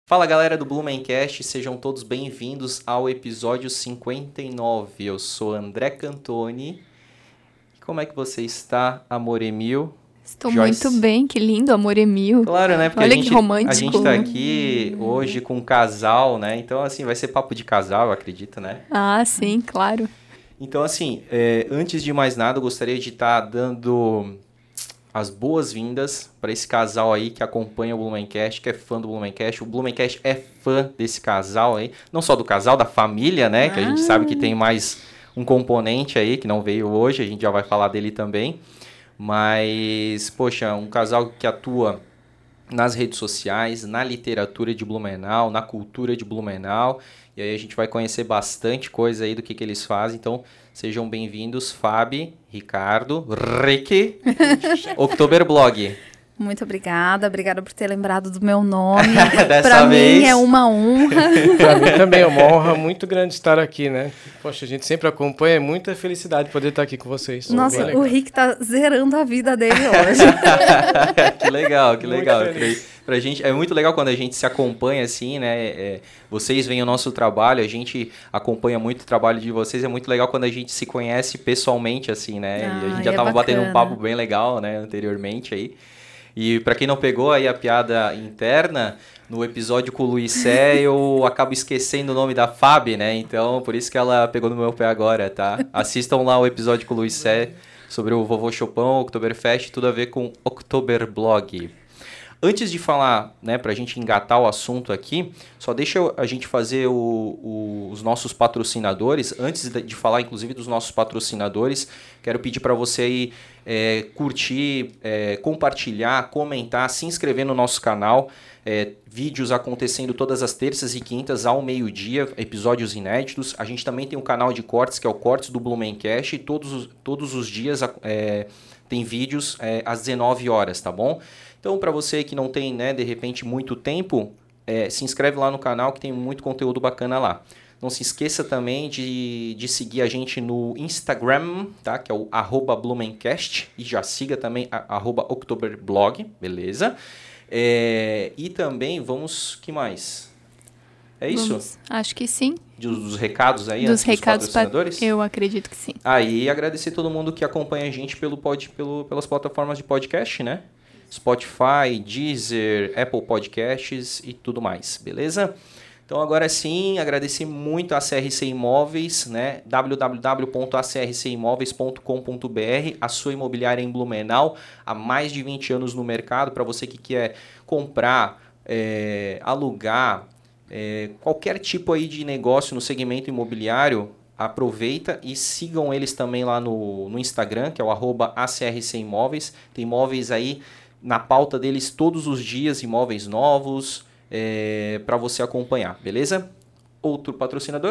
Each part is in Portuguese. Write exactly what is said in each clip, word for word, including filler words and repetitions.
Fala galera do Blumencast, sejam todos bem-vindos ao episódio cinquenta e nove. Eu sou André Cantoni. Como é que você está, amor Emil? Estou Joyce? muito bem, que lindo, amor Emil. Claro, né? Porque Olha a gente, que romântico. a gente tá aqui hoje com um casal, né? Então, assim, vai ser papo de casal, eu acredito, né? Ah, sim, claro. Então, assim, é, antes de mais nada, eu gostaria de estar dando as boas-vindas para esse casal aí que acompanha o Blumencast, que é fã do Blumencast. O Blumencast é fã desse casal aí, não só do casal, da família, né? Ah. Que a gente sabe que tem mais um componente aí que não veio hoje, a gente já vai falar dele também. Mas, poxa, um casal que atua nas redes sociais, na literatura de Blumenau, na cultura de Blumenau. E aí a gente vai conhecer bastante coisa aí do que, que eles fazem. Então, sejam bem-vindos, Fabi, Ricardo, Rick, Oktoberblog. Muito obrigada, obrigada por ter lembrado do meu nome. Dessa Pra vez. mim é uma honra. Pra mim também é uma honra muito grande estar aqui, né? Poxa, a gente sempre acompanha, é muita felicidade poder estar aqui com vocês. Nossa, Bem o legal. Rick tá zerando a vida dele hoje. Que legal, que Muito legal. feliz. Pra gente, é muito legal quando a gente se acompanha assim, né? É, vocês veem o nosso trabalho, a gente acompanha muito o trabalho de vocês. É muito legal quando a gente se conhece pessoalmente, assim, né? Ah, e a gente e já é tava batendo um bacana. papo bem legal, né? Anteriormente aí. E pra quem não pegou aí a piada interna, no episódio com o Luiz Sé, eu acabo esquecendo o nome da Fabi, né? Então, por isso que ela pegou no meu pé agora, tá? Assistam lá o episódio com o Luiz Sé sobre o Vovô Chopin, Oktoberfest, tudo a ver com Oktoberblog. Antes de falar, né, pra gente engatar o assunto aqui, só deixa a gente fazer o, o, os nossos patrocinadores. Antes de falar, inclusive, dos nossos patrocinadores, quero pedir para você aí é, curtir, é, compartilhar, comentar, se inscrever no nosso canal. É, vídeos acontecendo todas as terças e quintas ao meio-dia, episódios inéditos. A gente também tem um canal de cortes, que é o Cortes do Blumencast, e todos, os- todos os dias é, tem vídeos é, às dezenove horas, tá bom? Então, para você que não tem, né, de repente, muito tempo, é, se inscreve lá no canal que tem muito conteúdo bacana lá. Não se esqueça também de, de seguir a gente no Instagram, tá? Que é o arroba Blumencast. E já siga também a, arroba Oktoberblog, beleza? É, e também vamos... que mais? É isso? Vamos. Acho que sim. Dos, dos recados aí, Dos antes recados, dos pa- patrocinadores? eu acredito que sim. Aí agradecer todo mundo que acompanha a gente pelo pod, pelo, pelas plataformas de podcast, né? Spotify, Deezer, Apple Podcasts e tudo mais, beleza? Então agora sim, agradecer muito a C R C Imóveis, né? w w w ponto a c r c imóveis ponto com ponto b r, a sua imobiliária em Blumenau, há mais de vinte anos no mercado, para você que quer comprar, é, alugar, é, qualquer tipo aí de negócio no segmento imobiliário, aproveita e sigam eles também lá no, no Instagram, que é o arroba A C R C Imóveis. Tem imóveis aí na pauta deles todos os dias, imóveis novos, é, para você acompanhar, beleza? Outro patrocinador?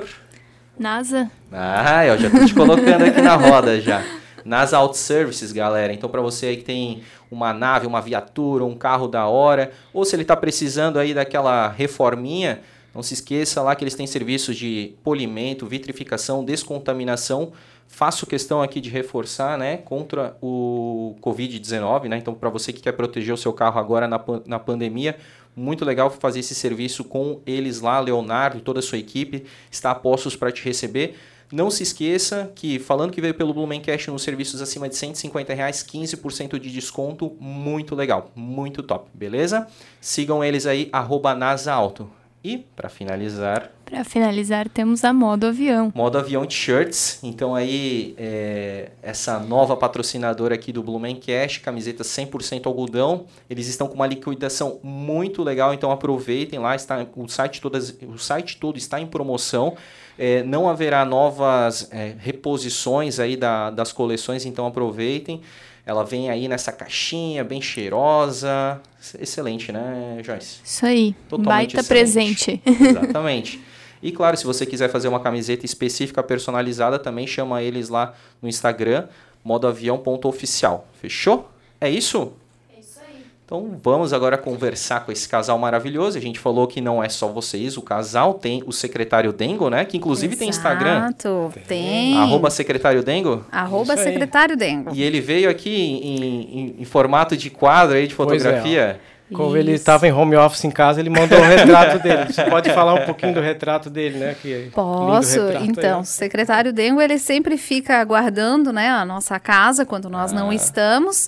NASA, Ah, eu já tô te colocando aqui na roda já. NASA Auto Services, galera. Então, para você aí que tem uma nave, uma viatura, um carro da hora, ou se ele está precisando aí daquela reforminha, não se esqueça lá que eles têm serviços de polimento, vitrificação, descontaminação. Faço questão aqui de reforçar, né, contra o covid dezenove, né? Então, para você que quer proteger o seu carro agora na, pan- na pandemia, muito legal fazer esse serviço com eles lá, Leonardo, toda a sua equipe, está a postos para te receber. Não se esqueça que, falando que veio pelo Blumencast nos serviços acima de cento e cinquenta reais, quinze por cento de desconto, muito legal, muito top, beleza? Sigam eles aí, arroba NasaAuto. E, para finalizar, para finalizar, temos a Modo Avião. Modo Avião T-Shirts. Então aí, é, essa nova patrocinadora aqui do Blumencast, camiseta cem por cento algodão. Eles estão com uma liquidação muito legal, então aproveitem lá. Está, o, site todas, o site todo está em promoção. É, não haverá novas é, reposições aí da, das coleções, então aproveitem. Ela vem aí nessa caixinha bem cheirosa. Excelente, né, Joyce? Isso aí, Totalmente baita excelente. presente. Exatamente. E claro, se você quiser fazer uma camiseta específica personalizada, também chama eles lá no Instagram, modoavião ponto oficial. Fechou? É isso? É isso aí. Então vamos agora conversar com esse casal maravilhoso. A gente falou que não é só vocês, o casal tem o secretário Dengo, né? Que inclusive tem Instagram. Exato, tem. Arroba secretário Dengo. Arroba Isso aí. secretário Dengo. E ele veio aqui em, em- em formato de quadro aí de Pois é, fotografia. Como ele Isso. estava em home office em casa, ele mandou o retrato dele. Você pode falar um pouquinho do retrato dele, né? Que Posso? lindo retrato Então, aí. o secretário Dengo, ele sempre fica guardando, né, a nossa casa quando nós Ah. não estamos.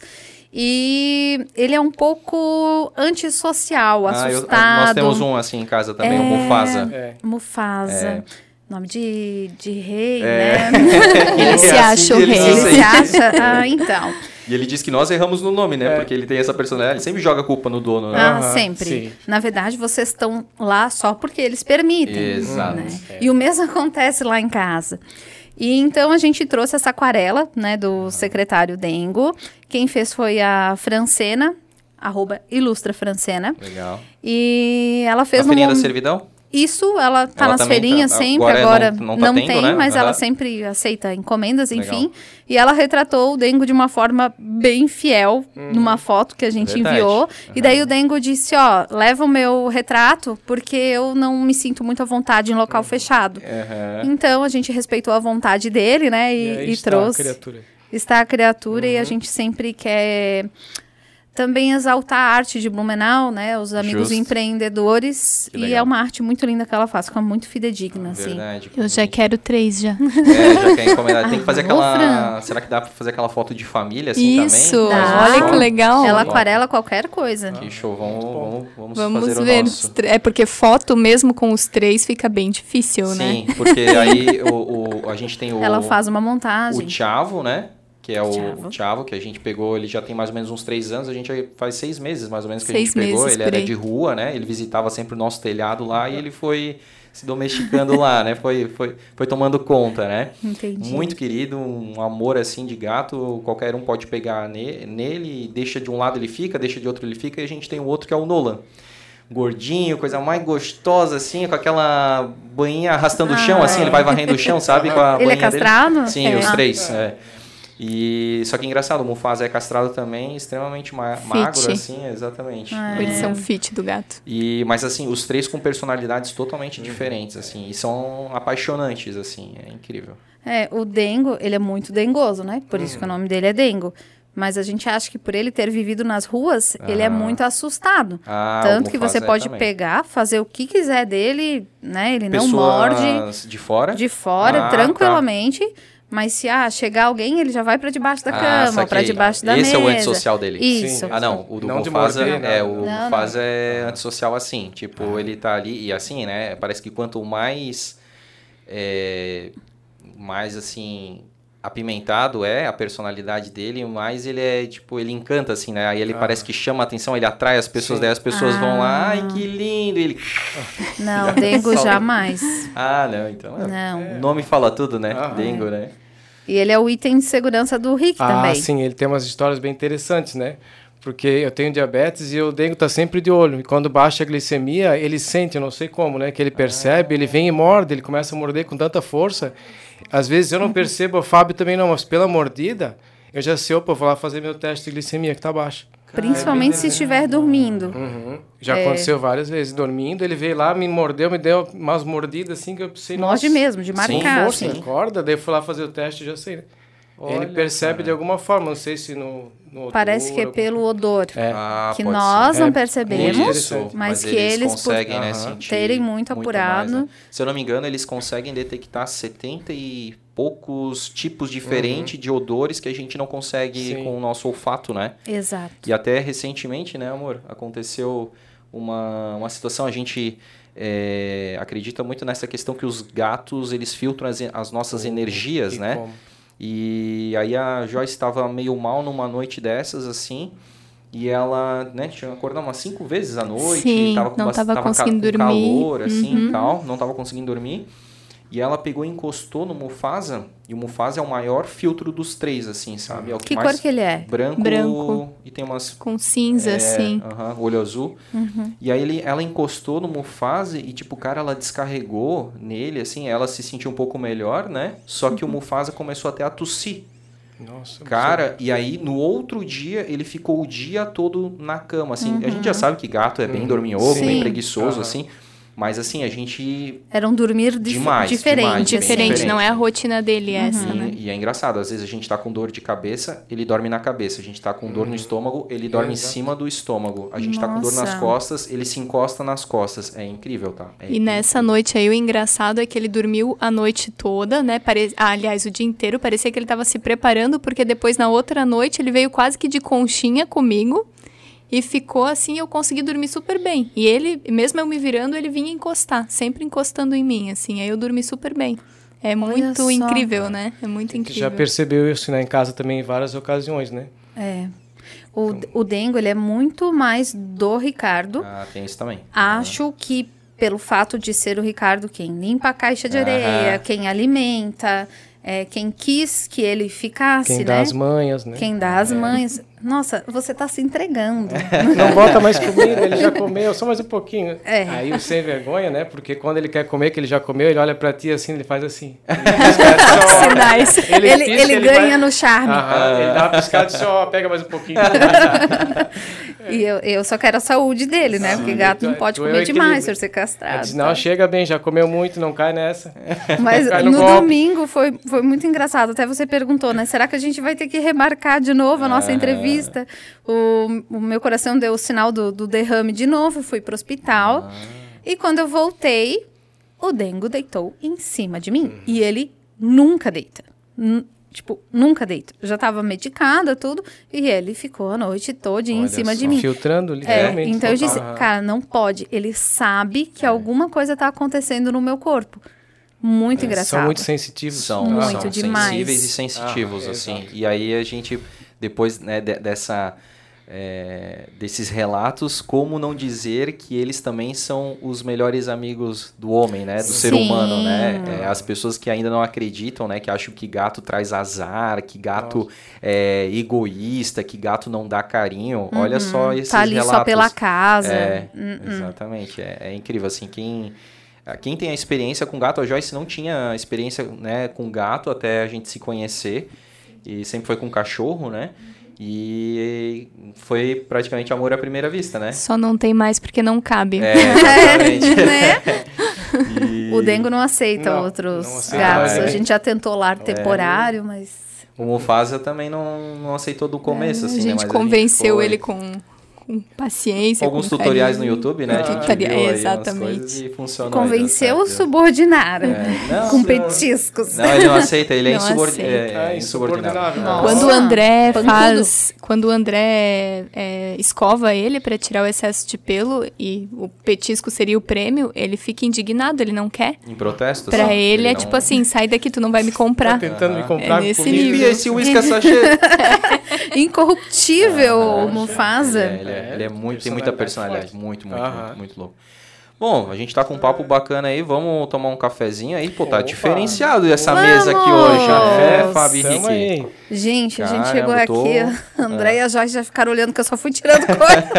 E ele é um pouco antissocial, Ah, eu- assustado. nós temos um assim em casa também, o É. Mufasa. É. Mufasa. É. Nome de, de rei, É. né? Ele se É acha assim o que ele rei. se Ele sente. se acha... Ah, então. E ele diz que nós erramos no nome, né? É. Porque ele tem essa personalidade, ele sempre joga a culpa no dono, né? Ah, Aham, sempre. sim. Na verdade, vocês estão lá só porque eles permitem. Exato. Né? É. E o mesmo acontece lá em casa. E então a gente trouxe essa aquarela, né, do secretário Dengo. Quem fez foi a Francena, arroba Ilustra Francena. Legal. E ela fez A no feirinha da mom- servidão? Isso, ela tá Ela nas também feirinhas tá- sempre, agora agora não- não, não tá tendo, tem, né? mas Aham. ela sempre aceita encomendas, enfim. Legal. E ela retratou o Dengo de uma forma bem fiel, numa foto que a gente Verdade. enviou. E daí Aham. o Dengo disse, ó, leva o meu retrato, porque eu não me sinto muito à vontade em local fechado. Aham. Então, a gente respeitou a vontade dele, né, e, aí e está trouxe. a criatura. Está a criatura e a gente sempre quer também exaltar a arte de Blumenau, né? Os amigos Justo. empreendedores. Que E legal. é uma arte muito linda que ela faz, fica muito fidedigna, assim. Verdade. Eu já quero três já. É, já quer encomendar. Tem que fazer Alô, aquela... Fran. Será que dá pra fazer aquela foto de família assim Isso, também? Dá. Faz um olha que som? legal. Ela Bom. aquarela qualquer coisa. Que show, vamos, vamos, vamos, Vamos fazer ver. o os nosso. tre- É porque foto mesmo com os três fica bem difícil, né? Sim, porque aí o, o- a gente tem o... Ela faz uma O montagem. Thiavo, né? Que é o Thiavo. o Thiavo, que a gente pegou, ele já tem mais ou menos uns três anos, a gente aí faz seis meses mais ou menos que Seis a gente pegou. meses, Ele por era aí. de rua, né? Ele visitava sempre o nosso telhado lá e ele foi se domesticando lá, né? Foi, foi, foi tomando conta, né? Entendi. Muito querido, um amor assim de gato, qualquer um pode pegar ne- nele, deixa de um lado ele fica, deixa de outro ele fica, e a gente tem o outro que é o Nolan. Gordinho, coisa mais gostosa, assim, com aquela banhinha arrastando o chão, Ah, assim, é. ele vai varrendo o chão, sabe? Com a Ele é banhinha dele. castrado? Sim, É. os Ah. três. É. E só que engraçado, o Mufasa é castrado também, extremamente ma magro, Fit. assim, exatamente. Ah, Eles É. são fit do gato. E, mas assim, os três com personalidades totalmente Uhum. diferentes, assim, e são apaixonantes, assim, é incrível. É, o Dengo, ele é muito dengoso, né? Por isso que o nome dele é Dengo. Mas a gente acha que por ele ter vivido nas ruas, ele é Ah. muito assustado. Ah, Tanto o que Mufasa você é pode também. pegar, fazer o que quiser dele, né? Ele não Pessoas morde de fora? de fora, Ah, tranquilamente. Mas se ah, chegar alguém, ele já vai pra debaixo da Ah, cama, saquei. pra debaixo da Esse mesa. é o antissocial dele. Isso. Sim. Ah, não, o do Não de Mufasa morder, é, nada. o Não, Mufasa é antissocial assim, tipo, ele tá ali e assim, né, parece que quanto mais, é, mais assim, apimentado é a personalidade dele, mais ele é, tipo, ele encanta assim, né, aí ele Ah. parece que chama a atenção, ele atrai as pessoas, Sim. daí as pessoas vão lá, Ah. ai, que lindo, e ele, Não, Dengo Só- jamais. ah, não, então, é, Não. o nome fala tudo, né, Aham. Dengo, né. E ele é o item de segurança do Rick Ah, também. sim, ele tem umas histórias bem interessantes, né? Porque eu tenho diabetes e o Dengo tá sempre de olho. E quando baixa a glicemia, ele sente, eu não sei como, né? Que ele percebe, ele vem e morde, ele começa a morder com tanta força. Às vezes eu não percebo, o Fábio também não, mas pela mordida, eu já sei, opa, eu vou lá fazer meu teste de glicemia, que tá baixa. Principalmente se estiver dormindo. Uhum. Já É. aconteceu várias vezes. Dormindo, ele veio lá, me mordeu, me deu umas mordidas assim que eu pensei, Morde nossa, mesmo, de Sim, marcar. força, assim. corda, daí eu fui lá fazer o teste e já sei, né? Ele Olha, percebe cara. de alguma forma, não sei se no, no odor, Parece que é alguma- pelo odor. É. Ah, Que pode nós ser. não É, percebemos, isso, mas, que eles, eles, por conseguem, né, Aham. sentir terem muito apurado. mais, né? Se eu não me engano, eles conseguem detectar setenta e poucos tipos diferentes de odores que a gente não consegue Sim. com o nosso olfato, né? Exato. E até recentemente, né, amor, aconteceu uma, uma situação, a gente é, acredita muito nessa questão que os gatos, eles filtram as, as nossas energias, E né? como? E aí a Joyce estava meio mal numa noite dessas, assim, e ela, né, tinha acordado umas cinco vezes à noite, Sim, tava com não bas- tava tava ca- conseguindo com dormir. calor, assim, Uhum. e tal, não tava conseguindo dormir. E ela pegou e encostou no Mufasa, e o Mufasa é o maior filtro dos três, assim, sabe? É o que, Que mais... cor que ele é? Branco, Branco. e tem umas... Com cinza, é, assim. aham, olho azul. E aí ele, ela encostou no Mufasa e, tipo, cara, ela descarregou nele, assim, ela se sentiu um pouco melhor, né? Só que o Mufasa começou até a tossir. Nossa, Cara, e aí no outro dia ele ficou o dia todo na cama, assim. A gente já sabe que gato é bem Uhum. dorminhoco, Sim. bem preguiçoso, Aham. assim. Mas assim, a gente... Era um dormir dif Demais, diferente. demais, assim. Diferente, diferente. não é a rotina dele essa, E, né? e é engraçado, às vezes a gente tá com dor de cabeça, ele dorme na cabeça. A gente tá com dor no estômago, ele dorme Exato. em cima do estômago. A gente tá com dor nas Nossa. costas, ele se encosta nas costas. É incrível, tá? É E nessa incrível. noite aí, o engraçado é que ele dormiu a noite toda, né? Pare... Ah, aliás, o dia inteiro. Parecia que ele tava se preparando, porque depois, na outra noite, ele veio quase que de conchinha comigo. E ficou assim, eu consegui dormir super bem. E ele, mesmo eu me virando, ele vinha encostar. Sempre encostando em mim, assim. Aí eu dormi super bem. É muito só. incrível, né? É muito Você incrível. já percebeu isso, né, em casa também em várias ocasiões, né? É. O, o Dengo, ele é muito mais do Ricardo. Ah, tem isso também. Acho que pelo fato de ser o Ricardo quem limpa a caixa de Aham. areia, quem alimenta, é, quem quis que ele ficasse, Quem né? dá as manhas, né? Quem dá as manhas. Nossa, você tá se entregando. Não bota mais comida, ele já comeu, só mais um pouquinho. É. Aí o sem vergonha, né? Porque quando ele quer comer, que ele já comeu, ele olha pra ti assim, ele faz assim. Ele pisca, só- Sinais. Ele, ele, pisca, ele ganha vai- no charme. Aham, ele dá uma piscada e só pega mais um pouquinho. E eu, eu só quero a saúde dele, né? Sim. Porque gato não Tu- pode tu é o comer demais, equilíbrio. por ser Aí castrado. diz, não, tá? chega bem, já comeu muito, não cai nessa. Mas Cai no no golpe. domingo foi, foi muito engraçado. Até você perguntou, né? Será que a gente vai ter que remarcar de novo a nossa É. entrevista? O, o meu coração deu o sinal do, do derrame de novo, fui pro hospital. E quando eu voltei, o Dengo deitou em cima de mim. E ele nunca deita. N- tipo, nunca deita. Eu já tava medicada, tudo. E ele ficou a noite toda em Olha cima de só. mim. Filtrando, É, literalmente. então eu total. disse, Aham. cara, não pode. Ele sabe que alguma coisa tá acontecendo no meu corpo. Muito engraçado. São muito sensitivos. São, Muito são demais. sensíveis e sensitivos, Ah, assim. exato. E aí a gente, depois né, de- dessa, é, desses relatos, como não dizer que eles também são os melhores amigos do homem, né? Do ser Sim. humano, né? É, as pessoas que ainda não acreditam, né? Que acham que gato traz azar, que gato é egoísta, que gato não dá carinho. Olha só esses Tá ali relatos. só pela casa. É, Hum, hum. exatamente. É, é incrível, assim, quem... Quem tem a experiência com gato, a Joyce não tinha experiência, né, com gato até a gente se conhecer. E sempre foi com cachorro, né? E foi praticamente amor à primeira vista, né? Só não tem mais porque não cabe. É, exatamente. Né? E O Dengo não aceita Não, outros não aceita gatos. mais, A né? gente já tentou lar temporário, mas... o Mufasa também não, não aceitou do começo, É, assim, a né? gente Mas convenceu foi- ele com, com paciência. Com alguns com tutoriais carinho. no YouTube, né? A gente Tutoria- viu aí umas exatamente. coisas e funcionou. Convenceu aí, o deu certo. subordinar. É, não, com não. petiscos. Não, ele não aceita, ele é, Não insubordi- aceita. é, Ah, é insubordinado. insubordinável. Nossa. Quando o André Pancudo. faz, quando o André é, escova ele pra tirar o excesso de pelo e o petisco seria o prêmio, ele fica indignado, ele não quer. Em protesto? Pra assim, ele é não- tipo assim, sai daqui, tu não vai me Tá comprar. tentando me Aham. comprar É nesse comida. nível. Enfia esse uísque sachê. Incorruptível, Aham. o Mufasa. Ele é, ele é- ele é muito, tem muita Personalidade personalidade, muito, muito, Aham. muito, muito louco. Bom, a gente tá com um papo bacana aí, vamos tomar um cafezinho aí, pô, tá Opa. diferenciado essa Vamos! mesa aqui hoje. Café, Fabi Tamo Henrique. aí. Gente, a gente Caramba, chegou tô- aqui, a André e a Joyce já ficaram olhando que eu só fui tirando coisa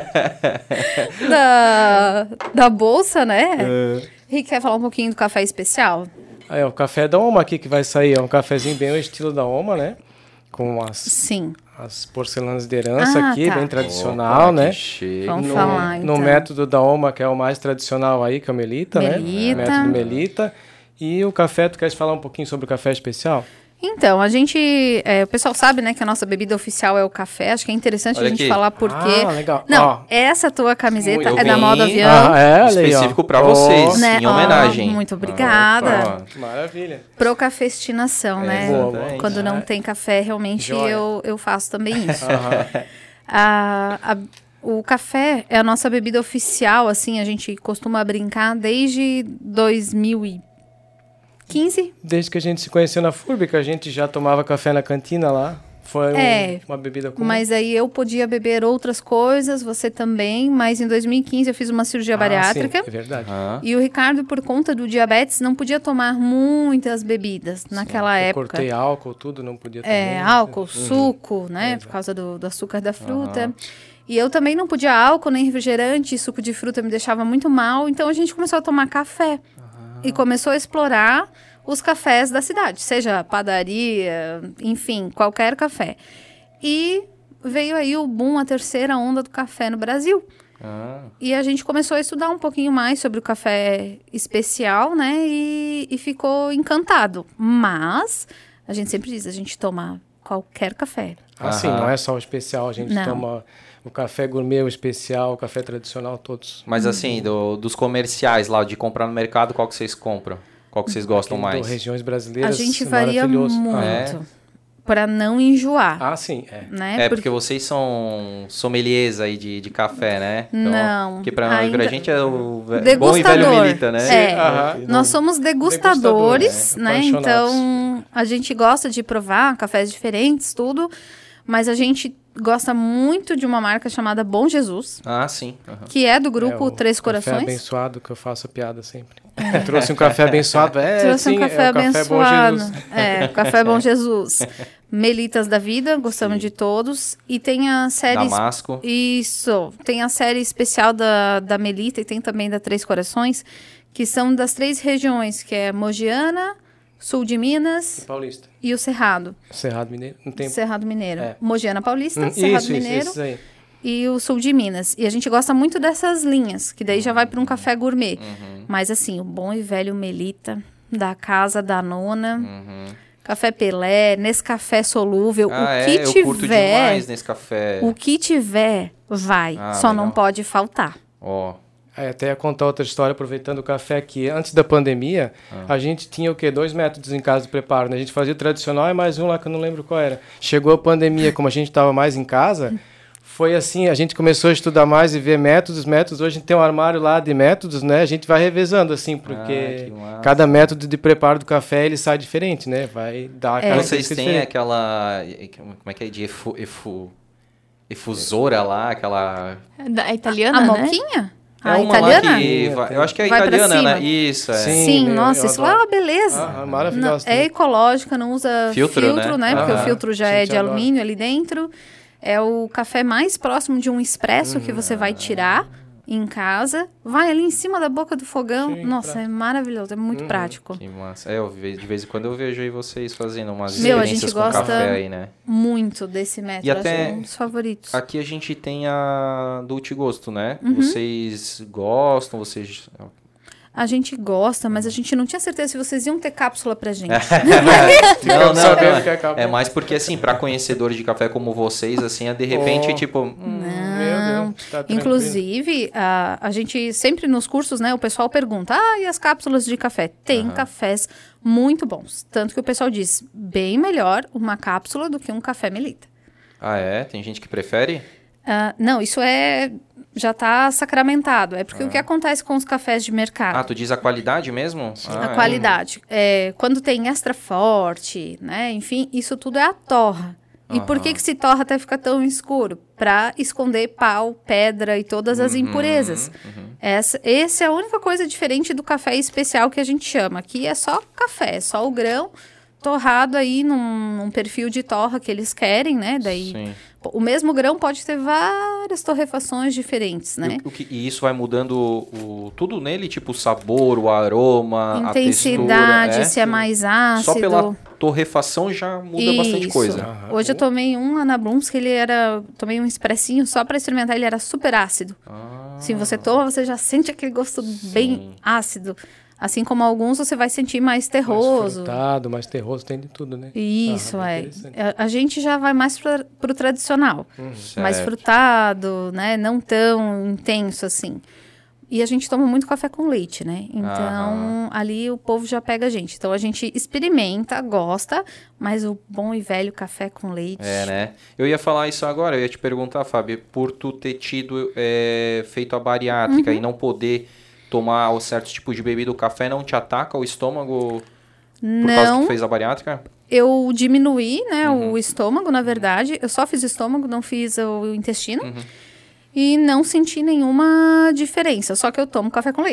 da, da bolsa, né? É. Rick, quer falar um pouquinho do café especial? Aí, ó, o café da Oma aqui que vai sair. É um cafezinho bem o estilo da Oma, né? Com as, Sim. as porcelanas de herança Ah, aqui, tá. bem tradicional, Opa, né? que chique. Vamos no, falar, no então. método da Oma, que é o mais tradicional aí, que é o Melita, Melita. né? Método Melita. E o café, tu queres falar um pouquinho sobre o café especial? Então, a gente... é, o pessoal sabe, né, que a nossa bebida oficial é o café. Acho que é interessante Olha a gente aqui. falar por quê. Ah, legal. Não, Ó. essa tua camiseta Muito é da bem. Moda Avião. Ah, é, olha aí, ó. Específico pra Ó, vocês, Né? em Ó, homenagem. muito obrigada. Opa. Maravilha. Procafestinação, É, né? exatamente. Quando não tem café, realmente Joia. eu, eu faço também isso. Aham. A- a- o café é a nossa bebida oficial, assim, a gente costuma brincar desde dois mil e quinze. Desde que a gente se conheceu na F U R B, que a gente já tomava café na cantina lá. Foi um- É, uma bebida comum. Mas aí eu podia beber outras coisas, você também, mas em dois mil e quinze eu fiz uma cirurgia Ah, bariátrica. sim, é verdade. Aham. E o Ricardo, por conta do diabetes, não podia tomar muitas bebidas naquela Eu época. cortei álcool, tudo, não podia tomar. É, álcool, suco, né? Exato. Por causa do, do açúcar da fruta. E eu também não podia álcool, nem refrigerante, suco de fruta me deixava muito mal. Então a gente começou a tomar café. E começou a explorar os cafés da cidade, seja padaria, enfim, qualquer café. E veio aí o boom, a terceira onda do café no Brasil. Ah. E a gente começou a estudar um pouquinho mais sobre o café especial, né? E, e ficou encantado. Mas, a gente sempre diz, a gente toma qualquer café. Ah, sim, Aham. não é só o especial, a gente Não. toma o café gourmet, o especial, o café tradicional, todos. Mas assim, do- dos comerciais lá, de comprar no mercado, qual que vocês compram? Qual que vocês gostam Aquele mais? do regiões A brasileiras, gente varia maravilhoso. muito É? para não enjoar, Ah, sim, é. né? É, porque vocês são sommeliers aí de, de café, né? Não, Porque pra, ainda- pra gente é o ve- bom e Degustador. velho Melita, né? É, Aham. nós somos degustadores, Degustadores, né? apaixonados. Então, a gente gosta de provar cafés diferentes, tudo. Mas a gente gosta muito de uma marca chamada Bom Jesus, Ah, sim. aham. que é do grupo É o Três Café Corações. abençoado, que eu faço a piada sempre. Trouxe um café abençoado. É, Trouxe sim, um café é o café Bom abençoado. Jesus. É, Café Bom Jesus. Melitas da Vida, gostamos de todos. E tem a série... Damasco. Isso. Tem a série especial da, da Melita e tem também da Três Corações, que são das três regiões, que é Mogiana, Sul de Minas Paulista. e o Cerrado. Cerrado Mineiro. Não tem... Cerrado Mineiro. É. Mogiana Paulista, Hum, Cerrado isso, Mineiro isso, isso aí. e o Sul de Minas. E a gente gosta muito dessas linhas, que daí já vai para um café gourmet. Uhum. Mas assim, o bom e velho Melita, da Casa da Nona, Uhum. Café Pelé, Nescafé solúvel, Ah, o é? que Eu curto tiver, demais nesse café. o que tiver, vai. Ah, Só não legal. pode faltar. Ó. É, até ia contar outra história, aproveitando o café, que antes da pandemia, Ah. a gente tinha o quê? Dois métodos em casa de preparo, né? A gente fazia o tradicional e mais um lá que eu não lembro qual era. Chegou a pandemia, como a gente estava mais em casa, foi assim, a gente começou a estudar mais e ver métodos, métodos. Hoje a gente tem um armário lá de métodos, né? A gente vai revezando, assim, Ah, porque que massa. cada método de preparo do café, ele sai diferente, né? Vai dar É. aquela Vocês característica têm diferente. aquela... Como é que é? De efu, efu, efusora lá, aquela... Da, a italiana, A né? moquinha? É A uma lá italiana? que vai- eu acho que é Vai pra italiana, cima. né? Isso, é. Sim. Sim, meu, nossa, eu isso lá é adoro. uma beleza. Ah, maravilhosa Não, é também. ecológica, não usa Filtro, filtro, né? né? Porque Aham, o filtro já a é gente de adora. alumínio ali dentro. É o café mais próximo de um expresso que você vai tirar em casa. Vai ali em cima da boca do fogão. Sim, Nossa, prático. é maravilhoso, é muito prático. Que massa. É, eu, ve- de vez em quando eu vejo aí vocês fazendo umas Meu, a experiências gente com gosta- café aí, né? Muito desse método. E até- acho um dos favoritos. Aqui a gente tem a Dolce Gosto, né? Uhum. Vocês gostam, vocês... A gente gosta, mas a gente não tinha certeza se vocês iam ter cápsula pra gente. não, não, sabendo não. que acaba. É mais porque, assim, pra conhecedores de café como vocês, assim, é de repente, Oh. tipo... hum, Meu Deus, tá tranquilo. Inclusive, a, a gente sempre nos cursos, né, o pessoal pergunta, ah, e as cápsulas de café? Tem cafés muito bons. Tanto que o pessoal diz, bem melhor uma cápsula do que um café Melita. Ah, é? Tem gente que prefere? Ah, não, isso é já está sacramentado. É porque o que acontece com os cafés de mercado? Ah, tu diz a qualidade mesmo? Ah, A qualidade. É, quando tem extra forte, né? Enfim, isso tudo é a torra. E por que Aham. que se torra até ficar tão escuro? Para esconder pau, pedra e todas as impurezas. Essa, essa é a única coisa diferente do café especial que a gente chama. Aqui é só café, é só o grão torrado aí num, num perfil de torra que eles querem, né? Daí Sim. o mesmo grão pode ter várias torrefações diferentes, né? E, o que- e isso vai mudando o, tudo nele, tipo o sabor, o aroma, Intensidade, a textura. se é mais ácido. Só pela torrefação já muda bastante Isso. coisa. Aham. Hoje eu tomei um Anablums que ele era... Tomei um expressinho só para experimentar, ele era super ácido. Ah, Se você toma, você já sente aquele gosto bem ácido. Assim como alguns, você vai sentir mais Mais terroso. frutado, mais terroso, tem de tudo, né? Isso, Ah, bem é. interessante. A, a gente já vai mais para o tradicional. Mais certo. frutado, né? Não tão intenso assim. E a gente toma muito café com leite, né? Então, Aham. ali o povo já pega a gente. Então, a gente experimenta, gosta, mas o bom e velho café com leite... É, né? Eu ia falar isso agora, eu ia te perguntar, Fábio, por tu ter tido é, feito a bariátrica Uhum. e não poder tomar certos tipos de bebida, o café não te ataca o estômago por causa que Não, tu fez a bariátrica? eu diminuí, né, Uhum. o estômago, na verdade. Eu só fiz estômago, não fiz o intestino. Uhum. E não senti nenhuma diferença. Só que eu tomo café com leite.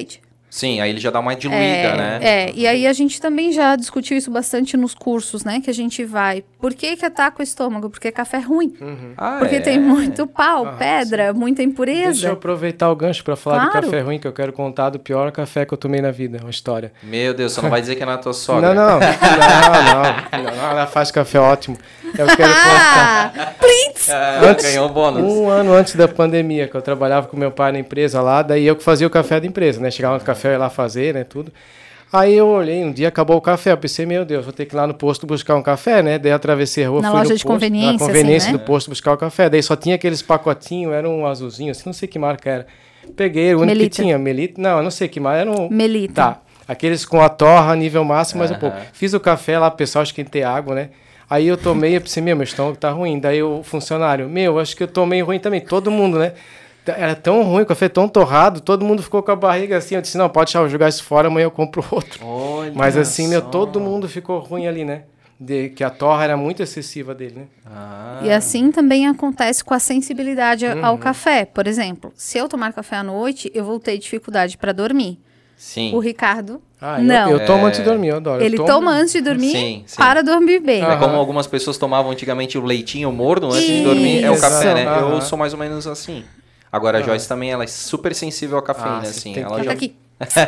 Sim, aí ele já dá uma diluída, É, né? é, e aí a gente também já discutiu isso bastante nos cursos, né, que a gente vai. Por que que ataca o estômago? Porque café é ruim. Ah, Porque é? tem muito pau, Ah, pedra, muita Deixa eu impureza. aproveitar o gancho para falar Claro. do café ruim, que eu quero contar do pior café que eu tomei na vida, uma história. Meu Deus, você não vai dizer que é na tua sogra. Não, não, não, não, não, ela faz café ótimo. Eu quero contar. Ah, Plitz! Ah, Antes- ganhou o bônus. Um ano antes da pandemia, que eu trabalhava com meu pai na empresa lá, daí eu que fazia o café da empresa, né? Chegava no café, eu ia lá fazer, né, tudo. Aí eu olhei, um dia acabou o café, eu pensei, meu Deus, vou ter que ir lá no posto buscar um café, né? Daí eu atravessei a rua, Na fui loja no de posto, conveniência, na conveniência assim, né? do posto buscar o café. Daí só tinha aqueles pacotinhos, era um azulzinho, assim, não sei que marca era. Peguei, o único Melita. que tinha, Melita, não, eu não sei que marca, era um... Melita. Tá, aqueles com a torra, nível máximo, mais um Aham. pouco. Fiz o café lá, pessoal, esquentei água, né? Aí eu tomei, eu pensei, meu, meu estômago tá ruim. Daí o funcionário, meu, acho que eu tomei ruim também. Todo mundo, né? Era tão ruim, o café tão torrado, todo mundo ficou com a barriga assim. Eu disse, não, pode deixar eu jogar isso fora, amanhã eu compro outro. Olha Mas assim, meu, só. todo mundo ficou ruim ali, né? De, que a torra era muito excessiva dele, né? Ah, E assim também acontece com a sensibilidade a- ao café. Por exemplo, se eu tomar café à noite, eu vou ter dificuldade para dormir. sim. O Ricardo, Ah, não. eu, eu tomo É. antes de dormir, eu adoro. Eu Ele tomo- toma antes de dormir Sim, sim. para dormir bem. É Ah. como Aham. algumas pessoas tomavam antigamente o leitinho morno antes de dormir, é o Isso. café, né? Eu Aham. sou mais ou menos assim. Agora a Ah. Joyce também, ela é super sensível à cafeína, Ah, você assim. tem que Ela ter- já... Tá aqui.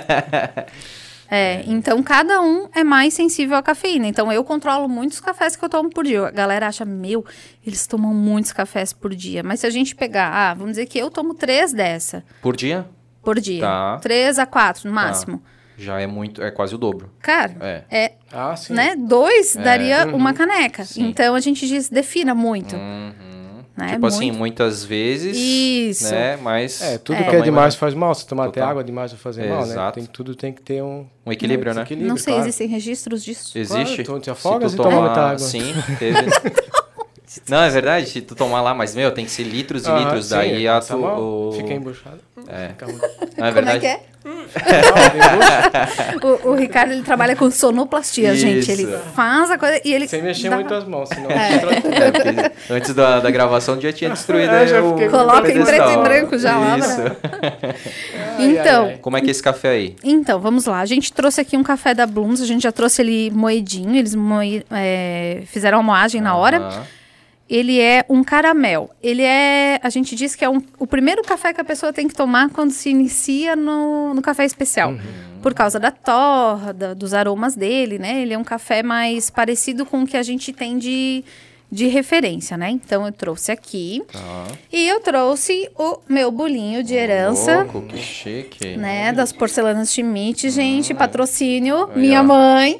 É, então cada um é mais sensível à cafeína. Então eu controlo muitos cafés que eu tomo por dia. A galera acha, meu, eles tomam muitos cafés por dia. Mas se a gente pegar, ah, vamos dizer que eu tomo três dessa Por dia? por dia. Tá. Três a quatro no máximo. Já é muito, é quase o dobro. Cara, É. é, Ah, sim. né? Dois daria Uhum. uma caneca. Sim. Então a gente diz, defina muito. Uhum. Né? Tipo assim, Muito. muitas vezes. Isso. Né? Mas. É, tudo É. que é tamanho demais vai- faz mal. Se tomar até Total. água demais vai fazer mal, né? Exato. Tem, tudo tem que ter um... Um equilíbrio, né? equilíbrio, Não sei, claro. existem registros disso? Existe. Claro, tu te Se afogas tu e toma tomar- muita água. Sim, teve. Não, é verdade, se tu tomar lá, mas, meu, tem que ser litros e Aham, litros. sim, daí a passa tu. mal, o- Fica embuchado. É. Fica ruim. Não é Como verdade? é que é? Não, embucha. O, o Ricardo, ele trabalha com sonoplastia, gente. Ele Isso. faz a coisa e ele... Sem mexer dá- muito as mãos, senão... É. É, porque antes da, da gravação já tinha destruído É, já o fiquei- Coloca em preto pedestal. e branco já lá, Isso. Então, ai. Como é que é esse café aí? então, vamos lá. A gente trouxe aqui um café da Blooms. A gente já trouxe ele moedinho. Eles moe- é, fizeram a moagem na hora. Aham. Ele é um caramel. Ele é... A gente diz que é um, o primeiro café que a pessoa tem que tomar quando se inicia no, no café especial. Por causa da torra, da- dos aromas dele, né? Ele é um café mais parecido com o que a gente tem de, de referência, né? Então, eu trouxe aqui. Tá. E eu trouxe o meu bolinho de herança. Louco, que chique. Né, das porcelanas Schmidt, gente, patrocínio, Aí, minha ó. mãe.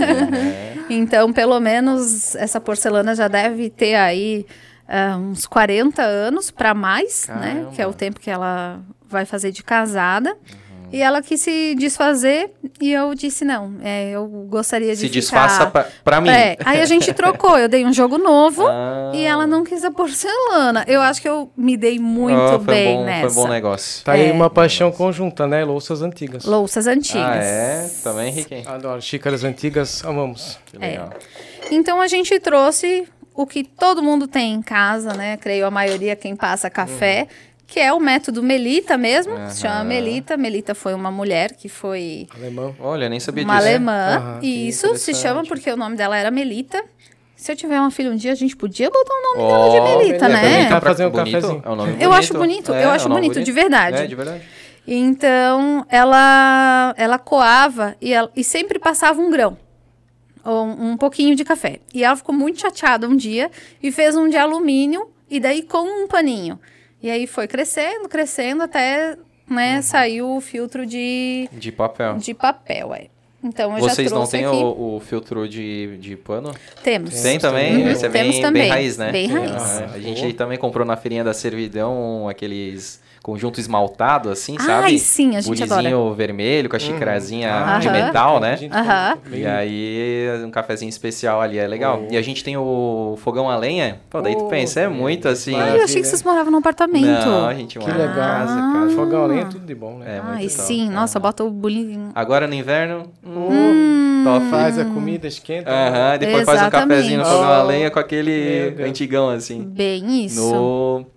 É. Então, pelo menos, essa porcelana já deve ter aí ah, uns quarenta anos para mais, né? Caramba. Que é o tempo que ela vai fazer de casada. E ela quis se desfazer e eu disse, não, é, eu gostaria de Se ficar... desfaça pra, pra mim. É, aí a gente trocou, eu dei um jogo novo Ah. e ela não quis a porcelana. Eu acho que eu me dei muito Ah, foi bem bom, nessa. Foi bom negócio. Tá aí É. uma paixão conjunta, né? Louças antigas. Louças antigas. Ah, é? Também, Riquem? Adoro. Xícaras antigas, amamos. Que legal. Então a gente trouxe o que todo mundo tem em casa, né? Creio a maioria quem passa café, que é o método Melita mesmo, que se chama Aham. Melita. Melita foi uma mulher que foi Alemão. Olha, nem sabia uma disso. alemã. Aham, E isso se interessante. chama porque o nome dela era Melita. Se eu tiver uma filha um dia, a gente podia botar o nome Ó, dela de Melita, é, né? também tá Vai pra- fazer um bonito, cafezinho. É um nome Eu bonito. acho bonito, É, eu é acho um nome bonito, de verdade. É, de verdade. Então, ela, ela coava e, ela- e sempre passava um grão, ou um, um pouquinho de café. E ela ficou muito chateada um dia e fez um de alumínio e daí com um paninho. E aí foi crescendo, crescendo até, né, saiu o filtro de, De papel. de papel, é. Então, eu Vocês já não trouxe têm aqui. o, o filtro de, de pano? Temos. Tem também? Uhum, Esse é temos bem, também. bem raiz, né? Bem raiz. Ah, a gente também comprou na feirinha da Servidão aqueles conjunto esmaltado, assim, Ai, sabe? sim, a gente Bulizinho vermelho com a xicrazinha Aham. de metal, né? Aham. E aí, um cafezinho especial ali, é legal. Oh. E a gente tem o fogão a lenha. Pô, daí tu Oh, pensa, é meu muito Deus. assim... Ah, eu Maravilha. achei que vocês moravam num apartamento. Não, a gente Que mora em legal. casa, casa. Fogão a lenha é tudo de bom, né? É, muito Ai, top. sim. Nossa, Aham. bota o bolinho. Agora no inverno, Hum. top. Faz a comida, esquenta. Aham, depois faz um Exatamente. cafezinho no fogão a Oh, lenha com aquele meu Deus. antigão, assim. Bem isso. No...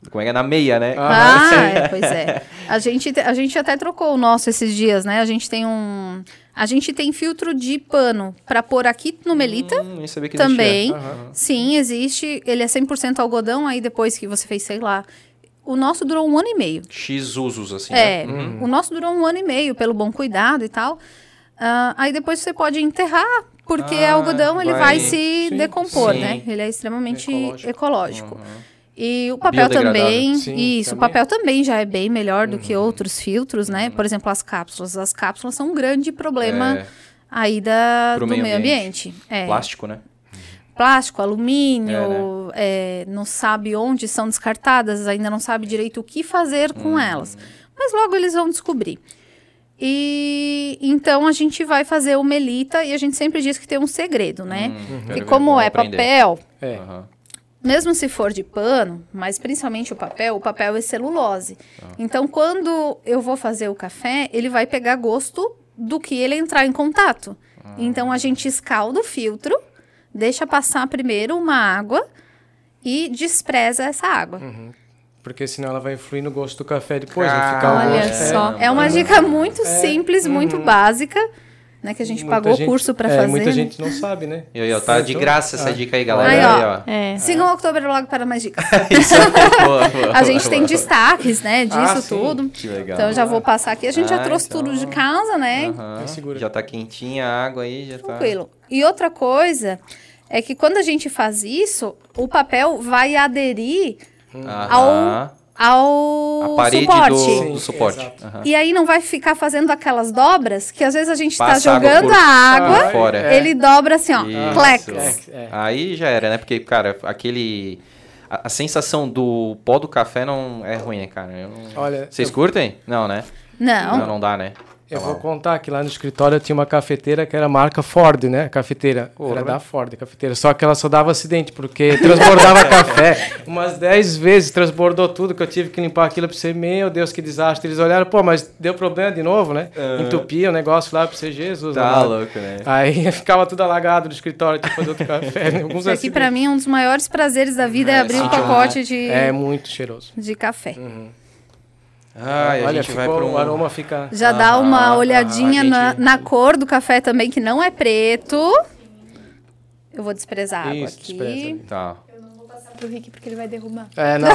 Como é que é? Na meia, né? Ah, é, pois é. A gente, a gente até trocou o nosso esses dias, né? A gente tem um... A gente tem filtro de pano para pôr aqui no Melita. Hum, nem sabia que também. existia. Uhum. Sim, existe. Ele é cem por cento algodão, aí depois que você fez, sei lá... O nosso durou um ano e meio. X usos, assim, É, né? uhum. O nosso durou um ano e meio, pelo bom cuidado e tal. Uh, aí depois você pode enterrar, porque Ah, algodão ele vai, vai se sim, decompor, sim. né? Ele é extremamente Ecológico. ecológico. Uhum. E o papel Biodegradável. também, Sim, isso, também. o papel também já é bem melhor do Uhum. que outros filtros, né? Por exemplo, as cápsulas. As cápsulas são um grande problema É. aí da, Pro do meio meio ambiente. ambiente. É. Plástico, né? Plástico, alumínio, é, não sabe onde são descartadas, ainda não sabe direito o que fazer com Hum. elas. Mas logo eles vão descobrir. E então a gente vai fazer o Melita e a gente sempre diz que tem um segredo, né? Hum, E quero ver, como vou é aprender. papel, É. Aham. mesmo se for de pano, mas principalmente o papel, o papel é celulose. Então, quando eu vou fazer o café, ele vai pegar gosto do que ele entrar em contato. Então, a gente escalda o filtro, deixa passar primeiro uma água e despreza essa água. Porque senão ela vai influir no gosto do café depois. Cara, vai ficar o Olha gosto, só, é. é uma dica muito simples, muito básica, né? Que a gente Muita pagou o gente- curso para é, fazer. Muita né? gente não sabe, né? E aí, ó, tá de Então, graça essa ah. dica aí, galera. Aí, Aí, ó. ó. É. Sigam o Outubro Blog para mais dicas. Isso. Boa, boa, A gente boa, tem boa. destaques, né, disso Ah, sim. tudo. Que legal. Então eu já vou passar aqui. A gente já Ah, trouxe então- tudo de casa, né? Aham. Segura. Já tá quentinha a água aí, já tá... Tranquilo. E outra coisa é que quando a gente faz isso, o papel vai aderir Aham. ao A parede suporte. do, Sim, do suporte. exato. Aham. E aí não vai ficar fazendo aquelas dobras que às vezes a gente está Passa água jogando por- a água, por fora. É. ele dobra assim, ó, Isso. clex. É, é. Aí já era, né? Porque, cara, aquele... A, a sensação do pó do café não é ruim, né, cara? Eu não- Olha, Vocês eu- curtem? Não, né? Não. Não, não dá, né? Eu Tá vou bom. contar que lá no escritório tinha uma cafeteira que era marca Ford, né? A cafeteira. Porra. Era da Ford, a cafeteira. Só que ela só dava acidente, porque transbordava café. Umas dez vezes transbordou tudo, que eu tive que limpar aquilo. Eu pensei, meu Deus, que desastre. Eles olharam, pô, mas deu problema de novo, né? Entupia o negócio lá, pra você, Jesus. Tá amado. louco, né? Aí ficava tudo alagado no escritório, tinha que fazer outro café. Né? Alguns Isso aqui acidentes. pra mim é um dos maiores prazeres da vida é, É, abrir um sentir um- pacote de, É muito cheiroso. de café. Ai, a Olha, gente vai ficou- pra um... o aroma fica... Já dá uma Aham, olhadinha aham, na, gente- na cor do café também, que não é preto. Eu vou desprezar a água Isso, aqui. despreza. Tá. Pro Rick, porque ele vai derrubar. É, não.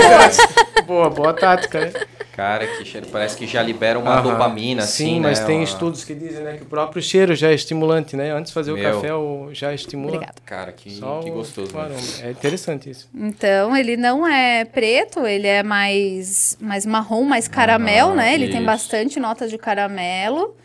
boa, boa tática, né? Cara, que cheiro. Parece que já libera uma Aham. dopamina, Sim, assim, mas né? tem Uma- estudos que dizem, né, que o próprio cheiro já é estimulante, né? Antes de fazer o Meu. café, o, já estimula. Obrigada. Cara, que, Só que o- gostoso. o né? aroma. É interessante isso. Então, ele não é preto, ele é mais, mais marrom, mais caramelo, Aham, né? Ele tem isso. bastante nota de caramelo.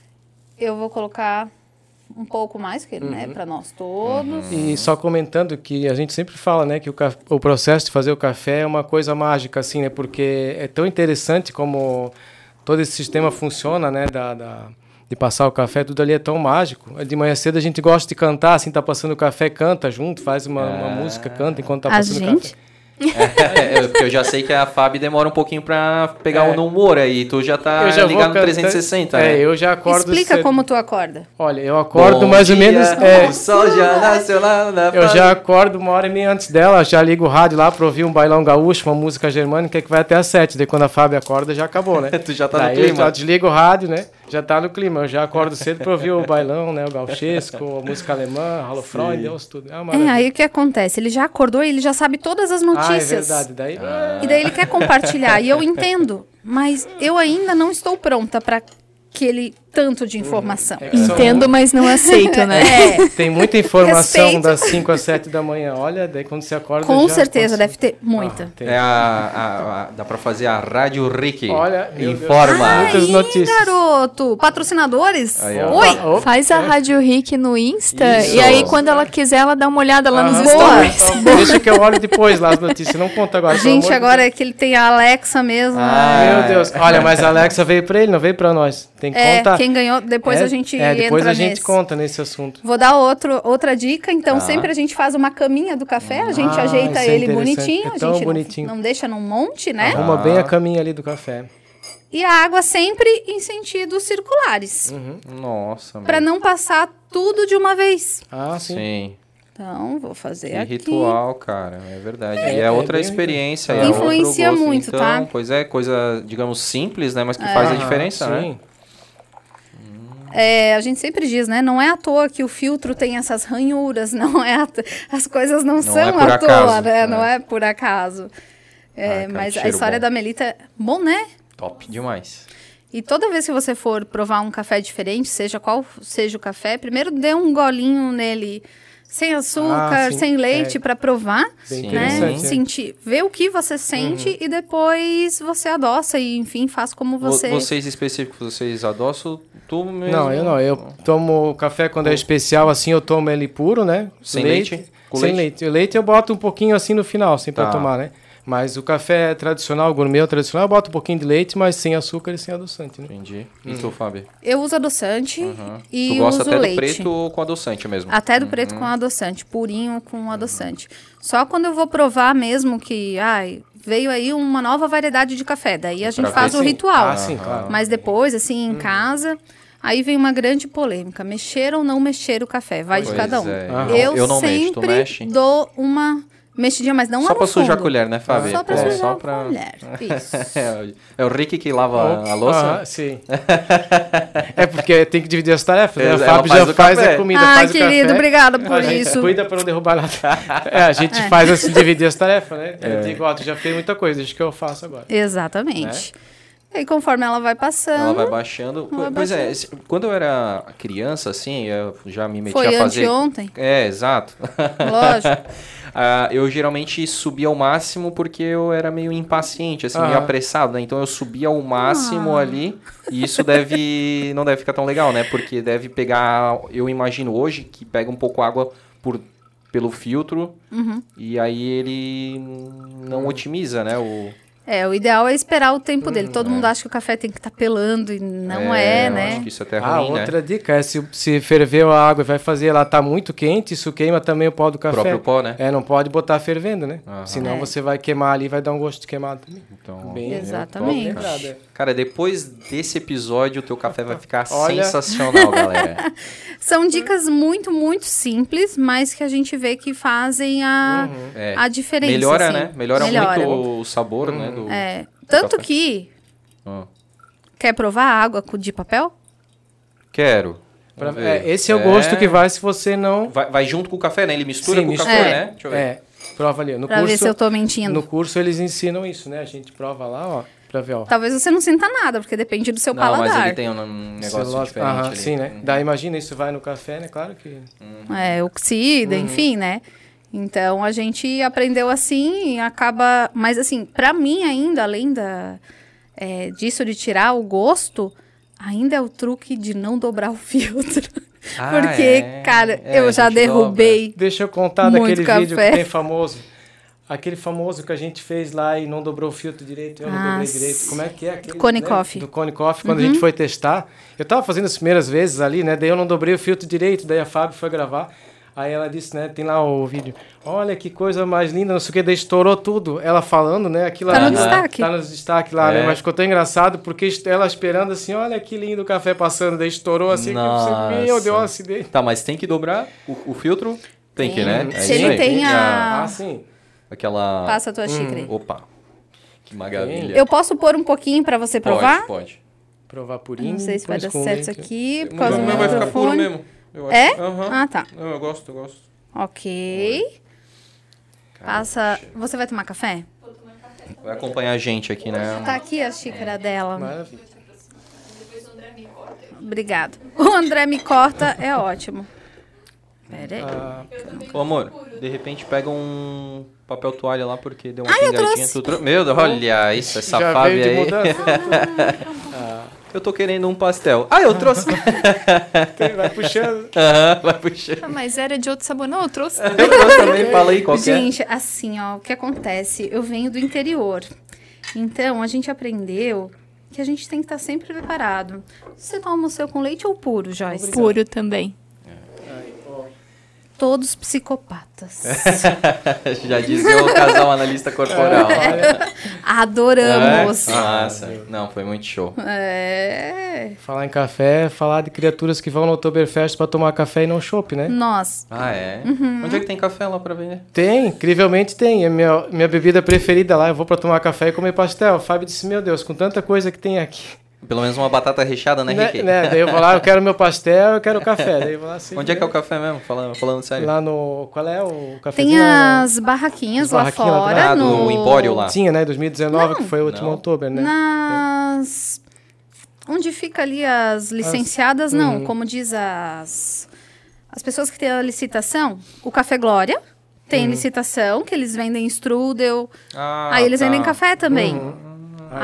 Eu vou colocar um pouco mais, que Uhum. né, para nós todos. E só comentando que a gente sempre fala, né, que o, ca- o processo de fazer o café é uma coisa mágica, assim, né? Porque é tão interessante como todo esse sistema funciona, né? Da, da- de passar o café, tudo ali é tão mágico. De manhã cedo a gente gosta de cantar, assim, tá passando o café, canta junto, faz uma, uma Ah. música, canta enquanto tá A passando o gente? café. É, eu- porque eu já sei que a Fábio demora um pouquinho pra pegar É. o no humor aí. Tu já tá Eu já vou ligado no cantando- trezentos e sessenta, É, né? eu já acordo Explica cedo. como tu acorda. Olha, eu acordo Bom mais ou dia, menos... é, O sol já nasceu lá na eu Fábio. já acordo uma hora e meia antes dela, já ligo o rádio lá pra ouvir um bailão gaúcho, uma música germânica que vai até às sete. Daí quando a Fábio acorda, já acabou, né? Tu já tá no Daí eu clima. já desligo o rádio, né? Já tá no clima. Eu já acordo cedo pra ouvir o bailão, né? O gauchesco, a música alemã, Hallo Freund, Deus, tudo. É uma É, maravilha. aí o que acontece? Ele já acordou e ele já sabe todas as Ah, é notícias. verdade. Daí... E daí ele quer compartilhar. E eu entendo, mas eu ainda não estou pronta para aquele tanto de informação. É que são- Entendo, mas não aceito, né? É, Tem muita informação Respeito. das cinco às sete da manhã. Olha, daí quando você acorda... com já certeza aconteceu. deve ter muita. Ah, tem. É a, a- a- dá pra fazer a Rádio Rick. Olha, meu Deus. Informa. Muitas Aí, notícias. garoto! Patrocinadores? Aí, ó. Oi! Opa, Faz a Rádio Rick no Insta Isso. e aí quando ela quiser ela dá uma olhada lá nos Ah, stories. boa. Deixa que eu olho depois lá as notícias. Não conta agora. pelo Gente, amor de agora Deus. é que ele tem a Alexa mesmo. Ah, Meu Deus. Olha, mas a Alexa veio pra ele, não veio pra nós. Tem que é, contar. quem ganhou, depois É, a gente é, depois entra a gente nesse. conta nesse assunto. Vou dar outro, outra dica. Então, Tá. sempre a gente faz uma caminha do café, a gente Ah, ajeita isso é ele interessante. bonitinho, É a tão gente bonitinho. Não, não deixa num monte, né? Arruma Ah. bem a caminha ali do café. E a água sempre em sentidos circulares, Uhum. Nossa, para meu. não passar tudo de uma vez. Ah, sim. Sim. Então, vou fazer Que aqui. ritual, cara, é verdade. É, e é, é outra bem- experiência. é. é outro Influencia gosto. muito, então, tá? Pois é, coisa, digamos, simples, né? Mas que faz a Aham, diferença, né? sim. É, a gente sempre diz, né? Não é à toa que o filtro tem essas ranhuras, não é à to- as coisas não, são é por à toa, acaso, né? né? Não é por acaso. É, Ah, cara, mas que a cheiro história bom. da Melita é bom, né? Top demais. E toda vez que você for provar um café diferente, seja qual seja o café, primeiro dê um golinho nele sem açúcar, Ah, sim, sem leite é. para provar, Bem Sim. né? interessante, né? Sentir, ver o que você sente Uhum. e depois você adoça e enfim faz como Vo- você. Vocês específicos, vocês adoçam tu mesmo? Não, eu não. Eu tomo café quando é especial, assim, eu tomo ele puro, né? Sem leite? Com Sem leite? leite. O leite eu boto um pouquinho assim no final, assim, pra Tá. tomar, né? Mas o café tradicional, gourmet tradicional, eu boto um pouquinho de leite, mas sem açúcar e sem adoçante, né? Entendi. E tu, Fábio? Eu uso adoçante Uhum. e Tu gosta uso até leite. do preto ou com adoçante mesmo? Até do preto com adoçante, purinho com adoçante. Só quando eu vou provar mesmo que, ai, veio aí uma nova variedade de café, daí a gente Pra faz ver o se- ritual. Ah, sim, claro. Mas depois, assim, em casa, aí vem uma grande polêmica, mexer ou não mexer o café, vai de Pois cada um. é. Aham. Eu, Eu não mexo, tu sempre mexe? dou uma mexidinha, mas não Só lá no pra sujar a fundo. colher, né, Fábio? Só pra É, sujar só a pra- colher, isso. É, é o Rick que lava a louça? Ah, sim. É porque tem que dividir as tarefas, né? Ela O Fábio faz já o faz café. a comida, Ah, faz o querido, café. obrigada por A gente isso. cuida pra não derrubar nada. É, a gente faz assim, dividir as tarefas, né? Eu digo, ó, tu já fez muita coisa, deixa que eu faço agora. Exatamente. E aí, conforme ela vai passando, Ela vai baixando. Ela vai Pois é, baixando. esse- quando eu era criança, assim, eu já me meti foi a fazer. anteontem, É, exato. lógico. Ah, eu geralmente subia ao máximo porque eu era meio impaciente, assim, meio Aham. apressado, né? Então eu subia ao máximo Ah. ali e isso deve não deve ficar tão legal, né? Porque deve pegar, eu imagino hoje que pega um pouco água por pelo filtro Uhum. e aí ele não otimiza, né? O É, o ideal é esperar o tempo dele. Todo mundo acha que o café tem que estar pelando e não é, eu né? acho que isso é até Ah, ruim, né? outra dica é se, se ferveu a água e vai fazer ela tá muito quente, isso queima também o pó do O café. próprio pó, né? É, não pode botar fervendo, né? Aham. Senão É. você vai queimar ali e vai dar um gosto de queimado também. Então, Bem, meu, Exatamente. top, cara. lembrado, é. Cara, depois desse episódio, o teu café vai ficar Olha. sensacional, galera. São dicas muito, muito simples, mas que a gente vê que fazem a, É. a diferença. Melhora, assim. né? Melhora, Melhora. muito o sabor, né? Do... É, tanto café. que... Ah. Quer provar a água com- de papel? Quero. Pra- Vamos ver. é, esse é o gosto que vai se você não... Vai, vai junto com o café, né? Ele mistura Sim, com mistura. o café, É. né? Deixa eu ver. É, prova ali. No Pra ver curso, se eu tô mentindo. no curso eles ensinam isso, né? A gente prova lá, ó, pra ver, ó. Talvez você não sinta nada, porque depende do seu Não, paladar. mas ele tem um negócio Celulose- diferente Aham, ali. sim, né? Daí imagina, isso vai no café, né? Claro que... É, oxida, enfim, né? Então a gente aprendeu assim e acaba. Mas assim, pra mim ainda, além da, é, disso de tirar o gosto, ainda é o truque de não dobrar o filtro. Ah, Porque, é? cara, É, eu a já gente derrubei. Deixa eu contar Muito daquele café. vídeo que tem famoso. Aquele famoso que a gente fez lá e não dobrou o filtro direito, eu não Ah, dobrei direito. Como é que é? Aquele, Cone né? Coffee. Do Cone Coffee, quando a gente foi testar. Eu tava fazendo as primeiras vezes ali, né? Daí eu não dobrei o filtro direito, daí a Fábio foi gravar. Aí ela disse, né? Tem lá o vídeo. Olha que coisa mais linda, não sei o que, daí estourou tudo. Ela falando, né? Aquilo Tá no ali, destaque. Tá no destaque lá, É. né? Mas ficou tão engraçado porque ela esperando assim, olha que lindo o café passando, daí estourou assim. que eu pensei, Meu, deu um Nossa. acidente. Tá, mas tem que dobrar o, o filtro? Tem, que, né? Se isso ele aí. tem a- Ah, sim. Aquela... Passa a tua xícara aí. Opa. Que maravilha. Eu posso pôr um pouquinho pra você provar? Pode, pode. Provar Eu purinho. não sei se vai dar depois com certo isso leite. aqui, por O causa do meu vai ficar puro microfone. mesmo. Eu acho. É? Aham. Ah, tá. Não, eu gosto, eu gosto. Ok. Passa. Você vai tomar café? Vai acompanhar a gente aqui, né? Tá aqui a xícara dela. Maravilha. Obrigado. O André me corta, é ótimo. Pera aí. Ah, Ô, amor, de repente pega um papel toalha lá, porque deu uma Ah, eu pingadinha. trouxe. Tu trou- Meu Deus, olha isso, essa já Fábia veio de aí. mudança. Eu tô querendo um pastel. Ah, eu trouxe. Vai puxando. Aham, vai puxar. Ah, mas era de outro sabor. Não, eu trouxe. Eu trouxe também, fala aí qual que é. Gente, assim, ó, o que acontece? Eu venho do interior. Então, a gente aprendeu que a gente tem que estar sempre preparado. Você toma o seu com leite ou puro, Joyce? Puro também. Todos psicopatas. Já dizia o casal analista corporal. Olha, Adoramos. É? Nossa, não, foi muito show. É. Falar em café, falar de criaturas que vão no Oktoberfest pra tomar café e não chopp, né? Nós. Ah, é? Uhum. Onde é que tem café lá pra vender? Tem, incrivelmente tem. É minha, minha bebida preferida lá. Eu vou pra tomar café e comer pastel. O Fábio disse, meu Deus, com tanta coisa que tem aqui. Pelo menos uma batata recheada, né, Né, Ricky? né? Daí eu vou lá, eu quero meu pastel, eu quero o café. Daí eu vou lá assim. Onde é que é o café mesmo? Falando, falando sério. Lá no... Qual é o cafezinho? Tem lá as barraquinhas As lá barraquinhas lá fora. atrás. Ah, no... do Empório lá. no... Tinha, né? dois mil e dezenove, Não. que foi o último Não. outubro, né? Nas... Onde fica ali as licenciadas, não. Uhum. Como diz as... As pessoas que têm a licitação. O Café Glória tem licitação, que eles vendem strudel. Ah, Aí eles tá. vendem café também. Uhum.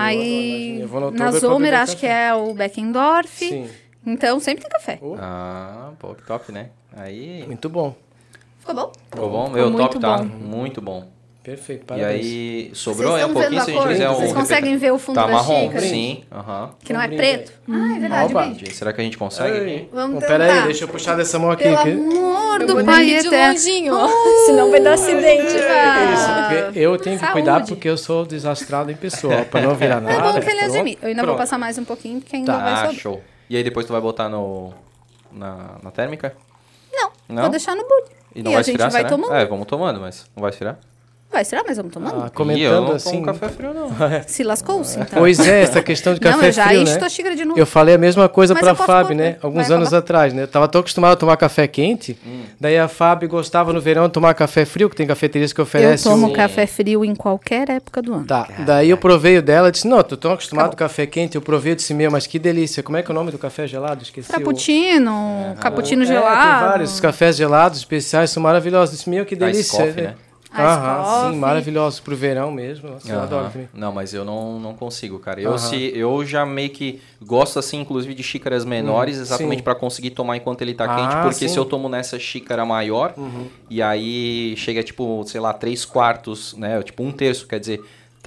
Aí, eu vou no na outubro pra Zomer, beber acho que café. é o Beckendorf. Sim. Então, sempre tem café. Oh, Ah, pô, que top, né? Aí... muito bom. Ficou bom? Ficou bom? Ficou Meu, muito top, tá? bom. Muito bom. Perfeito, E parabéns. aí, sobrou Vocês é um estão vendo pouquinho a se a gente cor? quiser um... Vocês conseguem ver o fundo Tá da marrom, xícara? sim. Aham. Que não é Um preto? Ah, é verdade. Opa. bem. Será que a gente consegue? Ei, aqui? Vamos bom, pera aí, tentar. deixa eu puxar dessa mão aqui. Pelo que- amor Eu do vou pai ir de eterno. longinho, ó. Senão vai dar acidente. Ah, Isso, porque eu tenho que saúde. cuidar porque eu sou desastrado em pessoa, pra não virar nada. É bom que ele é de Pronto? mim. Eu ainda vou Pronto. passar mais um pouquinho, porque ainda vai Tá, sobrar. show. E aí depois tu vai botar no... Na, na térmica? Não, Não? vou deixar no bule. E não E vai a gente esfriar, vai será? tomando. É, vamos tomando, mas não vai esfriar? Vai, será? Mas vamos tomando? Ah, E eu comentando não assim. tomo café frio, não. Se lascou-se, então. Pois é, essa questão de Não, café eu já frio, encho né? tua xícara de novo. Eu falei a mesma coisa Mas pra eu posso Fábio, pôr, né? né? Alguns Vai anos acabar. atrás, né? Eu tava tão acostumado a tomar café quente, daí a Fábio gostava no verão de tomar café frio, que tem cafeterias que Eu oferecem. tomo o- café frio em qualquer época do ano. Tá, daí eu provei o dela, disse, não, tô tão acostumado com café quente, eu provei, eu disse, meu, mas que delícia, como é que é o nome do café gelado? Esqueci o... Frappuccino, cappuccino É, gelado. tem vários cafés gelados, especiais, são maravilhosos. Disse, meu, que Ice delícia. coffee, né? Ice Aham, coffee. sim, maravilhosos pro verão mesmo. Nossa, eu Aham. adoro também. Não, mas eu não, não consigo, cara. Eu, Aham. se, eu já meio que gosto, assim, inclusive, de xícaras menores, Hum, exatamente sim. para conseguir tomar enquanto ele tá Ah, quente, porque sim. se eu tomo nessa xícara maior, e aí chega, tipo, sei lá, três quartos, né? Tipo, um terço, quer dizer,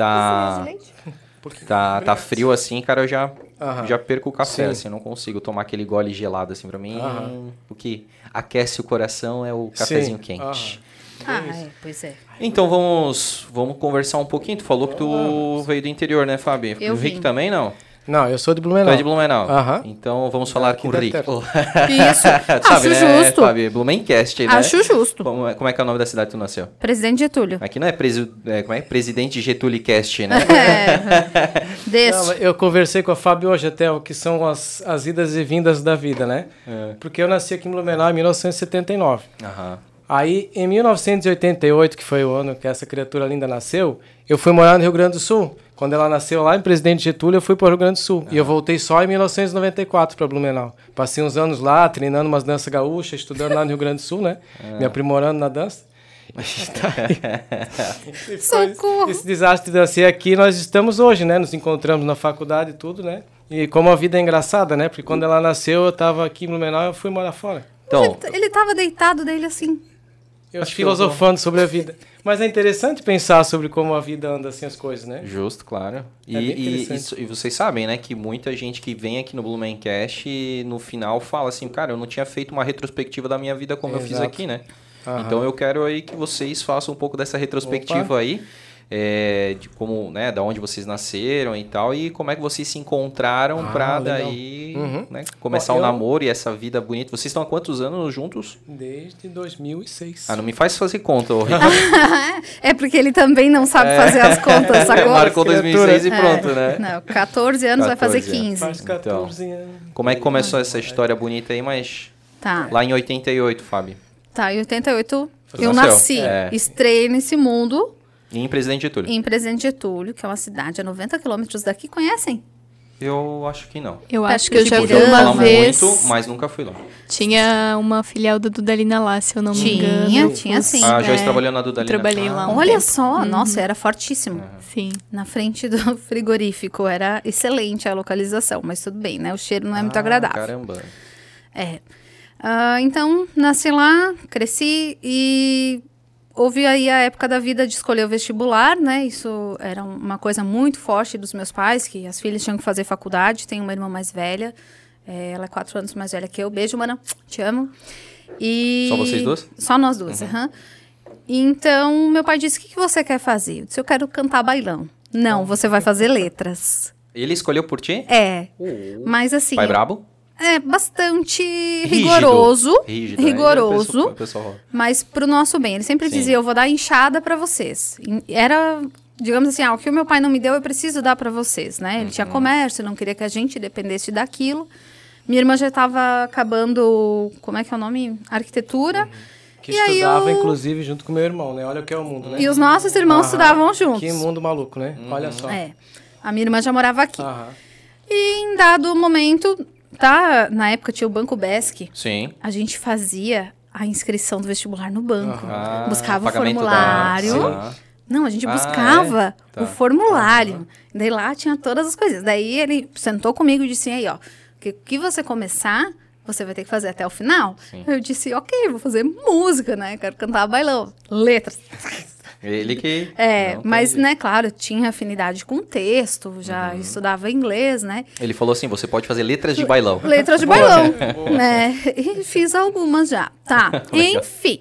tá, tá, tá frio assim, cara, eu já, Aham. já perco o café, Sim. assim, eu não consigo tomar aquele gole gelado, assim, pra mim, Aham. o que aquece o coração é o cafezinho Sim. quente. Aham. Ah, é, pois é. Então vamos, vamos conversar um pouquinho. Tu falou que tu veio do interior, né, Fábio? Eu o Rick vim. também não? Não, eu sou de Tu Blumenau. é de Blumenau. Aham. Então vamos falar Aqui com o da Rick. terra. Oh. Isso, Tu acho né, justo. Fábio? Blumencast, né? Acho justo. Como é, como é que é o nome da cidade que tu nasceu? Presidente Getúlio. Aqui não é, presi é, como é? Presidente Getúlio Cast, né? É, Não, desse. mas eu conversei com a Fábio hoje até o que são as, as idas e vindas da vida, né? É. Porque eu nasci aqui em Blumenau em mil novecentos e setenta e nove. Aham. Aí, em mil novecentos e oitenta e oito, que foi o ano que essa criatura linda nasceu, eu fui morar no Rio Grande do Sul. Quando ela nasceu lá em Presidente Getúlio, eu fui para o Rio Grande do Sul. E eu voltei só em mil novecentos e noventa e quatro para Blumenau. Passei uns anos lá, treinando umas danças gaúchas, estudando lá no Rio Grande do Sul, né? Me aprimorando na dança. E tá aí. E foi Socorro. Esse desastre de nascer aqui, nós estamos hoje, né? Nos encontramos na faculdade e tudo, né? E como a vida é engraçada, né? Porque quando ela nasceu, eu estava aqui em Blumenau e eu fui morar fora. Então, Ele tava deitado dele assim. Eu Acho que filosofando sobre a vida. Mas é interessante pensar sobre como a vida anda assim, as coisas, né? justo, claro. E, É bem e, interessante. isso- e vocês sabem, né, que muita gente que vem aqui no Blumencast, no final fala assim, cara, eu não tinha feito uma retrospectiva da minha vida como eu fiz Exato. aqui, né? Aham. Então eu quero aí que vocês façam um pouco dessa retrospectiva Opa. aí, é, de como, né, da onde vocês nasceram e tal, e como é que vocês se encontraram Ah, pra legal. daí, Uhum. né, começar Ó, o eu- namoro e essa vida bonita. Vocês estão há quantos anos juntos? Desde dois mil e seis. Ah, não me faz fazer conta, ô Rick. É porque ele também não sabe fazer as contas, sacou? Marcou dois mil e seis e pronto, É. né? Não, catorze anos vai fazer catorze anos. quinze. Faz quatorze anos. Como é que começou essa história bonita aí, mas Tá. lá em oitenta e oito, Fábio? Tá, em oitenta e oito Você eu nasceu. nasci. É. Estreiei nesse mundo E em Presidente Getúlio? em Presidente Getúlio, que é uma cidade a noventa quilômetros daqui. Conhecem? Eu acho que não. Eu Perto acho que eu de já Eu vi já ouvi uma falar vez. muito, mas nunca fui lá. Tinha uma filial da Dudalina lá, se eu não me Tinha, engano. tinha sim. Ah, já É, trabalhou na Dudalina. trabalhei lá. um Olha tempo. só, nossa, era fortíssimo. Sim. Na frente do frigorífico. Era excelente a localização, mas tudo bem, né? O cheiro não é muito Ah, agradável. Caramba. É. Ah, então, nasci lá, cresci e houve aí a época da vida de escolher o vestibular, né? Isso era uma coisa muito forte dos meus pais, que as filhas tinham que fazer faculdade. Tenho uma irmã mais velha, é, ela é quatro anos mais velha que eu. Beijo, mana, te amo. E... Só vocês duas? Só nós duas, aham. Então, meu pai disse, o que, que você quer fazer? Eu disse, eu quero cantar bailão. Não, você vai fazer letras. Ele escolheu por ti? É, Uh, mas assim... Pai brabo? É bastante Rígido. rigoroso, Rígido, né? rigoroso, Ele é o pessoal- mas pro nosso bem. Ele sempre Sim. dizia, eu vou dar enxada pra vocês. E era, digamos assim, ah, o que o meu pai não me deu, eu preciso dar pra vocês, né? Ele Uhum. tinha comércio, não queria que a gente dependesse daquilo. Minha irmã já estava acabando, como é que é o nome? Arquitetura. Que E aí estudava, eu- inclusive, junto com meu irmão, né? Olha o que é o mundo, né? E os nossos irmãos Aham. estudavam juntos. Que mundo maluco, né? Olha só. É, a minha irmã já morava aqui. Aham. E em dado momento, tá? Na época tinha o Banco Besc. Sim. A gente fazia a inscrição do vestibular no banco. Ah, buscava o pagamento formulário. da- Sim. Não, a gente Ah, buscava é? Tá. o formulário. Daí lá tinha todas as coisas. Daí ele sentou comigo e disse, aí, ó, que o que você começar, você vai ter que fazer até o final. Sim. Eu disse, ok, vou fazer música, né? Quero cantar bailão. Letras. Ele que... É, Não, mas, entendi. né, claro, eu tinha afinidade com texto, já Uhum. estudava inglês, né? Ele falou assim, você pode fazer letras de bailão. Letras de bailão, né? E fiz algumas já. Tá, enfim.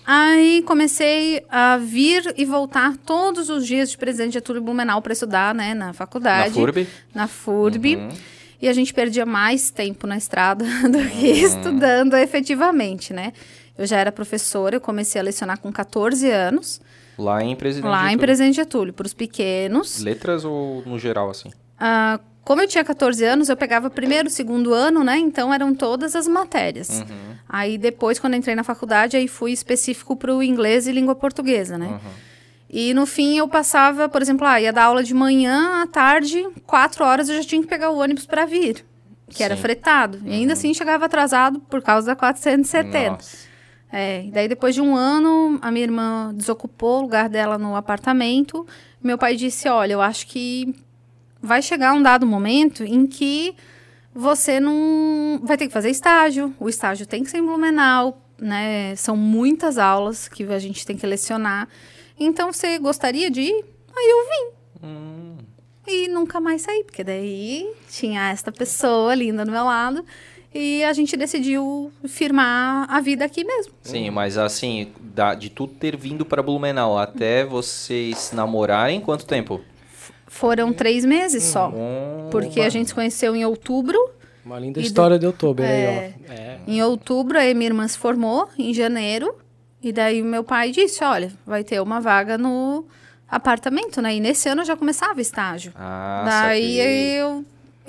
Aí comecei a vir e voltar todos os dias de Presidente Getúlio Blumenau para estudar, né, na faculdade. Na FURB? Na FURB. Uhum. E a gente perdia mais tempo na estrada do que estudando efetivamente, né? Eu já era professora, eu comecei a lecionar com catorze anos, Lá em Presidente lá em Getúlio. Presidente Getúlio, para os pequenos. Letras ou no geral, assim? Ah, como eu tinha catorze anos, eu pegava primeiro, segundo ano, né? Então eram todas as matérias. Uhum. Aí depois, quando entrei na faculdade, aí fui específico para o inglês e língua portuguesa, né? Uhum. E no fim eu passava, por exemplo, ah, ia dar aula de manhã, à tarde, quatro horas eu já tinha que pegar o ônibus para vir, que era Sim. fretado. E ainda assim chegava atrasado por causa da quatrocentos e setenta. Nossa. É, e daí depois de um ano, a minha irmã desocupou o lugar dela no apartamento. Meu pai disse, olha, eu acho que vai chegar um dado momento em que você não vai ter que fazer estágio. O estágio tem que ser em Blumenau, né? São muitas aulas que a gente tem que lecionar. Então, você gostaria de ir? Aí eu vim. Hum. E nunca mais saí, porque daí tinha esta pessoa linda do meu lado. E a gente decidiu firmar a vida aqui mesmo. Sim, mas assim, da- de tudo ter vindo para Blumenau até vocês namorarem, quanto tempo? Foram três meses só. Hum, Porque a gente se conheceu em outubro. Uma linda E história de outubro É. aí, ó. É. Em outubro, aí minha irmã se formou, em janeiro. E daí o meu pai disse, olha, vai ter uma vaga no apartamento, né? E nesse ano eu já começava estágio. Ah, daí saquei. eu,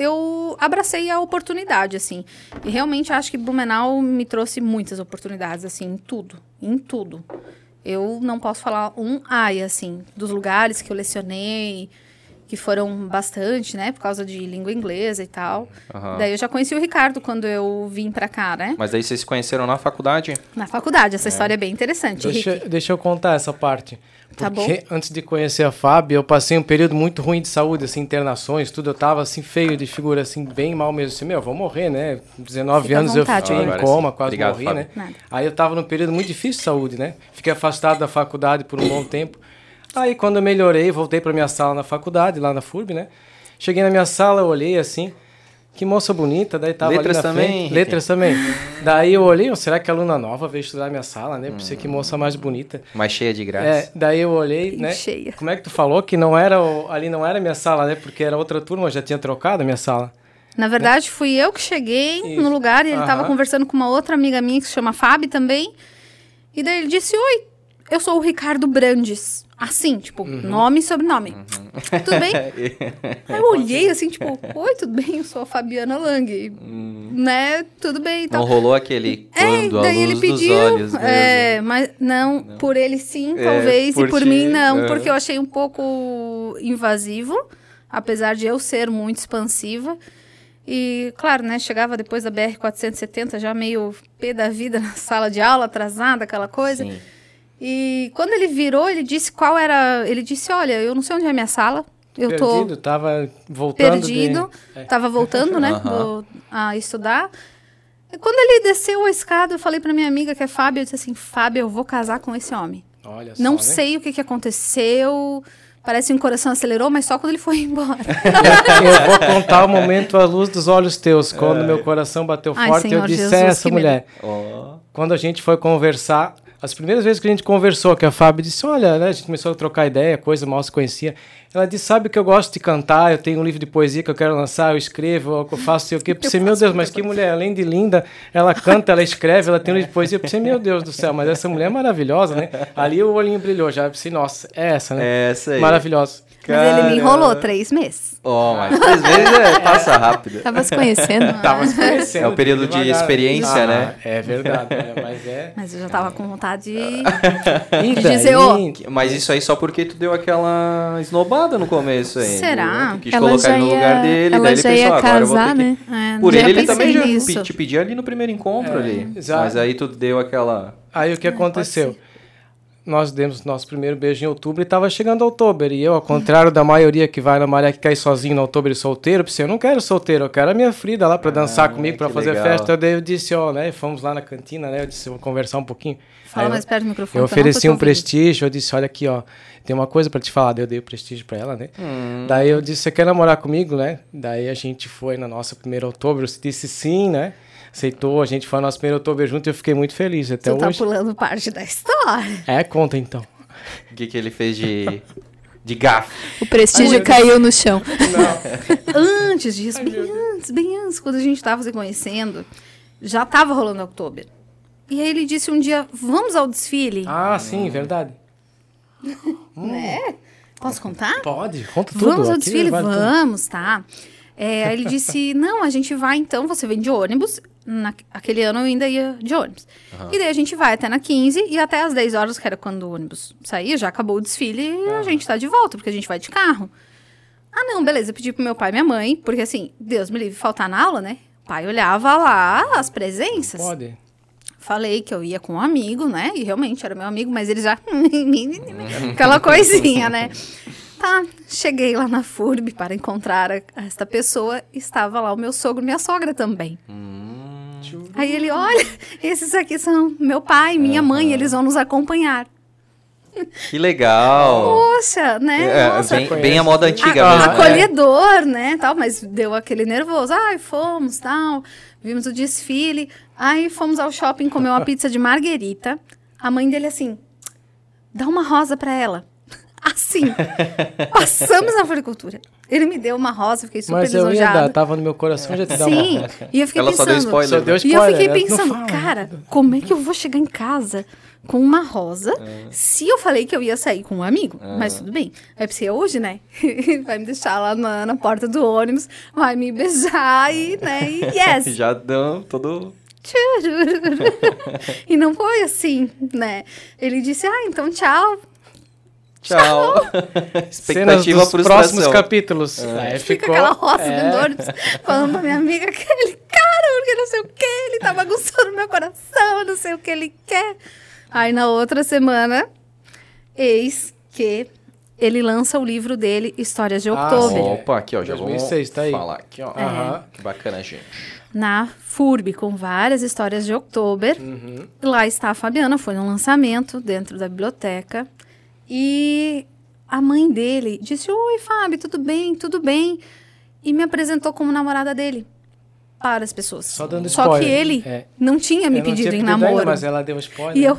eu abracei a oportunidade, assim. E realmente acho que Blumenau me trouxe muitas oportunidades, assim, em tudo. Em tudo. Eu não posso falar um ai, assim, dos lugares que eu lecionei, que foram bastante, né? Por causa de língua inglesa e tal. Aham. Daí eu já conheci o Ricardo quando eu vim pra cá, né? Mas daí vocês se conheceram na faculdade? Na faculdade. Essa história é bem interessante, Deixa, Rick. deixa eu contar essa parte. Tá Porque antes de conhecer a Fábio, eu passei um período muito ruim de saúde, assim, internações, tudo. Eu tava, assim, feio de figura, assim, bem mal mesmo. Assim, meu, vou morrer, né? dezenove Fica à anos eu vontade, fiquei Rick. em coma, quase Obrigado, morri, Fábio. né? Nada. Aí eu tava num período muito difícil de saúde, né? Fiquei afastado da faculdade por um bom tempo. Aí, quando eu melhorei, voltei pra minha sala na faculdade, lá na FURB, né? Cheguei na minha sala, eu olhei, assim... Que moça bonita, daí tava Letras ali na também, frente. Rick? Letras também. Daí eu olhei, oh, será que a aluna nova veio estudar na minha sala, né? Pensei que moça mais bonita. Mais cheia de graça? É, daí eu olhei, Bem né? cheia. Como é que tu falou que não era o- ali não era minha sala, né? Porque era outra turma, eu já tinha trocado a minha sala. Na verdade, fui eu que cheguei Isso. no lugar e ele estava Aham. conversando com uma outra amiga minha que se chama Fábio também. E daí ele disse, oi, eu sou o Ricardo Brandes. Assim, tipo, Uhum. nome e sobrenome. Tudo bem? Aí eu olhei assim, tipo, oi, tudo bem? Eu sou a Fabiana Lang. Né? Tudo bem e tal. Não rolou aquele quando a daí luz ele pediu, dos olhos mesmo. é, mas não, por ele sim, É, talvez, por e por ti, mim não, aham. porque eu achei um pouco invasivo, apesar de eu ser muito expansiva. E, claro, né, chegava depois da B R quatrocentos e setenta, já meio pé da vida na sala de aula, atrasada, aquela coisa. Sim. E quando ele virou, ele disse qual era, ele disse, olha, eu não sei onde é a minha sala, eu tô Perdido, tava voltando perdido, de... É. tava voltando, né, Aham. do- a estudar. E quando ele desceu a escada, eu falei pra minha amiga, que é Fábio, eu disse assim, Fábio, eu vou casar com esse homem. Olha só, Não né? sei o que, que aconteceu, parece que o coração acelerou, mas só quando ele foi embora. Eu vou contar o momento à luz dos olhos teus, quando meu coração bateu Ai, forte, Senhor eu disse, Jesus, é essa que mulher. Ó. Quando a gente foi conversar, As primeiras vezes que a gente conversou, que a Fábio disse, olha, né, a gente começou a trocar ideia, coisa, mal se conhecia. Ela disse, sabe que eu gosto de cantar, eu tenho um livro de poesia que eu quero lançar, eu escrevo, eu faço sei o quê. Eu pensei, meu Deus, mas que mulher, além de linda, ela canta, ela escreve, ela tem um livro de poesia. Eu pensei, meu Deus do céu, mas essa mulher é maravilhosa, né? Ali o olhinho brilhou, já pensei, nossa, é essa, né? É essa aí. Maravilhosa. Mas ele me enrolou três meses. Oh, mas três vezes é, passa rápido. Tava se conhecendo. Tava se conhecendo. É o período de devagar. experiência, Ah, né? É verdade, né? Mas é... Mas eu já tava com vontade de, E de daí? dizer, ô, Mas isso aí só porque tu deu aquela esnobada no começo aí. Será? Tu quis Ela colocar já ele no ia- lugar dele, ela daí ele já pensou, ia agora eu vou ter casar, que... né? é, Por já ele, ele pensei também já nisso. pe- te pedia ali no primeiro encontro ali. exato. Mas aí tu deu aquela... Aí o que aconteceu? Nós demos nosso primeiro beijo em outubro e estava chegando outubro. E eu, ao contrário da maioria que vai na maré que cai sozinho no outubro e solteiro, eu pensei, eu não quero solteiro, eu quero a minha Frida lá para dançar comigo, para que fazer legal. festa. Daí eu disse, ó, né, fomos lá na cantina, né, eu disse, vou conversar um pouquinho. Fala Aí mais eu, perto do microfone. eu que não tô ofereci te um ouvindo. prestígio, eu disse, olha aqui, ó, tem uma coisa para te falar. Daí eu dei o prestígio para ela, né. Daí eu disse, você quer namorar comigo, né? Daí a gente foi na nossa primeira outubro, eu disse sim, né. Aceitou, a gente foi no nosso primeiro outubro junto e eu fiquei muito feliz até Tu tá hoje. pulando parte da história. É, conta então. O que que ele fez de... de gafe? O prestígio caiu no chão. Antes disso, bem antes, bem antes, quando a gente tava se conhecendo, já tava rolando outubro. E aí ele disse um dia, vamos ao desfile? Ah, sim, verdade. Né? Posso contar? Pode, conta tudo. Vamos ao aqui desfile? vale tudo. Vamos, tá. É, aí ele disse, não, a gente vai então, você vem de ônibus. Naquele ano eu ainda ia de ônibus. E daí a gente vai até na quinze e até às dez horas, que era quando o ônibus saía, já acabou o desfile e a gente tá de volta, porque a gente vai de carro. Ah, não, beleza, eu pedi pro meu pai e minha mãe, porque assim, Deus me livre faltar na aula, né? O pai olhava lá as presenças. Pode. Falei que eu ia com um amigo, né? E realmente era meu amigo, mas ele já... Aquela coisinha, né? Tá, cheguei lá na F U R B para encontrar a- esta pessoa. Estava lá o meu sogro e minha sogra também. Aí ele, olha, esses aqui são meu pai, minha mãe, eles vão nos acompanhar. Que legal. Poxa, né? É, Nossa, bem, bem a moda antiga a- mesmo. né? acolhedor, né, tal, mas deu aquele nervoso. Ai, fomos, tal, vimos o desfile. Aí fomos ao shopping comer uma pizza de marguerita. A mãe dele assim, dá uma rosa pra ela. Assim, passamos na floricultura. Ele me deu uma rosa, fiquei super Mas eu ia lisonjeada. dar, tava no meu coração, já te dá Sim, uma... e eu fiquei Ela pensando... só deu spoiler. Só deu E eu spoiler, fiquei né? Não pensando, fala. cara, como é que eu vou chegar em casa com uma rosa se eu falei que eu ia sair com um amigo? Mas tudo bem. Vai ser hoje, né? Vai me deixar lá na, na porta do ônibus, vai me beijar e, né, e yes. Já dão todo... E não foi assim, né? Ele disse, ah, então tchau. Tchau. Cenas Expectativa, dos frustração. próximos capítulos. Aí Fica ficou... aquela rosa é, dentro do ônibus, falando pra minha amiga que ele, cara, porque não sei o que, ele tá bagunçando meu coração, não sei o que ele quer. Aí na outra semana, eis que ele lança o livro dele, Histórias de Ah, Outubro. sim. Opa, aqui, ó, já dois mil e seis, vamos tá aí. falar aqui, ó. Aham. Que bacana, gente. Na F U R B, com várias histórias de Outubro. Uhum. Lá está a Fabiana, foi no lançamento dentro da biblioteca. E a mãe dele disse, oi, Fábio, tudo bem, tudo bem. E me apresentou como namorada dele para as pessoas. Só dando Só spoiler. que ele É. não tinha me Eu não pedido tinha em pedido namoro. ainda, mas ela deu spoiler. E eu-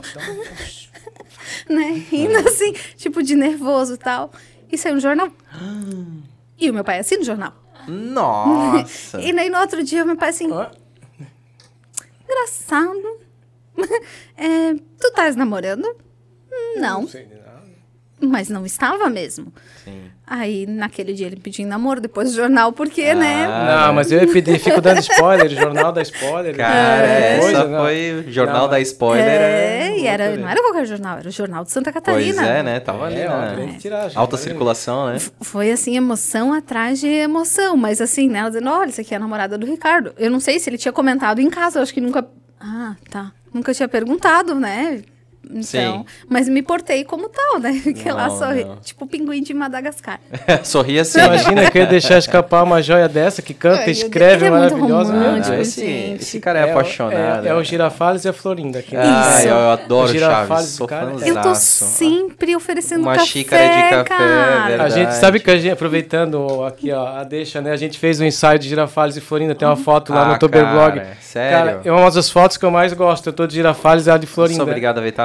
então- Né? Rindo assim, tipo de nervoso e tal. E saiu no jornal. E o meu pai assina o jornal. Nossa. E daí no outro dia, meu pai assim, Ó, engraçado. É, tu estás namorando? Não, não sei de nada. mas não estava mesmo. Sim. Aí, naquele dia, ele pediu em namoro, depois do jornal, porque, né? Não, mas eu ia pedir, fico dando spoiler, jornal da spoiler. Cara, é, essa coisa, não. foi o Jornal Não, da Spoiler. É, e era, loucura. não era qualquer jornal, era o Jornal de Santa Catarina. Pois é, né? Tava ali É, ó, na grande tiragem, alta tá vendo? circulação, né? Foi, assim, emoção atrás de emoção. Mas, assim, né? Ela dizendo, olha, isso aqui é a namorada do Ricardo. Eu não sei se ele tinha comentado em casa, eu acho que nunca... Ah, tá. Nunca tinha perguntado, né? Então, Sim. mas me portei como tal, né? Porque lá Não, sorri, não. tipo o pinguim de Madagascar. Sorria assim. Imagina que eu ia deixar escapar uma joia dessa que canta, Ai, escreve, ele é muito maravilhosa. romântico. Ah, esse, gente. esse cara é, o- apaixonado. É, é o Girafales e a Florinda aqui. Ah, Isso. eu, eu adoro O Girafales Chaves. do Sou cara. fãzaço. Eu tô sempre oferecendo Uma café, xícara de café, cara. verdade. A gente sabe que a gente, aproveitando aqui, ó, a deixa, né? A gente fez um ensaio de Girafales e Florinda, tem uma foto lá Ah, no Toberblog. cara, sério? Cara, é uma das fotos que eu mais gosto. Eu tô de Girafales e a de Sou Florinda. obrigado a ver, tá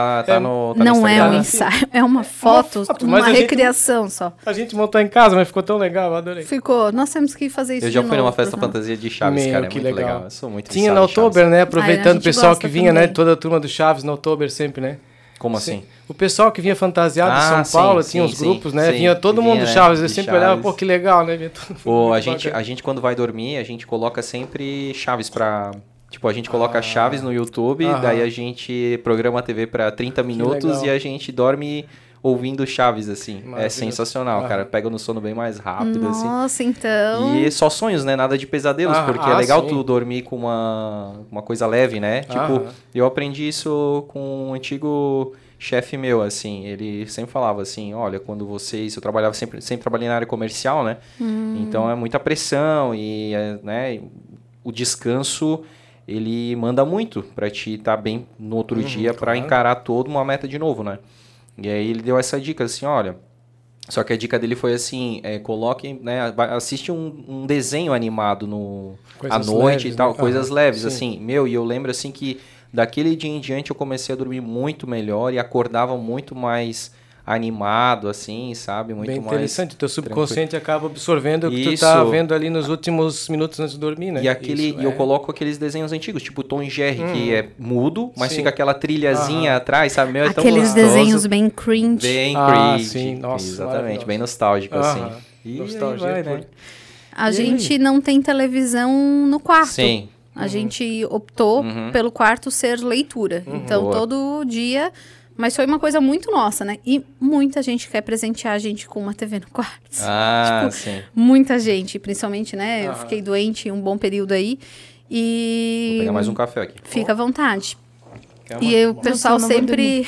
tá, tá É, no tá no Não é Instagram. um ensaio, é uma foto, foto, uma mas a gente- recriação só. A gente montou em casa, mas ficou tão legal, eu adorei. Ficou, nós temos que fazer isso Eu já de fui numa novo, festa por favor. fantasia de Chaves, Meu, cara, é que muito legal. legal. Eu sou muito Tinha viciado no em Chaves. Oktober, né? Ai, Aproveitando a o gente pessoal gosta que vinha, né? também. Toda a turma do Chaves no Oktober sempre, né? Como assim? O pessoal que vinha fantasiado de Ah, São Paulo, sim, tinha sim, uns grupos, sim, né? sim. Vinha todo Vinha, mundo do né, Chaves, eu de sempre olhava, Chaves. pô, que legal, né? Vinha todo- Pô, a muito gente, bacana. a gente quando vai dormir, a gente coloca sempre Chaves pra... Tipo, a gente coloca Ah. Chaves no YouTube, Aham. daí a gente programa a T V pra trinta minutos legal. e a gente dorme ouvindo Chaves, assim. É Maravilhoso. sensacional, Aham. cara. Pega no sono bem mais rápido, assim. Nossa, então... E só sonhos, né? Nada de pesadelos, Ah, porque é ah, legal sim. tu dormir com uma, uma coisa leve, né? Tipo, Aham. eu aprendi isso com um antigo chefe meu, assim. Ele sempre falava assim, olha, quando vocês... Eu trabalhava sempre, sempre trabalhei na área comercial, né? Então é muita pressão e, é, né? O descanso, ele manda muito pra ti estar bem no outro dia pra claro. encarar toda uma meta de novo, né? E aí ele deu essa dica, assim, olha... Só que a dica dele foi assim, é, coloque, né, vai- assiste um, um desenho animado no, à Coisas noite leves, e tal, né? coisas Aham, leves, sim. assim. Meu, e eu lembro assim que daquele dia em diante eu comecei a dormir muito melhor e acordava muito mais animado, assim, sabe? Muito Bem mais interessante, o teu subconsciente acaba absorvendo o que tu Isso. tá vendo ali nos últimos minutos antes de dormir, né? E, aquele, Isso e eu é- coloco aqueles desenhos antigos, tipo Tom e Jerry, que é mudo, mas Sim. fica aquela trilhazinha Aham. atrás, sabe? Meu, é tão Aqueles gostoso. desenhos bem cringe. Bem Ah, cringe. sim, nossa, Exatamente, maravilhoso. bem nostálgico, assim. Aham. E aí Nostalgia vai, pura. né? A gente não tem televisão no quarto. Sim. A gente optou Uhum. pelo quarto ser leitura. Então, Boa. todo dia... Mas foi uma coisa muito nossa, né? E muita gente quer presentear a gente com uma T V no quarto. Ah, Tipo, sim. Muita gente, principalmente, né? Eu Aham. fiquei doente um bom período aí. E... Vou pegar mais um café aqui. Fica à vontade. Quer uma? E aí o pessoal eu não vou sempre...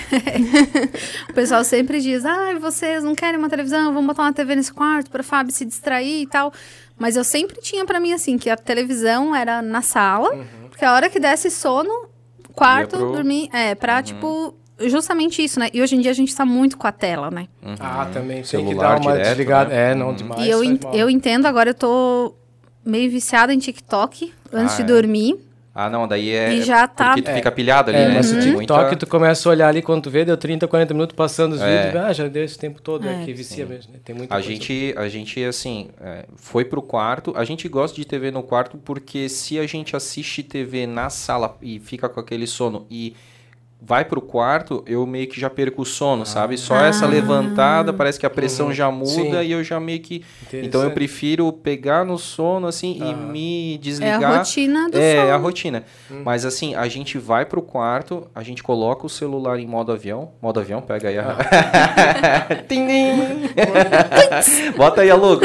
o pessoal sempre diz, ah, vocês não querem uma televisão, vamos botar uma T V nesse quarto pra Fábio se distrair e tal. Mas eu sempre tinha pra mim, assim, que a televisão era na sala, porque a hora que desse sono, quarto, Ia pro- dormir, é, pra, tipo... Justamente isso, né? E hoje em dia a gente tá muito com a tela, né? Ah, também tem que Celular dar uma direto, desligada. né? É, não, Uhum. demais. e eu, faz en- mal. eu entendo, agora eu tô meio viciada em TikTok antes Ah, de é. dormir. Ah, não, daí é. E já tá- Porque tu fica pilhado ali, É, né? mas o Tem TikTok, muita- tu começa a olhar ali, quando tu vê, deu trinta, quarenta minutos passando os É. vídeos, ah, já deu esse tempo todo, é, É. que vicia mesmo, né? Tem muita A coisa. gente, a gente, assim, é, foi pro quarto. A gente gosta de T V no quarto porque se a gente assiste T V na sala e fica com aquele sono e vai pro quarto, eu meio que já perco o sono, sabe? Só essa Ah. levantada, parece que a pressão Uhum. já muda Sim. e eu já meio que... Interessante. Então eu prefiro pegar no sono, assim, e Aham. me É desligar. a rotina do É, sono. a rotina. Mas assim, a gente vai pro quarto, a gente coloca o celular em modo avião. Modo avião, pega aí a... Tim, tim. Bota aí a logo.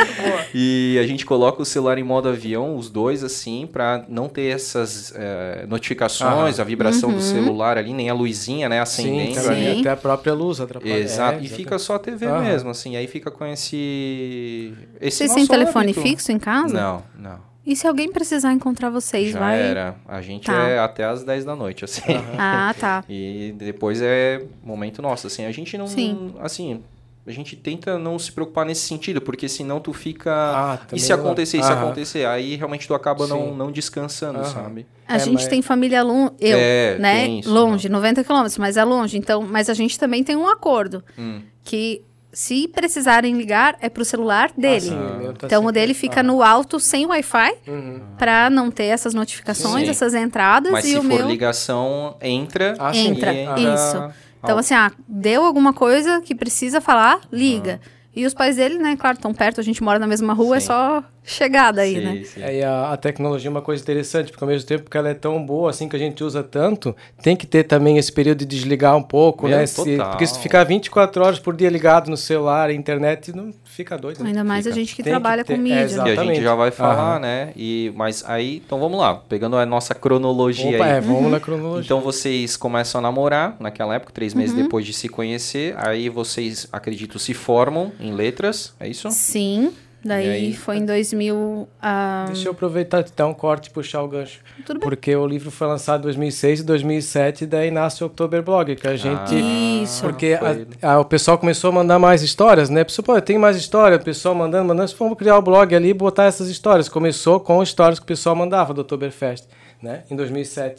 E a gente coloca o celular em modo avião, os dois assim, pra não ter essas eh, notificações, Aham. a vibração Uhum. do celular ali, nem a luzinha, né, Sim, acendendo. também, Sim. até a própria luz atrapalha. Exato. É, E fica só a T V Aham. mesmo, assim. Aí fica com esse... esse Vocês têm nosso telefone hábito. fixo em casa? Não, não. E se alguém precisar encontrar vocês, Já vai... era. A gente Tá. é até às dez da noite, assim. Ah, tá. E depois é momento nosso, assim. A gente não... Sim. Assim, a gente tenta não se preocupar nesse sentido, porque senão tu fica... Ah, e também se não- acontecer, e se Aham. acontecer? Aí realmente tu acaba não, Sim. não descansando, Aham. sabe? A É, gente mas- tem família longe, eu, É, né? tem isso, longe, noventa quilômetros, mas é longe. Então, mas a gente também tem um acordo Hum. que se precisarem ligar é pro celular dele. Ah, sim, o meu tá Então o sempre- dele fica Ah. no alto sem Wi-Fi Uhum. pra não ter essas notificações, Sim. essas entradas Mas e se o for meu ligação, entra. Ah, sim. entra. e entra Isso. Então alto. assim, ah, deu alguma coisa que precisa falar, liga. E os pais dele, né, claro, estão perto, a gente mora na mesma rua, é Sim. só chegada aí, Sim, né? sim. É, e a, a tecnologia é uma coisa interessante, porque ao mesmo tempo que ela é tão boa, assim, que a gente usa tanto, tem que ter também esse período de desligar um pouco, Meu, né? Se- total. porque se ficar vinte e quatro horas por dia ligado no celular, internet, não fica doido, né? Ainda mais Fica. a gente que Tem que trabalha ter- com é, mídia. exato. E a gente Exatamente. já vai falar, Aham. né? E, mas aí, então vamos lá. Pegando a nossa cronologia Opa, aí. é, vamos na cronologia. Então vocês começam a namorar naquela época, três meses Uhum. depois de se conhecer. Aí vocês, acredito, se formam em letras, é isso? Sim, E daí aí? foi em dois mil. ah, Deixa eu aproveitar e dar um corte e puxar o gancho. Tudo bem. Porque o livro foi lançado em dois mil e seis e dois mil e sete, daí nasce o Oktober Blog, que a gente... Isso. Porque Foi- a- a- o pessoal começou a mandar mais histórias, né? Pessoal, pô, tem mais história, o pessoal mandando, mandando. Vamos criar o blog ali e botar essas histórias. Começou com histórias que o pessoal mandava do Oktoberfest, né? Em dois mil e sete.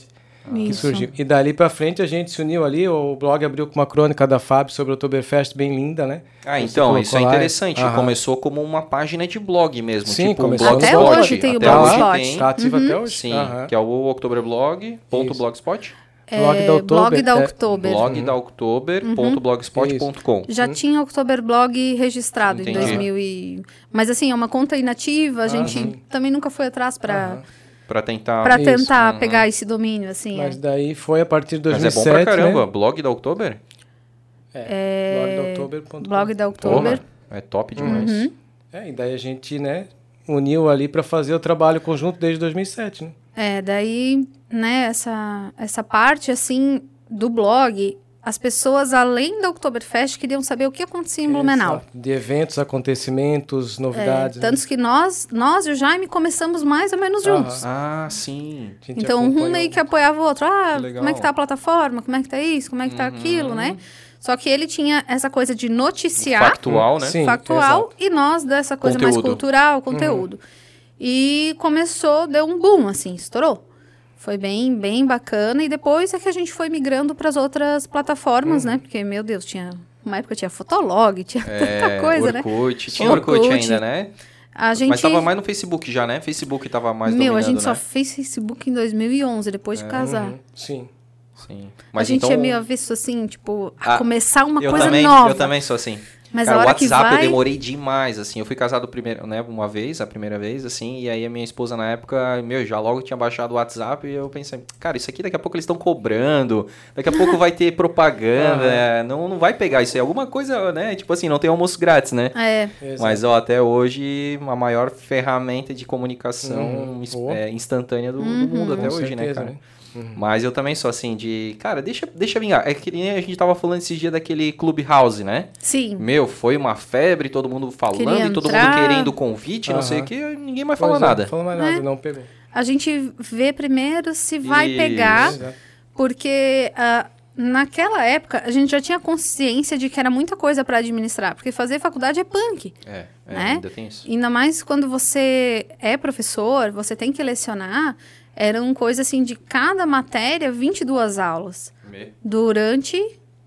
que Isso. surgiu. E dali pra frente a gente se uniu ali, o blog abriu com uma crônica da Fábio sobre o Oktoberfest bem linda, né? Ah, Você então, isso é colocou lá. interessante. Aham. Começou como uma página de blog mesmo, Sim, tipo um começou blogspot. Até hoje tem o Até hoje Blogspot. tem. Tá ativo até hoje? Sim, Aham. que é o oktoberblog ponto blogspot. Blog É, da Oktober, blog da é, Oktober. blog da oktober ponto blogspot ponto com. Já tinha Oktober Blog registrado Entendi. em dois mil e... Mas assim, é uma conta inativa, a gente Aham. também nunca foi atrás para Aham. Pra tentar... para Isso. tentar Uhum. pegar esse domínio, assim. Mas é. daí foi a partir de Mas dois mil é e bom sete, pra caramba. né? Blog da Oktober? É, blog da Oktober ponto com. Blog da Oktober. Porra, é top demais. Uhum. É, e daí a gente, né, uniu ali para fazer o trabalho conjunto desde dois mil e sete, né? É, daí, né, essa, essa parte, assim, do blog, as pessoas, além da Oktoberfest, queriam saber o que acontecia em Blumenau. Exato. De eventos, acontecimentos, É, novidades. né? tantos que nós, nós e o Jaime começamos mais ou menos Aham. juntos. Ah, sim. A gente Então, um acompanhou. meio que apoiava o outro. Ah, Que legal. como é que tá a plataforma? Como é que tá isso? Como é que tá aquilo, né? Só que ele tinha essa coisa de noticiar, Factual, né? Sim, factual, exato. e nós dessa coisa mais Conteúdo. cultural, conteúdo. E começou, deu um boom, assim, estourou. Foi bem, bem bacana. E depois é que a gente foi migrando para as outras plataformas, né? Porque, meu Deus, tinha... Uma época tinha Fotolog, tinha tanta coisa, né? Orkut. Tinha Orkut, Orkut. ainda, né? A gente... Mas tava mais no Facebook já, né? Facebook tava mais Meu, a dominando, gente só né? fez Facebook em dois mil e onze, depois de casar. Uhum, sim. Sim. A Mas gente então... é meio avesso, assim, tipo, a Ah, começar uma eu coisa também, nova. Eu também sou assim. Mas Cara, a o hora que WhatsApp eu vai... demorei demais, assim. Eu fui casado primeiro, né, uma vez, a primeira vez, assim, e aí a minha esposa na época, meu, já logo tinha baixado o WhatsApp e eu pensei, cara, isso aqui daqui a pouco eles estão cobrando, daqui a pouco vai ter propaganda, é, não, não vai pegar isso aí, alguma coisa, né, tipo assim, não tem almoço grátis, né? É, Exato. Mas, ó, até hoje, a maior ferramenta de comunicação Uhum. ins- Boa. é, instantânea do, do Uhum. mundo até Com hoje, né, certeza, cara? né? Uhum. Mas eu também sou assim, de... Cara, deixa, deixa vingar. É que nem a gente tava falando esses dias daquele Clubhouse, né? sim. Meu, foi uma febre, todo mundo falando Queria e todo entrar. mundo querendo convite, não sei o Aham. que, ninguém mais Pois fala é, nada. Não falou mais nada, É. não pegou. A gente vê primeiro se vai Isso. pegar, Exato. porque ah, naquela época a gente já tinha consciência de que era muita coisa para administrar, porque fazer faculdade é punk. É, é Né? ainda tem isso. Ainda mais quando você é professor, você tem que lecionar, eram coisas assim de cada matéria, vinte e duas aulas Me- durante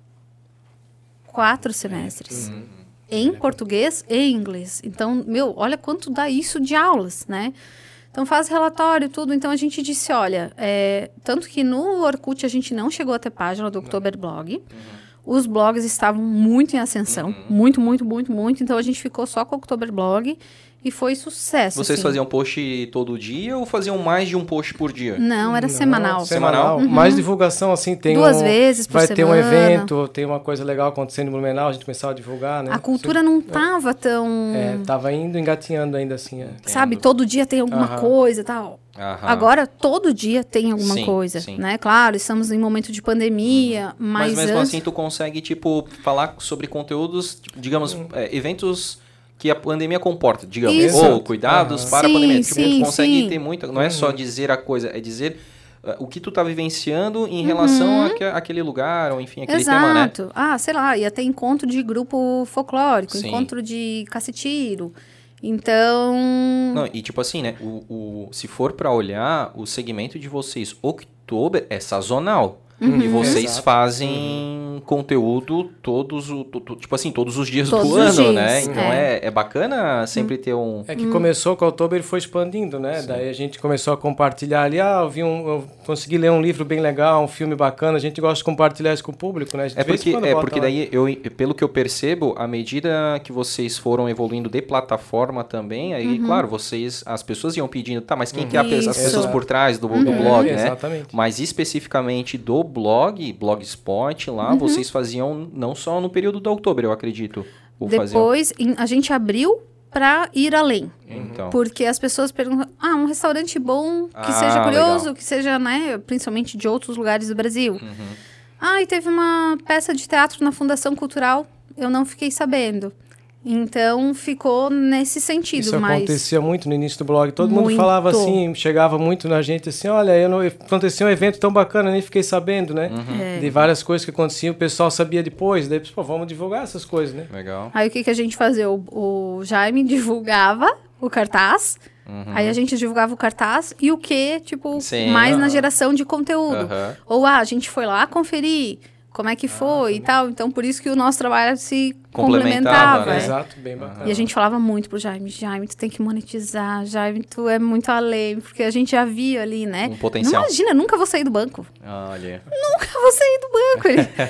quatro semestres. Uhum. Em português e inglês. Então, meu, olha quanto dá isso de aulas, né? Então, faz relatório, tudo. Então, a gente disse, olha, é, tanto que no Orkut a gente não chegou a ter página do Oktober Blog. Os blogs estavam muito em ascensão. Muito, muito, muito, muito. Então, a gente ficou só com o Oktober Blog e foi sucesso. Vocês assim. faziam post todo dia ou faziam mais de um post por dia? Não, era Não, semanal. Semanal? Mais divulgação, assim, tem Duas um, vezes por vai ter um semana. evento, tem uma coisa legal acontecendo em Blumenau, a gente começava a divulgar, né? A cultura não tava tão... É, tava indo, engatinhando ainda assim. É. Sabe, todo dia tem alguma Aham. coisa e tal. Aham. Agora, todo dia tem alguma Sim, coisa, sim. né? Claro, estamos em momento de pandemia, Mas mas, mesmo antes... assim tu consegue, tipo, falar sobre conteúdos, tipo, digamos, é, eventos que a pandemia comporta, digamos. Isso. Ou cuidados Aham. para a Sim, pandemia. Tipo, sim, tu consegue sim. ter muita... Não é só dizer a coisa, é dizer uh, o que tu tá vivenciando em relação àque- àquele lugar, ou enfim, aquele tema, né? Exato. Ah, sei lá, ia ter encontro de grupo folclórico, Sim. encontro de cacetiro. Então... Não, e tipo assim, né? O, o, se for pra olhar, o segmento de vocês, Oktober, é sazonal. Uhum. E vocês Exato. fazem conteúdo todos, o, to- to- tipo assim, todos os dias Todos do os ano, dias, né? Então é. é, é bacana sempre ter um... É que começou com o Oktober e foi expandindo, né? Daí a gente começou a compartilhar ali, ah, eu vi um, eu consegui ler um livro bem legal, um filme bacana, a gente gosta de compartilhar isso com o público, né? De É vez em porque, quando é bota porque lá. daí, eu, pelo que eu percebo, à medida que vocês foram evoluindo de plataforma também, aí, claro, vocês, as pessoas iam pedindo, tá, mas quem que é a pe- as Isso. pessoas por trás do, do É, blog, né? exatamente. Mas especificamente do blog, Blogspot, lá, vocês faziam não só no período do outubro, eu acredito. Ou faziam... Depois, em- a gente abriu para ir além. Então, Porque as pessoas perguntam, ah, um restaurante bom, que Ah, seja curioso, legal. que seja, né, principalmente de outros lugares do Brasil. Uhum. Ah, e teve uma peça de teatro na Fundação Cultural, eu não fiquei sabendo. Então, ficou nesse sentido, Isso mas... acontecia muito no início do blog. Todo mundo Muito. falava assim, chegava muito na gente assim, olha, eu não, aconteceu um evento tão bacana, nem fiquei sabendo, né? Uhum. É. De várias coisas que aconteciam, o pessoal sabia depois, daí, pô, vamos divulgar essas coisas, né? Legal. Aí, o que, que a gente fazia? O, o Jaime divulgava o cartaz, Uhum. Aí a gente divulgava o cartaz e o que, tipo, Sim. mais Ah. na geração de conteúdo. Aham. Ou, ah, a gente foi lá conferir como é que foi e tal. Então, por isso que o nosso trabalho se Complementava, complementava. né? é. Exato, bem bacana. E a gente falava muito pro Jaime, Jaime, tu tem que monetizar, Jaime, tu é muito além, porque a gente já via ali, né? Um potencial. Não imagina, nunca vou sair do banco. Olha. Nunca vou sair do banco.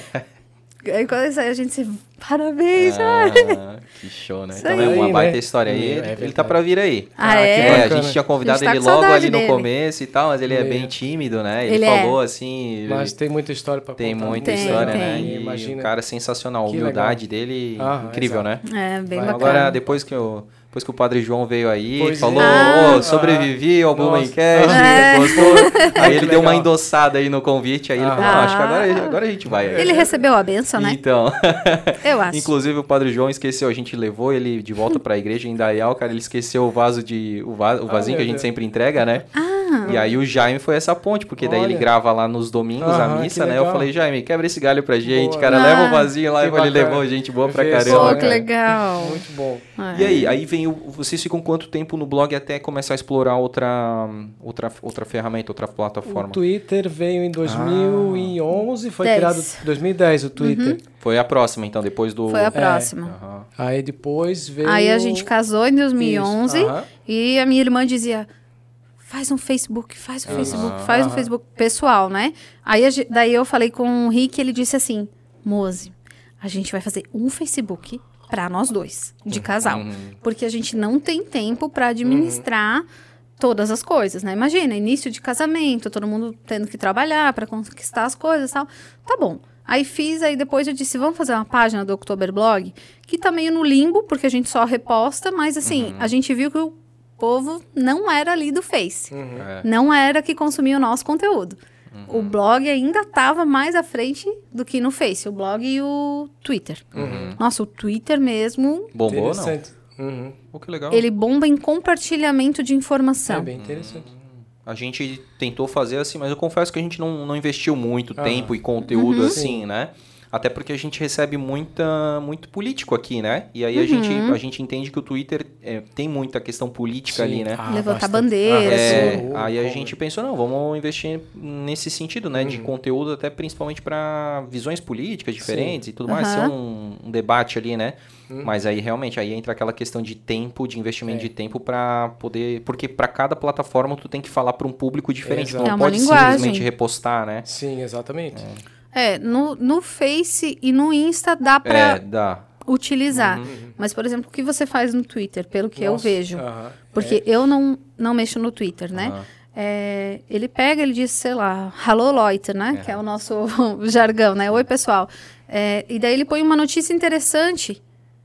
Ele... Aí quando ele saiu, a gente se... Parabéns, Jaime. Ah, que show, né? Isso Então aí. é uma Aí, baita né? história aí. Hum, é ele, verdade. ele tá pra vir aí. Ah, Ah, é? que É, a bacana. gente tinha convidado A gente tá ele com logo saudade ali no dele. começo e tal, mas ele é Legal. bem tímido, né? Ele, Ele é. falou assim. ele- Mas tem muita história pra tem contar. muita Tem, história, tem. né? E Imagina. o cara é sensacional. A Que humildade dele, Ah, incrível, né? exato. É, bem Vai, bacana. Agora, depois que, eu, depois que o Padre João veio aí, Pois falou, é. "Ô, Ah. sobrevivi ao Nossa. Blumencast, É. gostou?" Aí ele Que deu uma legal. endossada aí no convite, aí ele falou, Ah. "Não, acho que agora, agora a gente vai. aí." Ele recebeu a benção, né? Então, Eu acho. inclusive o Padre João esqueceu, a gente levou ele de volta pra igreja em Dayal, cara, ele esqueceu o vaso de, o, va, o vasinho meu que a gente Deus. sempre entrega, né? E aí o Jaime foi essa ponte, porque daí ele Olha. grava lá nos domingos a Aham, missa, que né? Eu legal. falei, Jaime, quebra esse galho pra gente, Boa. cara, Ah, leva o vasinho lá, que e ele bacana. levou gente boa pra Vê caramba. só, Pô, cara. que legal. Muito bom. E aí, aí vem o, vocês ficam quanto tempo no blog até começar a explorar outra, outra, outra ferramenta, outra plataforma? O Twitter veio em dois mil e onze, foi Dez. criado em dois mil e dez o Twitter. Foi a próxima, então, depois do... Foi a próxima. Aham. Aí depois veio... Aí a gente casou em dois mil e onze Isso, aham. e a minha irmã dizia, faz um Facebook, faz um Facebook, faz um Facebook pessoal, né? Aí a ge- daí eu falei com o Rick, ele disse assim, Moze, a gente vai fazer um Facebook pra nós dois, de casal. Porque a gente não tem tempo pra administrar todas as coisas, né? Imagina, início de casamento, todo mundo tendo que trabalhar pra conquistar as coisas e tal. Tá bom. Aí fiz, aí depois eu disse, vamos fazer uma página do October Blog, que tá meio no limbo, porque a gente só reposta, mas assim, a gente viu que o povo não era ali do Face. É. Não era que consumia o nosso conteúdo. O blog ainda estava mais à frente do que no Face, o blog e o Twitter. Nossa, o Twitter mesmo, Bombou, não? Interessante. Uhum. Pô, que legal. ele bomba em compartilhamento de informação. É bem interessante. A gente tentou fazer assim, mas eu confesso que a gente não, não investiu muito Ah. tempo e conteúdo assim, né? Até porque a gente recebe muita, muito político aqui, né? E aí a, gente, a gente entende que o Twitter é, tem muita questão política ali, né? Ah, Levantar bastante. bandeira, É, assim. aí a gente pensou, não, vamos investir nesse sentido, né? De conteúdo até principalmente para visões políticas diferentes e tudo mais, ser Aham. um, um debate ali, né? Mas aí realmente, aí entra aquela questão de tempo, de investimento É. de tempo para poder... Porque para cada plataforma tu tem que falar para um público diferente, tu Exato. não É uma pode linguagem. simplesmente repostar, né? Sim, exatamente. É, no, no Face e no Insta dá pra É, dá. utilizar. Mas, por exemplo, o que você faz no Twitter, pelo que eu Nossa, vejo. aham. Porque eu não, não mexo no Twitter, né? Aham. É, ele pega, ele diz, sei lá, hello Leute, né? Que é o nosso jargão, né? Oi, pessoal. É, e daí ele põe uma notícia interessante.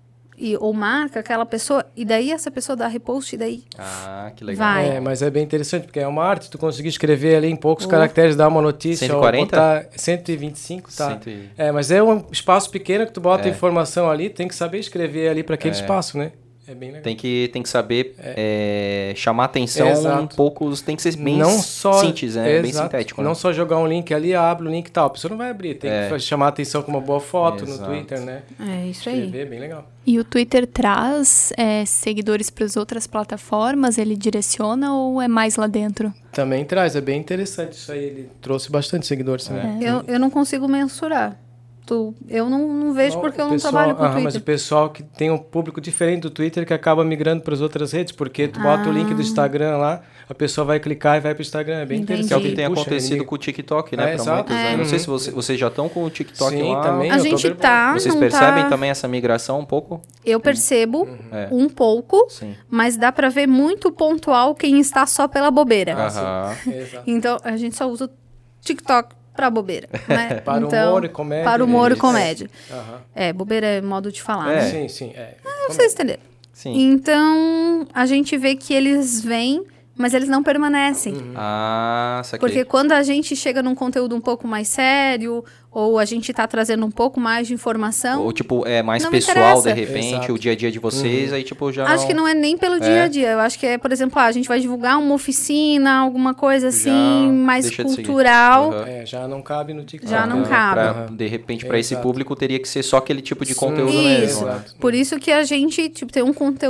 E, ou marca aquela pessoa. E daí essa pessoa dá repost e daí... Ah, que legal. Vai. É, mas é bem interessante, porque é uma arte, tu conseguir escrever ali em poucos caracteres, dar uma notícia. cento e quarenta? Ou botar cento e vinte e cinco, tá? Cento e- É, mas é um espaço pequeno que tu bota É. informação ali, tem que saber escrever ali para aquele espaço, né? É bem legal. Tem que, tem que saber é, chamar atenção Exato. um pouco, tem que ser bem não só síntese, né? Bem exato. sintético. Não né? só jogar um link ali, abre o link e tal. A pessoa não vai abrir, tem É. que chamar atenção com uma boa foto Exato. no Twitter, né? É isso aí. Escrever, bem legal. E o Twitter traz é, seguidores para as outras plataformas? Ele direciona ou é mais lá dentro? Também traz, é bem interessante isso aí. Ele trouxe bastante seguidores também. Eu, eu não consigo mensurar. Tu, eu não, não vejo porque eu O não pessoal- trabalho com o aham, Twitter. Mas o pessoal que tem um público diferente do Twitter que acaba migrando para as outras redes, porque tu bota o link do Instagram lá, a pessoa vai clicar e vai para o Instagram. É bem Entendi. Que é o interessante. que tem Puxa, acontecido ele- com o TikTok, né? É, pra exato. muitos, né? É. Não sei se você, vocês já estão com o TikTok Sim, lá. também. A eu tô gente bem- tá, Vocês não percebem tá... também essa migração um pouco? Eu percebo É. um pouco, Sim. mas dá pra ver muito pontual quem está só pela bobeira. Aham. Exato. Então, a gente só usa o TikTok pra bobeira, né? Para então, humor e comédia. Para humor e Isso. comédia. Aham. É, bobeira é modo de falar, É. né? Sim, sim. É. Vocês entenderam. Sim. Então, a gente vê que eles vêm, mas eles não permanecem. Ah, saquei. Porque quando a gente chega num conteúdo um pouco mais sério, ou a gente tá trazendo um pouco mais de informação, Ou tipo, é mais Não me pessoal, de interessa. repente, Exato. o dia a dia de vocês, aí tipo já acho que não é nem pelo dia a dia. Eu acho que é, por exemplo, ah, a gente vai divulgar uma oficina, alguma coisa assim, mais deixa de seguir. cultural. Aham. É, já não cabe no TikTok. Já não né? cabe. Pra, Aham. de repente, para esse Exato. público, teria que ser só aquele tipo de Sim. conteúdo Isso. mesmo. né? Exato. Por isso que a gente tipo, tem um conteúdo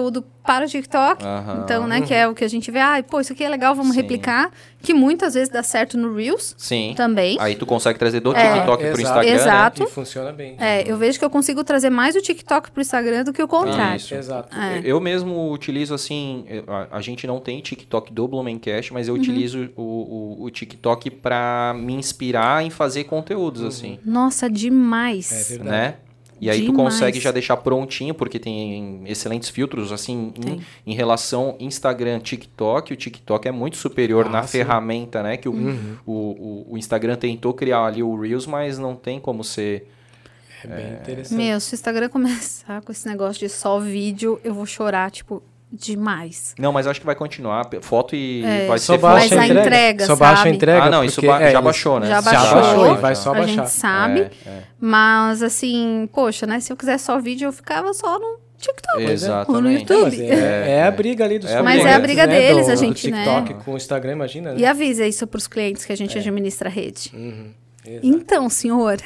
para o TikTok. Aham. Então, né, que é o que a gente vê. Ah, pô, isso aqui é legal, vamos Sim. replicar. Que muitas vezes dá certo no Reels Sim. também. Aí tu consegue trazer do É. TikTok pro Exato. Instagram, Exato. E funciona bem. É, eu vejo que eu consigo trazer mais o TikTok pro Instagram do que o contrário. Isso. Exato. É. Eu mesmo utilizo, assim, a, a gente não tem TikTok do Blumencast, mas Uhum. eu utilizo o, o, o TikTok pra me inspirar em fazer conteúdos, assim, Nossa, demais. É verdade. né? E aí tu Demais. consegue já deixar prontinho, porque tem excelentes filtros, assim, Tem. em, em relação Instagram, TikTok. O TikTok é muito superior Ah, na sim. ferramenta, né? Que o, Uhum. o, o, o Instagram tentou criar ali o Reels, mas não tem como ser... É bem interessante. Meu, se o Instagram começar com esse negócio de só vídeo, eu vou chorar, tipo, demais. Não, mas eu acho que vai continuar. Foto e É. vai Só ser baixa Mas foto. a a entrega. entrega, Só baixa a sabe? entrega. Ah, não, isso porque, ba- é, já isso- baixou, né? Já Já baixou. baixou e vai só a baixar. gente sabe. É, é. Mas, assim, poxa, né? Se eu quiser só vídeo, eu ficava só no TikTok. Exatamente. No YouTube. Mas é, é a briga ali dos É a Mas briga. é a briga né, deles, do, a gente, do né? TikTok com o Instagram, imagina, né? E avisa isso pros clientes que a gente administra a rede. Uhum, exato. Então, senhor,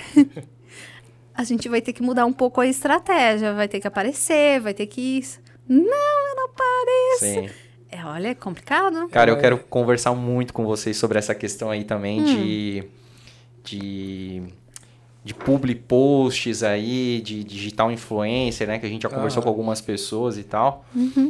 a gente vai ter que mudar um pouco a estratégia. Vai ter que aparecer, vai ter que isso. Não, eu não apareço. Sim. É, olha, é complicado. Cara, eu É. quero conversar muito com vocês sobre essa questão aí também de, de, de publi posts aí, de digital influencer, né? Que a gente já conversou Ah. com algumas pessoas e tal.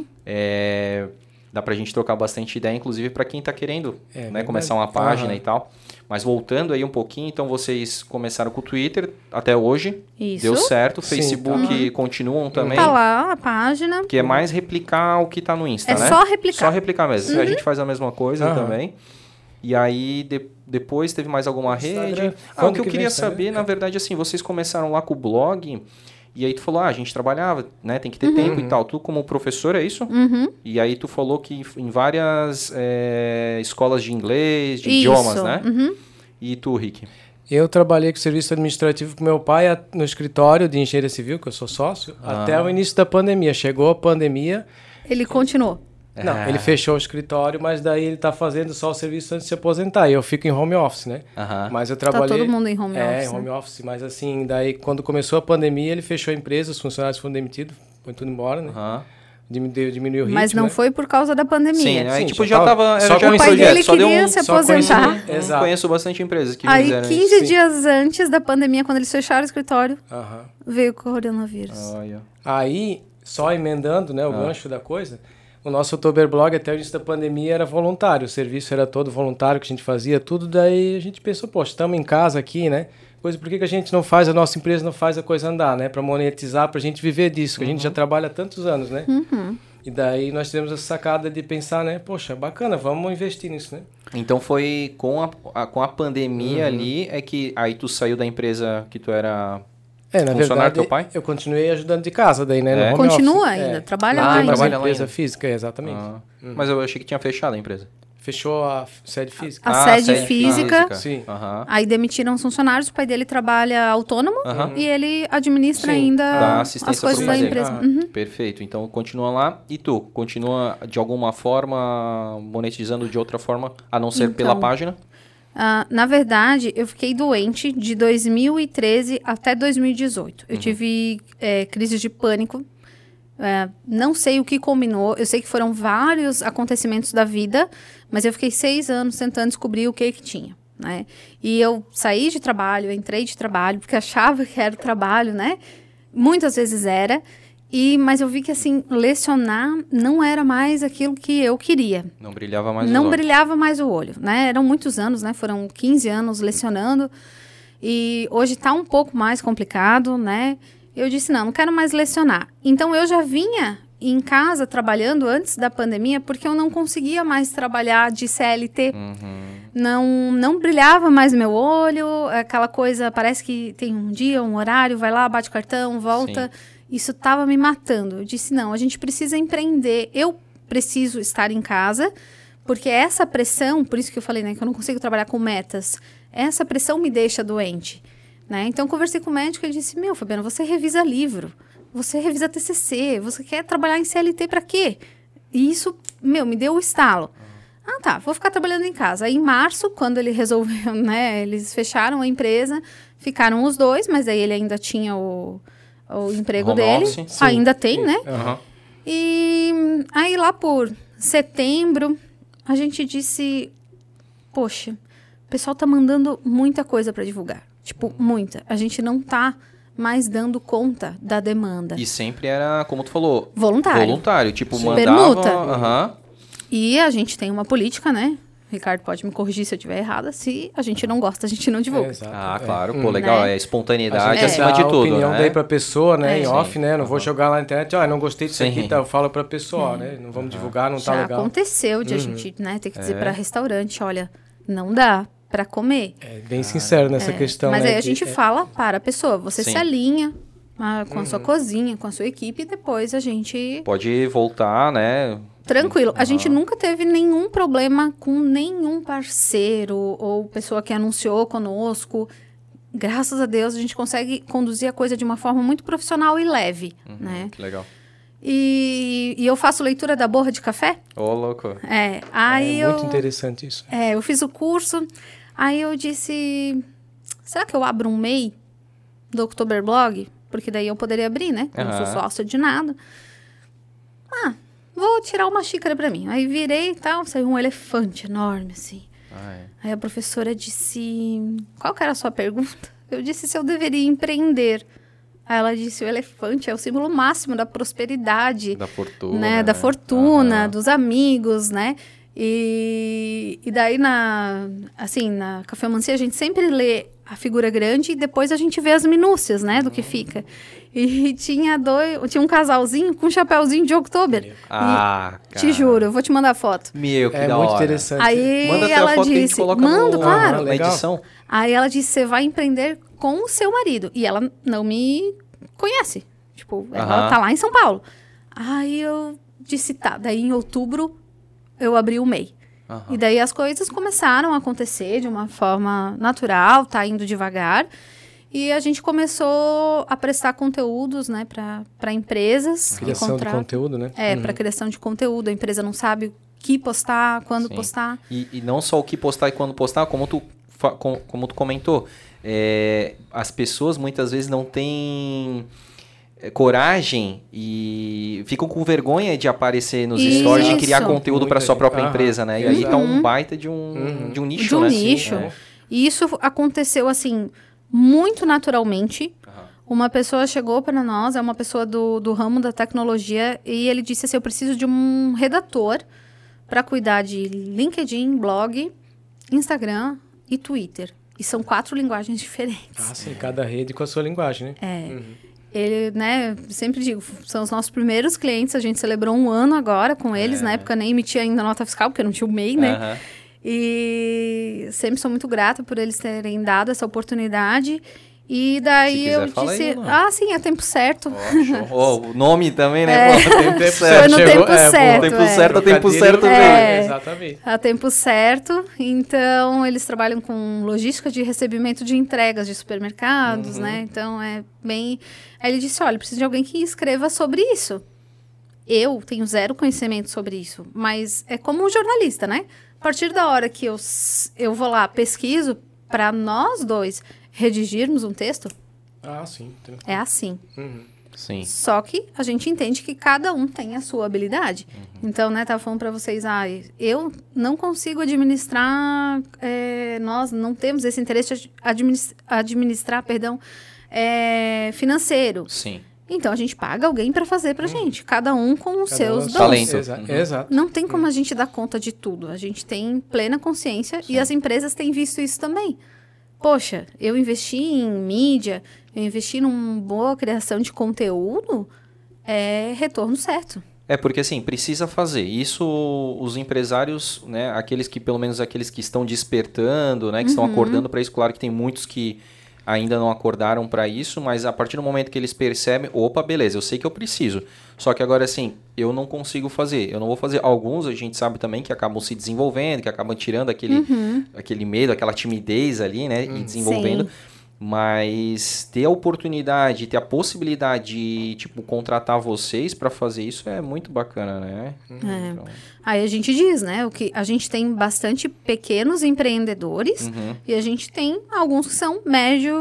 É, dá pra gente trocar bastante ideia, inclusive para quem tá querendo É né, verdade. começar uma página Aham. e tal. Mas voltando aí um pouquinho, então vocês começaram com o Twitter até hoje. Isso. Deu certo. Sim, Facebook continuam também. Tá lá a página. Que é mais replicar o que tá no Insta, É né? só replicar. Só replicar mesmo. A gente faz a mesma coisa Aham. também. E aí, de- depois teve mais alguma Instagram. rede. Ah, o Quando que eu que vem queria o Instagram? saber, na verdade, assim, vocês começaram lá com o blog. E aí tu falou, ah, a gente trabalhava, né? Tem que ter tempo e tal. Tu como professor, é isso? Uhum. E aí tu falou que em várias eh, escolas de inglês, de Isso. idiomas, né? Uhum. E tu, Rick? Eu trabalhei com serviço administrativo com meu pai a- no escritório de engenharia civil, que eu sou sócio, Ah. até o início da pandemia. Chegou a pandemia, Ele continuou. não, Ah. ele fechou o escritório, mas daí ele está fazendo só o serviço antes de se aposentar. E eu fico em home office, né? Aham. Mas eu trabalhei... todo mundo em home é, office, em home né? office. Mas assim, daí quando começou a pandemia, ele fechou a empresa, os funcionários foram demitidos, foi tudo embora, né? Aham. Diminuiu, diminuiu o ritmo, Mas não né? foi por causa da pandemia. Sim, né? Sim, tipo, já já tava- tava... só Era já um conheci- O pai projeto, dele só deu queria um... se só conheci- aposentar. Exato. Conheço bastante empresas que Aí, fizeram quinze isso. Sim. dias antes da pandemia, quando eles fecharam o escritório, Aham. veio o coronavírus. Olha. Aí, só emendando, né, o Ah. gancho da coisa, o nosso Oktoberblog até o início da pandemia era voluntário, o serviço era todo voluntário que a gente fazia, tudo, daí a gente pensou, poxa, estamos em casa aqui, né, coisa, por que, que a gente não faz, a nossa empresa não faz a coisa andar, né, para monetizar, para a gente viver disso, que a gente já trabalha há tantos anos, né. Uhum. E daí nós tivemos essa sacada de pensar, né, poxa, bacana, vamos investir nisso, né. Então foi com a, a- com a pandemia Uhum. ali, é que aí tu saiu da empresa que tu era... É, na Funcionário verdade, teu pai? eu continuei ajudando de casa daí, né, no É? home Continua office. ainda, É. trabalha Ah, lá Tem ainda. mais trabalha lá empresa ainda. física, exatamente. Ah, Mas eu achei que tinha fechado a empresa. Fechou a f- sede física. A Ah, sede sede física. física. Sim. Aham. Aí demitiram os funcionários, o pai dele trabalha autônomo Aham. e ele administra Sim, ainda dá assistência as coisas pro da pai dele. empresa. Ah. Uhum. Perfeito. Então continua lá. E tu? Continua de alguma forma monetizando de outra forma, a não ser Então, pela página? Ah, na verdade, eu fiquei doente de dois mil e treze até dois mil e dezoito. Eu tive é, crises de pânico. É, não sei o que combinou. Eu sei que foram vários acontecimentos da vida, mas eu fiquei seis anos tentando descobrir o que que tinha, né? E eu saí de trabalho, entrei de trabalho, porque achava que era trabalho, né? Muitas vezes era. E, mas eu vi que, assim, lecionar não era mais aquilo que eu queria. Não brilhava mais os Não olhos. brilhava mais o olho, né? Eram muitos anos, né? Foram quinze anos lecionando. E hoje está um pouco mais complicado, né? Eu disse, não, não quero mais lecionar. Então, eu já vinha em casa trabalhando antes da pandemia, porque eu não conseguia mais trabalhar de C L T. Uhum. Não, não brilhava mais meu olho, aquela coisa, parece que tem um dia, um horário, vai lá, bate o cartão, volta. Isso estava me matando. Eu disse, não, a gente precisa empreender. Eu preciso estar em casa, porque essa pressão, por isso que eu falei, né, que eu não consigo trabalhar com metas, essa pressão me deixa doente, né? Então, eu conversei com o médico e ele disse, meu, Fabiana, você revisa livro, você revisa T C C, você quer trabalhar em C L T para quê? E isso, meu, me deu o estalo. Ah, tá, vou ficar trabalhando em casa. Aí, em março, quando ele resolveu, né, eles fecharam a empresa, ficaram os dois, mas aí ele ainda tinha o, o emprego Home dele. office? Sim. Ainda tem, né? Aham. E aí lá por setembro, a gente disse, poxa, o pessoal tá mandando muita coisa para divulgar. Tipo, muita. A gente não tá mais dando conta da demanda. E sempre era, como tu falou... Voluntário. Voluntário. Tipo, Sim. mandava... Permuta. Aham. E a gente tem uma política, né? Ricardo pode me corrigir se eu estiver errada. Se a gente não gosta, a gente não divulga. É, exato. Ah, É. claro. Hum. Pô, legal. Né? É espontaneidade A gente acima dá de a tudo, opinião né? daí pra pessoa, né? É. Em Sim. off, né? Não vou Uhum. jogar lá na internet, ó, não gostei disso Sim. aqui, tá? Eu falo pra pessoa, né? Não vamos divulgar, não tá Já legal. aconteceu de a gente, né, ter que dizer É. para restaurante, olha, não dá para comer. É bem sincero nessa questão, Mas né? aí a de- gente é- fala para a pessoa, você Sim. se alinha ah, com a Uhum. sua cozinha, com a sua equipe, e depois a gente... Pode voltar, né? Tranquilo. A gente Aham. nunca teve nenhum problema com nenhum parceiro ou pessoa que anunciou conosco. Graças a Deus, a gente consegue conduzir a coisa de uma forma muito profissional e leve, Uhum, né? Que legal. E, e eu faço leitura da borra de café. Ô, louco. É, aí é muito eu... interessante isso. É, eu fiz o curso, aí eu disse, será que eu abro um M E I do Oktoberblog? Porque daí eu poderia abrir, né? Eu não sou Aham. sócia de nada. Ah, vou tirar uma xícara pra mim. Aí virei e tal, saiu um elefante enorme, assim. Ah, é. Aí a professora disse, qual que era a sua pergunta? Eu disse se eu deveria empreender. Aí ela disse, o elefante é o símbolo máximo da prosperidade. Da fortuna. Né, da fortuna, Aham. dos amigos, né? E, e daí, na, assim, na cafeomancia, a gente sempre lê a figura grande e depois a gente vê as minúcias, né, do que fica. E tinha dois, tinha um casalzinho com um chapéuzinho de Oktober. Ah, E, cara. te juro, eu vou te mandar foto. Meu, que É da muito hora. interessante. Aí Manda até a ela foto que a gente disse, coloca mando, no, claro. na Legal. edição. Aí ela disse, você vai empreender com o seu marido. E ela não me conhece. Tipo, ela Aham. tá lá em São Paulo. Aí eu disse, tá. Daí em outubro eu abri o M E I. Aham. E daí as coisas começaram a acontecer de uma forma natural, tá indo devagar. E a gente começou a prestar conteúdos, né, para empresas. que Criação de contratam- conteúdo, né? É, Uhum. para criação de conteúdo. A empresa não sabe o que postar, quando Sim. postar. E, e não só o que postar e quando postar, como tu, fa- com- como tu comentou, é, as pessoas muitas vezes não têm é, coragem e ficam com vergonha de aparecer nos Isso. stories, de criar conteúdo para Muita sua gente. própria Aham. empresa, né? E aí tá um Uhum. baita de um, Uhum. de um nicho, De um né? nicho. É. E isso aconteceu, assim, muito naturalmente. Aham. Uma pessoa chegou para nós, é uma pessoa do, do ramo da tecnologia, e ele disse assim, eu preciso de um redator para cuidar de LinkedIn, blog, Instagram e Twitter. E são quatro linguagens diferentes. Ah, sim, cada rede com a sua linguagem, né? É. Uhum. Ele, né, sempre digo, são os nossos primeiros clientes, a gente celebrou um ano agora com eles, É. na época nem emitia ainda nota fiscal, porque não tinha o M E I, né? Aham. E sempre sou muito grata por eles terem dado essa oportunidade. E daí Se eu quiser, fala aí disse, o nome. ah, sim, é tempo certo. Ó, show. Ó, o nome também, né? Pô, tem tempo Foi certo. no Chegou- tempo é, certo. tempo é. certo, o tempo Trocadilho, certo É. veio. Exatamente. A tempo certo. Então, eles trabalham com logística de recebimento de entregas de supermercados, Uhum. né? Então, é bem... Aí ele disse, olha, preciso de alguém que escreva sobre isso. Eu tenho zero conhecimento sobre isso, mas é como um jornalista, né? A partir da hora que eu, s- eu vou lá, pesquiso, para nós dois redigirmos um texto, Ah, sim. tranquilo. é assim. Uhum. Sim. Só que a gente entende que cada um tem a sua habilidade. Uhum. Então, né, tava falando para vocês, ah, eu não consigo administrar, é, nós não temos esse interesse de administ- administrar, perdão, é, financeiro. Sim. Então, a gente paga alguém para fazer pra gente, cada um com os Cada seus um- dons. Talento. Exa- Uhum. Exato. Não tem como a gente dar conta de tudo. A gente tem plena consciência e as empresas têm visto isso também. Poxa, eu investi em mídia, eu investi numa boa criação de conteúdo, é retorno certo. É, porque assim, precisa fazer. Isso os empresários, né, aqueles que, pelo menos aqueles que estão despertando, né, que estão acordando para isso, claro que tem muitos que ainda não acordaram para isso, mas a partir do momento que eles percebem, opa, beleza, eu sei que eu preciso. Só que agora assim, eu não consigo fazer, eu não vou fazer. Alguns a gente sabe também que acabam se desenvolvendo, que acabam tirando aquele, aquele medo, aquela timidez ali, né, e desenvolvendo. Sim. Mas ter a oportunidade, ter a possibilidade de, tipo, contratar vocês para fazer isso é muito bacana, né? É. Então, Aí a gente diz, né, o que a gente tem bastante pequenos empreendedores uhum. e a gente tem alguns que são médio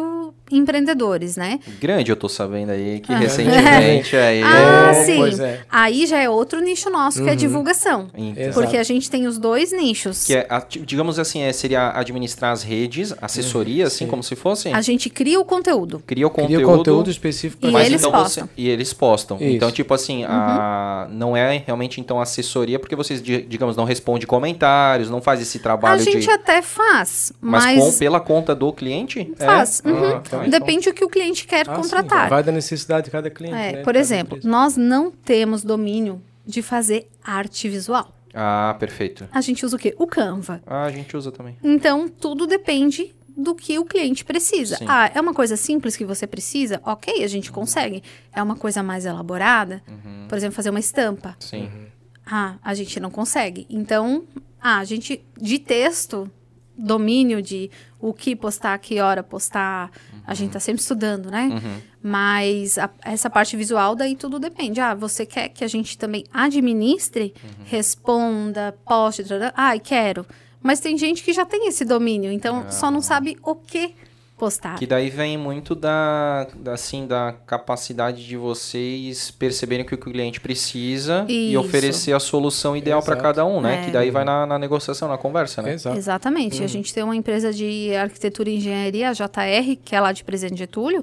empreendedores, né? Grande, eu tô sabendo aí que Ah. recentemente aí... Ah, É, sim. pois é. Aí já é outro nicho nosso, que é divulgação. Então, Exato. Porque a gente tem os dois nichos. que é, a- digamos assim, é, seria administrar as redes, assessoria, assim, sim. como se fosse? A gente cria o conteúdo. Cria o conteúdo... Cria conteúdo específico E pra eles então postam. você- e eles postam. Isso. Então, tipo assim, a, não é realmente então assessoria, porque vocês, di- digamos, não respondem comentários, não faz esse A trabalho gente de... até faz, Mas, mas, com, pela conta do cliente? faz. É? Uhum. Ah, tá, então. Depende do que o cliente quer Ah, sim, contratar. vai da necessidade de cada cliente. É, né, de por cada exemplo, empresa. nós não temos domínio de fazer arte visual. Ah, perfeito. A gente usa o quê? O Canva. Ah, a gente usa também. Então, tudo depende do que o cliente precisa. Sim. Ah, é uma coisa simples que você precisa? Ok, a gente consegue. É uma coisa mais elaborada? Por exemplo, fazer uma estampa. Sim. Ah, a gente não consegue. Então, ah, a gente, de texto, domínio de o que postar, que hora postar, a gente tá sempre estudando, né? Mas a- essa parte visual, daí tudo depende. Ah, você quer que a gente também administre, responda, poste, trará? Ai, quero. Mas tem gente que já tem esse domínio, então só não sabe o que postar. Que daí vem muito da, da, assim, da capacidade de vocês perceberem o que o cliente precisa e Isso. oferecer a solução ideal para Exato. cada um, né? É. Que daí vai na, na negociação, na conversa, né? Exato. Exatamente. A gente tem uma empresa de arquitetura e engenharia, a J R, que é lá de Presidente Getúlio.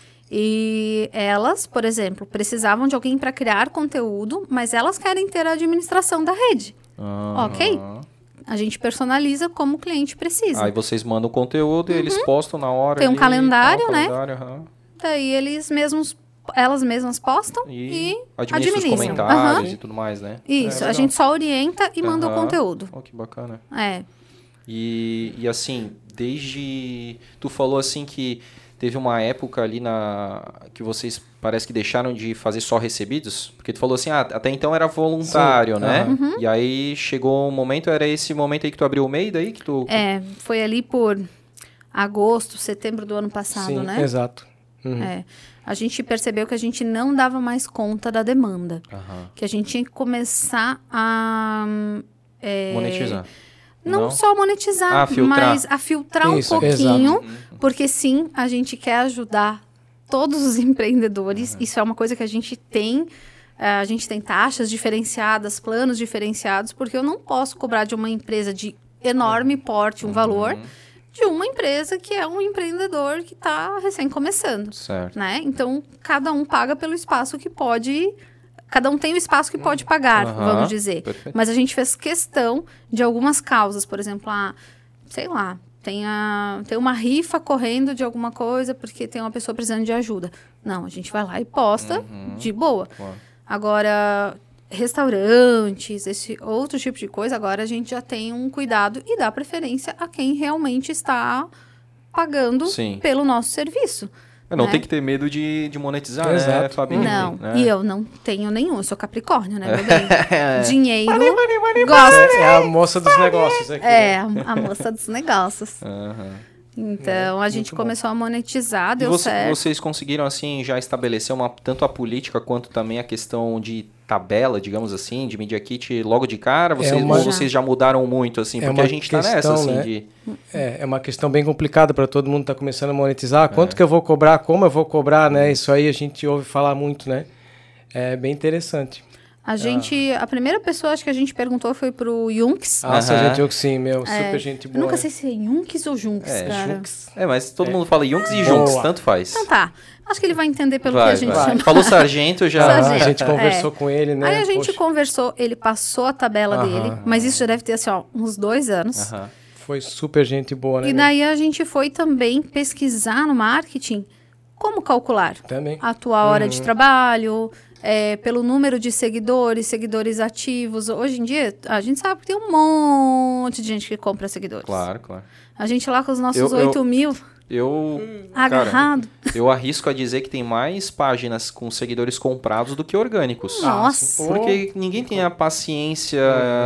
E elas, por exemplo, precisavam de alguém para criar conteúdo, mas elas querem ter a administração da rede. Ah. Ok. A gente personaliza como o cliente precisa. Aí vocês mandam o conteúdo e eles postam na hora. Tem um ali, calendário, tá, um né? calendário, aham. Daí eles mesmos, elas mesmas postam e, E administra os administram. comentários Aham. e tudo mais, né? Isso, É, a legal. gente só orienta e manda o Aham. conteúdo. Oh, que bacana. É. E, e assim, desde... Tu falou assim que teve uma época ali na que vocês parece que deixaram de fazer só recebidos, porque tu falou assim, ah, até então era voluntário, Sim. né? Aham. Uhum. E aí chegou um momento, era esse momento aí que tu abriu o MEI, daí que tu... É, foi ali por agosto, setembro do ano passado, Sim, né? exato. Uhum. É. A gente percebeu que a gente não dava mais conta da demanda. Aham. Que a gente tinha que começar a... é, Monetizar. Não, só monetizar, Ah, filtrar. mas a filtrar Isso, um pouquinho. Uhum. Porque sim, a gente quer ajudar todos os empreendedores. Isso é uma coisa que a gente tem. eh, A gente tem taxas diferenciadas, planos diferenciados, porque eu não posso cobrar de uma empresa de enorme porte um valor de uma empresa que é um empreendedor que está recém começando. Certo. Né? Então, cada um paga pelo espaço que pode... Cada um tem o espaço que pode pagar, Aham, vamos dizer. perfeito. Mas a gente fez questão de algumas causas. Por exemplo, ah, sei lá, tem, a, tem uma rifa correndo de alguma coisa porque tem uma pessoa precisando de ajuda. Não, a gente vai lá e posta de boa. Claro. Agora, restaurantes, esse outro tipo de coisa, agora a gente já tem um cuidado e dá preferência a quem realmente está pagando Sim. pelo nosso serviço. Não né? tem que ter medo de, de monetizar, né, Exato. Fabi? Não, Né? e eu não tenho nenhum, eu sou capricórnio, né, meu bem? Dinheiro, gosto. É a moça dos negócios aqui. É, né? a moça dos negócios. Aham. Então, a gente muito bom. começou a monetizar, E deu você- certo. vocês conseguiram, assim, já estabelecer uma, tanto a política quanto também a questão de tabela, digamos assim, de Media Kit logo de cara? Vocês, uma- ou vocês já mudaram muito, assim? É Porque uma a gente tá nessa, questão, assim, né? de... É, é uma questão bem complicada para todo mundo que está começando a monetizar. Quanto que eu vou cobrar, como eu vou cobrar, né? Isso aí a gente ouve falar muito, né? É bem interessante. A gente, a primeira pessoa acho que a gente perguntou foi pro Yunks. Nossa, Aham. gente, eu que sim, meu, super gente Eu boa. nunca sei se é Yunks ou Junks, É, cara. Junks. É, mas todo mundo fala Junks e Junks, Boa. tanto faz. Então tá, acho que ele vai entender pelo vai, que a gente vai. chama. Falou sargento, já... Ah, Sargento. a gente conversou É. com ele, né? Aí a gente Poxa, conversou, ele passou a tabela Aham. dele, mas isso já deve ter, assim, ó, uns dois anos. Aham. foi super gente boa, né? E daí a gente foi também pesquisar no marketing como calcular. Também. A tua hora Uhum. de trabalho, é, pelo número de seguidores, seguidores ativos. Hoje em dia, a gente sabe que tem um monte de gente que compra seguidores. Claro, claro. A gente lá com os nossos Eu- eu- oito mil Eu... Cara, agarrado. eu arrisco a dizer que tem mais páginas com seguidores comprados do que orgânicos. Nossa. sim. Porque ninguém tem a paciência,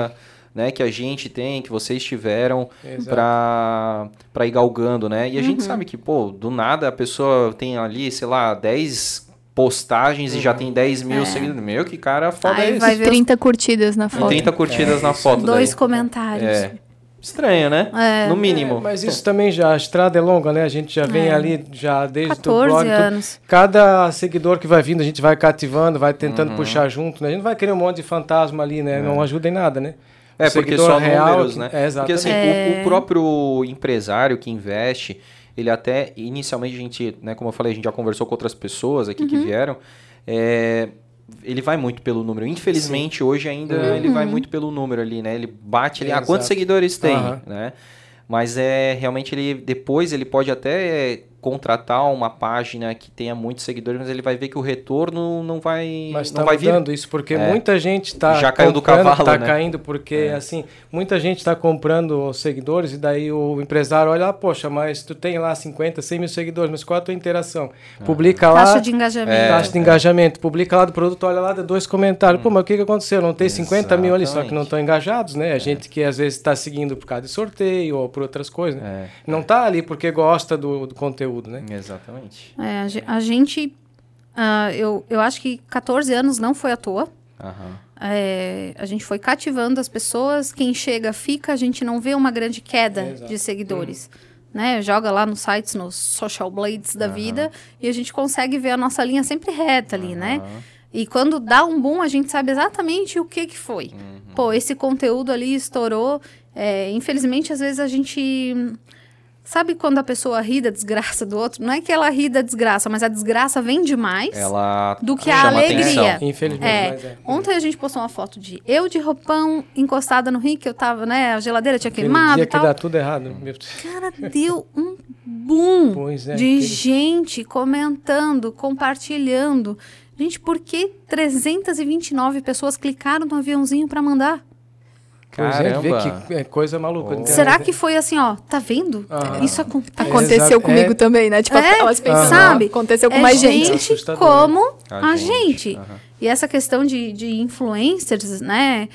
né, que a gente tem, que vocês tiveram Exato. pra, pra ir galgando, né? E a Uhum. gente sabe que, pô, do nada a pessoa tem ali, sei lá, dez postagens e já tem dez mil É. seguidores. Meu, que cara foda Aí é esse? vai ver os trinta curtidas na E foto. trinta curtidas na foto dois daí. comentários. É. Estranho, né? É. No mínimo. É, mas isso também já, a estrada é longa, né? A gente já vem É. ali, já desde o quatorze blog. tudo. anos. Cada seguidor que vai vindo, a gente vai cativando, vai Uhum. tentando puxar junto, né? A gente não vai querer um monte de fantasma ali, né? Não ajuda em nada, né? É, O porque seguidor só real números, que- né? É, Porque exatamente. assim, É. o, o próprio empresário que investe, ele até, inicialmente a gente, né, como eu falei, a gente já conversou com outras pessoas aqui que vieram, é, ele vai muito pelo número. Infelizmente, hoje ainda ele vai muito pelo número ali, né? Ele bate ali, ah, quantos Exato. seguidores tem, Aham. né? Mas é realmente ele depois ele pode até contratar uma página que tenha muitos seguidores, mas ele vai ver que o retorno não vai Mas não está vai vir. mudando isso, porque É. muita gente está Já caiu do cavalo, está né? caindo, porque assim, muita gente está comprando os seguidores e daí o empresário olha, ah, poxa, mas tu tem lá cinquenta, cem mil seguidores, mas qual é a tua interação? Publica lá, Taxa de engajamento. É. taxa de engajamento, publica lá do produto, olha lá, dá dois comentários. Pô, mas o que, que aconteceu? Não tem cinquenta mil ali, só que não estão engajados, né? A gente que às vezes está seguindo por causa de sorteio ou por outras coisas, né? É. Não tá ali porque gosta do, do conteúdo, né? Exatamente. É, a ge- a gente, ah, eu, eu acho que quatorze anos não foi à toa. Aham. É, a gente foi cativando as pessoas, quem chega fica, a gente não vê uma grande queda Exato. de seguidores. Né? Joga lá nos sites, nos social blades da vida, e a gente consegue ver a nossa linha sempre reta ali, né? E quando dá um boom, a gente sabe exatamente o que que foi. Pô, esse conteúdo ali estourou. É, infelizmente, às vezes a gente... Sabe quando a pessoa ri da desgraça do outro? Não é que ela ri da desgraça, mas a desgraça vem demais Ela do que a chama alegria. atenção. Infelizmente, É, mas é. ontem a gente postou uma foto de eu de roupão encostada no rio, que eu tava, né? A geladeira tinha queimado dia e que tal. dá tudo errado. Meu Deus. Cara, deu um boom Pois é, de aquele- gente comentando, compartilhando. Gente, por que trezentas e vinte e nove pessoas clicaram no aviãozinho pra mandar? Pois é, vê Caramba. que é coisa maluca. Oh. Será que foi assim, ó, tá vendo? Ah. Isso acontece. Aconteceu Exato. comigo É. também, né? Tipo, É, elas pensam, sabe? aconteceu com É mais gente. gente Assustador, como A a gente, gente. aham. E essa questão de, de influencers, né?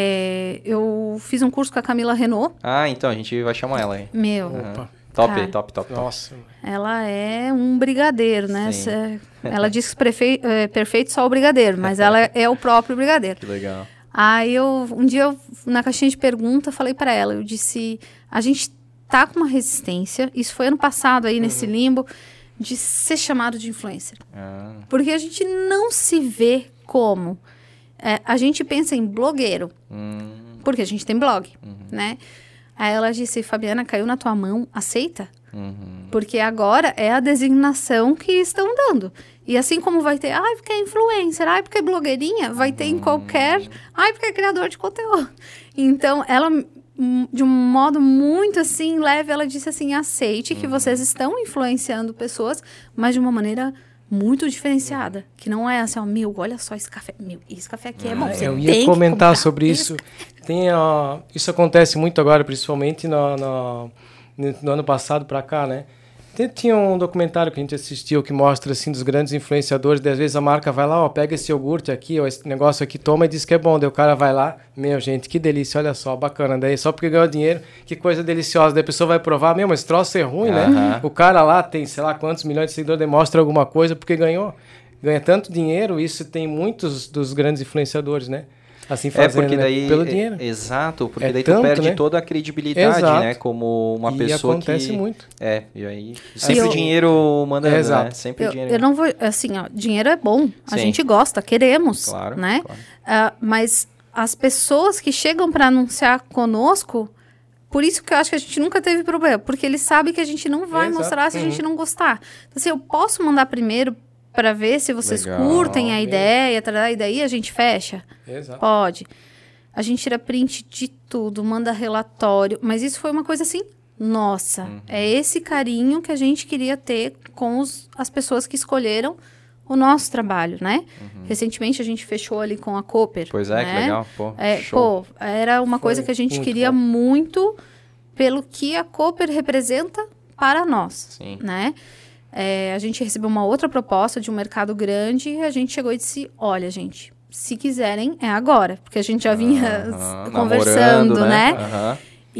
É, eu fiz um curso com a Camila Renault. Ah, então a gente vai chamar ela aí. Meu, Aham. Top, Cara. top, top, top. Nossa. ela é um brigadeiro, né? Sim. Cê- ela diz que prefe- é perfeito só o brigadeiro, mas ela é o próprio brigadeiro. Que legal. Aí eu, um dia, eu, na caixinha de pergunta, falei pra ela, eu disse, a gente tá com uma resistência, isso foi ano passado aí nesse limbo, de ser chamado de influencer. Ah, Porque a gente não se vê como. É, a gente pensa em blogueiro, hum, porque a gente tem blog, né? Aí ela disse, Fabiana, caiu na tua mão, aceita? uhum. Porque agora é a designação que estão dando. E assim como vai ter, ai, porque é influencer, ai, porque é blogueirinha, vai ter em qualquer, ai, porque é criador de conteúdo. Então, ela, hum, de um modo muito assim, leve, ela disse assim, aceite que vocês estão influenciando pessoas, mas de uma maneira muito diferenciada. Que não é assim, ó, meu, olha só esse café, meu, esse café aqui é bom, Ah, você eu tem ia que comentar comprar sobre esse isso. Tem, ó, isso acontece muito agora, principalmente no, no, no ano passado para cá, né? Tem- Tinha um documentário que a gente assistiu que mostra, assim, dos grandes influenciadores. Daí, às vezes a marca vai lá, ó, pega esse iogurte aqui, ó, esse negócio aqui, toma e diz que é bom. Daí o cara vai lá, meu, gente, que delícia, olha só, bacana. Daí só porque ganhou dinheiro, que coisa deliciosa. Daí a pessoa vai provar, meu, mas esse troço é ruim, né? Aham. O cara lá tem, sei lá, quantos milhões de seguidores, demonstra alguma coisa porque ganhou. Ganha tanto dinheiro, isso tem muitos dos grandes influenciadores, né? Assim É fazendo, porque né? daí Pelo é- dinheiro. exato, porque É daí tanto, tu perde né? toda a credibilidade, Exato. né? Como uma E pessoa acontece que muito. É, e aí sempre eu- o dinheiro mandando, É, né? exato. Sempre o Eu, dinheiro. eu não vou, assim, ó, dinheiro é bom, a Sim. gente gosta, queremos, Claro, né? claro. Ah, mas as pessoas que chegam para anunciar conosco, por isso que eu acho que a gente nunca teve problema, porque eles sabem que a gente não vai Exato. mostrar se a gente não gostar. Então, assim, eu posso mandar primeiro para ver se vocês Legal. curtem a Mesmo. ideia, tarará, e daí a gente fecha? Exato. Pode. A gente tira print de tudo, manda relatório, mas isso foi uma coisa assim, nossa, é esse carinho que a gente queria ter com os, as pessoas que escolheram o nosso trabalho, né? Recentemente a gente fechou ali com a Cooper. Pois é, que né? legal. Pô, É, show. pô, era uma Foi coisa que a gente muito queria bom. muito pelo que a Cooper representa para nós, Sim. né? É, a gente recebeu uma outra proposta de um mercado grande e a gente chegou e disse, olha, gente, se quiserem, é agora. Porque a gente já vinha Aham, conversando, namorando, né? Aham.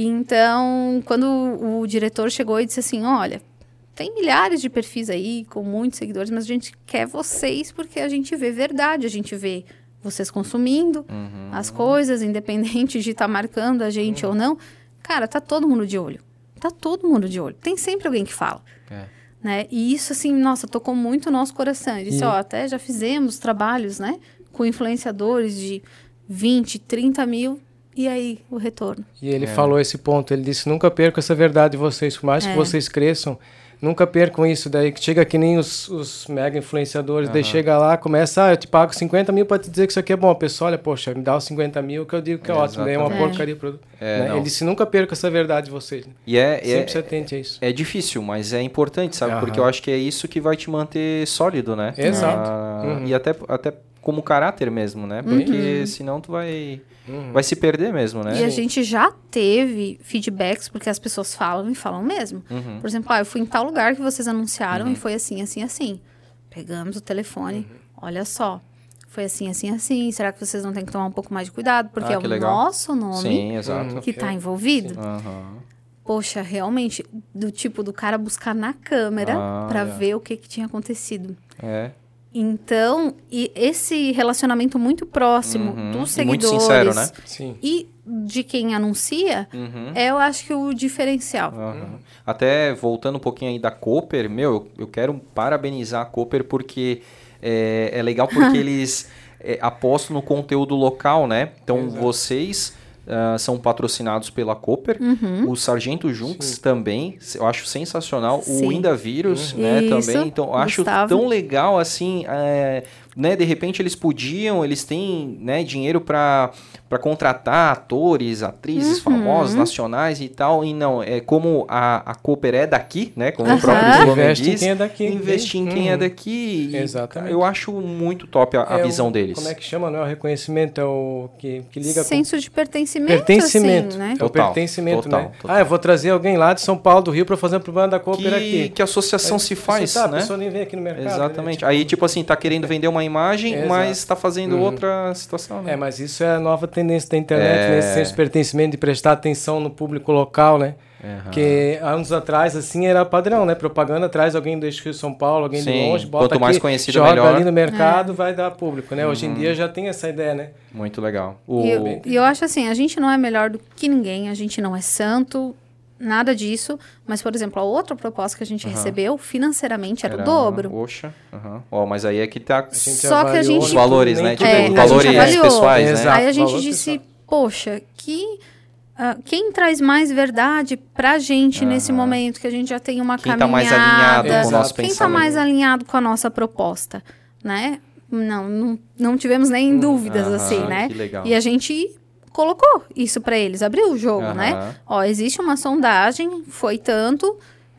Então, quando o diretor chegou e disse assim, olha, tem milhares de perfis aí com muitos seguidores, mas a gente quer vocês porque a gente vê verdade, a gente vê vocês consumindo Uhum. as coisas, independente de estar marcando a gente ou não. Cara, tá todo mundo de olho. Tá todo mundo de olho. Tem sempre alguém que fala. É. Né? E isso, assim, nossa, tocou muito o nosso coração. Eu disse, E- ó, até já fizemos trabalhos, né? Com influenciadores de vinte, trinta mil. E aí, o retorno. E ele É. falou esse ponto, ele disse, nunca percam essa verdade de vocês, por mais É. que vocês cresçam, nunca percam isso, daí que chega que nem os, os mega influenciadores, daí chega lá, começa, ah, eu te pago cinquenta mil para te dizer que isso aqui é bom, a pessoa, olha, poxa, me dá os cinquenta mil que eu digo que é, É, ótimo, daí é uma exatamente. porcaria. Pro, É, né? não. Ele disse, nunca percam essa verdade de vocês, né? E é, Sempre é, se atente a isso. é difícil, mas é importante, sabe? Aham. Porque eu acho que é isso que vai te manter sólido, né? Exato. Ah, Uhum. E até, até como caráter mesmo, né? Porque senão tu vai, vai se perder mesmo, né? E a gente já teve feedbacks, porque as pessoas falam e falam mesmo. Uhum. Por exemplo, ah, eu fui em tal lugar que vocês anunciaram e foi assim, assim, assim. Pegamos o telefone, olha só. Foi assim, assim, assim. Será que vocês não têm que tomar um pouco mais de cuidado? Porque Ah, é que o legal. nosso nome Sim, exato. Uhum. que está envolvido. Aham. Poxa, realmente, do tipo do cara buscar na câmera Ah, pra é. ver o que, que tinha acontecido. É. Então, e esse relacionamento muito próximo Uhum. dos E muito seguidores sincero, né? Sim. e de quem anuncia, Uhum. é, eu acho que o diferencial. Aham. Até voltando um pouquinho aí da Cooper, meu, eu, eu quero parabenizar a Cooper porque é, é legal porque eles é, apostam no conteúdo local, né? Então Exato. vocês ah, são patrocinados pela Cooper, Uhum. o Sargento Junks também, eu acho sensacional, Sim. o Indavírus, Uhum. né, Isso, também, então eu acho Gustavo. tão legal assim, é, né, de repente eles podiam, eles têm, né, dinheiro para para contratar atores, atrizes Uhum. famosos, nacionais e tal, e não, é como a, a Cooper é daqui, né, como Aham. o próprio slogan Investe em diz, quem é daqui. investir em quem Uhum. é daqui, e Exatamente. eu acho muito top a, a É visão o- deles. Como é que chama, não é o reconhecimento, é o que, que liga com... Senso de pertencimento, Pertencimento. assim, né? É o Total, pertencimento, total, né? total. Ah, eu vou trazer alguém lá de São Paulo, do Rio, para fazer um programa da Cooper que, aqui. que associação Aí, se faz, tá, né? A pessoa nem vem aqui no mercado. Exatamente. Né? Aí, tipo assim, tá querendo vender uma imagem, Exato. mas tá fazendo Uhum. outra situação, né? É, mas isso é a nova tendência da internet, É. né? Esse senso de pertencimento, de prestar atenção no público local, né? Aham. Porque anos atrás, assim, era padrão, né? Propaganda traz alguém do eixo Rio São Paulo, alguém Sim, de longe, bota quanto aqui, mais conhecido, joga melhor. ali no É. mercado, vai dar público, né? Hoje Uhum. em dia já tem essa ideia, né? Muito legal. O... E eu, e eu acho assim, a gente não é melhor do que ninguém, a gente não é santo, nada disso. Mas, por exemplo, a outra proposta que a gente Aham. recebeu financeiramente era, Era- o dobro. Oxa. aham. Ó, mas aí é que tá A gente Só que a avaliou, gente- os valores, nem né? tudo Tipo, É, a é gente valores avaliou. pessoais, né? Exato. Aí a gente valor disse, pessoal. poxa, que, ah, quem traz mais verdade pra gente nesse Aham. momento, que a gente já tem uma Quem tá caminhada. mais alinhado com o Exato. nosso Quem tá pensamento. mais alinhado com a nossa proposta, né? Não, não, não tivemos nem dúvidas, Aham, assim, né? que legal. E a gente colocou isso pra eles, abriu o jogo, Aham. né? Ó, existe uma sondagem, foi tanto,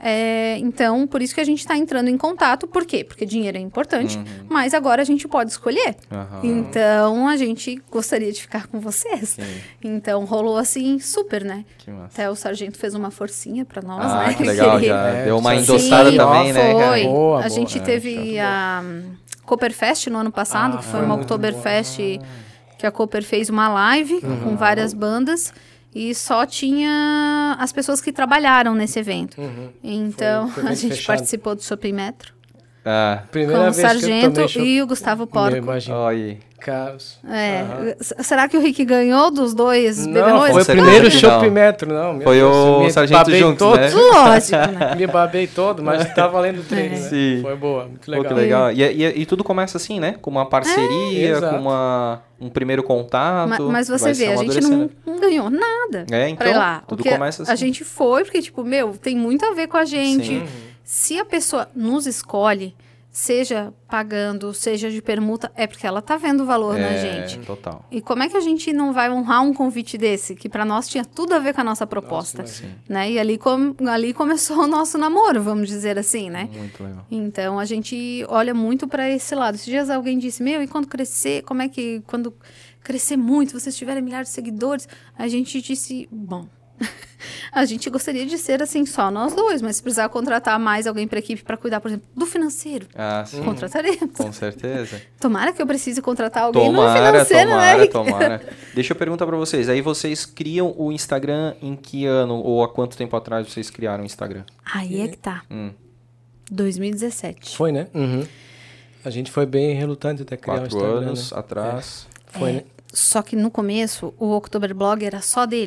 é, então por isso que a gente tá entrando em contato. Por quê? Porque dinheiro é importante, Uhum. mas agora a gente pode escolher. Aham. Então a gente gostaria de ficar com vocês. Sim, Então rolou assim, super, né? que massa. Até o sargento fez uma forcinha pra nós, Ah, né? que legal, Ele- já É, deu uma sim, endossada Sim, também, né? cara? Foi. Boa, a boa. gente É, teve a hum, Cooperfest no ano passado, Ah, que foi foi uma muito Oktoberfest que a Cooper fez uma live com várias bandas e só tinha as pessoas que trabalharam nesse evento. Uhum. Então, Foi um evento a gente fechado. participou do Shopping Metro Ah, Primeira com o vez que eu Sargento tomei chopp- e o Gustavo Eu Porco. imagino. ó aí. Carlos. É, Aham. s- será que o Rick ganhou dos dois Não, bebedores? foi o certeza primeiro que Shopping não. Metro, não. meu Foi Deus, o eu me Sargento babei Juntos, todo. né? Lógico, né? Me babei todo, mas tá valendo o treino, É. né? Sim. Foi boa, muito Pô, legal. que legal. E, e, e tudo começa assim, né? Com uma parceria, É, exato. com uma, um primeiro contato. Ma- Mas você vai se vê, a gente amadurecendo. não, não ganhou nada. É, Pra então, ir lá. tudo Porque começa assim. A gente foi, porque, tipo, meu, tem muito a ver com a gente. Sim. Se a pessoa nos escolhe, seja pagando, seja de permuta, é porque ela tá vendo o valor na É, gente. total. E como é que a gente não vai honrar um convite desse, que pra nós tinha tudo a ver com a nossa proposta, Nossa, né? E ali, com, ali começou o nosso namoro, vamos dizer assim, né? Muito legal. Então a gente olha muito para esse lado. Esses dias alguém disse: meu, e quando crescer, como é que quando crescer muito, vocês tiverem milhares de seguidores? A gente disse: bom, a gente gostaria de ser assim só nós dois, mas se precisar contratar mais alguém para equipe para cuidar, por exemplo, do financeiro, Ah, sim. contrataremos. Com certeza. Tomara que eu precise contratar alguém no Tomara, financeiro, tomara, né? tomara. Deixa eu perguntar pra vocês. Aí vocês criam o Instagram em que ano ou há quanto tempo atrás vocês criaram o Instagram? Aí é que tá. Hum, dois mil e dezessete. Foi, né? Uhum. A gente foi bem relutante até criar o quatro Instagram, anos né? atrás. Foi, É, né? Só que no começo, o Oktoberblog era só dele.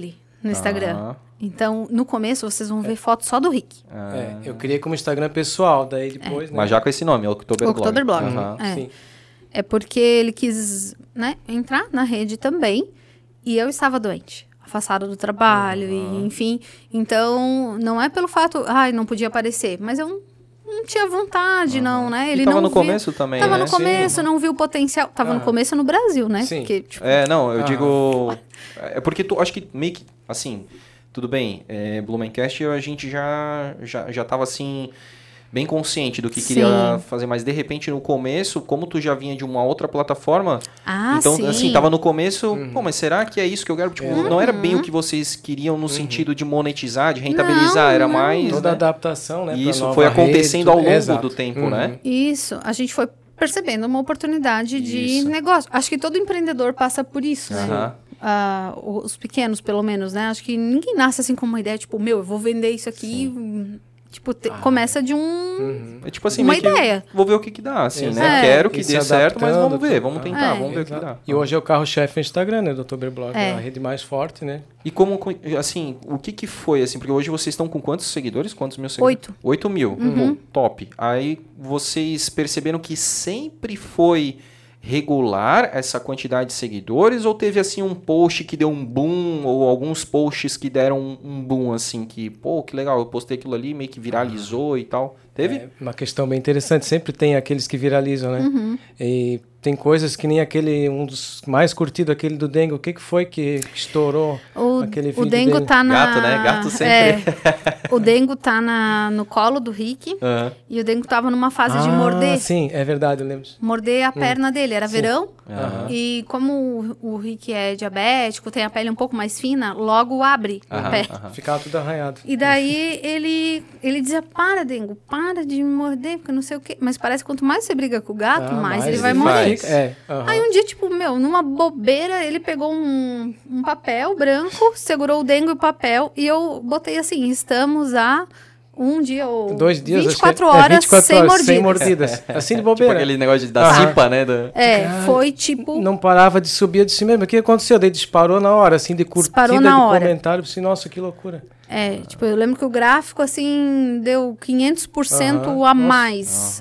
no Instagram. Ah. Então, no começo, vocês vão ver foto só do Rick. Ah. É, eu criei como Instagram pessoal, daí depois, né? Mas já com esse nome, Oktoberblog. Oktoberblog. Aham. É. Sim. É porque ele quis, né, entrar na rede também. E eu estava doente. Afastada do trabalho, e, enfim. Então, não é pelo fato... Ai, não podia aparecer. Mas eu não tinha vontade, não, né? Ele E tava não no viu- começo também, Tava né? no começo, Sim. não viu o potencial. Tava no Aham. começo no Brasil, né? Sim. Porque, tipo, É, não, eu Ah. digo... É porque tu, acho que meio que, assim, tudo bem, é, Blumencast a gente já, já, já tava, assim, bem consciente do que Sim. queria fazer, mas de repente no começo, como tu já vinha de uma outra plataforma, Ah, então, sim. assim, tava no começo, pô, mas será que é isso que eu quero? Tipo, Uhum. não era bem o que vocês queriam no sentido de monetizar, de rentabilizar, Não, era não. mais... Toda né? adaptação, né? E pra isso nova foi rede, acontecendo tudo. ao longo Exato. do tempo, Uhum. né? Isso, a gente foi percebendo uma oportunidade de Isso. negócio. Acho que todo empreendedor passa por isso, né? Aham. Ah, os pequenos, pelo menos, né? Acho que ninguém nasce assim com uma ideia, tipo, meu, eu vou vender isso aqui. hum, Tipo, te- começa de um... É tipo assim, Uma meio que ideia. vou ver o que que dá, assim, Exato. né? É. Quero que E se dê certo, mas adaptando, vamos ver, tudo. vamos tentar, É. vamos ver o que Exato. dá. E hoje é o carro-chefe do Instagram, né? Do Oktoberblog. É. É a rede mais forte, né? E como, co- assim, o que que foi, assim, porque hoje vocês estão com quantos seguidores? Quantos mil seguidores? Oito. Oito mil, pô, top. Aí vocês perceberam que sempre foi regular essa quantidade de seguidores ou teve, assim, um post que deu um boom ou alguns posts que deram um, um boom, assim, que, pô, que legal, eu postei aquilo ali, meio que viralizou e tal. Teve? É uma questão bem interessante. Sempre tem aqueles que viralizam, né? Uhum. E tem coisas que nem aquele, um dos mais curtidos, aquele do Dengue. O que que foi que estourou O, aquele o vídeo Dengo dele? tá na... Gato, né? Gato sempre. É, o Dengo tá na, no colo do Rick. Aham. E o Dengo tava numa fase de Ah, morder. sim, é verdade, eu lembro. Morder a perna dele. Era verão. Aham. E como o, o Rick é diabético, tem a pele um pouco mais fina, logo abre Aham, o pé. aham. Ficava tudo arranhado. E daí ele, ele dizia, para, Dengo, para de me morder, porque não sei o quê. Mas parece que quanto mais você briga com o gato, Ah, mais mas ele vai ele morrer. faz. É, aham. Aí um dia, tipo, meu, numa bobeira, ele pegou um, um papel branco, segurou o Dengo e o papel, e eu botei assim, estamos a um dia ou Dois dias, vinte e acho que é- quatro é horas, vinte e quatro sem horas mordidas. sem mordidas. Assim de Tipo bobeira. aquele negócio de, da Aham. cipa, né? Da... É, foi tipo... Não parava de subir, eu disse mesmo, o que aconteceu? Daí disparou na hora, assim, de curtida, Disparou na de hora. comentário. Eu disse, nossa, que loucura. É, tipo, eu lembro que o gráfico, assim, deu quinhentos por cento Aham, a nossa. mais.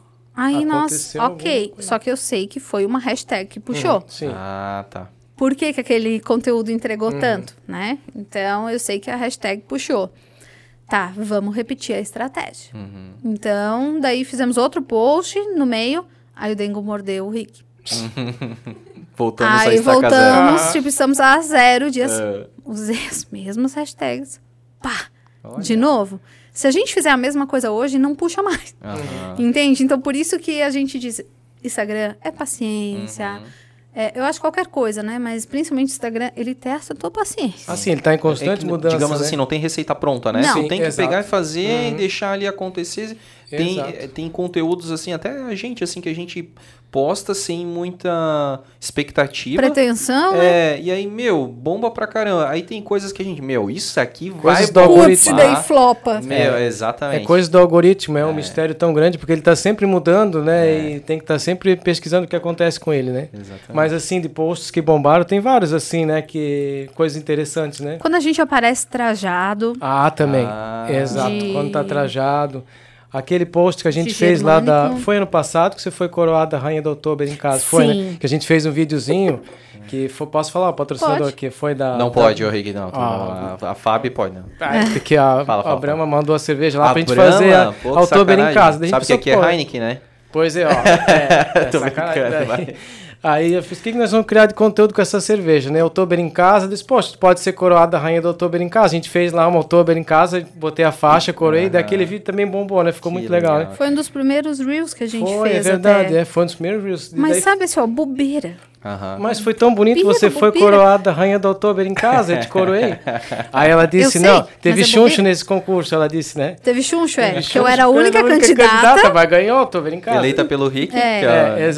Aí, nossa, Aconteceu ok. alguma coisa. Só que eu sei que foi uma hashtag que puxou. Sim. Ah, tá. Por que, que aquele conteúdo entregou Uhum. tanto, né? Então, eu sei que a hashtag puxou. Tá, vamos repetir a estratégia. Uhum. Então, daí fizemos outro post no meio, aí o Dengo mordeu o Rick. Voltamos a aí estaca voltamos, zero. tipo, estamos a zero dias. É. Usei as mesmas hashtags. Pá, Olha. de novo. Se a gente fizer a mesma coisa hoje, não puxa mais. Aham. Entende? Então, por isso que a gente diz, Instagram é paciência. Uhum. É, eu acho qualquer coisa, né? Mas principalmente o Instagram, ele testa a tua paciência. Assim, ele tá em É constante que, mudança, digamos né? assim, não tem receita pronta, né? Não. Tu Sim, tem que exato. pegar e fazer e Uhum. deixar ali acontecer. Tem, Exato. eh, tem conteúdos, assim, até a gente, assim, que a gente posta sem muita expectativa. Pretensão, né? É, e aí, meu, bomba pra caramba. Aí tem coisas que a gente, meu, isso aqui Coisas vai do Putz, algoritmo. daí flopa. Meu, É exatamente. coisa do algoritmo, é um mistério tão grande, porque ele está sempre mudando, né? E tem que estar sempre pesquisando o que acontece com ele, né? Exatamente. Mas assim, de posts que bombaram, tem vários assim, né? Que coisas interessantes, né? Quando a gente aparece trajado, Ah, também. Ah. Exato. De- Quando tá trajado. Aquele post que a gente De fez lá da... germânico. Foi ano passado que você foi coroada Rainha do Outubro em casa. Foi, Sim. né? Que a gente fez um videozinho que foi... Posso falar? O patrocinador Pode. aqui foi da... Não da- pode, ô Rick, não. Ah. a, a Fábio pode, não. Porque a, Fala, fala, a Brahma fala. mandou a cerveja lá A pra gente Brahma, fazer a, pô, que a Outubro em sacanagem. casa. Daí a Sabe gente que aqui pensou, é pô, Heineken, né? Pois é, ó. É, é Tô sacanagem, brincando, daí. vai. Aí eu fiz, o que, que nós vamos criar de conteúdo com essa cerveja, né? Outubro em casa, eu disse, poxa, pode ser coroada a rainha do Outubro em casa. A gente fez lá uma Outubro em casa, botei a faixa, coroei, Ah. daquele vídeo também bombou, né? Ficou Que muito legal, legal. né? foi um dos primeiros reels que a gente Foi, fez é verdade, até. é, foi um dos primeiros reels. Mas Daí- sabe assim, ó, bobeira. Aham. Mas foi tão bonito, Bobeira, você foi bobeira. coroada rainha do Outubro em casa, eu te coroei. Aí ela disse, sei, não, mas teve é chuncho bobeira. nesse concurso, ela disse, né? Teve chuncho, é. Teve Porque eu chuncho, era a porque única ela era candidata. Vai ganhar Outubro em casa. Eleita pelo Rick. É. que é- É, exato.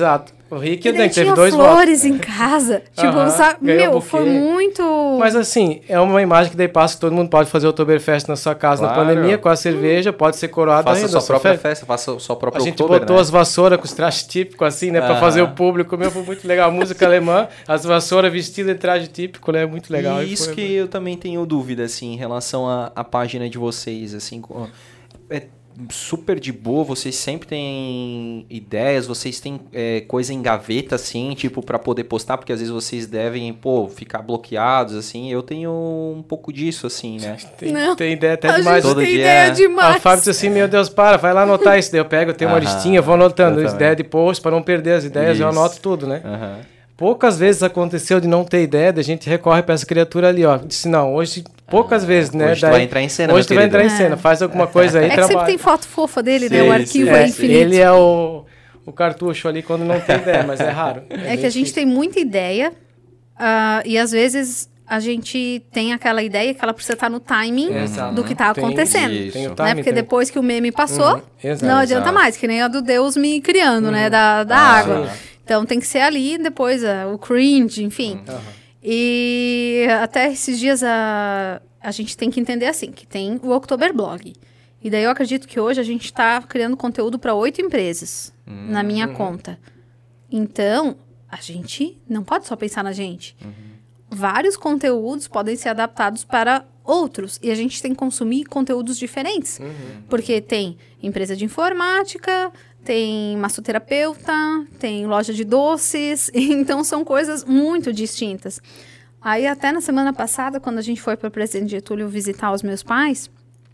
O Rick E e o daí Dengo, teve tinha dois votos. flores em casa. Tipo, Aham, sabe? ganhou Meu, buquê. foi muito... Mas assim, é uma imagem que daí passa que todo mundo pode fazer o Oktoberfest na sua casa Claro. na pandemia, com a cerveja, pode ser coroado Faça ainda. sua sua própria festa. festa, faça sua A própria gente Oktober, botou né? as vassouras com os trajes típicos, assim, né? Pra Aham. fazer o público. Meu, foi muito legal. Música alemã, as vassouras vestidas de traje típico, né? Muito legal. E isso foi... que eu também tenho dúvida, assim, em relação à, à página de vocês, assim, co- é super de boa, vocês sempre têm ideias, vocês têm é, coisa em gaveta, assim, tipo, pra poder postar, porque às vezes vocês devem, pô, ficar bloqueados, assim, eu tenho um pouco disso, assim, né? Tem, Não. tem ideia até A demais. gente Todo tem dia, ideia é. demais. A Fábio disse assim, meu Deus, para, vai lá anotar isso. Daí eu pego, eu tenho uma Aham, listinha, vou anotando eu as também. ideias de post, para não perder as ideias, eu Isso. anoto tudo, né? Aham. Poucas vezes aconteceu de não ter ideia, da gente recorre para essa criatura ali, ó. Disse, não, hoje, poucas vezes, né? Hoje tu vai entrar em cena, Hoje meu tu vai querido. entrar em cena, faz alguma coisa aí, É que trabalha. sempre tem foto fofa dele, Sim, né? O sim. arquivo É, é infinito. ele é o, o cartucho ali quando não tem ideia, mas é raro. É que a gente tem muita ideia ah, e às vezes a gente tem aquela ideia que ela precisa estar no timing Exato. do que está Tem- acontecendo. Isso. Tem o Né? timing, Porque tem- depois que o meme passou, Uhum, exato. não adianta Exato. mais, que nem a do Deus me criando, né? Da, da Ah, água. sim. Então tem que ser ali, depois ah, o cringe, enfim. Aham. E até esses dias a, a gente tem que entender assim, que tem o Oktober Blog. E daí eu acredito que hoje a gente está criando conteúdo para oito empresas na minha conta. Então, a gente não pode só pensar na gente. Vários conteúdos podem ser adaptados para outros. E a gente tem que consumir conteúdos diferentes. Porque tem empresa de informática, tem massoterapeuta, tem loja de doces. Então, são coisas muito distintas. Aí, até na semana passada, quando a gente foi para o Presidente Getúlio visitar os meus pais,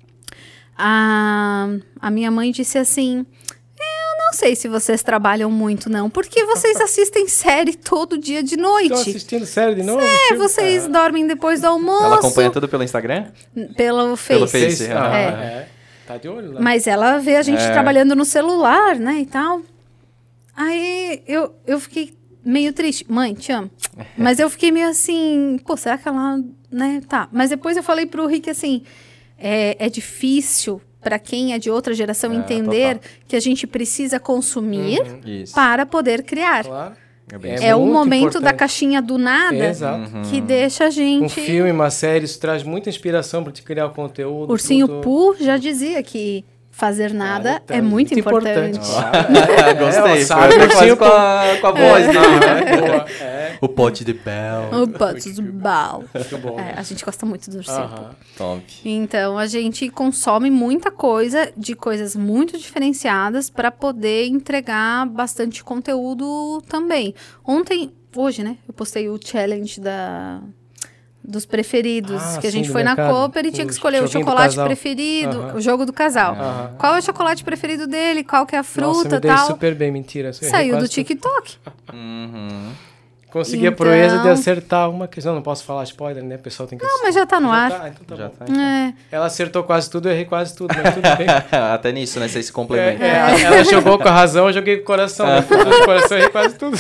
a, a minha mãe disse assim... Eu não sei se vocês trabalham muito, não. Porque vocês assistem série todo dia de Estão noite. assistindo série de novo? É, Tipo, vocês dormem depois do almoço. Ela acompanha tudo pelo Instagram? Pelo Face. Pelo Face. Face, ah, ah, É. é. Tá de olho lá. Mas ela vê a gente É. trabalhando no celular, né, e tal. Aí eu, eu fiquei meio triste. Mãe, te amo. Mas eu fiquei meio assim, pô, será que ela, né, tá. Mas depois eu falei pro Rick assim, é, é difícil para quem é de outra geração É, entender total. que a gente precisa consumir Isso. para poder criar. Claro. É bem É o muito momento da importante. caixinha do nada Exato. que deixa a gente... Um filme, uma série, isso traz muita inspiração para te criar o conteúdo. Ursinho tudo. Pooh já dizia que fazer nada Ah, então, é muito importante. Ah, gostei, É, sabe, foi assim, quase eu- com a, com a voz, É, né? boa, é. O pote de Bel. O Putz Bal. Muito bom. É, a gente gosta muito do Ursinho Pooh. Aham. Top. Então, a gente consome muita coisa, de coisas muito diferenciadas, para poder entregar bastante conteúdo também. Ontem, hoje, né, eu postei o challenge da... dos preferidos, Ah, que a sim, gente do foi na mercado. Cooper e tinha O que escolher o joguinho do chocolate casal. preferido, Aham. o jogo do casal. Aham. Qual é o chocolate preferido dele, qual que é a Nossa, fruta me e dei tal. super bem, mentira. eu errei Saiu do quase tudo. TikTok. Uhum. Consegui a Então- proeza de acertar uma questão. Não posso falar spoiler, né? O pessoal tem que Não, mas já tá no Já ar. tá? Então tá Já bom. tá. então. É. Ela acertou quase tudo, eu errei quase tudo, mas tudo bem. Até nisso, né? Vocês se É, complementam. é, ela jogou com a razão, eu joguei com o coração. Né? Com o coração, eu errei quase tudo.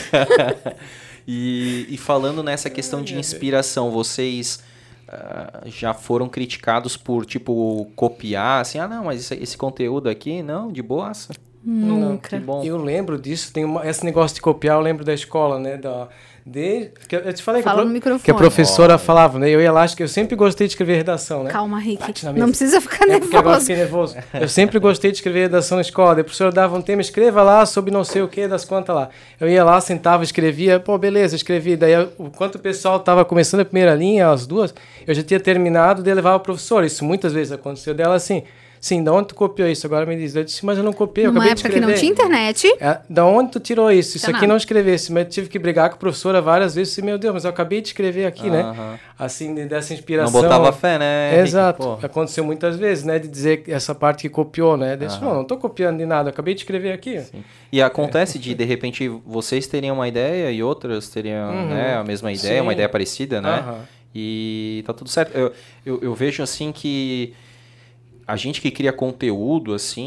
E, e falando nessa questão de inspiração, vocês ah, já foram criticados por, tipo, copiar, assim, ah, não, mas esse, esse conteúdo aqui, não, de boaça. Nunca. Que bom. Eu lembro disso, tem uma, esse negócio de copiar, eu lembro da escola, né? Da, de, que eu te falei que, Fala a, no pro- microfone. que a professora falava, né? Eu ia lá, acho que eu sempre gostei de escrever redação, né? Calma, Rick. Bate na mesa. Não precisa ficar É porque agora eu nervoso. fiquei nervoso. Eu sempre gostei de escrever redação na escola. Daí o professor dava um tema, escreva lá sobre não sei o que, das contas lá. Eu ia lá, sentava, escrevia, pô, beleza, escrevi. Daí, eu- enquanto o pessoal estava começando a primeira linha, as duas, eu já tinha terminado, daí eu levava o professor. Isso muitas vezes aconteceu dela assim. Sim, da onde tu copiou isso? Agora me diz. Eu disse, mas eu não copiei, eu Numa acabei de época que escrever. não tinha internet. É, da onde tu tirou isso? Isso Tá aqui nada. não escrevesse. Mas eu tive que brigar com a professora várias vezes. E, meu Deus, mas eu acabei de escrever aqui, né? Aham. Assim, de- dessa Não inspiração. botava fé, né? Henrique? Exato. Pô. Aconteceu muitas vezes, né? De dizer que essa parte que copiou, né? Disse, Aham. não, não tô copiando de nada. Eu acabei de escrever aqui. E acontece de, de repente, vocês teriam uma ideia e outras teriam Uhum. né, a mesma ideia, Sim. uma ideia parecida, né? Aham. E tá tudo certo. Eu, eu, eu vejo, assim, que a gente que cria conteúdo, assim,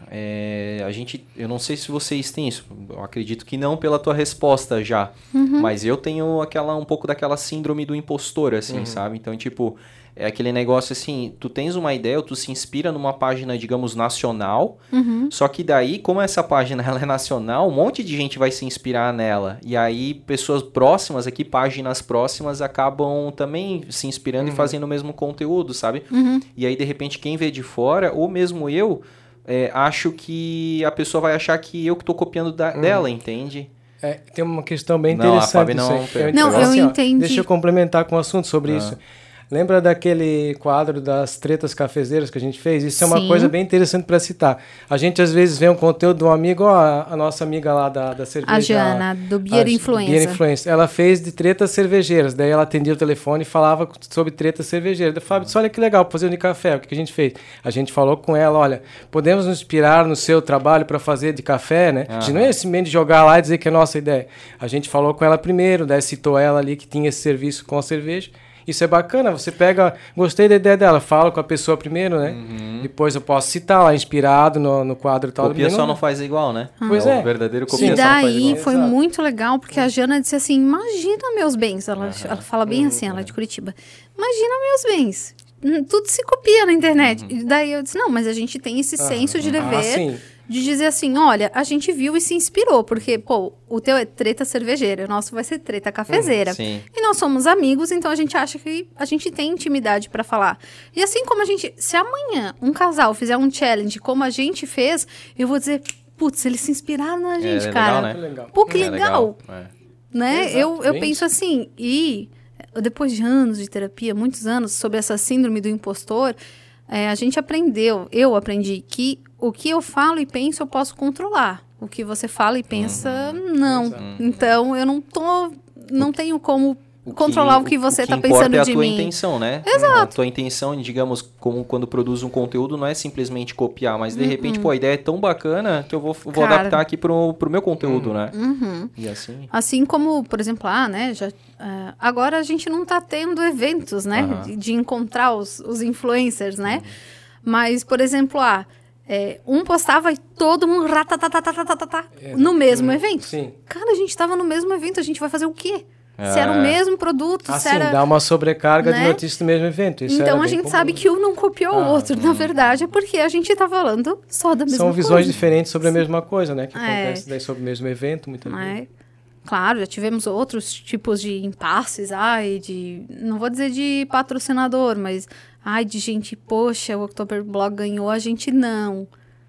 é, a gente, eu não sei se vocês têm isso, eu acredito que não pela tua resposta já, uhum. mas eu tenho aquela, um pouco daquela síndrome do impostor, assim, uhum. sabe? Então, tipo, é aquele negócio assim, tu tens uma ideia, ou tu se inspira numa página, digamos, nacional, uhum. só que daí, como essa página ela é nacional, um monte de gente vai se inspirar nela. E aí, pessoas próximas aqui, páginas próximas, acabam também se inspirando uhum. e fazendo o mesmo conteúdo, sabe? Uhum. E aí, de repente, quem vê de fora, ou mesmo eu, é, acho que a pessoa vai achar que eu que tô copiando da, uhum. dela, entende? É, tem uma questão bem não, interessante. A Fabi não, eu, não, eu assim, entendi. Ó, deixa eu complementar com um assunto sobre ah. isso. Lembra daquele quadro das tretas cafezeiras que a gente fez? Isso é uma Sim. coisa bem interessante para citar. A gente, às vezes, vê um conteúdo de um amigo, ó, a, a nossa amiga lá da, da cerveja... A Jana, do Beer Influencer. Beer Influencer. Ela fez de tretas cervejeiras. Daí ela atendia o telefone e falava sobre tretas cervejeiras. Eu falei, olha que legal, fazer um de café. O que a gente fez? A gente falou com ela, olha, podemos nos inspirar no seu trabalho para fazer de café, né? Uhum. A gente não é simplesmente jogar lá e dizer que é nossa ideia. A gente falou com ela primeiro, daí citou ela ali que tinha esse serviço com a cerveja. Isso é bacana, você pega, gostei da ideia dela, fala com a pessoa primeiro, né? Uhum. Depois eu posso citar lá, inspirado no, no quadro e tal. Copia só não faz igual, né? Ah. Pois é. é. O verdadeiro copia E só não faz daí igual. foi Exato. muito legal, porque a Jana disse assim, imagina meus bens. Ela, uhum. ela fala bem assim, ela é de Curitiba. Imagina meus bens. Tudo se copia na internet. Uhum. E daí eu disse, não, mas a gente tem esse senso uhum. de dever... Ah, de dizer assim, olha, a gente viu e se inspirou, porque, pô, o teu é treta cervejeira, o nosso vai ser treta cafezeira. Sim. E nós somos amigos, então a gente acha que a gente tem intimidade pra falar. E assim como a gente, se amanhã um casal fizer um challenge como a gente fez, eu vou dizer, putz, eles se inspiraram na gente, é, é cara. Legal, né? Legal. Pô, que é legal. legal. É. Né? Exato, eu eu bem penso isso. assim, e depois de anos de terapia, muitos anos, sobre essa síndrome do impostor, é, a gente aprendeu, eu aprendi que o que eu falo e penso eu posso controlar. O que você fala e pensa, uhum. não. Exato. Então, eu não tô, não tenho como O que, controlar o que você está pensando é a de tua mim. intenção, né? Exato. A tua intenção, digamos, como quando produz um conteúdo, não é simplesmente copiar, mas de uhum. repente, pô, a ideia é tão bacana que eu vou, vou Cara, adaptar aqui pro, pro meu conteúdo, uhum. né? Uhum. E assim... Assim como, por exemplo, ah, né, já, uh, agora a gente não está tendo eventos, né, Uhum. de, de encontrar os, os influencers, né? Uhum. Mas, por exemplo, ah, é, um postava e todo mundo ratatatatatatatá É, no mesmo hum, evento. Sim. Cara, a gente estava no mesmo evento, a gente vai fazer o quê? É. Se era o mesmo produto, Assim, se era... dá uma sobrecarga né? de notícias no mesmo evento. Isso Então era a bem gente comum. sabe que um não copiou o Ah, outro. Na verdade, é porque a gente tá falando só da mesma São coisa. visões diferentes sobre a mesma coisa, né? Que É. acontece daí sobre o mesmo evento, muitas vezes. É. Claro, já tivemos outros tipos de impasses, ai, de... Não vou dizer de patrocinador, mas... Ai, de gente, poxa, o Oktoberblog ganhou, a gente não.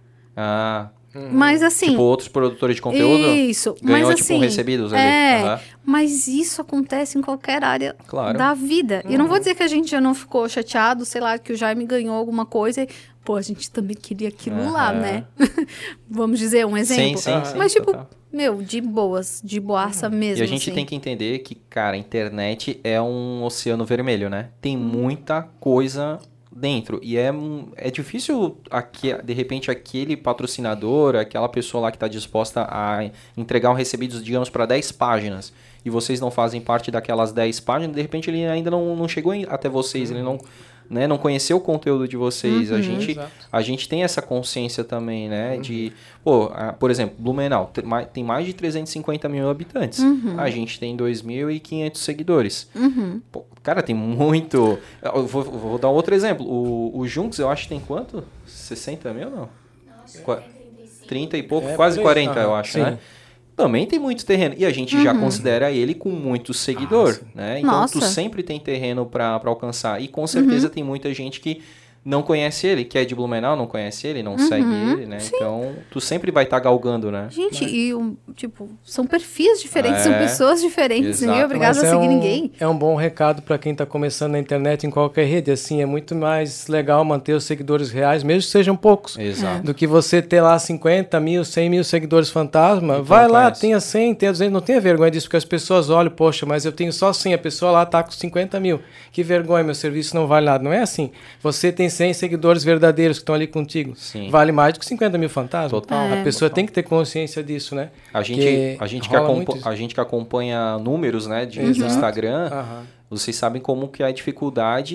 Ah... Mas assim... Tipo outros produtores de conteúdo? Isso. Ganhou, mas, tipo, assim, um recebidos ali? É, Uhum. mas isso acontece em qualquer área Claro. da vida. Uhum. E não vou dizer que a gente já não ficou chateado, sei lá, que o Jaime ganhou alguma coisa e, pô, a gente também queria aquilo Uhum. lá, né? Vamos dizer um exemplo. Sim, sim, sim. Mas, tipo, total. meu, de boas, de boaça mesmo, E a gente assim. tem que entender que, cara, a internet é um oceano vermelho, né? Tem muita coisa dentro. E é, é difícil, aqui, de repente, aquele patrocinador, aquela pessoa lá que está disposta a entregar um recebidos, digamos, para dez páginas, e vocês não fazem parte daquelas dez páginas, de repente ele ainda não, não chegou em, até vocês, uhum. ele não... Né, não conheceu o conteúdo de vocês. Uhum. A, gente, a gente tem essa consciência também, né? Uhum. De, pô, a, por exemplo, Blumenau tem mais de trezentos e cinquenta mil habitantes. Uhum. A gente tem dois mil e quinhentos seguidores. Uhum. Pô, cara, tem muito... Eu vou, vou dar outro exemplo. O, o Junks, eu acho que tem quanto? sessenta mil, não? Nossa, Qua, trinta e pouco, é, quase quarenta, eu acho, sim. né? Também tem muito terreno. E a gente uhum. já considera ele com muito seguidor, ah, né? Então, Nossa. tu sempre tem terreno para alcançar. E com certeza uhum. tem muita gente que não conhece ele, que é de Blumenau, não conhece ele, não uhum. segue ele, né? Sim. Então, tu sempre vai estar tá galgando, né? Gente, Mas... e, um, tipo, são perfis diferentes, é, são pessoas diferentes. exato. Ninguém é obrigado Mas a é seguir um, ninguém. É um bom recado para quem está começando na internet, em qualquer rede. Assim, é muito mais legal manter os seguidores reais, mesmo que sejam poucos. Exato. Do que você ter lá cinquenta mil, cem mil seguidores fantasma. Vai lá, conhece. tenha cem, tenha duzentos. Não tenha vergonha disso, porque as pessoas olham, poxa, mas eu tenho só cem, a pessoa lá está com cinquenta mil. Que vergonha, meu serviço não vale nada. Não é assim. Você tem cem seguidores verdadeiros que estão ali contigo. Sim. Vale mais do que cinquenta mil fantasmas. Total. É. A pessoa Total. tem que ter consciência disso, né? A gente, a gente, que, acompa a gente que acompanha números, né, de, uhum. do Instagram, uhum. vocês sabem como que é a dificuldade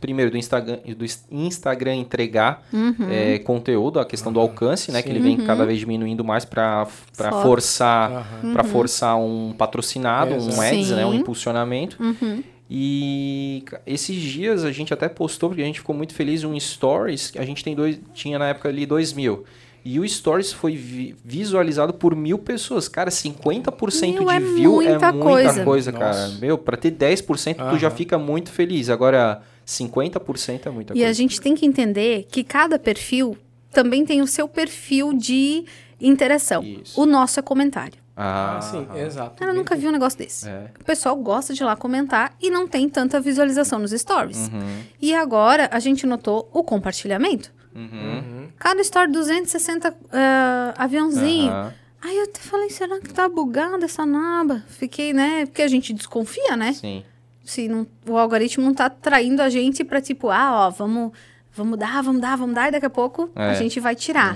primeiro, do Instagram, do Instagram entregar Uhum. é, conteúdo, a questão do alcance, né? Sim. Que ele vem cada vez diminuindo mais para Foto. forçar, Aham. para forçar um patrocinado, um Exato. ads, né? Um Sim. impulsionamento. Uhum. E ca- esses dias a gente até postou, porque a gente ficou muito feliz, um Stories, que a gente tem dois, tinha na época ali dois mil. E o Stories foi vi- visualizado por mil pessoas. Cara, cinquenta por cento Meu, de é view é muita muita coisa. coisa, cara. Nossa. Meu, pra ter dez por cento tu já Aham. fica muito feliz. Agora, cinquenta por cento é muita E coisa. a gente tem que entender que cada perfil também tem o seu perfil de interação. Isso. O nosso é comentário. Ah, Ah, sim, exato. Cara, eu nunca vi um negócio desse. É. O pessoal gosta de ir lá comentar e não tem tanta visualização nos stories. Uhum, E agora a gente notou o compartilhamento. uhum, Cada story duzentos e sessenta ah, aviãozinho. aham, Aí eu até falei, será que tá bugada essa naba? Fiquei, né? Porque a gente desconfia, né? sim. Se não, o algoritmo não tá traindo a gente pra tipo, ah, ó, vamos, vamos dar, vamos dar, vamos dar, e daqui a pouco a É. gente vai tirar.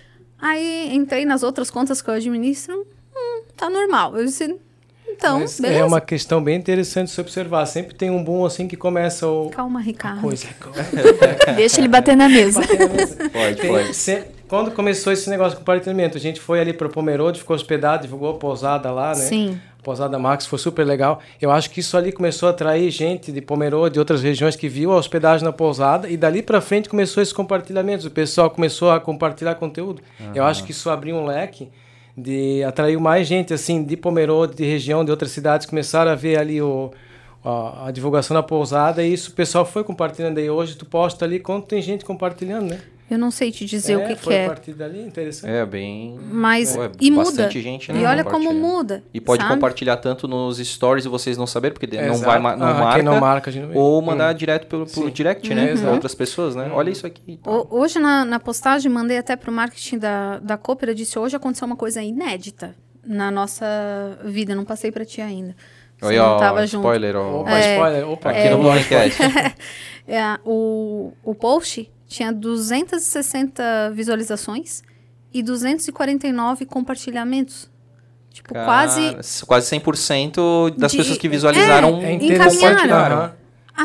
Aí entrei nas outras contas que eu administro, hum, tá normal. Eu disse, então, Mas beleza. é uma questão bem interessante de se observar. Sempre tem um boom assim que começa o... Calma, Ricardo. Coisa. Deixa ele bater na mesa. Pode, Tem- pode. se- Quando começou esse negócio de compartilhamento, a gente foi ali para Pomerode, ficou hospedado, divulgou a pousada lá, né? Sim. Pousada Max, foi super legal. Eu acho que isso ali começou a atrair gente de Pomerode, de outras regiões que viu a hospedagem na pousada, e dali para frente começou esses compartilhamentos. O pessoal começou a compartilhar conteúdo. Eu acho que isso abriu um leque de atraiu mais gente assim de Pomerode, de região, de outras cidades, começaram a ver ali o a, a divulgação na pousada, e isso o pessoal foi compartilhando. Aí hoje tu posta ali quanto tem gente compartilhando, né? Eu não sei te dizer o que, que foi é. a partir dali, interessante. É bem... Mas, Pô, é e muda. bastante gente, né, E olha como compartilhando. muda. E pode sabe? compartilhar tanto nos stories e vocês não saberem, porque não Exato. vai ma- não Ah, marca, quem não marca, a gente não vê. ou mandar Hum. direto pelo, pelo Sim. direct, né? Exato. Pra outras pessoas, né? Olha isso aqui. e tal. O- Hoje, na, na postagem, mandei até pro marketing da, da Cooper, eu disse, hoje aconteceu uma coisa inédita na nossa vida, não passei pra ti ainda. Você Olha, não ó, tava junto. spoiler, ó. Opa, spoiler. Opa, Aqui no podcast. É, o, o post tinha duzentas e sessenta visualizações e duzentos e quarenta e nove compartilhamentos. Tipo, Cara, quase... quase cem por cento das de- pessoas que visualizaram É, interessante. encaminharam. Aham.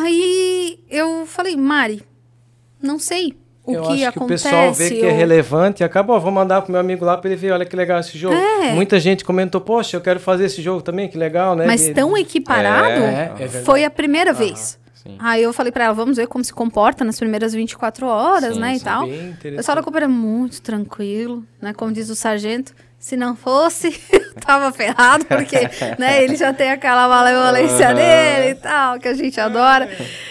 Aí eu falei, Mari, não sei o eu que acho que acontece. o pessoal vê que é eu- relevante e acabou, vou mandar pro meu amigo lá para ele ver, olha que legal esse jogo. É. Muita gente comentou, poxa, eu quero fazer esse jogo também, que legal, né? Mas De- tão equiparado, É, é verdade. foi a primeira vez. Sim. Aí eu falei pra ela, vamos ver como se comporta nas primeiras vinte e quatro horas, Sim, né, e sim, tal. bem O interessante. pessoal da Cooper é muito tranquilo, né, como diz o sargento. Se não fosse, eu tava ferrado, porque, né, ele já tem aquela malevolência dele e tal, que a gente adora.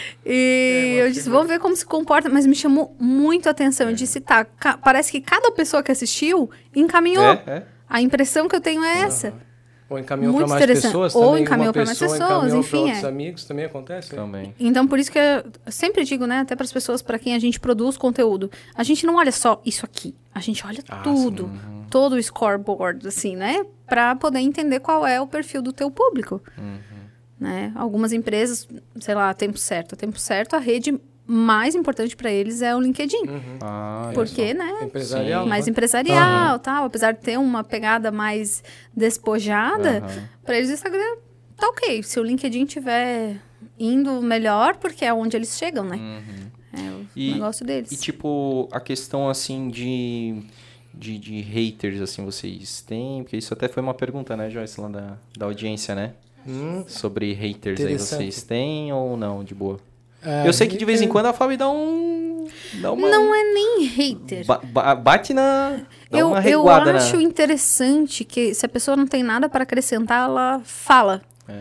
E eu disse, vamos ver como se comporta, mas me chamou muito a atenção. Eu disse, tá, ca- parece que cada pessoa que assistiu encaminhou. É, é. A impressão que eu tenho é essa. Ou encaminhou Muito para mais interessante. pessoas Ou também. encaminhou uma pra mais pessoa pessoas, encaminhou enfim, pra outros é. amigos, também acontece. né? Também. Então, por isso que eu sempre digo, né, até para as pessoas para quem a gente produz conteúdo, a gente não olha só isso aqui, a gente olha Ah, tudo, todo o scoreboard, assim, né, para poder entender qual é o perfil do teu público, né? Algumas empresas, sei lá, tempo certo, tempo certo, a rede mais importante para eles é o LinkedIn, Ah, olha porque, só. né, Empresarial. Sim. mais né? empresarial, tal, apesar de ter uma pegada mais despojada, Aham. para eles o Instagram tá ok. Se o LinkedIn tiver indo melhor, porque é onde eles chegam, né? É o E- negócio deles. E tipo, a questão assim de, de, de haters, assim, vocês têm? Porque isso até foi uma pergunta, né, Joyce, lá da, da audiência, né? Hum. Sobre haters aí, Interessante. vocês têm ou não, de boa? É, Eu sei que de vez em e- quando a Fábio dá um... Dá uma, Não é nem hater. ba- ba- bate na... Dá Eu, uma eu reguada acho na... interessante que se a pessoa não tem nada para acrescentar, ela fala.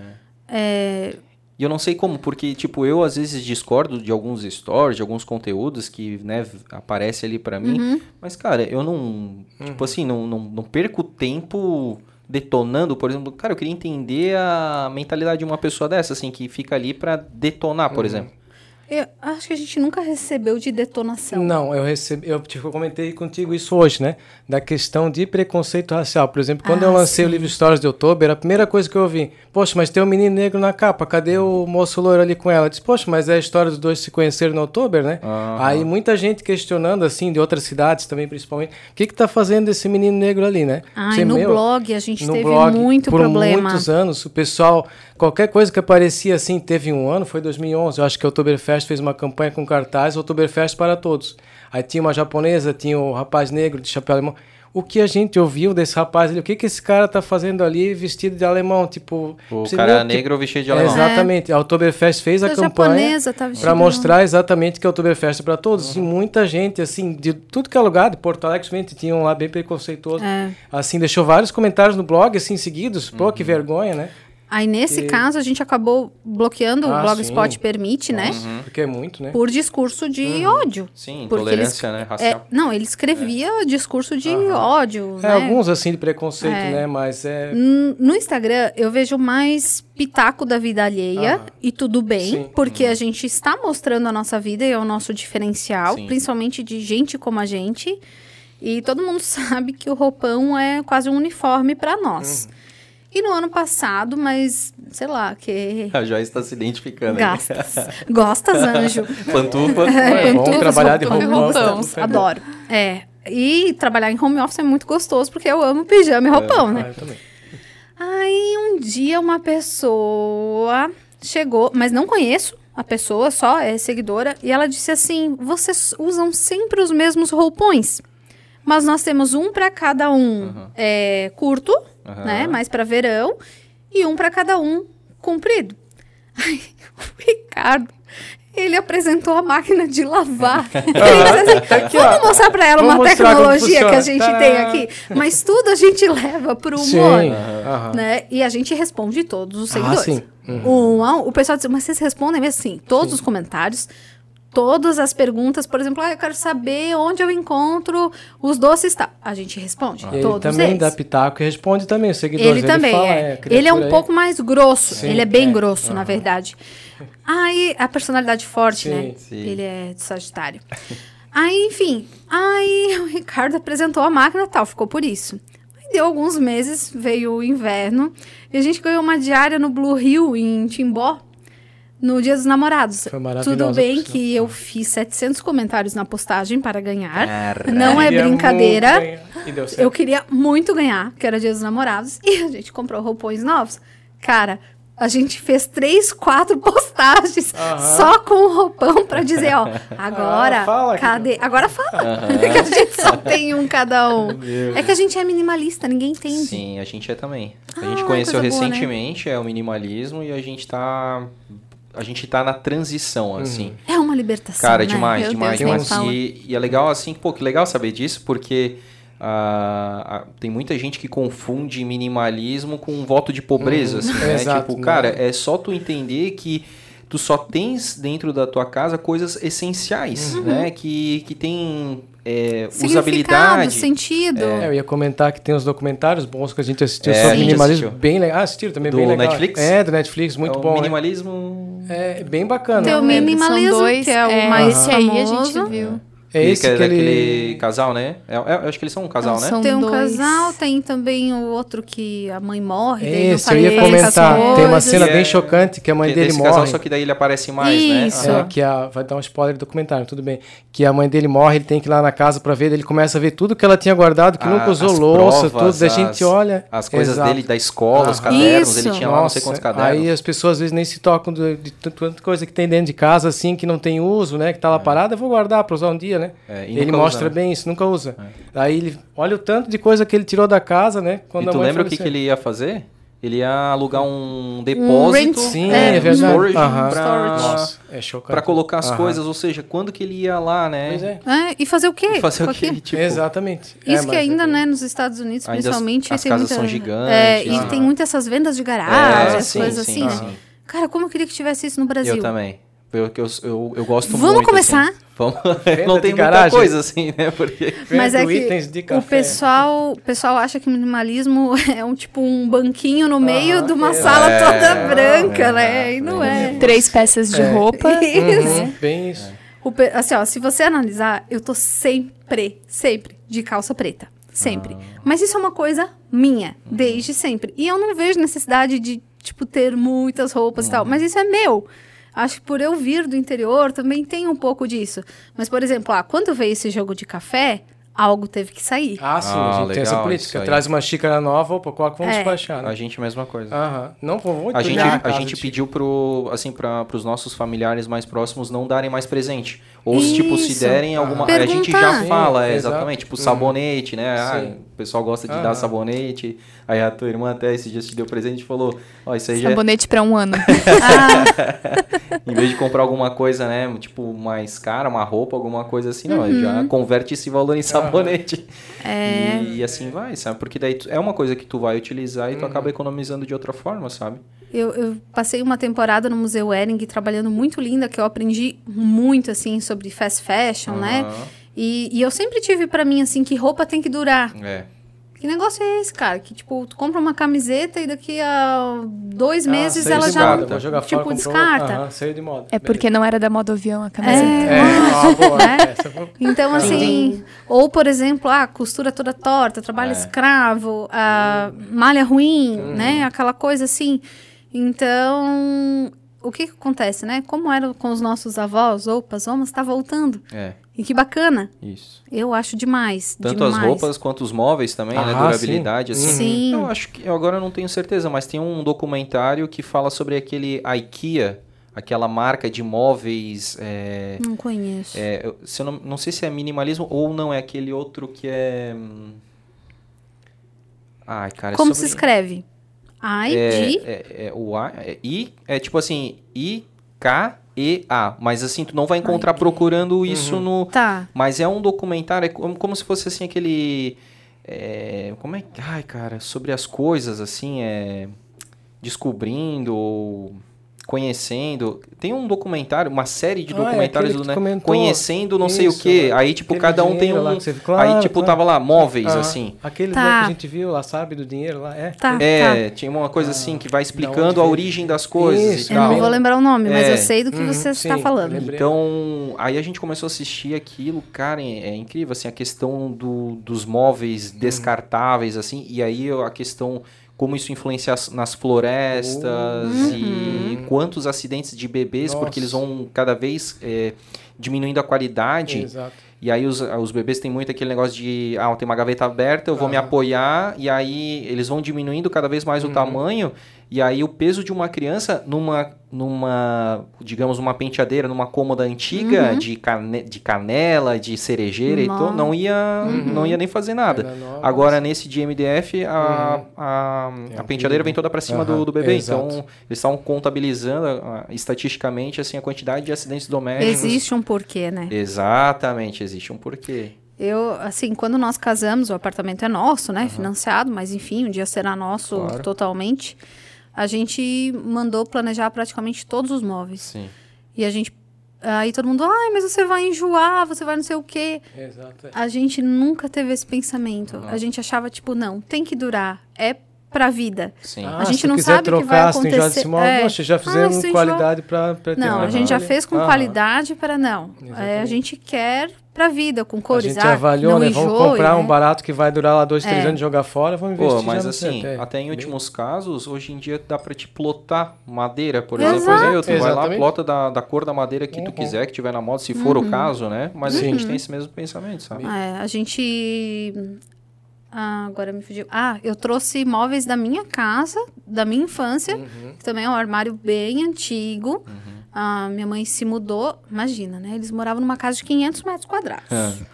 É, E eu não sei como, porque, tipo, eu às vezes discordo de alguns stories, de alguns conteúdos que, né, v- aparece ali pra mim. Uhum. Mas, cara, eu não... Tipo assim, não, não, não perco tempo detonando, por exemplo. Cara, eu queria entender a mentalidade de uma pessoa dessa, assim, que fica ali pra detonar, por exemplo. eu acho que a gente nunca recebeu de detonação. Não, eu recebi, eu tipo, eu comentei contigo isso hoje, né? Da questão de preconceito racial. Por exemplo, quando Ah, eu lancei sim. o livro Stories de Outubro, a primeira coisa que eu ouvi, poxa, mas tem um menino negro na capa, cadê o moço loiro ali com ela? Eu disse, poxa, mas é a história dos dois se conheceram no Outubro, né? Aham. Aí muita gente questionando, assim, de outras cidades também, principalmente, o que que tá fazendo esse menino negro ali, né? Ai, Você, no meu, blog a gente no teve blog, muito por problema. muitos anos, o pessoal, qualquer coisa que aparecia assim, teve um ano, foi dois mil e onze, eu acho que é o Oktoberfest Oktoberfest fez uma campanha com cartaz, Oktoberfest para todos. Aí tinha uma japonesa, tinha o rapaz negro de chapéu alemão. O que a gente ouviu desse rapaz ali, o que, que esse cara tá fazendo ali vestido de alemão? Tipo, o cara negro vestido de alemão. É, exatamente. A Oktoberfest fez a, a campanha tá para mostrar exatamente que a Oktoberfest é para todos. Uhum. E muita gente, assim, de tudo que é lugar, de Porto Alegre, principalmente, tinham lá bem preconceituoso. É. Assim, deixou vários comentários no blog, assim, seguidos. Pô, uhum. que vergonha, né? Aí, nesse e... caso, a gente acabou bloqueando, ah, o Blogspot sim. permite, né? Uhum. Porque é muito, né? Por discurso de uhum. ódio. Sim, intolerância, eles, né? Racial. É, não, ele escrevia é. discurso de uhum. ódio, é, né? Alguns, assim, de preconceito, é. né? Mas é... No Instagram, eu vejo mais pitaco da vida alheia, uhum. e tudo bem, sim. porque uhum. a gente está mostrando a nossa vida e é o nosso diferencial, sim. principalmente de gente como a gente. E todo mundo sabe que o roupão é quase um uniforme para nós. Uhum. E no ano passado, mas, sei lá, que... A Joyce está se identificando. Gastas. Gostas, anjo? Pantufa. É, é bom trabalhar de roupão. Adoro. É. E trabalhar em home office é muito gostoso, porque eu amo pijama e roupão, é, né? Eu também. Aí, um dia, uma pessoa chegou, mas não conheço a pessoa, só é seguidora, e ela disse assim, vocês usam sempre os mesmos roupões, mas nós temos um para cada um uhum. é, curto... Uhum. Né? Mais para verão. E um para cada um comprido. Aí, o Ricardo, ele apresentou a máquina de lavar. Ele disse assim, aqui, vamos ó, mostrar para ela uma tecnologia que a gente tá. tem aqui. Mas tudo a gente leva pro humor. Sim. Uhum. Né? E a gente responde todos os seguidores. Ah, sim. Uhum. Um, o pessoal diz, mas vocês respondem mesmo assim? Todos sim. os comentários... Todas as perguntas, por exemplo, ah, eu quero saber onde eu encontro os doces tal. A gente responde, ah. todos Ele também eles. dá pitaco e responde também, os seguidores. Ele, ele também, fala, é. É, ele é um aí. pouco mais grosso, sim, ele é bem é. grosso, uhum. na verdade. Aí, a personalidade forte, sim, né? Sim. Ele é de Sagitário. Aí, enfim, aí o Ricardo apresentou a máquina e tal, ficou por isso. Aí deu alguns meses, veio o inverno, e a gente ganhou uma diária no Blue Hill, em Timbó, no Dia dos Namorados. Foi maravilhoso. Tudo bem que eu fiz setecentos comentários na postagem para ganhar. Caramba. Não é brincadeira. E deu certo. Eu queria muito ganhar, que era Dia dos Namorados. E a gente comprou roupões novos. Cara, a gente fez três, quatro postagens uh-huh. só com o roupão para dizer, ó, agora, ah, fala, cadê? Agora fala. Uh-huh. Que a gente só tem um cada um. É que a gente é minimalista, ninguém entende. Sim, a gente é também. A gente ah, conheceu recentemente, boa, né? É o minimalismo, e a gente tá... A gente tá na transição, assim. É uma libertação, Cara, né? demais, Meu demais, Deus, demais. E, e é legal, assim, pô, que legal saber disso, porque uh, uh, tem muita gente que confunde minimalismo com um voto de pobreza, hum, assim, né? Exato, tipo, cara, é só tu entender que tu só tens dentro da tua casa coisas essenciais, uhum. né? Que, que tem é, usabilidade. Sentido. É, eu ia comentar que tem uns documentários bons que a gente assistiu é, sobre minimalismo. Assistiu. Bem legal. Ah, assistiram também, do bem legal. Netflix? É, do Netflix, muito é bom. O minimalismo... É, bem bacana. Tem o minimalismo, dois, que é o é, mais esse famoso. aí a gente viu. É esse que é aquele... daquele casal, né? É, é, eu acho que eles são um casal, né? São tem um dois. casal, tem também o outro que a mãe morre. Esse, eu ia comentar. Tem uma cena é, bem chocante que a mãe dele morre. Casal, só que daí ele aparece mais, Isso. né? É, que a, vai dar um spoiler do documentário, tudo bem. Que a mãe dele morre, ele tem que ir lá na casa pra ver, ele começa a ver tudo que ela tinha guardado, que a, nunca usou louça, tudo. As, a gente olha... As coisas Exato. dele da escola, ah, os cadernos, isso. ele tinha lá não sei quantos cadernos. Aí as pessoas às vezes nem se tocam de, de, de tanta coisa que tem dentro de casa, assim, que não tem uso, né? Que tá lá é. parada, eu vou guardar pra usar um dia, né? É, ele mostra bem isso, nunca usa. É. Aí ele olha o tanto de coisa que ele tirou da casa, né? Quando e tu lembra o que, que ele ia fazer? Ele ia alugar um depósito. Um Sim, é, é verdade. Storage, uh-huh. pra, Nossa, é chocante. Pra colocar as uh-huh. coisas, ou seja, quando que ele ia lá, né? Pois é. É, e fazer o quê? E fazer o quê? Tipo, exatamente. Isso é, que ainda, é né, nos Estados Unidos, ainda principalmente... As, as tem casas muita, são gigantes. É, e ah. tem muitas essas vendas de garagem, é, as sim, coisas sim, assim, sim. né? Cara, como eu queria que tivesse isso no Brasil. Eu também. Eu, eu, eu, eu gosto Vamos muito. começar? Assim. Vamos começar? Não tem muita garagem. coisa assim, né? Porque... Mas é que itens de café. o pessoal, o pessoal acha que minimalismo é um tipo um banquinho no meio ah, de uma é, sala toda branca, é, né? E não é. é. Três peças de é. roupa. Isso. Uhum, bem isso. O, assim, ó, se você analisar, eu tô sempre, sempre de calça preta. Sempre. Ah. Mas isso é uma coisa minha, desde sempre. E eu não vejo necessidade de, tipo, ter muitas roupas uhum. e tal. Mas isso é meu. Acho que por eu vir do interior, também tem um pouco disso. Mas, por exemplo, ah, quando veio esse jogo de café, algo teve que sair. Ah, sim, Ah, a gente tem essa legal, política. isso aí. Traz uma xícara nova, opa, qual que vamos É. despachar, né? A gente, mesma coisa. Aham. Não, vou muito A gente, olhar a casa gente de- pediu pro, assim, para os nossos familiares mais próximos não darem mais presente. Ou, se, tipo, se Isso. derem alguma... A gente Perguntar. já fala, Sim, é, exato. exatamente. Tipo, Uhum. sabonete, né? Ah, Sim. o pessoal gosta de Aham. dar sabonete. Aí a tua irmã até esse dia te deu presente e falou, ó, isso aí já é... Sabonete pra um ano. Ah, Em vez de comprar alguma coisa, né? Tipo, mais cara, uma roupa, alguma coisa assim, não. Uhum. Já converte esse valor em sabonete. É. E, e assim vai, sabe? Porque daí tu- é uma coisa que tu vai utilizar e tu Uhum. acaba economizando de outra forma, sabe? eu, eu passei uma temporada no Museu Hering trabalhando muito linda, que eu aprendi muito, assim, sobre fast fashion, né? Aham. E, e eu sempre tive pra mim, assim, que roupa tem que durar. É. Que negócio é esse, cara? Que, tipo, tu compra uma camiseta e daqui a dois Ah, meses saiu ela de já, moda, vou jogar tipo, fora, comprou- descarta. Aham, saiu de moda. É porque não era da moda avião a É, camiseta. É, ah, boa. né? Essa foi... Então, Ah. assim, ou, por exemplo, a costura toda torta, trabalho É. escravo, a malha ruim, né? Aquela coisa assim. Então, o que que acontece, né? Como era com os nossos avós, opas, vamos, tá voltando. É, E que bacana. isso. Eu acho demais. Tanto demais. as roupas quanto os móveis também, né? Ah, Durabilidade, sim. assim. Sim. Eu acho que, eu agora não tenho certeza, mas tem um documentário que fala sobre aquele IKEA, aquela marca de móveis... É, Não conheço. é, eu, se eu não, não sei se é minimalismo ou não, é aquele outro que é... hum, Ai, cara, é Como sobre... se escreve? Ai, É, de... é, é, o A, é, I, é tipo assim, I, K, E, A. Mas assim, tu não vai encontrar Ai, procurando isso no... Tá. Mas é um documentário, é como, como se fosse assim aquele... é, como é que... Ai, cara, sobre as coisas, assim, é... Descobrindo ou conhecendo... Tem um documentário, uma série de Ah, é documentários aquele que do, tu né? comentou. Conhecendo não sei o Isso, quê. né? Aí, tipo, Aquele cada um tem dinheiro um... lá que você- aí, claro, tipo, claro. tava lá, móveis, Ah, assim. Aquele Tá. lá que a gente viu lá, sabe, do dinheiro lá, é. Tá, É, tá. tinha uma coisa assim que vai onde explicando a veio? origem das coisas Isso, e Eu tal. não vou lembrar o nome, mas É. eu sei do que Uhum, você sim, está falando. eu lembrei. Então, aí a gente começou a assistir aquilo, cara, é, é incrível, assim, a questão do, dos móveis Uhum. descartáveis, assim, e aí a questão, como isso influencia as- nas florestas e quantos acidentes de bebês, Nossa. porque eles vão cada vez é, diminuindo a qualidade, Exato. e aí os, os bebês têm muito aquele negócio de, ah, tem uma gaveta aberta, eu vou me Aham. apoiar, e aí eles vão diminuindo cada vez mais o Uhum. tamanho, e aí o peso de uma criança numa, numa digamos, uma penteadeira, numa cômoda antiga Uhum. de, cane, de canela, de cerejeira e Nossa. tudo, não ia, Uhum. não ia nem fazer nada. Era nova, Agora, nesse de M D F, a, Uhum. a, É a penteadeira vem toda para cima Aham, do, do bebê. exato. Então, eles estavam contabilizando ah, estatisticamente assim, a quantidade de acidentes domésticos. Existe um porquê, né? Exatamente, existe um porquê. Eu, assim, quando nós casamos, o apartamento é nosso, né? Financiado, mas enfim, um dia será nosso Claro. totalmente. A gente mandou planejar praticamente todos os móveis. Sim. E a gente... Aí todo mundo, ai, mas você vai enjoar, você vai não sei o quê. Exato. é. A gente nunca teve esse pensamento. A gente achava, tipo, não, tem que durar. É pra vida. Sim. Ah, A gente se não quiser sabe o que vai trocar, se tu enjoar acontecer. desse móvel, É. poxa, já Ah, fizemos se tu qualidade para ter Não, a uma gente já olha. fez com Aham. qualidade para não. É, a Exatamente. gente quer pra vida, com A cores. gente ah, avaliou, não né? Vamos enjoe, comprar né? um barato que vai durar lá dois, três É. anos e jogar fora, vamos investir Pô, mas já no assim, certo, é. até em Bem- últimos casos, hoje em dia dá pra te plotar madeira, por Exato. exemplo. Eu, tu vai lá, Exatamente. plota da, da cor da madeira que tu Uhum. quiser, que tiver na moda, se for Uhum. o caso, né? Mas a gente tem esse mesmo pensamento, sabe? É, a gente... Ah, agora me fugiu. Ah, eu trouxe móveis da minha casa, da minha infância, Uhum. que também é um armário bem antigo. A minha mãe se mudou, imagina, né? Eles moravam numa casa de quinhentos metros quadrados.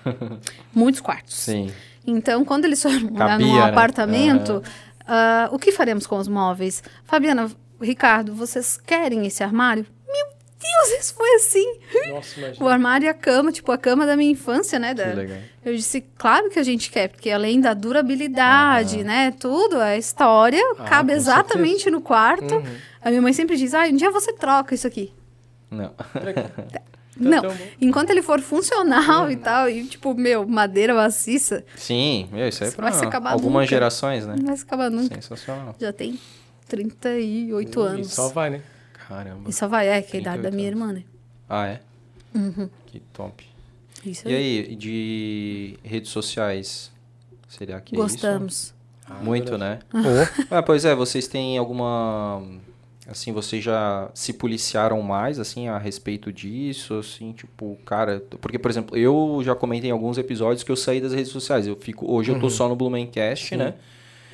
Muitos quartos. Sim. Então, quando eles foram morar num Cabia, né? apartamento, ah, o que faremos com os móveis? Fabiana, Ricardo, vocês querem esse armário? Meu Deus, isso foi assim. Nossa, O imagina. armário e a cama, tipo, a cama da minha infância, né? Da... Que legal. Eu disse, claro que a gente quer, porque além da durabilidade, né? Tudo, a história Ah, cabe com exatamente no quarto. Uhum. A minha mãe sempre diz, ah, um dia você troca isso aqui. Não. Não, tão bom. enquanto ele for funcional e tal, e tipo, meu, madeira maciça, Sim, meu, isso aí é Isso pra vai se acabar algumas nunca. gerações, né? não vai se acabar nunca. Sensacional. Já tem trinta e oito E anos. só vai, né? Caramba. E só vai, é, que é a idade da trinta e oito minha irmã, né? Ah, é? Uhum. Que top. Isso E aí. aí, de redes sociais? Será que é Gostamos. isso? Muito, né? Oh, Ah, pois é, vocês têm alguma Assim, vocês já se policiaram mais, assim, a respeito disso, assim, tipo, cara... Porque, por exemplo, eu já comentei em alguns episódios que eu saí das redes sociais. Eu fico, hoje uhum. eu tô só no Blumencast, Sim. né?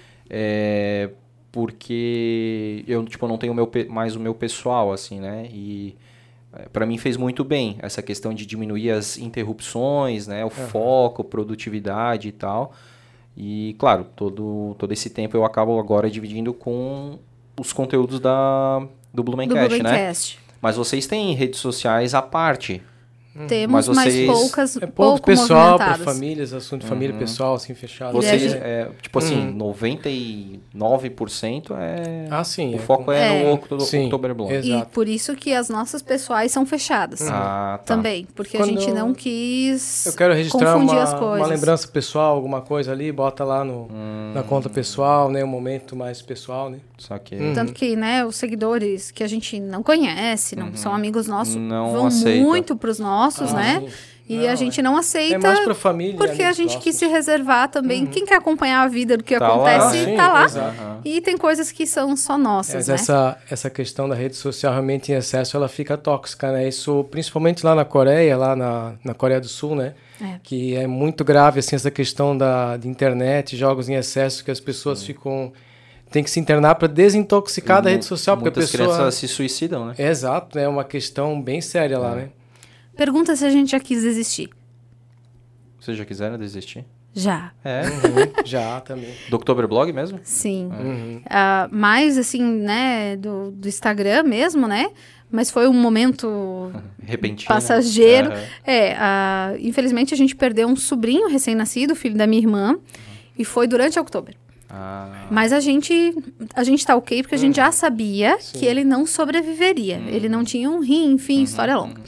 É, porque eu, tipo, não tenho meu, mais o meu pessoal, assim, né? E para mim fez muito bem essa questão de diminuir as interrupções, né? O uhum. foco, produtividade e tal. E, claro, todo, todo esse tempo eu acabo agora dividindo com... os conteúdos da, do Blumencast, né? Mas vocês têm redes sociais à parte. Temos, mas, vocês... mas poucas, é pouco, pouco pessoal, para famílias, assunto de família, uhum. pessoal, assim, fechado. Vocês, é, tipo assim, uhum. noventa e nove por cento é... Ah, sim. O é. foco é, é no Oktoberblog. E por isso que as nossas pessoais são fechadas. Uhum. Ah, tá. Também, porque Quando a gente não quis eu quero registrar confundir uma, as coisas. uma lembrança pessoal, alguma coisa ali, bota lá no, hum. na conta pessoal, né? Um momento mais pessoal, né? Só que... Uhum. Tanto que, né, os seguidores que a gente não conhece, não uhum. são amigos nossos, não vão aceita. muito pros nossos, ah, né? Sim. E não, a gente não aceita, é mais pra família, porque a gente próximos. quis se reservar também. Uhum. Quem quer acompanhar a vida do que tá acontece, lá. Sim, tá lá. Exato. E tem coisas que são só nossas, Mas né? essa, essa questão da rede social realmente em excesso, ela fica tóxica, né? Isso principalmente lá na Coreia, lá na, na Coreia do Sul, né? É. Que é muito grave, assim, essa questão da, de internet, jogos em excesso, que as pessoas Sim. ficam... Tem que se internar para desintoxicar e da rede social, porque a pessoa... Muitas crianças se suicidam, né? Exato, é uma questão bem séria é. lá, né? Pergunta se a gente já quis desistir. Vocês já quiseram desistir? Já. É? Uhum, já, também. Do Oktoberblog mesmo? Sim. É. Uhum. Uh, mais, assim, né, do, do Instagram mesmo, né? Mas foi um momento... repentino. Passageiro. Uhum. É, uh, infelizmente a gente perdeu um sobrinho recém-nascido, filho da minha irmã, uhum. e foi durante outubro. Ah. Mas a gente, a gente tá ok, porque a gente uhum. já sabia Sim. que ele não sobreviveria. Uhum. Ele não tinha um rim, enfim, uhum. história longa.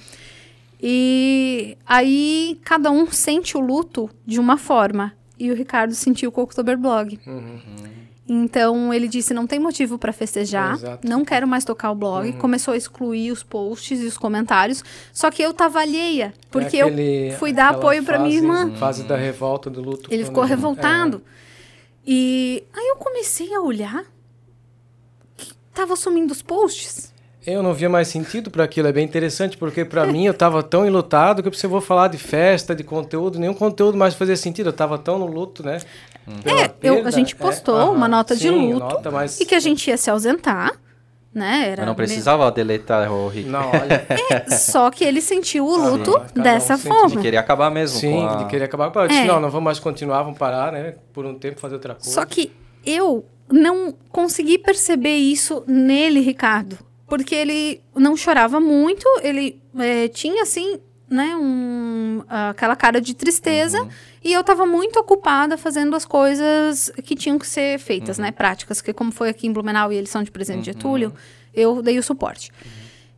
E aí, cada um sente o luto de uma forma. E o Ricardo sentiu com o Oktoberblog. Uhum. Então, ele disse, não tem motivo para festejar. Exato. Não quero mais tocar o blog. Uhum. Começou a excluir os posts e os comentários. Só que eu tava alheia. Porque é aquele, eu fui dar apoio para minha irmã. Fase da revolta, do luto. Ele ficou revoltado. É. E aí eu comecei a olhar. Que tava sumindo os posts. Eu não via mais sentido para aquilo, é bem interessante, porque para mim eu estava tão enlutado que eu vou falar de festa, de conteúdo, nenhum conteúdo mais fazia sentido, eu estava tão no luto, né? É, eu, a gente postou é, uma nota sim, de luto nota, mas... e que a gente ia se ausentar, né? Era mas não precisava me... deletar o Rick. Não, olha... É, só que ele sentiu o luto ah, dessa um forma. De querer acabar mesmo. Sim, com a... de querer acabar. Eu disse, é. não, não vamos mais continuar, vamos parar, né? Por um tempo fazer outra coisa. Só que eu não consegui perceber isso nele, Ricardo. Porque ele não chorava muito, ele é, tinha, assim, né, um, aquela cara de tristeza. Uhum. E eu estava muito ocupada fazendo as coisas que tinham que ser feitas, uhum. né, práticas. Porque como foi aqui em Blumenau e eles são de Presidente uhum. Getúlio, eu dei o suporte. Uhum.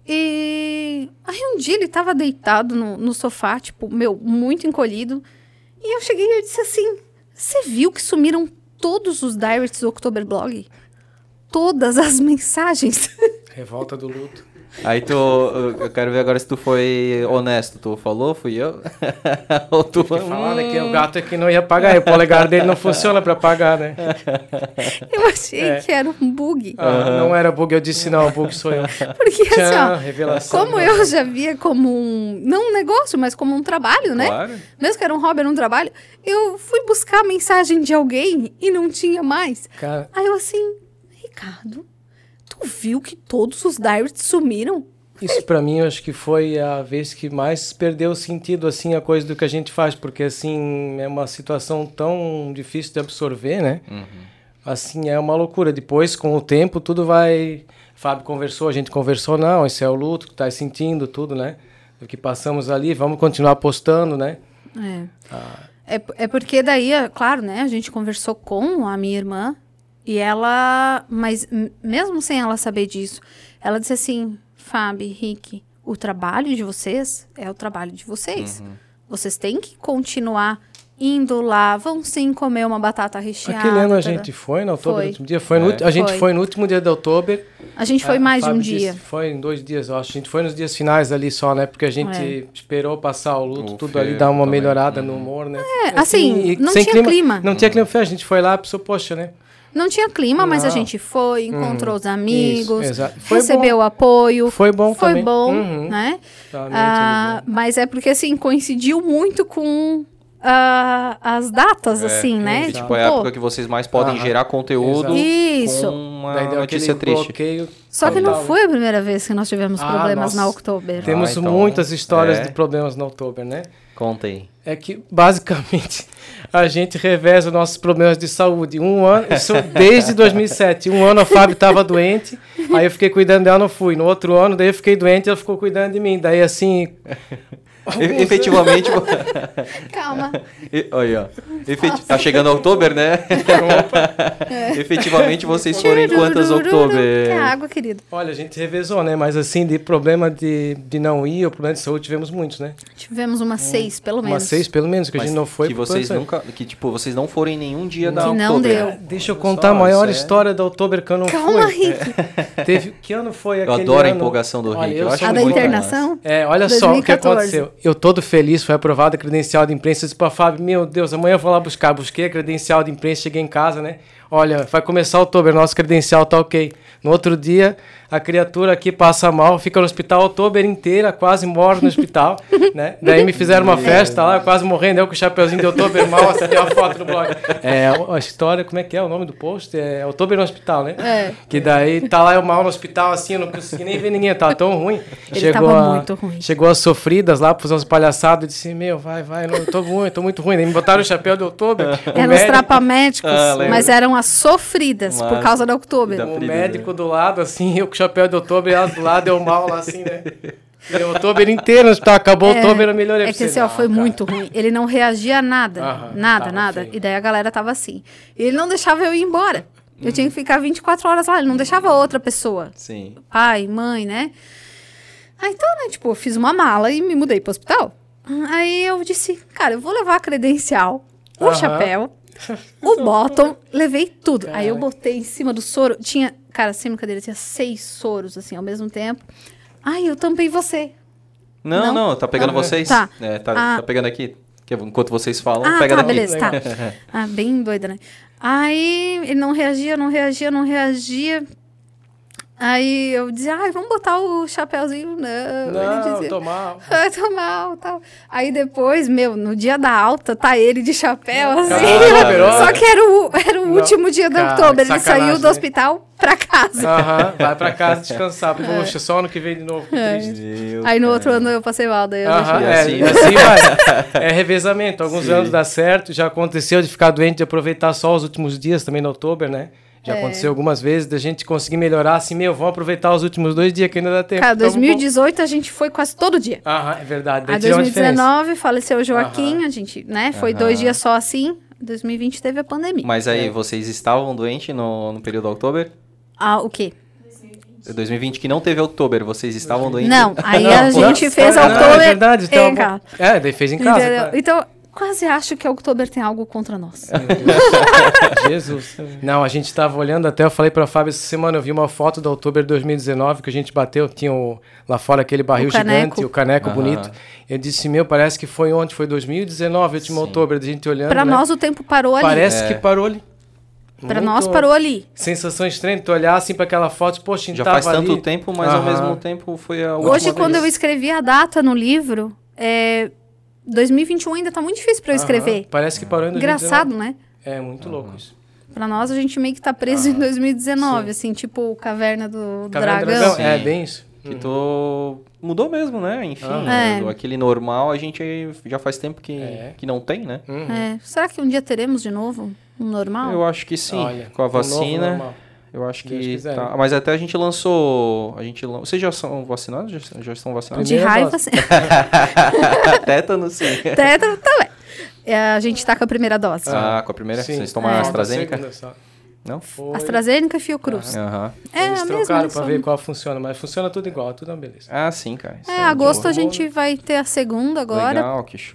E aí um dia ele estava deitado no, no sofá, tipo, meu, muito encolhido. E eu cheguei e eu disse assim, você viu que sumiram todos os directs do Oktoberblog? Todas as mensagens. Revolta do luto. Aí tu, eu quero ver agora se tu foi honesto. Tu falou, fui eu? Ou tu foi? Falar, né, que o gato é que não ia pagar, e o polegar dele não funciona pra pagar, né? Eu achei é. que era um bug. Ah, uhum. Não era bug, eu disse não, o bug sou eu. Porque Tchan, assim, ó, revelação, como eu já via como um, não um negócio, mas como um trabalho, né? Claro. Mesmo que era um hobby, era um trabalho, eu fui buscar a mensagem de alguém e não tinha mais. Cara... Aí eu assim, Ricardo, tu viu que todos os directs sumiram? Isso pra mim, eu acho que foi a vez que mais perdeu sentido, assim, a coisa do que a gente faz, porque, assim, é uma situação tão difícil de absorver, né? Uhum. Assim, é uma loucura. Depois, com o tempo, tudo vai... Fábio conversou, a gente conversou, não, esse é o luto que tá sentindo, tudo, né? O que passamos ali, vamos continuar postando, né? É. Ah. É, é porque daí, claro, né, a gente conversou com a minha irmã, e ela, mas mesmo sem ela saber disso, ela disse assim, Fábio, Rick, o trabalho de vocês é o trabalho de vocês. Uhum. Vocês têm que continuar indo lá, vão sim comer uma batata recheada. Aquele ano a gente foi no outubro, foi. no último dia, foi é. no, a gente foi. foi no último dia de outubro. A gente foi a, mais a de um disse, dia. Foi em dois dias, eu acho. A gente foi nos dias finais ali só, né? Porque a gente é. esperou passar o luto, o tudo ali, dar uma também. melhorada uhum. no humor, né? É, assim, assim não tinha clima, clima. Não tinha clima, a gente foi lá e pensou, poxa, né? Não tinha clima, mas a Não. gente foi, encontrou Uhum. os amigos, Isso, exato. Foi recebeu bom. apoio. Foi bom Foi também. bom, Uhum. né? Tá, muito Ah, legal. mas é porque, assim, coincidiu muito com ah, as datas, assim, né? Que, exato. tipo, é a pô, época que vocês mais podem Aham. gerar conteúdo Exato. Isso. com uma Daí deu notícia aquele triste. bloqueio Só que não total. foi a primeira vez que nós tivemos Ah, problemas nossa. na Oktober. Temos Ah, então, muitas histórias é. de problemas no Oktober, né? Conta aí. É que, basicamente, a gente reveza os nossos problemas de saúde. Um ano, isso desde dois mil e sete. Um ano a Fábio estava doente, aí eu fiquei cuidando dela, não fui. No outro ano, daí eu fiquei doente, ela ficou cuidando de mim. Daí, assim... E- Efetivamente... Calma. E- Olha, ó. Efeti- Tá chegando outubro, né? Efetivamente vocês foram em quantas outubro? Que água, querido. Olha, a gente revezou, né? Mas, assim, de problema de, de não ir, ou problema de saúde, tivemos muitos, né? Tivemos umas seis, pelo menos. Umas seis, pelo menos, que a gente não foi. Que por vocês causa- nunca... Que, tipo, vocês não foram em nenhum dia da Que não outubro. deu. Deixa eu contar a maior história da Oktober que eu não Calma, fui. Rick. Teve, que ano foi Eu aquele adoro a ano? empolgação do Olha, Rick. eu Eu acho sou A da muito internação? É, olha só o que dois mil e quatorze. aconteceu. Eu todo feliz, foi aprovada a credencial de imprensa. Eu disse pra Fábio, meu Deus, amanhã eu vou lá buscar. Busquei a credencial de imprensa, cheguei em casa, né? Olha, vai começar outubro, nosso credencial tá ok. No outro dia, a criatura aqui passa mal, fica no hospital outubro inteira, quase morre no hospital, né? Daí me fizeram uma festa lá, quase morrendo, eu com o chapeuzinho de outubro mal, assim, tem uma foto no blog. É, a história, como é que é o nome do post? É outubro no hospital, né? É. Que daí tá lá eu mal no hospital, assim, eu não consegui nem ver ninguém, tava tão ruim. Ele tava muito ruim. Chegou as sofridas lá pra fazer umas palhaçadas, eu disse, meu, vai, vai, não, eu tô ruim, tô muito ruim. Daí me botaram o chapéu de outubro. o Eram os médico- trapamédicos, Ah, lembro. mas eram as sofridas por Mas- causa da Oktober. Da- O Frida, médico do lado, assim, eu com o chapéu de outubro, e ela do lado deu mal lá, assim, né? E o outubro inteiro no hospital, acabou o outubro, eu melhorei É pra que você. assim, ó, Não, foi cara. muito ruim. Ele não reagia a nada. Aham, nada, tava nada. feio. E daí a galera tava assim. E ele não deixava eu ir embora. Eu tinha que ficar vinte e quatro horas lá. Ele não deixava outra pessoa. Sim. Pai, mãe, né? Ah, então, né? Tipo, eu fiz uma mala e me mudei pro hospital. Aí eu disse, cara, eu vou levar a credencial, o Aham. chapéu, o bottom, levei tudo. Aí eu botei em cima do soro. Tinha, cara, acima da cadeira tinha seis soros, assim, ao mesmo tempo. Ai, eu tampei você. Não, Não? não, tá pegando Ah, vocês? tá. É, tá, Ah. tá pegando aqui. Que enquanto vocês falam, Ah, pega tá, daqui. beleza, tá. Ah, bem doida, né? Aí ele não reagia, não reagia, não reagia. Aí eu dizia, ai, vamos botar o chapéuzinho. Não, Não, ele dizia, tô mal. ah, tô mal, tal. Aí depois, meu, no dia da alta, tá ele de chapéu, assim. Caramba, Só que era o, era o Não, último dia do cara, outubro. Ele sacanagem, saiu do né? hospital pra casa. Aham, vai pra casa descansar. Poxa, só ano que vem de novo, que triste. Meu Aí no cara. outro ano eu passei mal, daí eu Aham, deixei. é, assim- assim vai. É revezamento. Alguns Sim. anos dá certo. Já aconteceu de ficar doente, de aproveitar só os últimos dias também no outubro, né? Já É. aconteceu algumas vezes da gente conseguir melhorar assim, meu, vamos aproveitar os últimos dois dias que ainda dá tempo. Cara, Então, dois mil e dezoito a gente foi quase todo dia. vamos- Aham, é verdade. Daí Aí tirou uma dois mil e diferença. dezenove faleceu o Joaquim, a gente, né? Foi dois dias só assim. dois mil e vinte teve a pandemia. Mas aí, É. vocês estavam doentes no, no período de outubro? Ah, o quê? dois mil e vinte que não teve outubro, vocês estavam doentes? Não, aí Não, a pô, gente fez ah, outubro É verdade. Então, em casa. é, daí fez em casa. Entendeu? claro. Então, quase acho que o outubro tem algo contra nós. Jesus. Não, a gente estava olhando até, eu falei pra Fábio essa semana, eu vi uma foto do outubro de dois mil e dezenove que a gente bateu, tinha o- lá fora aquele barril O caneco. gigante, o caneco Aham. bonito. Eu disse, meu, parece que foi ontem, foi dois mil e dezenove, último Sim. outubro, a gente olhando, Pra né? nós o tempo parou ali. Parece É. que parou ali. Pra Muito nós parou ali. Sensação estranha, tu olhar assim pra aquela foto, poxa, a gente Já tava faz tanto ali. tempo, mas ao Aham. mesmo tempo foi a última Hoje, quando eu vez. escrevi a data no livro, é, dois mil e vinte e um ainda tá muito difícil pra eu Aham, escrever. Parece que parou em dois mil e dezenove. Engraçado, né? É, muito louco isso. Pra nós, a gente meio que tá preso em dois mil e dezenove, assim, tipo Caverna do Caverna do Dragão. Sim. É, bem isso. Que tô... Mudou mesmo, né? Enfim, Aham. né? É. aquele normal a gente já faz tempo que, É. que não tem, né? Uhum. É, será que um dia teremos de novo um normal? Eu acho que sim, Olha, com a um novo vacina. normal. Eu acho Deus que quiser, tá. né? Mas até a gente lançou. A gente lan... Vocês já são vacinados? Já, já estão vacinados? De Primeira raiva, dose. assim. Tétano, sim. Tétano também. É, a gente tá com a primeira dose. Ah, com a primeira? Sim. Vocês tomaram É. a AstraZeneca? Segunda só. Não? Foi. AstraZeneca e Fiocruz. Aham. É, Eles a mesma. trocaram pra só- ver qual funciona, mas funciona tudo igual, tudo uma beleza. Ah, sim, cara. Isso É, muito agosto bom. a gente vai ter a segunda agora. Legal, que show.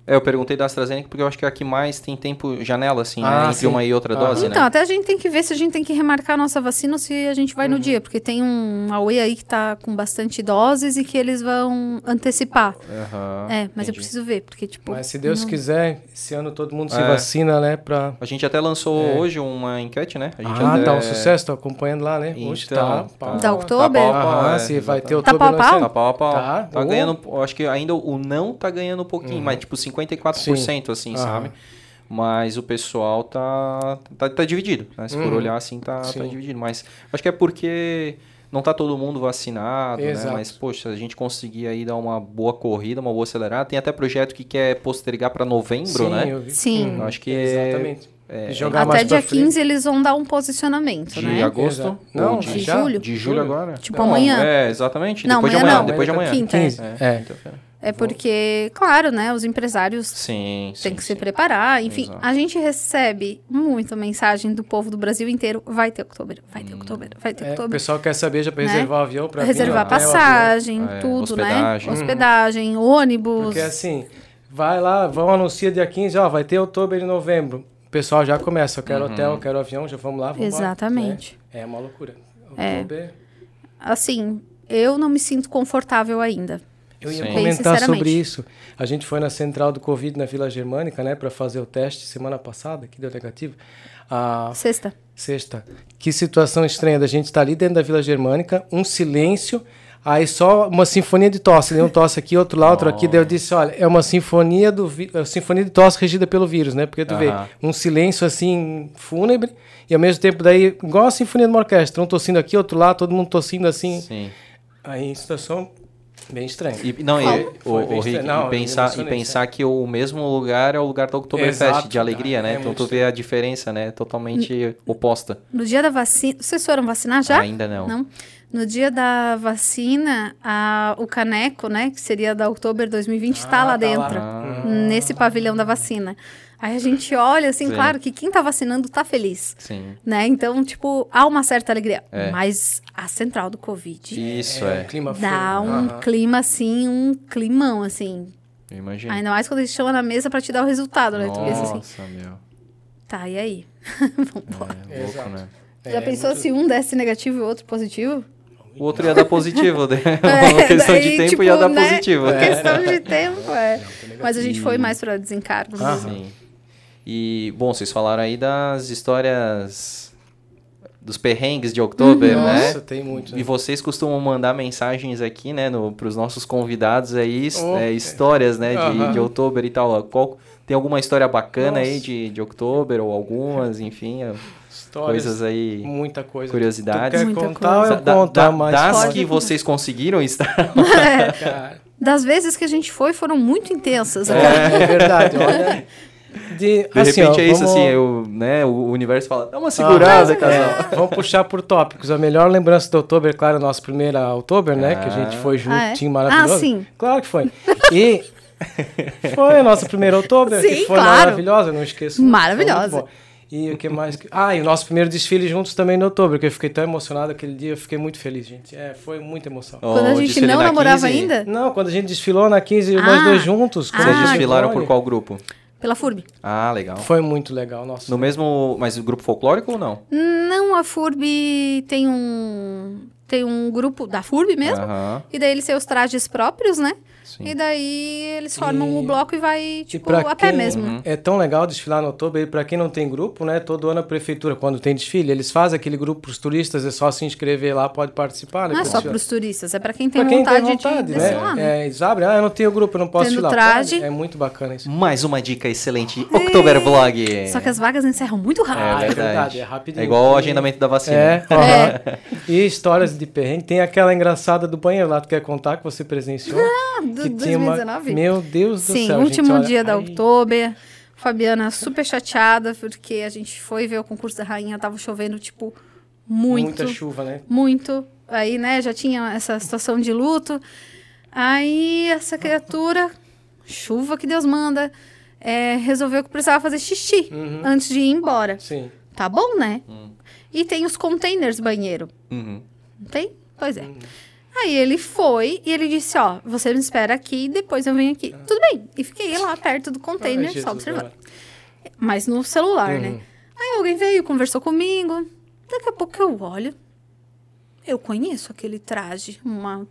É, eu perguntei da AstraZeneca porque eu acho que é a que mais tem tempo, janela, assim, Ah, né? Entre sim. uma e outra Ah. dose, Então, né? até a gente tem que ver se a gente tem que remarcar a nossa vacina ou se a gente vai no dia. Porque tem um Huawei aí que tá com bastante doses e que eles vão antecipar. Aham, é, mas eu entendi. preciso ver, porque, tipo... Mas se Deus não- quiser, esse ano todo mundo se É. vacina, né? Pra... A gente até lançou É. hoje uma enquete, né? A gente Ah, até... tá um sucesso, tô acompanhando lá, né? Hoje Então, tá... tá. Da Oktober? Tá pau a pau, Ah, é, se vai ter exatamente. outubro... Tá pau a nós pau? Tá pau a pau. Tá. Tá Oh. ganhando, eu acho que ainda o não tá ganhando um pouquinho, mas tipo cinquenta e quatro por cento, assim, Aham. sabe? Mas o pessoal tá, tá, tá dividido, né? Se for Uhum. olhar assim, tá, Sim. tá dividido. Mas acho que é porque não tá todo mundo vacinado, né? Exato. Mas, poxa, se a gente conseguir aí dar uma boa corrida, uma boa acelerada, tem até projeto que quer postergar para novembro, Sim, né? eu vi. Sim. Eu acho que Exatamente. é, E jogar Até mais dia pra frente. quinze eles vão dar um posicionamento, de né? agosto Exato. ou Não, de, de já? julho. de julho agora. Tipo, Não, amanhã. É, exatamente. Não, depois de amanhã amanhã. não. Depois de amanhã. Quinta, é. quinze. É, É. quinta-feira. É porque, claro, né? Os empresários Sim, sim. têm que se sim. preparar. Enfim, Exato. a gente recebe muita mensagem do povo do Brasil inteiro. Vai ter outubro, vai ter outubro, vai ter É, o outubro. pessoal quer saber já para Né? reservar o avião, para Reservar vir, hotel, passagem, É, tudo, hospedagem. né? Hospedagem, ônibus. Porque assim, vai lá, vão anunciar dia quinze, ó, vai ter outubro e novembro. O pessoal já começa, eu quero Uhum. hotel, eu quero avião, já vamos lá, vamos Exatamente. lá. né? É uma loucura. É. Outubro é- Assim, eu não me sinto confortável ainda. Eu ia Sim. comentar Sinceramente. sobre isso. A gente foi na central do Covid na Vila Germânica, né, para fazer o teste semana passada, que deu negativo. A Sexta. sexta. Que situação estranha da gente estar ali dentro da Vila Germânica, um silêncio, aí só uma sinfonia de tosse, né? Um tosse aqui, outro lá, outro aqui. Daí eu disse, olha, é uma sinfonia do vi- é uma sinfonia de tosse regida pelo vírus, né? Porque tu vê Aham. um silêncio assim fúnebre e ao mesmo tempo daí igual a sinfonia de uma orquestra, um tossindo aqui, outro lá, todo mundo tossindo assim. Sim. Aí situação bem estranha. E, não, e, Foi- o, foi o bem Rick, estranho. Não, e eu pensar, e emocionei, pensar que o mesmo lugar é o lugar do Oktoberfest, Exato, de alegria, cara, né? é Então muito tu vê a diferença, né? Totalmente oposta. No dia da vacina. Vocês foram vacinar já? Ainda não. Não. No dia da vacina, a, o caneco, né, que seria da Oktober dois mil e vinte, está Ah, lá tá dentro, Ah. nesse pavilhão da vacina. Aí a gente olha, assim, Sim. claro que quem tá vacinando tá feliz, Sim. né? Então, tipo, há uma certa alegria. É. Mas a central do Covid Isso, um é. clima dá frio. um Aham. clima, assim, um climão, assim. Eu imagino. Ainda mais quando eles chamam na mesa pra te dar o resultado, né? Tu pensa assim, Nossa, meu. tá, e aí? Vambora. É louco, Exato. né? Já É, pensou muito- se um desse negativo e o outro positivo? O outro ia dar positivo, né? É, Uma questão daí, de tempo tipo, ia dar né? positivo. Uma questão de tempo, é. Mas a gente E- foi mais pra desencargos. Ah, mesmo. Sim. E, bom, vocês falaram aí das histórias dos perrengues de Oktober, Uhum. né? Nossa, tem muito. E Né? vocês costumam mandar mensagens aqui, né, para os nossos convidados aí, his- Oh, é, histórias, né, de, aham. de Oktober e tal. Qual, tem alguma história bacana aí Nossa. de, de Oktober ou algumas, enfim, é, Histórias, coisas aí, muita coisa. curiosidades. Tu quer Muita contar coisa. ou eu Da- conto da- a mais? das Pode que contar. vocês conseguiram estar. Cara, Das vezes que a gente foi, foram muito intensas. é, é verdade, olha. De, De assim, repente ó, é isso, vamos- assim, eu, né, o universo fala, dá uma segurada, Ah, casal. é, vamos puxar por tópicos. A melhor lembrança do Oktober, claro, nossa primeira Oktober, né? Que a gente foi juntinho, Ah, é? maravilhoso. Ah, sim. Claro que foi. E foi a nossa primeira Oktober, que Sim, foi claro. maravilhosa, não esqueço. Maravilhosa. Foi muito bom. E o que mais? que- Ah, e o nosso primeiro desfile juntos também no Oktober, que eu fiquei tão emocionado aquele dia, eu fiquei muito feliz, gente. É, foi muita emoção. Quando a O gente desfile não na namorava quinze, ainda, Não, quando a gente desfilou na quinze, Ah. nós dois juntos. Ah. Vocês com a desfilaram por Nicole, qual grupo? pela F U R B. Ah, legal. Foi muito legal, nossa. No mesmo, mas o grupo folclórico ou não? Não, a F U R B tem um, tem um grupo da F U R B mesmo. Aham, E daí eles têm os trajes próprios, né? sim. E daí eles formam E- o bloco e vai, tipo, pra a pé quem- mesmo. Uhum. É tão legal desfilar no Oktober, e para quem não tem grupo, né? Todo ano a prefeitura, quando tem desfile, eles fazem aquele grupo para os turistas, é só se inscrever lá, pode participar. Né, Não é pra só desfilar. para os turistas, é para quem tem Pra quem vontade, tem vontade, de né? desfilar, né? É, eles abrem, ah, eu não tenho grupo, eu não posso Tendo desfilar. traje. Pode, é muito bacana isso. Mais uma dica excelente. Oktober Vlog. Só que as vagas encerram muito rápido. É Ah, é verdade. verdade, é rapidinho. É igual o agendamento da vacina. É, aham. E histórias de perrengue. Tem aquela engraçada do banheiro lá, tu quer contar que você presenciou? Ah, do que dois tinha mil e uma- dezenove? Meu Deus do Sim, céu, último gente, olha, dia da ai, Oktober. Fabiana super chateada, porque a gente foi ver o concurso da rainha, tava chovendo, tipo, muito. Muita chuva, né? Muito. Aí, né, já tinha essa situação de luto. Aí, essa criatura, chuva que Deus manda, é, resolveu que precisava fazer xixi Uhum. antes de ir embora. Sim. Tá bom, né? E tem os containers banheiro. Uhum. Não tem? Pois é. Aí ele foi e ele disse, ó, você me espera aqui e depois eu venho aqui. Tudo bem. E fiquei lá perto do container, Ai, Jesus, só observando. agora. Mas no celular, Uhum. né? Aí alguém veio, conversou comigo. Daqui a pouco eu olho. Eu conheço aquele traje. Uma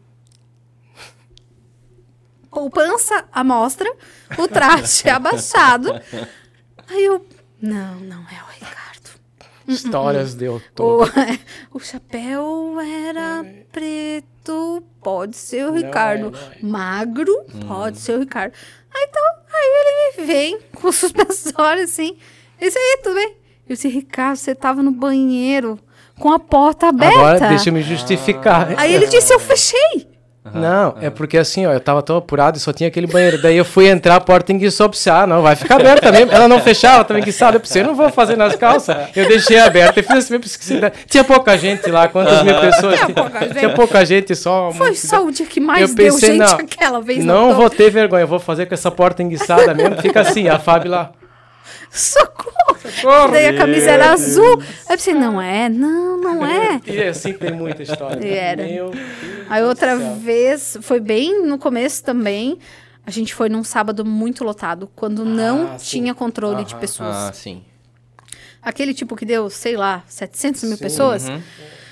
poupança à mostra, o traje abaixado. Aí eu... Não, não é o Ricardo. Histórias deu O, todo. o chapéu era preto, pode ser o Não Ricardo. é, não é. Magro, pode ser o Ricardo. Aí, então, aí ele me vem com o suspensório assim. Isso aí, tudo bem? Eu disse, Ricardo, você tava no banheiro com a porta aberta. Agora deixa eu me justificar. Aí ele disse, eu fechei. Não, é porque assim, ó, eu tava tão apurado e só tinha aquele banheiro. Daí eu fui entrar, a porta enguiçou, eu pensei, ah, não, vai ficar aberta mesmo. Ela não fechava, tava enguiçada. Eu pensei, eu não vou fazer nas calças. Eu deixei aberta. Eu fiz assim, eu pensei, tinha pouca gente lá, quantas mil pessoas? Tinha pouca gente. Tinha pouca gente só. Foi muito- só o dia que mais Eu deu pensei, gente não, aquela vez. Não no vou topo. ter vergonha, eu vou fazer com essa porta enguiçada mesmo. Fica assim, a Fábio lá. Socorro! Socorro! Daí a camisa era azul. Aí eu pensei, não é? Não, não é. E assim tem muita história. E era. Meu Deus Aí do outra céu. vez, foi bem no começo também, a gente foi num sábado muito lotado, quando não Ah, sim. tinha controle de Aham. pessoas. Ah, sim. Aquele tipo que deu, sei lá, setecentas mil Sim. pessoas. Uhum.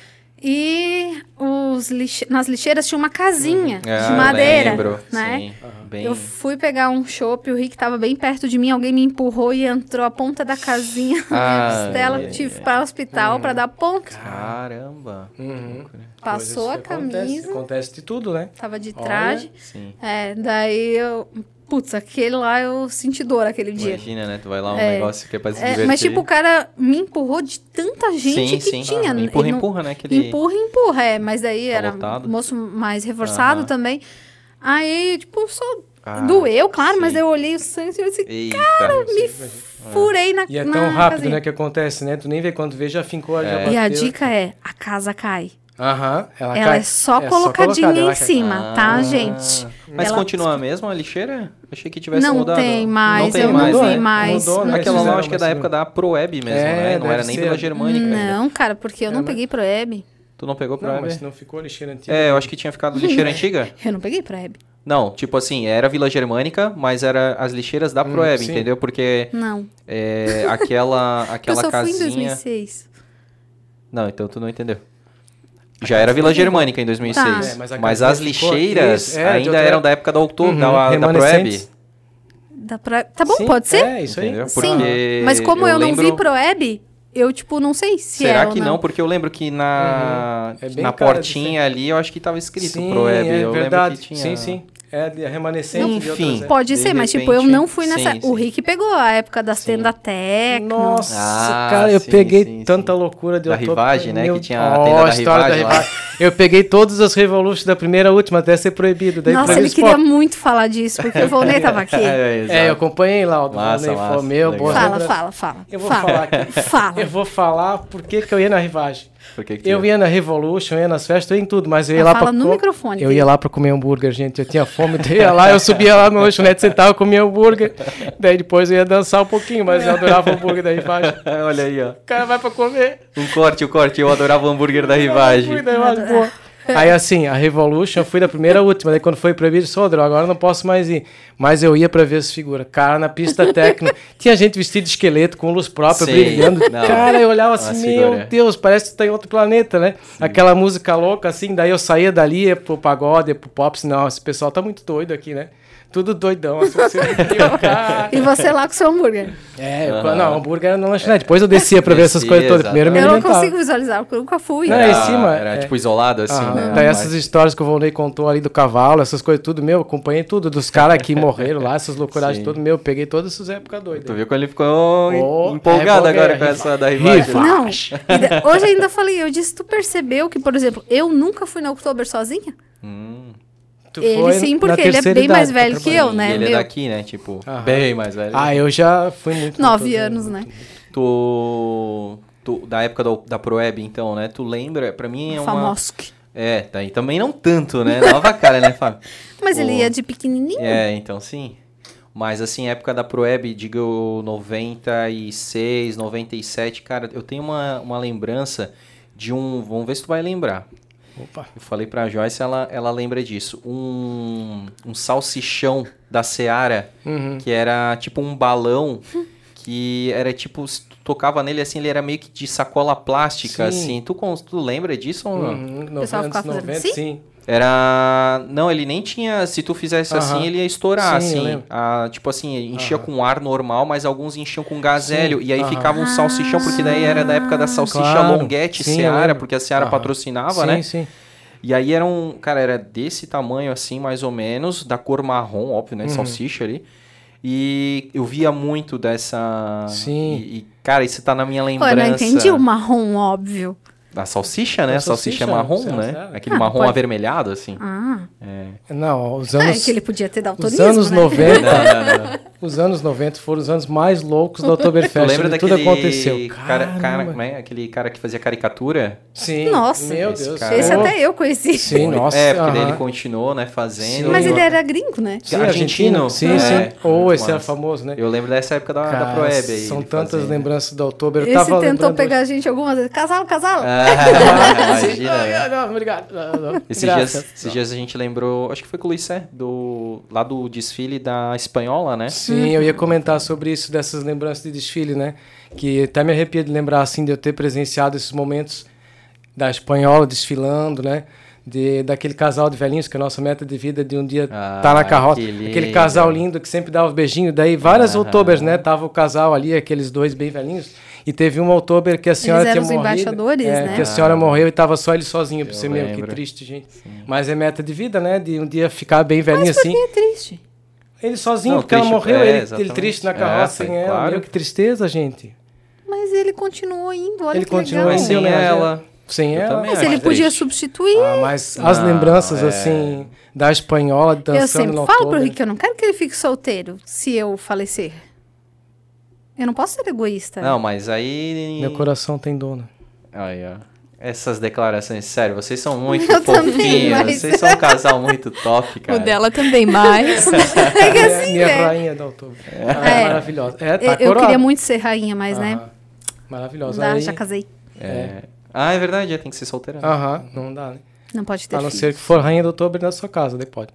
E os lixe... nas lixeiras tinha uma casinha Ah, de madeira, lembro, né? sim. Bem... Eu fui pegar um chopp, o Rick tava bem perto de mim, alguém me empurrou e entrou a ponta da casinha na minha Ah, costela. é. Tive para o hospital para dar ponto. Caramba. Uhum. Passou Coisas a que acontece, camisa, Acontece de tudo, né? tava de Olha. traje. Sim. É, daí eu... Putz, aquele lá eu senti dor aquele dia. Imagina, né? Tu vai lá um É. negócio que é pra se É, divertir. mas tipo, o cara me empurrou de tanta gente sim, que sim. tinha. Ah, Ele empurra, não- empurra, né? Aquele... Empurra, empurra, é. Mas daí Tá era lotado. moço mais reforçado Aham. também. Aí, tipo, só Ah, doeu, claro, mas sim. eu olhei o sangue e eu disse, Eita. me furei na E é na tão rápido, casinha. né, que acontece, né? Tu nem vê quando vê, já fincou, já É. bateu. E a dica é, a casa cai. Aham, ela, Ela cai. é só É colocadinha colocada, em ela cai. cima, tá, Ah, gente? Mas Ela- continua a mesma a lixeira? Achei que tivesse Não mudado. tem mais, não tem eu mais. não vi né? mais. Mudou, né? Aquela lá Fizeram acho que é uma da época segunda. da Proeb mesmo, É, né? Não deve era nem ser. Vila Germânica ainda. Não, cara, porque eu não É, mas- peguei Proeb. Tu não pegou Não, Proeb? mas não ficou a lixeira antiga. É, eu acho que tinha ficado lixeira antiga. Eu não peguei Proeb. Não, tipo assim, era Vila Germânica, mas era as lixeiras da Hum, Proeb, sim. entendeu? Porque Não. é, aquela, Eu aquela só fui em casinha... dois mil e seis. Não, então tu não entendeu. Já era Vila Germânica em dois mil e seis. Tá. Mas, É, mas a casinha as ficou- lixeiras isso, era de ainda outra eram época. da época da Outubro, Uhum, da, da Proeb. remanescentes. Da Proeb. Tá bom, Sim, pode ser? É, isso aí. Entendeu? Sim. Porque Mas como eu, não lembro- vi Proeb, eu, tipo, não sei se Será é ou que não? Porque eu lembro que na, Uhum. É bem na cara de portinha ali, eu acho que tava escrito Sim, Proeb. é eu verdade. lembro que tinha... Sim, sim. É de remanescente de Enfim. outras, é. Pode De ser, mas tipo, eu repente, não fui nessa... sim, O sim. Rick pegou a época das tendas Tecno. Nossa, Ah, cara, eu sim, peguei sim, tanta sim. loucura de Da autógrafo. Rivage, né, Meu- que tinha a Ó, tenda da história Rivage lá. Eu peguei todas as Revolutions da primeira à última, até ser proibido. Daí Nossa, pra ele eles, queria pô, muito falar disso, porque o Volney tava aqui. É, exato. É, eu acompanhei lá o do Massa, Volney, massa, falou, meu, legal. boas Fala, lembranças. fala, fala. Eu vou fala. falar aqui. Fala. Eu vou falar por que que eu ia na Rivage. Por que que tu Eu ia na Revolution, eu ia nas festas, eu ia em tudo, mas eu ia Mas lá fala pra... no co- microfone, Eu filho. ia lá pra comer hambúrguer, gente, eu tinha fome, daí eu ia lá, eu subia lá no lanchonete, sentava, comia hambúrguer, daí depois eu ia dançar um pouquinho, mas eu adorava o hambúrguer da Rivage. Olha aí, ó. O cara vai pra comer. Um corte, o corte. Eu adorava o hambúrguer da Rivage. Fui da Rivage, boa. Aí assim, a Revolution, eu fui da primeira à última, daí quando foi proibido, eu disse, ô, Drô, agora eu não posso mais ir. Mas eu ia pra ver as figuras. Cara, na pista técnica, tinha gente vestida de esqueleto, com luz própria, Sim. brilhando. Não. Cara, eu olhava assim, Nossa, meu figura. Deus, parece que tu tá em outro planeta, né? Aquela música louca, assim, daí eu saía dali, ia pro pagode, ia pro pop, assim, não, esse pessoal tá muito doido aqui, né? Tudo doidão, assim, você... eu, cara... E você lá com seu hambúrguer. É, eu, Aham. não, hambúrguer era na lanchonete. Depois eu descia pra ver essas Descia, coisas todas. Primeiro eu me Eu não alimentava. consigo visualizar, porque eu nunca fui. Não, Era, é em cima, era é. tipo isolado, assim, Ah, né? daí Mas- essas histórias que o Volney contou ali do cavalo, essas coisas tudo, meu, acompanhei tudo, dos caras que morreram lá, essas loucuragens Sim. tudo, meu, peguei todas essas épocas Tu doidas. viu como ele ficou em- Oh, empolgado é, agora é, com é, essa da Riva. Rivage. Não. E de- Hoje ainda falei, eu disse, tu percebeu que, por exemplo, eu nunca fui na Oktober sozinha? Hum. Tu Ele foi sim, na porque ele é terceira bem idade mais pra velho que trabalhar. eu, né? E ele é Meu, daqui, né? Tipo, Aham. bem mais velho. Ah, eu já fui muito... nove muito- anos, né? Tu, tu... Da época do, da Proeb, então, né? Tu lembra? Pra mim é uma... Famosque. É, daí também não tanto, né? Nova cara, né, Fábio? Mas ele O- ia de pequenininho. É, então sim. Mas assim, época da Proeb, digo noventa e seis, noventa e sete, cara, eu tenho uma, uma lembrança de um... Vamos ver se tu vai lembrar. Opa. Eu falei pra Joyce, ela, ela lembra disso. Um, um salsichão da Seara, Uhum. que era tipo um balão, que era tipo, se tu tocava nele assim, ele era meio que de sacola plástica, Sim. assim. Tu, cons- tu lembra disso ou não? Uhum. O pessoal noventa, ficava fazendo noventa, assim? sim. Era... Não, ele nem tinha... Se tu fizesse Aham. assim, ele ia estourar, Sim, eu assim. lembro. Ah, tipo assim, enchia Aham. com ar normal, mas alguns enchiam com gás Sim, hélio. E aí aham. ficava um salsichão, porque daí era da época da salsicha Claro, Longuete sim, eu Seara, lembro. porque a Seara Aham. patrocinava, Sim, né? sim. E aí era um... Cara, era desse tamanho assim, mais ou menos, da cor marrom, óbvio, né? Uhum. Salsicha ali. E eu via muito dessa... Sim. E, e, cara, isso tá na minha Pô, lembrança. eu não entendi o marrom, óbvio. Da salsicha, né? Da A salsicha é salsicha, marrom, sim, né? sério. Aquele Ah, marrom pode- avermelhado, assim. Ah, Não, os é anos... que ele podia ter Os daltonismo, anos né? noventa, Não, não, não. os anos noventa foram os anos mais loucos da Tu Oktoberfest. lembra onde daquele tudo aconteceu. cara, cara, Caramba. como é? Aquele cara que fazia caricatura? Sim. Nossa. Meu Esse Deus. cara- Esse Oh. até eu conheci. Sim, nossa. É, porque daí aham. ele continuou, né, fazendo. Sim. Mas Eu- ele era gringo, né? Sim, argentino. Sim, É, sim. Ou muito esse era massa. famoso, né? Eu lembro dessa época da, da Cara, Proeb aí. são ele tantas fazendo. lembranças da Oktober. Eu Esse tava tentou lembrando pegar a gente algumas vezes. Casal, casal. Ah, Sim. imagina, Ah, né? ah, não, obrigado. Não, não. Esses Graças. dias, esses dias a gente lembrou, acho que foi com o Luiz Sé, do, lá do desfile da Espanhola, né? Sim, eu ia comentar sobre isso, dessas lembranças de desfile, né? Que até me arrepia de lembrar, assim, de eu ter presenciado esses momentos da Espanhola desfilando, né? De, daquele casal de velhinhos, que a nossa meta de vida de um dia Ah, tá na carroça. que Aquele lindo. casal lindo que sempre dava beijinho. Daí várias Aham. outubers, né? Tava o casal ali, aqueles dois bem velhinhos. E teve uma outubers que a senhora eram tinha os morrido. embaixadores, é, né? Que a senhora morreu e tava só ele sozinho. Pra Eu você, meu, que lembro. triste, gente. Mas é meta de vida, né? De um dia ficar bem velhinho assim. É triste. Ele sozinho, Não, porque ela triste- morreu, é, ele, ele exatamente. triste na É, carroça foi, sem ela. claro. Meu, que tristeza, gente. Mas ele continuou indo, olha Ele que continua legal. Mas sem Indo, né? ela. Sem Eu ela. também Mas acho ele podia triste. substituir. Ah, mas as Não, lembranças, é. assim, da espanhola dançando Eu sempre no falo pro Oktober. Rick que eu não quero que ele fique solteiro se eu falecer. Eu não posso ser egoísta. Não, mas aí... Meu coração tem dono. Aí, ó. Essas declarações, sério, vocês são muito Eu também, fofinhos. mas- Vocês são um casal muito top, cara. O dela também mais. É que assim, minha né? rainha da Oktober. Ah, É. maravilhosa. É, Eu, tá eu coroada. queria muito ser rainha, mas, né? Aham. Não Maravilhosa. dá, Aí- já casei. É. Ah, é verdade, é, tem que ser solteira. né? Aham, não dá, né? Não pode ter A não filho. ser que for rainha da Oktober na sua casa, daí pode.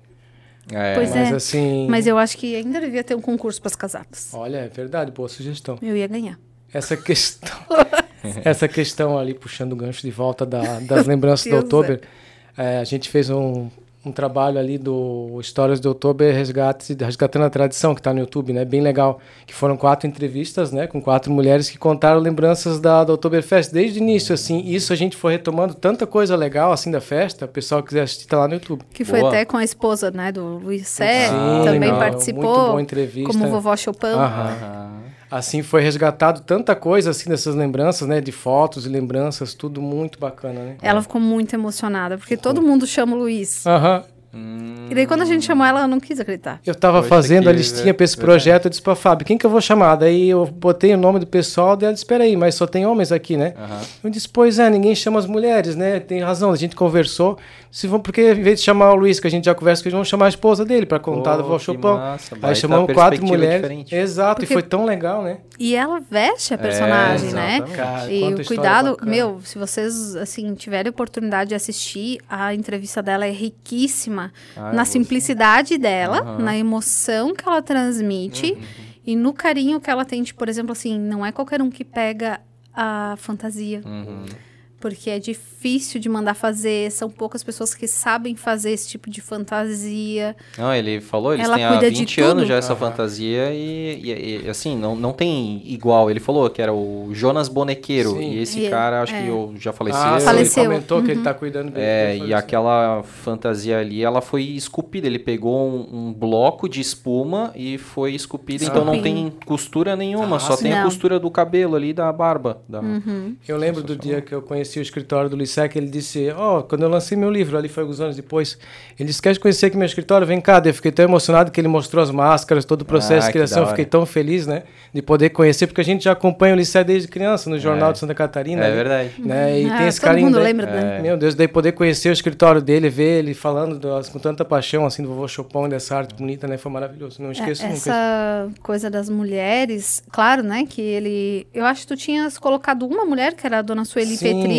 É. Pois Mas é. assim... Mas eu acho que ainda devia ter um concurso para as casadas. Olha, é verdade, boa sugestão. Eu ia ganhar. Essa questão... Essa questão ali, puxando o gancho de volta da- das lembranças do Deus, Oktober, é, a gente fez um, um trabalho ali do Histórias do Oktober, Resgate, Resgatando a Tradição, que está no YouTube, né? Bem legal. Que foram quatro entrevistas, né? Com quatro mulheres que contaram lembranças da, da Oktoberfest desde o início, assim. Isso a gente foi retomando tanta coisa legal, assim, da festa. O pessoal que quiser assistir, tá lá no YouTube. Que foi Boa. até com a esposa, né, do Luiz Sé. Sim, Também legal. participou. Muito boa entrevista. Como vovó Chopin. Aham. Aham. Assim, foi resgatado tanta coisa, assim, dessas lembranças, né? De fotos e lembranças, tudo muito bacana, né? Ela ficou muito emocionada, porque todo mundo chama o Luiz. Aham. Hum, E daí quando a gente chamou ela, ela não quis acreditar. Eu tava Poxa, fazendo que a listinha pra esse verdade. projeto, eu disse pra Fábio, quem que eu vou chamar? Daí eu botei o nome do pessoal, daí ela disse, espera aí, mas só tem homens aqui, né? Aham. Eu disse, pois é, ninguém chama as mulheres, né? Tem razão, a gente conversou, se vão, porque em vez de chamar o Luiz, que a gente já conversa, que eles vão chamar a esposa dele pra contar do Pô, Vó que Chopin. massa, Aí baita chamamos quatro perspectiva mulheres. diferente. Exato, Porque- e foi tão legal, né? E ela veste a personagem, É, né? exatamente. Cara, E quanta o história cuidado, bacana. meu, se vocês assim tiverem oportunidade de assistir, a entrevista dela é riquíssima Ah, eu na vou simplicidade dela, Aham. na emoção que ela transmite e no carinho que ela tem, de, por exemplo, assim, não é qualquer um que pega a fantasia, Uhum. porque é difícil de mandar fazer, são poucas pessoas que sabem fazer esse tipo de fantasia. Não, ele falou, eles Ela têm há cuida de vinte anos tudo. já essa Aham. fantasia e, e- e, assim, não, não tem igual. Ele falou que era o Jonas Bonequeiro Sim. e esse E- cara, acho é. que eu já faleceu. Ah, sim, Faleceu. ele comentou que ele tá cuidando bem. É, ele e faleceu. aquela fantasia ali, ela foi esculpida. Ele pegou um, um bloco de espuma e foi esculpida. Então não tem costura nenhuma, Ah, só sim. tem a Não. costura do cabelo ali, da barba. Da... Uhum. Eu lembro do dia que eu conheci o escritório do Luiz Sec, ele disse, ó, quando eu lancei meu livro, ali foi alguns anos depois, ele disse, quer conhecer aqui meu escritório? Vem cá. Daí eu fiquei tão emocionado que ele mostrou as máscaras, todo o processo Ah, de que criação, da eu hora. fiquei tão feliz, né, de poder conhecer, porque a gente já acompanha o Luiz Sec desde criança, no Jornal É. de Santa Catarina. É né? verdade. Né? E Ah, tem esse todo carinho. mundo daí- lembra, né? Meu Deus, daí poder conhecer o escritório dele, ver ele falando das- com tanta paixão, assim, do vovô Chopin, dessa arte bonita, né, foi maravilhoso. Não esqueço É, nunca. essa coisa das mulheres, claro, né, que ele... Eu acho que tu tinhas colocado uma mulher, que era a dona Sueli Sim, Petri,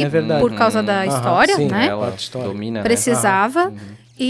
é verdade. por causa da Aham, história, sim, né? Ela História. domina, né? Precisava. Uhum.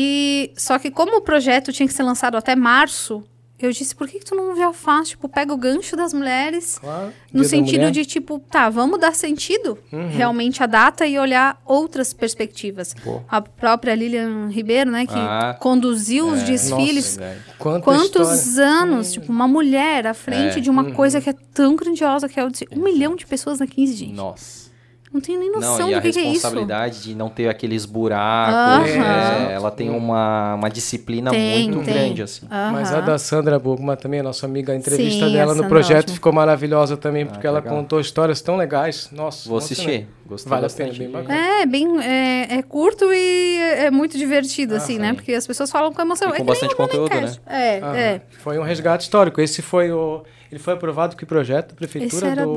E só que como o projeto tinha que ser lançado até março, eu disse, por que, que tu não já faz? Tipo, pega o gancho das mulheres, Claro. no Dia da sentido Mulher. de, tipo, tá, vamos dar sentido realmente à data e olhar outras perspectivas. Pô. A própria Lilian Ribeiro, né, que Ah, conduziu os é. desfiles. Verdade. Quanta Quantos história. anos, tipo, uma mulher à frente É. de uma coisa que é tão grandiosa que é o desfile. Um milhão de pessoas na quinze, gente. Nossa. Não tenho nem noção Não, e a do que, que é isso. responsabilidade de não ter aqueles buracos, Aham. né? Ela tem uma, uma disciplina Tem, muito tem. grande, assim. Mas a Aham. da Sandra Bugman também, a nossa amiga, a entrevista Sim, dela a no Sandra projeto ótima. ficou maravilhosa também, porque que ela legal. contou histórias tão legais. Nossa, Vou emocionante. assistir. Gostei Vale a bastante. pena, bem de- bacana. É, bem, é, é curto e é muito divertido, assim, né? sim. Porque as pessoas falam com emoção. E com é que bastante nem o conteúdo, Mamancast. É, Aham. é. Foi um resgate histórico. Esse foi o. Ele foi aprovado que projeto da prefeitura Esse era do.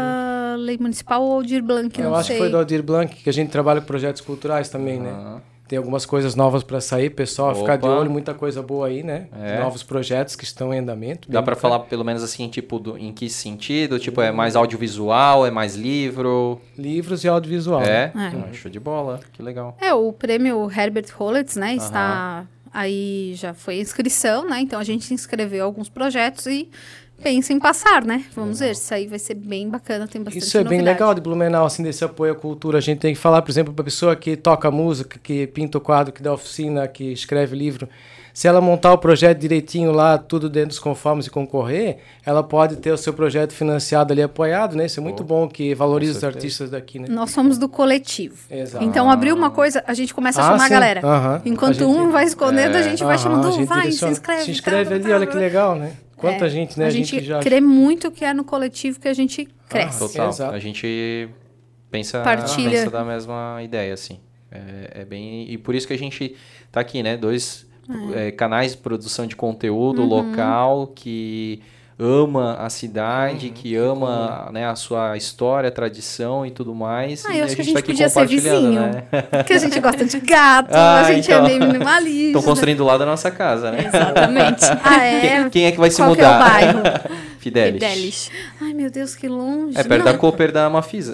da Lei Municipal ou Aldir Blanc, Eu não acho sei. que foi do Aldir Blanc, que a gente trabalha com projetos culturais também, né? Aham. Tem algumas coisas novas para sair, pessoal, ficar de Opa. olho, muita coisa boa aí, né? É. Novos projetos que estão em andamento. Dá bem pra bacana. falar pelo menos assim, tipo, do- em que sentido? Tipo, é mais audiovisual, é mais livro? Livros e audiovisual. É? né? É. Ah, show de bola, que legal. É, o prêmio Herbert Holitz, né, está aí, já foi inscrição, né, então a gente inscreveu alguns projetos e pensa em passar, né, vamos ver, isso aí vai ser bem bacana, tem bastante Isso é bem novidade. legal de Blumenau, assim, desse apoio à cultura. A gente tem que falar, por exemplo, para a pessoa que toca música, que pinta o quadro, que dá oficina, que escreve livro. Se ela montar o projeto direitinho lá, tudo dentro dos conformes e concorrer, ela pode ter o seu projeto financiado ali, apoiado, né? Isso é muito bom, que valoriza os certeza. artistas daqui, né? Nós somos do coletivo. Exato. Então, abriu uma coisa, a gente começa a Ah, chamar a sim. galera. Aham. Enquanto A gente- um vai escondendo, a gente vai Aham, chamando, a um, gente vai, se direciona. inscreve. Se inscreve tá, ali, tá, olha tá. que legal, né? Quanta É, gente, né? A A gente gente já... crê muito que é no coletivo que a gente cresce. Total. Exato. A gente pensa, Partilha. pensa da mesma ideia, assim. É, é bem... E por isso que a gente tá aqui, né? Dois é, canais de produção de conteúdo Uhum. local que ama a cidade, Uhum, que ama, né, a sua história, tradição e tudo mais. Ah, e eu acho que a gente tá aqui podia ser compartilhando, vizinho. né? Porque a gente gosta de gato, Ah, a gente então. é meio minimalista. Estão construindo lá da nossa casa, né? Exatamente. Ah, é? Quem, quem é que vai se Qual que mudar? é o bairro? Fidelis. Fidelis. Ai, meu Deus, que longe. É perto Não, da Cooper da Mafisa.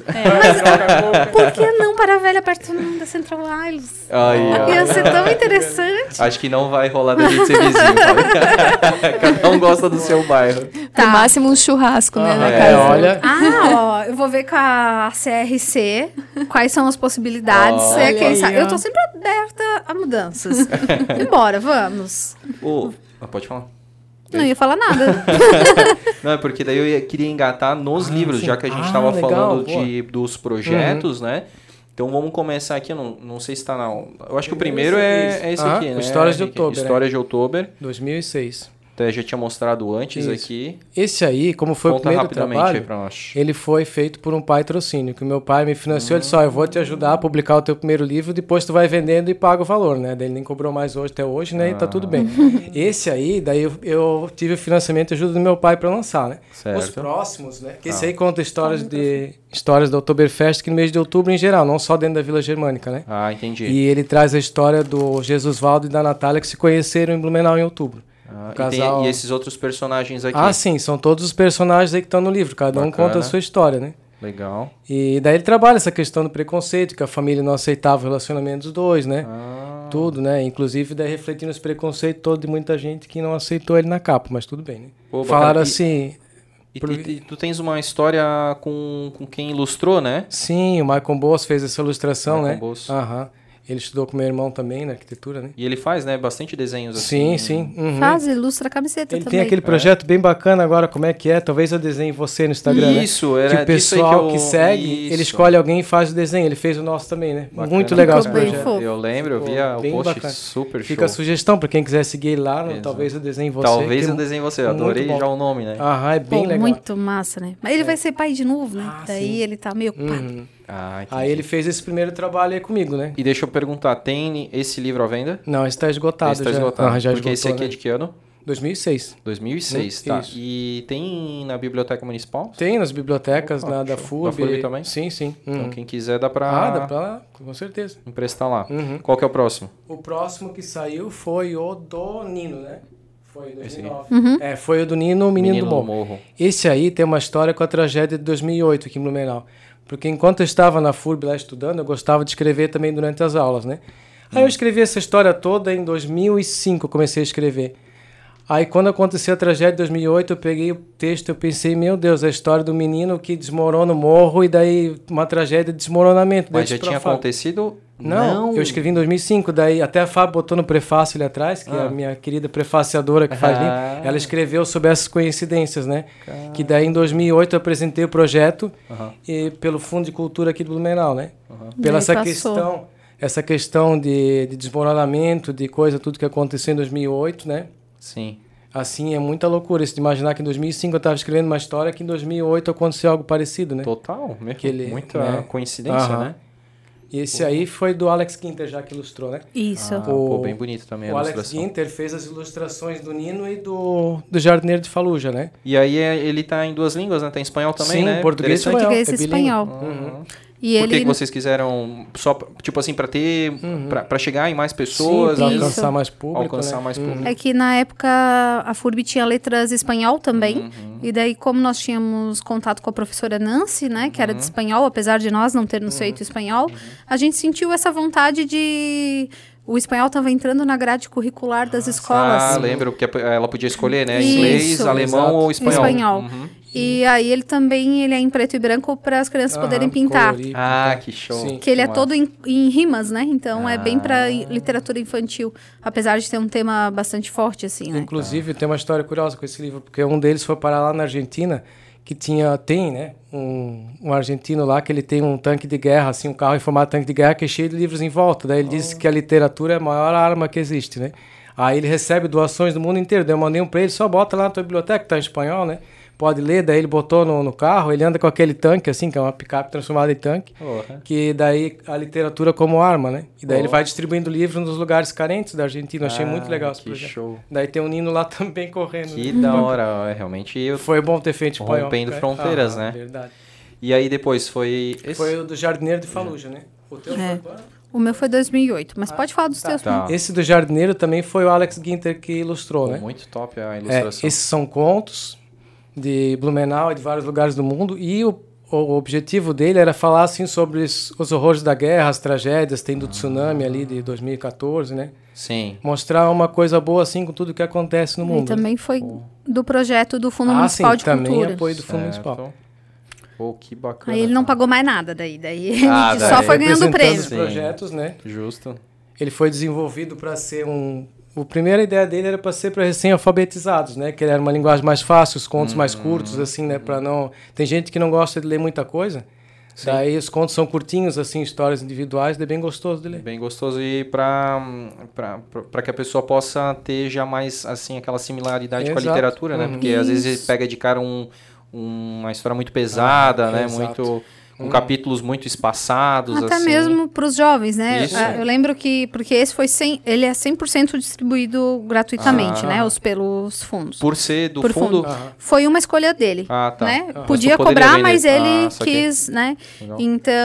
Por que não para a velha perto da Central Wireless? Aí, ó. Ia ser tão interessante. Acho que não vai rolar da gente ser vizinho. Fábio. Cada um gosta do seu bairro. No máximo um churrasco, né, na É, casa. olha... Ah, ó, eu vou ver com a C R C quais são as possibilidades. Olha é, quem aí, sabe. ó. Eu tô sempre aberta a mudanças. Embora, vamos. Ô, ah, pode falar. Não ia falar nada. Não, é porque daí eu ia- queria engatar nos Ah, livros, sim. já que a gente Ah, estava legal, falando boa. de, dos projetos, né? Então vamos começar aqui, eu não, não sei se tá na... Eu acho que o primeiro é, é esse Ah, aqui, né? Histórias de Henrique? Outubro, Histórias de Outubro. dois mil e seis. Até já tinha mostrado antes Isso. aqui. Esse aí, como foi Conta o primeiro rapidamente trabalho, aí pra nós. ele foi feito por um patrocínio, que o meu pai me financiou. Ele disse, ó, eu vou te ajudar a publicar o teu primeiro livro, depois tu vai vendendo e paga o valor, né? Daí ele nem cobrou mais hoje, até hoje, né? E tá tudo bem. Esse aí, daí eu, eu tive o financiamento e ajuda do meu pai para lançar, né? Certo. Os próximos, né? Que esse aí conta histórias de histórias da Oktoberfest, que no mês de outubro em geral, não só dentro da Vila Germânica, né? Ah, entendi. E ele traz a história do Jesus Valdo e da Natália, que se conheceram em Blumenau em outubro. Ah, o e, casal- tem, e esses outros personagens aqui. Ah, sim, são todos os personagens aí que estão no livro, cada um Bacana. conta a sua história, né? Legal. E daí ele trabalha essa questão do preconceito, que a família não aceitava o relacionamento dos dois, né? Ah, Tudo, né? Inclusive, daí refletindo esse preconceito todo de muita gente que não aceitou ele na capa, mas tudo bem, né? Pô, Falaram bacana. E- assim... E, Por- e- e tu tens uma história com, com quem ilustrou, né? Sim, o Michael Boas fez essa ilustração, Michael né? Boas. Aham. Ele estudou com meu irmão também na arquitetura, né? E ele faz, né? Bastante desenhos assim. Sim, sim. uhum. Faz, ilustra a camiseta Ele também. tem aquele projeto bem bacana agora, como é que é? Talvez eu desenhe você no Instagram, né? Isso, era que o disso aí pessoal que que, eu- segue, isso. ele escolhe alguém e faz o desenho. Ele fez o nosso também, né? Bacana, Muito legal esse Ficou bem projeto. fofo. Eu lembro, eu Ficou via o bem post bacana. super Fica a show. sugestão para quem quiser seguir ele lá, no Exato. talvez eu desenhe você. Talvez que eu é desenhe você, muito adorei bom. já o nome, né? Aham, é bem Pô, legal. muito massa, né? Mas ele vai ser pai de novo, né? Ah, Daí sim. ele tá meio ocupado. Uhum. Ah, entendi. Aí ele fez esse primeiro trabalho aí comigo, né? E deixa eu perguntar, tem esse livro à venda? Não, esse tá esgotado esse tá já. esgotado. Ah, já Porque esse esgotou, aqui é né? de que ano? dois mil e seis. dois mil e seis, Hum, tá. isso. E tem na Biblioteca Municipal? Tem nas bibliotecas, Opa, na da show. FURB. Da FURB também? Sim, sim. Então Uhum. quem quiser dá pra, Ah, dá pra... Com certeza. emprestar lá. Uhum. Qual que é o próximo? O próximo que saiu foi o do Nino, né? Foi em Esse dois mil e nove. Uhum. É, foi o do Nino, o Menino, do Morro. Morro. Esse aí tem uma história com a tragédia de dois mil e oito aqui em Blumenau. Porque enquanto eu estava na F U R B lá estudando, eu gostava de escrever também durante as aulas, né? Aí eu escrevi essa história toda em dois mil e cinco, eu comecei a escrever. Aí quando aconteceu a tragédia de dois mil e oito, eu peguei o texto, eu pensei, meu Deus, a história do menino que desmorona o morro e daí uma tragédia de desmoronamento. Mas já tinha acontecido? Não, não, eu escrevi em dois mil e cinco, daí até a Fábio botou no prefácio ali atrás, que ah. é a minha querida prefaciadora que faz ah. livro, ela escreveu sobre essas coincidências, né? Ah. Que daí em dois mil e oito eu apresentei o projeto uh-huh. e, pelo Fundo de Cultura aqui do Blumenau, né? Uh-huh. Pela essa passou. questão, essa questão de, de desmoronamento, de coisa, tudo que aconteceu em dois mil e oito, né? Sim. Assim, é muita loucura isso de imaginar que em dois mil e cinco eu estava escrevendo uma história que em dois mil e oito aconteceu algo parecido, né? Total, mesmo. Ele, muita né? coincidência, uh-huh. né? E esse pô. aí foi do Alex Ginter, já que ilustrou, né? Isso. Ah, o, pô, bem bonito também a o ilustração. O Alex Ginter fez as ilustrações do Nino e do, do Jardineiro de Faluja, né? E aí ele tá em duas línguas, né? Tem espanhol também, Sim, né? português e espanhol. Português e espanhol. Uhum. E Por ele... que, que vocês quiseram, só, tipo assim, para ter, uhum. para chegar em mais pessoas? Sim, alcançar mais público, alcançar né? mais público. Uhum. É que na época a F U R B tinha letras espanhol também, uhum. e daí como nós tínhamos contato com a professora Nancy, né, que uhum. era de espanhol, apesar de nós não termos uhum. feito espanhol, uhum. a gente sentiu essa vontade de... O espanhol estava entrando na grade curricular das escolas. Ah, lembro, porque ela podia escolher, né? Isso. Inglês, alemão Exato. ou espanhol. Espanhol. Uhum. E aí ele também ele é em preto e branco para as crianças ah, poderem pintar. Colorido. Ah, que show. Sim. Que ele é todo em, em rimas, né? Então ah. é bem para literatura infantil, apesar de ter um tema bastante forte, assim, né? Inclusive, tem uma história curiosa com esse livro, porque um deles foi parar lá na Argentina, que tinha, tem, né, um, um argentino lá que ele tem um tanque de guerra, assim, um carro em formato de tanque de guerra que é cheio de livros em volta. Daí ele oh. disse que a literatura é a maior arma que existe, né? Aí ele recebe doações do mundo inteiro. Daí eu mandei um pra ele, só bota lá na tua biblioteca, tá em espanhol, né? Pode ler, daí ele botou no, no carro, ele anda com aquele tanque, assim, que é uma picape transformada em tanque, uhum. que daí a literatura como arma, né? E daí uhum. ele vai distribuindo livros nos lugares carentes da Argentina. Eu achei ah, muito legal esse projeto. Show. Daí tem um Nino lá também correndo. Que né? da hora, realmente. Eu... Foi bom ter feito espanhol. Rompendo fronteiras, ah, né? Verdade. E aí depois foi... Esse? Foi o do Jardineiro de Faluja, né? O teu é. foi agora? O meu foi dois mil e oito, mas ah, pode falar dos tá, teus. Tá. Esse do Jardineiro também foi o Alex Ginter que ilustrou, Pô, né? Muito top a ilustração. É, esses são contos de Blumenau e de vários lugares do mundo, e o, o objetivo dele era falar assim sobre os, os horrores da guerra, as tragédias, tem do tsunami ah. ali de dois mil e quatorze, né? Sim. Mostrar uma coisa boa assim com tudo que acontece no mundo. E também né? foi Pô. do projeto do Fundo ah, Municipal sim, de também Cultura. apoio do Fundo certo. Municipal. Pô, que bacana. Aí ele não pagou mais nada daí, daí ah, a gente daí. só foi ganhando prêmio. Os projetos, né? Justo. Ele foi desenvolvido para ser um... A primeira ideia dele era para ser para recém-alfabetizados, né? Que era uma linguagem mais fácil, os contos hum, mais curtos, assim, né? Para não... Tem gente que não gosta de ler muita coisa. Sim. Daí os contos são curtinhos, assim, histórias individuais, é bem gostoso de ler. Bem gostoso e para para que a pessoa possa ter já mais, assim, aquela similaridade Exato. com a literatura, né? Uhum. Porque às vezes ele pega de cara um, uma história muito pesada, ah, né? Exato. Muito... com hum. capítulos muito espaçados. Até assim. mesmo para os jovens, né? Isso. Eu lembro que, porque esse foi sem, ele é cem por cento distribuído gratuitamente, ah. né? Os, pelos fundos. Por ser do Por fundo? fundo. Ah. Foi uma escolha dele, ah, tá. né? Ah. Podia mas cobrar, mas ele ah, quis, né? Legal.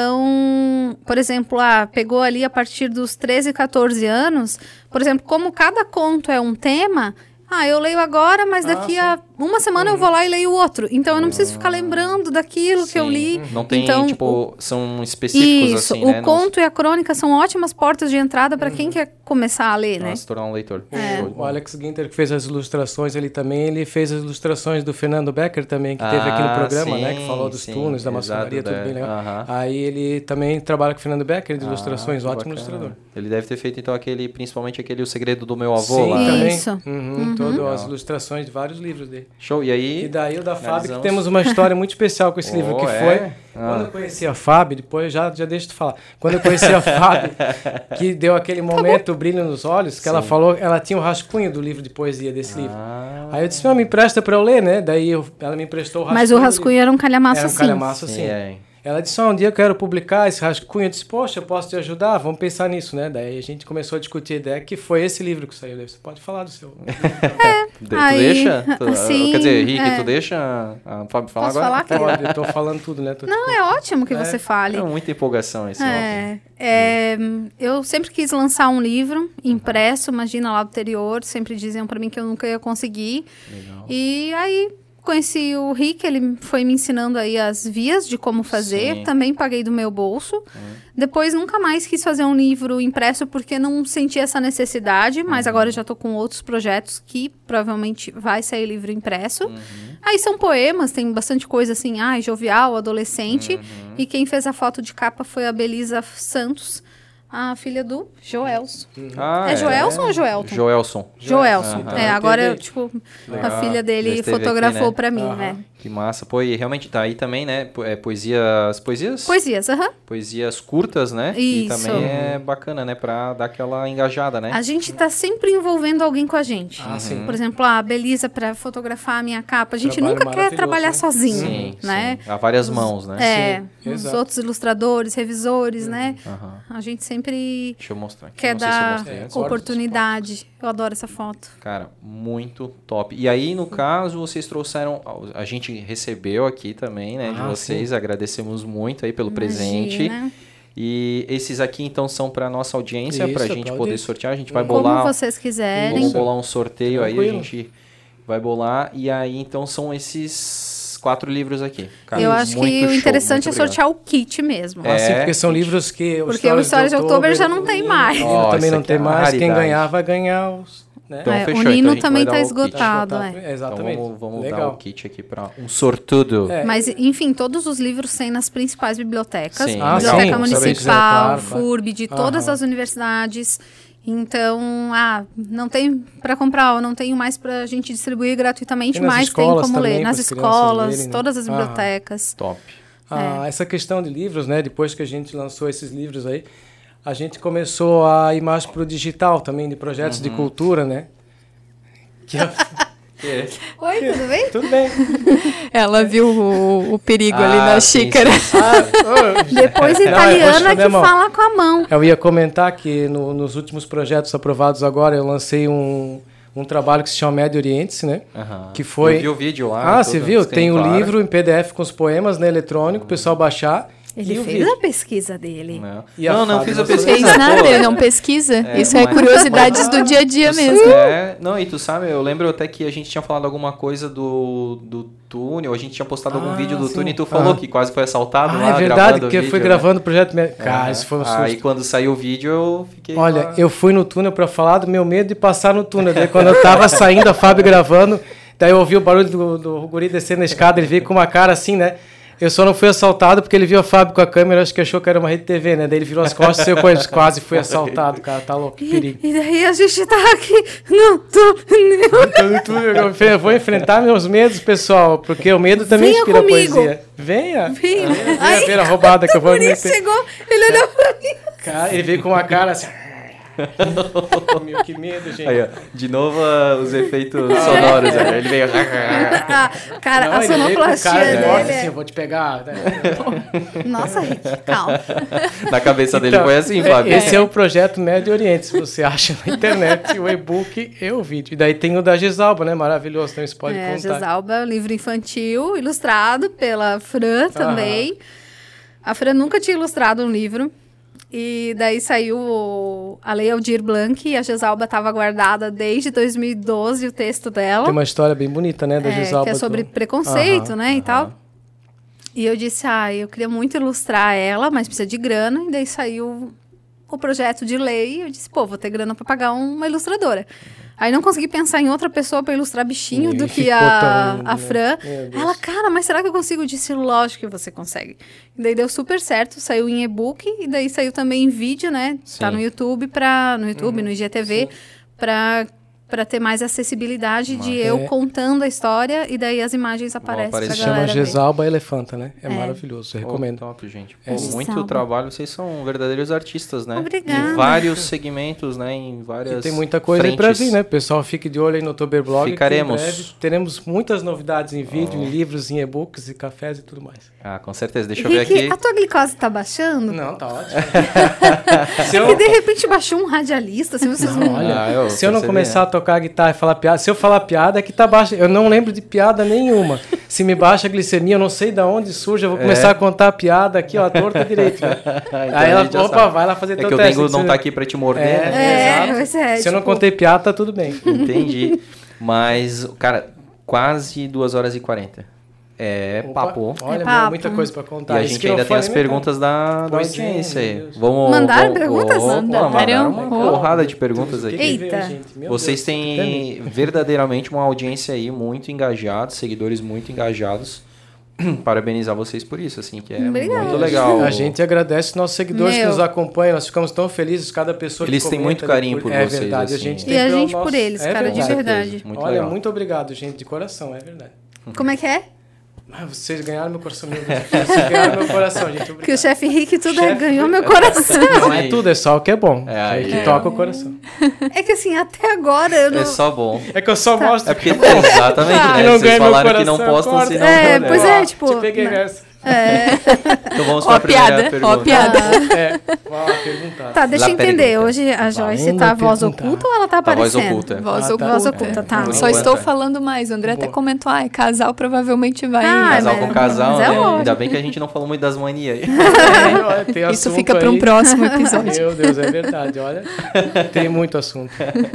Então, por exemplo, ah, pegou ali a partir dos treze, quatorze anos, por exemplo, como cada conto é um tema... Ah, eu leio agora, mas daqui ah, a uma semana uhum. eu vou lá e leio o outro. Então, eu não preciso ficar lembrando daquilo sim. que eu li. Não tem, então, tipo, são específicos isso, assim, o né? O conto Nos... e a crônica são ótimas portas de entrada para uhum. quem quer começar a ler, né? Se tornar um leitor. É. O Alex Ginter, que fez as ilustrações, ele também ele fez as ilustrações do Fernando Becker também, que ah, teve aqui no programa, sim, né? Que falou dos sim, túneis, da maçonaria, tudo bem legal. Uh-huh. Aí ele também trabalha com o Fernando Becker de ah, ilustrações, ótimo bacana. ilustrador. Ele deve ter feito, então, aquele, principalmente aquele O Segredo do Meu Avô sim, lá. Também. Isso. Uhum, uhum. Todas as ilustrações de vários livros dele. Show, e aí? E daí o da Fábio, que temos uma história muito especial com esse oh, livro, que é? foi... Ah. Quando eu conheci a Fábio, depois já, já deixa eu te falar. Quando eu conheci a Fábio, que deu aquele momento, o brilho nos olhos, que Sim. ela falou, ela tinha o rascunho do livro de poesia desse ah. livro. Aí eu disse, me empresta para eu ler, né? Daí eu, ela me emprestou o rascunho. Mas o rascunho era um calhamaço assim. Era um calhamaço assim. assim. É. Ela disse, oh, um dia eu quero publicar esse rascunho. Eu disse, poxa, eu posso te ajudar? Vamos pensar nisso, né? Daí a gente começou a discutir a ideia que foi esse livro que saiu. Você pode falar do seu... É, tu aí, deixa? Tu, assim, quer dizer, Rick, é. tu deixa a Fábio falar Posso agora? Falar Pode, eu tô falando tudo, né? Tô Não, é ótimo que é. você fale. É muita empolgação esse é, é, Eu sempre quis lançar um livro impresso, imagina lá do interior, sempre diziam pra mim que eu nunca ia conseguir. Legal. E aí... Conheci o Rick, ele foi me ensinando aí as vias de como fazer. Sim. Também paguei do meu bolso. Uhum. Depois, nunca mais quis fazer um livro impresso porque não senti essa necessidade. Mas uhum. agora eu já tô com outros projetos que provavelmente vai sair livro impresso. Uhum. Aí são poemas, tem bastante coisa assim, ah, jovial, adolescente. Uhum. E quem fez a foto de capa foi a Belisa Santos, a filha do Joelson. Ah, é Joelson é. ou Joelton? Joelson. Joelson. Uhum. É, agora, tipo, legal. A filha dele fotografou aqui, né? Pra mim, uhum. né? Que massa. Pô, e realmente tá aí também, né? É, poesias... Poesias? Poesias, aham. Uhum. Poesias curtas, né? Isso. E também é bacana, né? Pra dar aquela engajada, né? A gente tá sempre envolvendo alguém com a gente. Ah, sim. Por exemplo, a Belisa pra fotografar a minha capa. A gente Trabalho nunca quer trabalhar né? sozinho, sim, né? Sim. Há várias os, mãos, né? É. Sim, os exato. outros ilustradores, revisores, uhum. né? Uhum. A gente sempre Deixa eu mostrar aqui. quer Não dar se eu é, oportunidade. Eu adoro essa foto. Cara, muito top. E aí, no caso, vocês trouxeram... A gente recebeu aqui também, né? Ah, de vocês. Sim. Agradecemos muito aí pelo Imagina. presente. E esses aqui, então, são para nossa audiência, para a gente poder isso. sortear. A gente vai Como bolar... Como vocês quiserem. Vamos bolar um sorteio Tranquilo. aí, a gente vai bolar. E aí, então, são esses... quatro livros aqui. Cara, eu acho que o interessante show, é sortear o kit mesmo. É, ah, sim, porque são livros que... Porque o Histórias de Outubro já não tem mais. Oh, também não tem é mais. Quem ganhar vai ganhar os... Né? Então, é, fechou. O Nino então, também está esgotado. Tá é. Exatamente. Então vamos, vamos Legal. dar o kit aqui para um sortudo. É. Mas, enfim, todos os livros têm nas principais bibliotecas. Sim. Ah, Biblioteca sim. Municipal, Quiser, claro, F U R B, de Aham. todas as universidades. Então, ah, não tem para comprar, eu não tenho mais para a gente distribuir gratuitamente, mas tem como também, ler. Nas escolas, lerem, né? Todas as bibliotecas. Aham. Top. Ah, é. Essa questão de livros, né? Depois que a gente lançou esses livros aí, a gente começou a ir mais para o digital também, de projetos uhum. de cultura, né? Que a... Oi, tudo bem? Tudo bem. Ela viu o, o perigo ah, ali na sim, xícara. Sim, sim. Ah, Depois italiana que fala com a mão. Eu ia comentar que no, nos últimos projetos aprovados agora, eu lancei um, um trabalho que se chama Médio Oriente, né? Uhum. Que foi... Eu vi o vídeo lá. Ah, você viu? Tem o um claro. livro em P D F com os poemas, né, eletrônico, o pessoal baixar. Ele fez a pesquisa dele. Não, e a não, não Fábio fiz a você pesquisa. Fez nada, ele não pesquisa. É, Isso é mas- curiosidades do dia a dia mesmo. É, não, e tu sabe, eu lembro até que a gente tinha falado alguma coisa do, do túnel, a gente tinha postado algum Ah, vídeo do sim. túnel e tu falou Ah. que quase foi assaltado Ah, lá, é verdade, gravando porque o eu fui vídeo, gravando o projeto... Me... né? Cara, isso foi um susto. Aí quando saiu o vídeo eu fiquei... Olha, lá. eu fui no túnel pra falar do meu medo de passar no túnel. Daí quando eu tava saindo, a Fábio gravando, daí eu ouvi o barulho do, do guri descendo a escada, ele veio com uma cara assim, né? Eu só não fui assaltado porque ele viu a Fábio com a câmera, acho que achou que era uma rede T V, né? Daí ele virou as costas e saiu com eles. Quase fui assaltado, cara. Tá louco, que perigo. E daí a gente tá aqui no túnel. Então, no túnel, eu fe- vou enfrentar meus medos, pessoal, porque o medo também Venha inspira comigo. poesia. Venha! Venha. Venha Aí, ver a roubada que eu vou Por meter. isso chegou, ele olhou pra mim. Cara, ele veio com uma cara assim... Meu, que medo, gente. Aí, ó, de novo ah, os efeitos sonoros, né? Ele veio... Ah, cara, Não, a ele veio com sonoplastia cara de dele. morte é- assim, eu vou te pegar. né? Nossa, Rick, calma. Na cabeça dele Então, foi assim, Fábio. Esse é o projeto Médio Oriente. Se você acha na internet o e-book e o vídeo. E daí tem o da Gisalba, né? Maravilhoso. Então você pode É, contar. Gisalba é um livro infantil, ilustrado pela Fran também. A Fran nunca tinha ilustrado um livro. E daí saiu o- a Lei Aldir Blanc e a Gisalba estava guardada desde dois mil e doze, o texto dela. Tem uma história bem bonita, né? Da É, Gisalba. que é sobre tu- preconceito, Aham, né, e tal. E eu disse, ah, eu queria muito ilustrar ela, mas precisa de grana. E daí saiu o projeto de lei. E eu disse, pô, vou ter grana para pagar uma ilustradora. Aí não consegui pensar em outra pessoa para ilustrar bichinho E do que ficou a, tão lindo, a né? Fran. Meu Deus. Ela, cara, mas será que eu consigo? Eu disse, lógico que você consegue. E daí deu super certo, saiu em e-book. E daí saiu também em vídeo, né? Tá Sim. no YouTube, pra, no YouTube, Uhum, no I G T V, para para ter mais acessibilidade de Mas- eu É. contando a história e daí as imagens aparecem aparecer. pra Se chama galera ver. Gisalba Elefanta, né? É, É. maravilhoso, eu Pô, recomendo. top, gente. É. Pô, muito Gisalba. trabalho. Vocês são verdadeiros artistas, né? Obrigada. Em vários segmentos, né? Em várias E tem muita coisa aí pra frentes. vir, né? Pessoal, fique de olho aí no Toberblog. que em Ficaremos. breve teremos muitas novidades em vídeo, em livros, em e-books e cafés e tudo mais. Ah, com certeza. Deixa eu ver Rick, aqui. a tua glicose tá baixando? Não, tá ótimo. Se eu... de repente baixou um radialista, se vocês não... Olha, Ah, eu se eu não percebi, começar né? a tocar guitarra e falar piada, se eu falar piada é que tá baixa. Eu não lembro de piada nenhuma. Se me baixa a glicemia, eu não sei de onde surge, eu vou começar É. a contar a piada aqui, ó, torta direito. Né? Então Aí a ela, gente já opa, sabe. vai lá fazer É teu que o teste. Dengo não Se- tá aqui pra te morder, É, né? É, exato. mas é, Se eu não tipo- contei piada, tá tudo bem. Entendi. Mas, cara, quase duas horas e quarenta. É Opa, papo. Olha, É papo. muita coisa pra contar. E a Isso gente que não ainda foi tem as nem metade. perguntas da, da Pois é, audiência meu aí. Deus. Vamos, Mandaram vamos- perguntas? Opa, Mandaram. mandaram uma Oh. porrada de perguntas O que aqui. que veio, Eita. gente? Meu Vocês Deus, têm verdadeiramente uma audiência aí muito engajada, seguidores muito engajados. Parabenizar vocês por isso, assim, que é Obrigada. muito legal. A gente agradece os nossos seguidores Meu. que nos acompanham. Nós ficamos tão felizes, cada pessoa que Eles têm comenta muito ali carinho por é vocês, verdade, assim. a gente E tem a pelo gente nosso- por eles, é cara, de verdade. verdade. Muito Olha, legal. muito obrigado, gente, de coração, é verdade. Como é que é? Ah, vocês ganharam meu coração, meu Deus. Vocês ganharam meu coração, gente. Obrigado. Que o chefe Rick tudo Chefe é, ganhou Rick. meu coração. Não é tudo, é só o que é bom. É, É, aí que é. toca o coração. É que assim, até agora eu não... É só bom. É que eu só mostro É porque, exatamente, Tá. né? que não Vocês ganha meu falaram que não coração, postam acorda. se não É, ganham, né? pois é, tipo, Te peguei não. nessa. Então vamos Ó para a a primeira piada, ó pergunta. a piada. É, ó, perguntar. Tá, deixa eu La entender. pergunta. Hoje a Joyce Valendo tá a voz perguntar. oculta ou ela tá A voz aparecendo? oculta. Voz Ah, tá. oculta. Voz oculta, tá. Por Só enquanto, estou é. falando mais. O André até Boa. comentou, ah, casal provavelmente vai... Ah, Casal mas- com casal, mas é né? ótimo. Ainda bem que a gente não falou muito das manias aí. É, olha, tem Isso assunto fica para um aí. próximo episódio. Meu Deus, é verdade, olha. Tem muito assunto.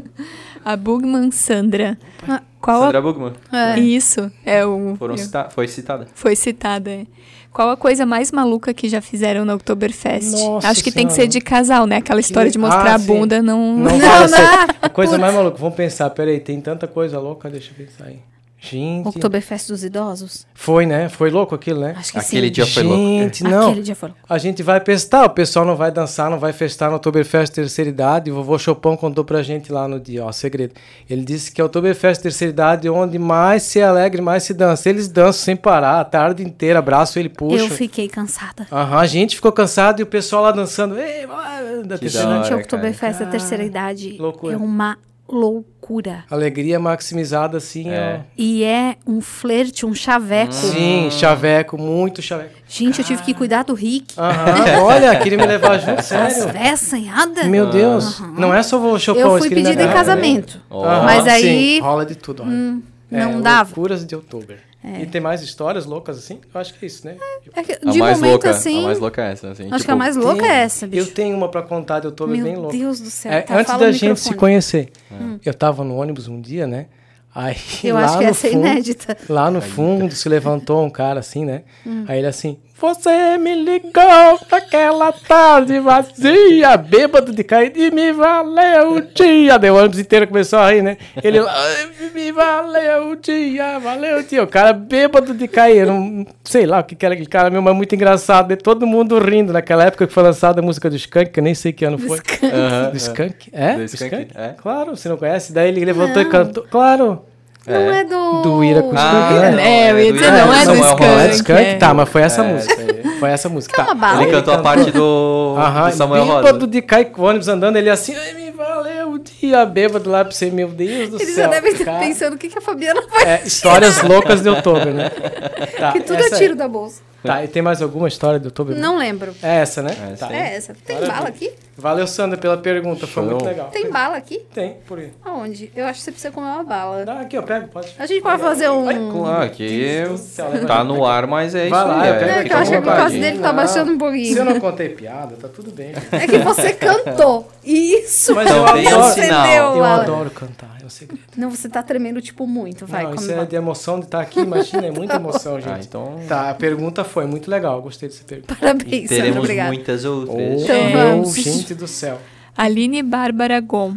A Bugman Sandra. Qual Sandra Bugman. É. Isso, é o... Foram cita... Foi citada. Foi citada, é. Qual a coisa mais maluca que já fizeram na Oktoberfest? Nossa Acho que tem que Senhora. ser de casal, né? Aquela história de mostrar Ah, a sim. bunda não... Não, Não, fala não. assim. A coisa mais maluca, vamos pensar, peraí, tem tanta coisa louca, deixa eu pensar aí. Gente. Oktoberfest dos idosos? Foi, né? Foi louco aquilo, né? Acho que Aquele sim. dia foi louco. Gente, não. Aquele dia foi louco. A gente vai festar, o pessoal não vai dançar, não vai festar no Oktoberfest Terceira Idade. O vovô Chopin contou pra gente lá no dia, ó, segredo. Ele disse que é o Oktoberfest Terceira Idade onde mais se alegre, mais se dança. Eles dançam sem parar, a tarde inteira, abraço, ele puxa. Eu fiquei cansada. Aham, a gente ficou cansado e o pessoal lá dançando. Ei, vai, da Que terceira da Gente, hora, o Oktoberfest da cara. terceira idade Loucura. é uma loucura. Alegria maximizada assim, É. E é um flerte, um chaveco. ó. Sim, chaveco, muito chaveco. Gente, eu tive que cuidar do Rick. Aham, olha, queria me levar junto, As sério. véias assanhadas. Meu Deus, não é só o Chopin. Eu eles fui queriam me pedida em agarrar também. casamento. Ó. Mas aí- Sim, rola de tudo, olha. não É, dava. Loucuras de outubro. E tem mais histórias loucas assim? Eu acho que é isso, né? É que, A de mais momento louca, assim, a mais louca é essa, assim. acho tipo, que a mais louca Tem- é essa, bicho. Eu tenho uma pra contar de outubro bem Meu louca. Deus do céu. É, tá, antes fala da no gente se microfone. conhecer, eu tava no ônibus um dia, né? Aí Eu lá acho que no essa é fundo, inédita. Lá no fundo se levantou um cara assim, né? Hum. Aí ele assim, você me ligou naquela tarde vazia, bêbado de cair de me valeu o dia. Daí o ônibus inteiro começou a rir, né? Ele lá, "Ai, me valeu o dia, valeu o dia. O cara bêbado de cair, eu não sei lá o que que era aquele cara mesmo, mas muito engraçado. E todo mundo rindo naquela época que foi lançada a música do Skank, que eu nem sei que ano foi. Aham, Do Skank? É? Do Do Skank, Skank? é. Claro, você não conhece? Daí ele levantou e cantou. Claro! Não é do... Do Ira com Ah, Skank, né? É, eu ia do dizer, Ira não é do Samuel Skank. Não é do Rosa. Skank? é. Tá, mas foi essa É, música. essa aí. Foi essa música. Que é uma Tá. bala. Ele cantou a parte do, Aham, do Samuel bêbado Rosa. de cair com o ônibus andando, ele assim, ai, me valeu o dia, bêbado lá pra você, meu Deus do Eles céu. já devem estar cara. pensando o que, que a Fabiana vai... É, histórias loucas de outubro, né? Tá, que tudo essa é tiro aí. da bolsa. Tá, e tem mais alguma história de outubro? Não lembro. É essa, né? É essa Tá. aí. É essa. Tem Maravilha. bala aqui? Valeu, Sandra, pela pergunta, foi Show. muito legal. Tem bala aqui? Tem, por aí. Aonde? Eu acho que você precisa comer uma bala. Dá aqui, ó, pega, pode. A gente pode fazer um... Claro que Deus do céu, leva tá junto no ar, mas é Vai isso lá, aí. eu pego é, É, aqui, que eu acho que a Fica à voz vontade. dele tá baixando um Se eu pouquinho. não contei piada, tá tudo bem. gente. É que você cantou. E isso Mas eu Também é um adoro, sinal. acendeu eu a- adoro cantar, é um segredo. Não, você tá tremendo, tipo, muito. Vai, Não, come isso é bala. de emoção de estar aqui, imagina, é muita emoção, gente. Ah, então Tá, a pergunta foi muito legal, gostei dessa pergunta. Parabéns, Sandra. teremos Obrigada. muitas outras. Então Oh, vamos. gente do céu. Aline Bárbara Gon.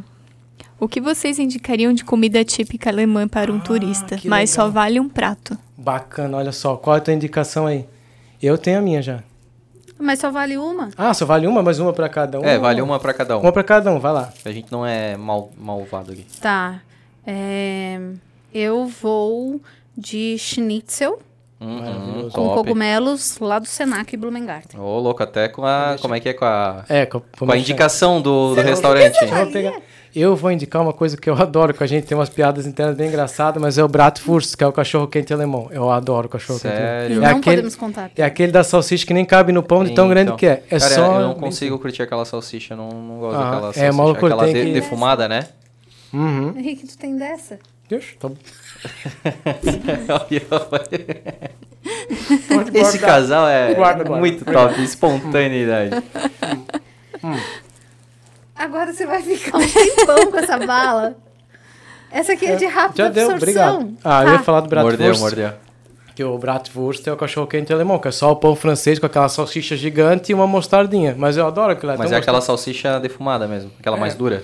O que vocês indicariam de comida típica alemã para um Ah, turista? que Mas legal. só vale um prato. Bacana, olha só, qual é a tua indicação aí? Eu tenho a minha já. Mas só vale uma? Ah, só vale uma, mas uma pra cada um? É, vale uma pra cada um. Uma pra cada um, vai lá. A gente não é mal, malvado aqui. Tá. É, Eu vou de schnitzel Uhum, Maravilhoso. com top. cogumelos lá do Senac Blumengarten. Ô, louco, até com a... Como é que é? Com a, É, co- com como a chama? indicação do, do Você não- restaurante. Eu vou, pegar- eu vou indicar uma coisa que eu adoro, que a gente tem umas piadas internas bem engraçadas, mas é o Bratwurst, que é o cachorro-quente alemão. Eu adoro o cachorro-quente alemão. Sério? E É não aquele- podemos contar. É aquele da salsicha que nem cabe no pão de tão grande Então, que é. É cara, só... eu não consigo curtir aquela salsicha, eu não, não gosto Ah, daquela é, salsicha. maluco, aquela tem de- que- defumada, né? Uhum. Henrique, tu tem dessa? Deixa, tá bom. Esse casal é Guarda, guarda. muito top, espontaneidade. Agora você vai ficar um tempão com essa bala. Essa aqui é de rápida Já deu, absorção. obrigado. Ah, eu Tá. ia falar do Mordeu, Bratwurst. mordeu. Que o Bratwurst é o cachorro quente alemão, que é só o pão francês com aquela salsicha gigante e uma mostardinha. Mas eu adoro aquilo. Mas tão é aquela gostoso. salsicha defumada mesmo, aquela É. mais dura.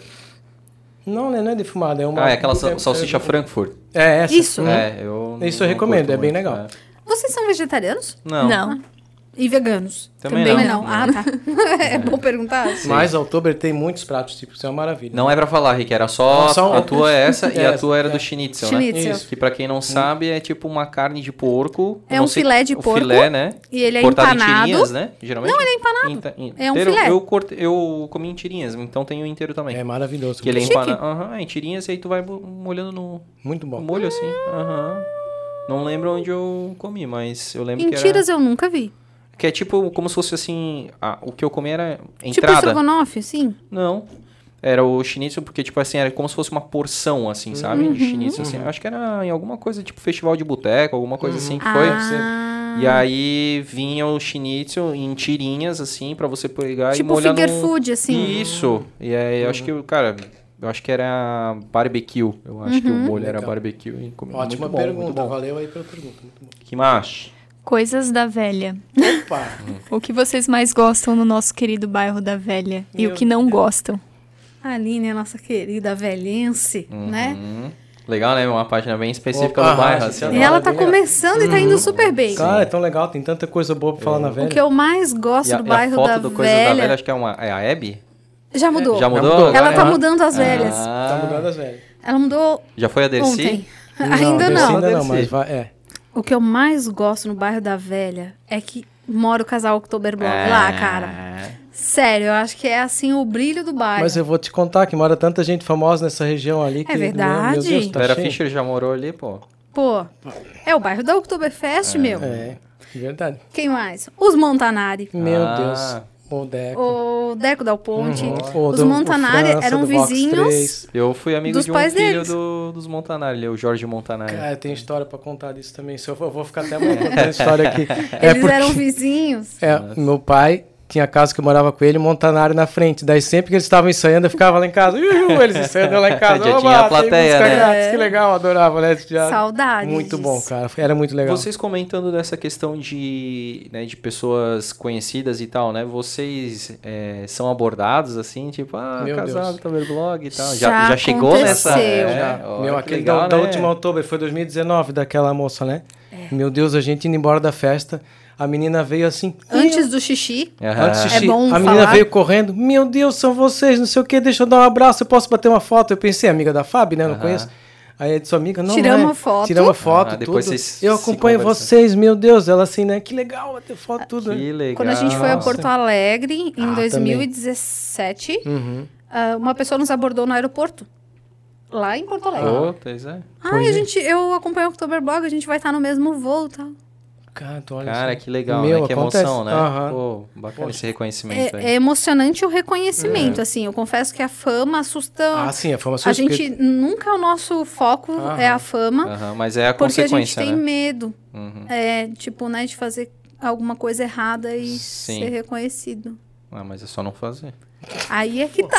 Não, né, não é defumada, é uma... Ah, é aquela sal- é- salsicha é- Frankfurt. É, essa. Isso. Hum. É, eu Isso eu não recomendo, curto é bem muito, legal. é. Vocês são vegetarianos? Não. Não. E veganos? Também Também não. não. Ah, tá. É bom perguntar. Mas a Oktober tem muitos pratos, tipo, isso é uma maravilha. Não é pra falar, Rick, era só, Só um- a tua é essa e É, a tua era é. do schnitzel, Schnitzel. né? Isso. Que pra quem não sabe é tipo uma carne de porco. É eu não um sei- filé de o porco, filé, né? e ele é Cortado empanado. em tirinhas, né? Geralmente. Não, ele é empanado. Inta- in- É um inteiro. filé. Eu, corte, eu comi em tirinhas, então tem o inteiro também. É maravilhoso. que ele é Chique. empanado. Aham, em tirinhas e aí tu vai mo- molhando no, Muito no bom. molho assim. Aham. Não lembro onde eu comi, mas eu lembro Mentiras que era... eu nunca vi. Que é tipo como se fosse assim... ah, o que eu comi era Tipo entrada. estrogonofe, assim? Não. Era o schnitzel, porque, tipo assim, era como se fosse uma porção, assim, sabe? De schnitzel, assim. Acho que era em alguma coisa, tipo festival de boteco, alguma coisa assim que foi. Ah. E aí vinha o schnitzel em tirinhas, assim, pra você pegar e Tipo molhar finger no... food, assim. Isso. E aí, eu acho que, cara... Eu acho que era barbecue. Eu acho que o molho era Legal. barbecue. E comi- Ótima muito bom, pergunta, muito bom. valeu aí pela pergunta. Muito bom. Que mais? Coisas da velha. Opa! O que vocês mais gostam no nosso querido bairro da Velha? E Meu o que não gostam? A Aline é nossa querida velhense, né? Hum, legal, né? Uma página bem específica Opa, do bairro, gente, assim. eu E né? ela Olha, tá bem legal. começando e tá indo super bem. Cara, é tão legal, tem tanta coisa boa pra falar na velha. O que eu mais gosto E a, do e a bairro foto da do Coisa da Velha, Velha... acho que é, uma, é a Abby? Já mudou. Já mudou? mudou. Ela agora? tá Ah. mudando as velhas. Ah, Tá mudando as velhas. Ela mudou Já foi a Dercy? ontem. Ainda desse não. Ainda não, Deve mas ser. vai, é. O que eu mais gosto no bairro da Velha é que mora o casal Oktoberblock É. lá, cara. Sério, eu acho que é assim o brilho do bairro. Mas eu vou te contar que mora tanta gente famosa nessa região ali que... É verdade. Meu Deus, tá Vera cheio. Fischer já morou ali, pô. Pô, é o bairro da Oktoberfest, meu. É, verdade. Quem mais? Os Montanari. Meu Ah. Deus. O Deco. O Deco Dal Ponte. O Os do- o Montanari França, eram do Vox vizinhos. três. Eu fui amigo Dos de um pais filho deles. do, dos Montanari, ali, o Jorge Montanari. Cara, tem história pra contar disso também. Se eu, for- eu vou ficar até amanhã contando história aqui. É Eles porque- eram vizinhos. É, meu pai tinha casa que eu morava com ele, Montanari na frente. Daí sempre que eles estavam ensaiando, eu ficava lá em casa. Uhul, eles ensaiando lá em casa. Já Oba, tinha a tem plateia, música né? grátis, É. Que legal, adorava, né? Já- Saudades. Muito bom, cara. Era muito legal. Vocês comentando dessa questão de, né, de pessoas conhecidas e tal, né? Vocês é, são abordados assim, tipo, ah, Meu casado, Deus. Toberblog e tal. Já, Já já chegou aconteceu. nessa? Já. ó, Meu, que aquele legal, da, da né? última outubro, foi dois mil e dezenove, daquela moça, né? Meu Deus, a gente indo embora da festa, a menina veio assim... Antes do xixi. Aham. Antes de É xixi, bom a menina falar. veio correndo, meu Deus, são vocês, não sei o que, deixa eu dar um abraço, eu posso bater uma foto. Eu pensei, amiga da Fábio, né? Eu não Aham. conheço. Aí a sua amiga, não, Tiramos não é. a foto. Tiramos a foto, Ah, depois tudo. vocês Eu se acompanho conversam. vocês, meu Deus. Ela assim, né? Que legal bater foto, tudo. né? Que legal. Quando a gente foi a Nossa. Porto Alegre, em Ah, dois mil e dezessete, Uhum. ah, uma pessoa nos abordou no aeroporto. Lá em Porto Alegre. Ô, pois é. Ai, Pois a é. gente, eu acompanho o Oktoberblog, a gente vai estar no mesmo voo e tal. Cara, tu olha Cara, assim. que legal, Meu, né? Que acontece. emoção, né? Aham. Pô, bacana esse reconhecimento aí. É, é emocionante o reconhecimento, assim. Eu confesso que a fama assusta. Ah, sim, a fama a gente nunca o nosso foco Aham. é a fama, Aham, mas é a porque a gente consequência, tem né? medo, Uhum. é, tipo, né, de fazer alguma coisa errada e Sim. ser reconhecido. Ah, mas é só não fazer. Aí é que tá.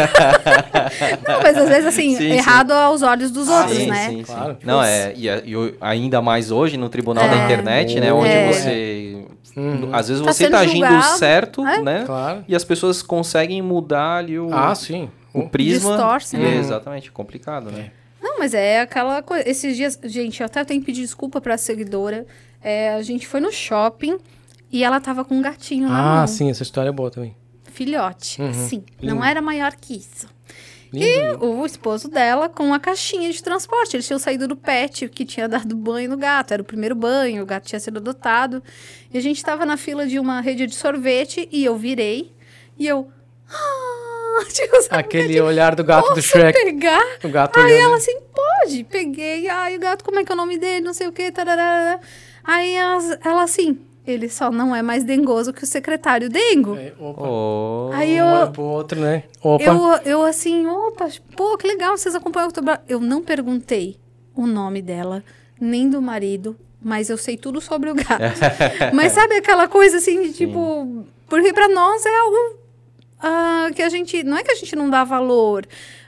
Não, mas às vezes, assim, Sim, errado aos olhos dos outros, sim, né? sim, sim. Claro. Não, é, e, a- e o- ainda mais hoje no tribunal É. da internet, né? Onde É. você... Uhum. Às vezes Tá você sendo tá agindo julgado. certo, É. né? Claro. E as pessoas conseguem mudar ali o, Ah, sim. o prisma. Distorce, E né? é exatamente, complicado, né? Não, mas é aquela coisa. Esses dias, gente, eu até tenho que pedir desculpa pra seguidora. É, a gente foi no shopping e ela tava com um gatinho na Ah, mão. sim, essa história é boa também. Filhote, Uhum. assim. Lindo. Não era maior que isso. Lindo, E lindo. o esposo dela com a caixinha de transporte. Eles tinham saído do pet, que tinha dado banho no gato. Era o primeiro banho, o gato tinha sido adotado. E a gente tava na fila de uma rede de sorvete e eu virei. E eu... Ah, tipo, sabe, Aquele olhar do gato do posso Shrek. pegar? O gato Aí olhando. ela assim, pode. Peguei. Ai, o gato, como é que é o nome dele? Não sei o quê. Tararara. Aí elas- ela assim, ele só não é mais dengoso que o secretário Dengo. É, opa. Oh. Aí Um eu... olha pro outro, né? Opa. Eu, eu assim, opa, pô, que legal, vocês acompanham o Outubro. Eu não perguntei o nome dela, nem do marido, mas eu sei tudo sobre o gato. Mas sabe aquela coisa assim, de tipo... Porque pra nós é algo ah, que a gente... Não é que a gente não dá valor,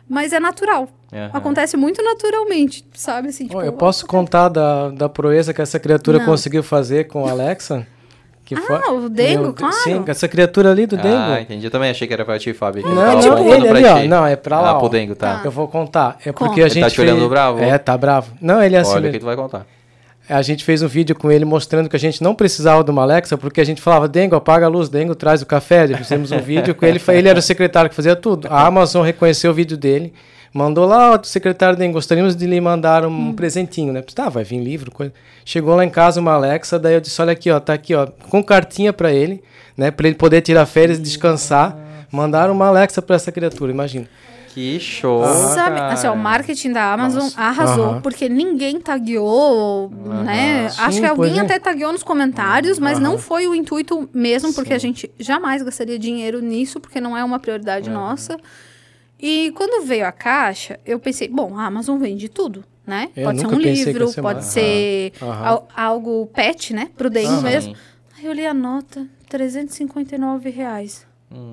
Mas é natural. Aham. Acontece muito naturalmente, sabe? Assim, tipo, Ó, eu posso contar da, da proeza que essa criatura Não. conseguiu fazer com a Alexa? Que Ah, o Dengo, claro. Sim, essa criatura ali do Dengo. Ah, entendi. Eu também achei que era pra ti, Fábio. que Não, tava não, apontando ele pra ali, ó. ti. Não, é pra lá, Ah, ó. pro Dengo, tá. Eu vou contar. É porque Conta. a Ele gente tá te olhando fez... bravo? É, tá bravo. Não, ele é assim Olha o mesmo. que tu vai contar. A gente fez um vídeo com ele mostrando que a gente não precisava de uma Alexa, porque a gente falava, Dengo, apaga a luz, Dengo, traz o café. Fizemos um vídeo com ele, ele era o secretário que fazia tudo. A Amazon reconheceu o vídeo dele, mandou lá, ó, secretário Dengo, gostaríamos de lhe mandar um Hum. presentinho, né? Tá, vai vir livro, coisa. Chegou lá em casa uma Alexa, daí eu disse, olha aqui, ó, tá aqui, ó, com cartinha pra ele, né, pra ele poder tirar férias e descansar. Mandaram uma Alexa pra essa criatura, imagina. Que show, Sabe, cara. assim, ó, o marketing da Amazon Nossa. arrasou, Aham. porque ninguém tagueou, né? Sim, Acho que pois alguém é. até tagueou nos comentários, mas não Aham. foi o intuito mesmo, porque a gente jamais gastaria dinheiro nisso, porque não é uma prioridade nossa. E quando veio a caixa, eu pensei, bom, a Amazon vende tudo, né? Eu pode ser nunca um pensei que livro, ia ser pode mais. ser Aham. al- algo pet, né? Pro Dengo Aham. mesmo. Aí eu olhei a nota, trezentos e cinquenta e nove reais.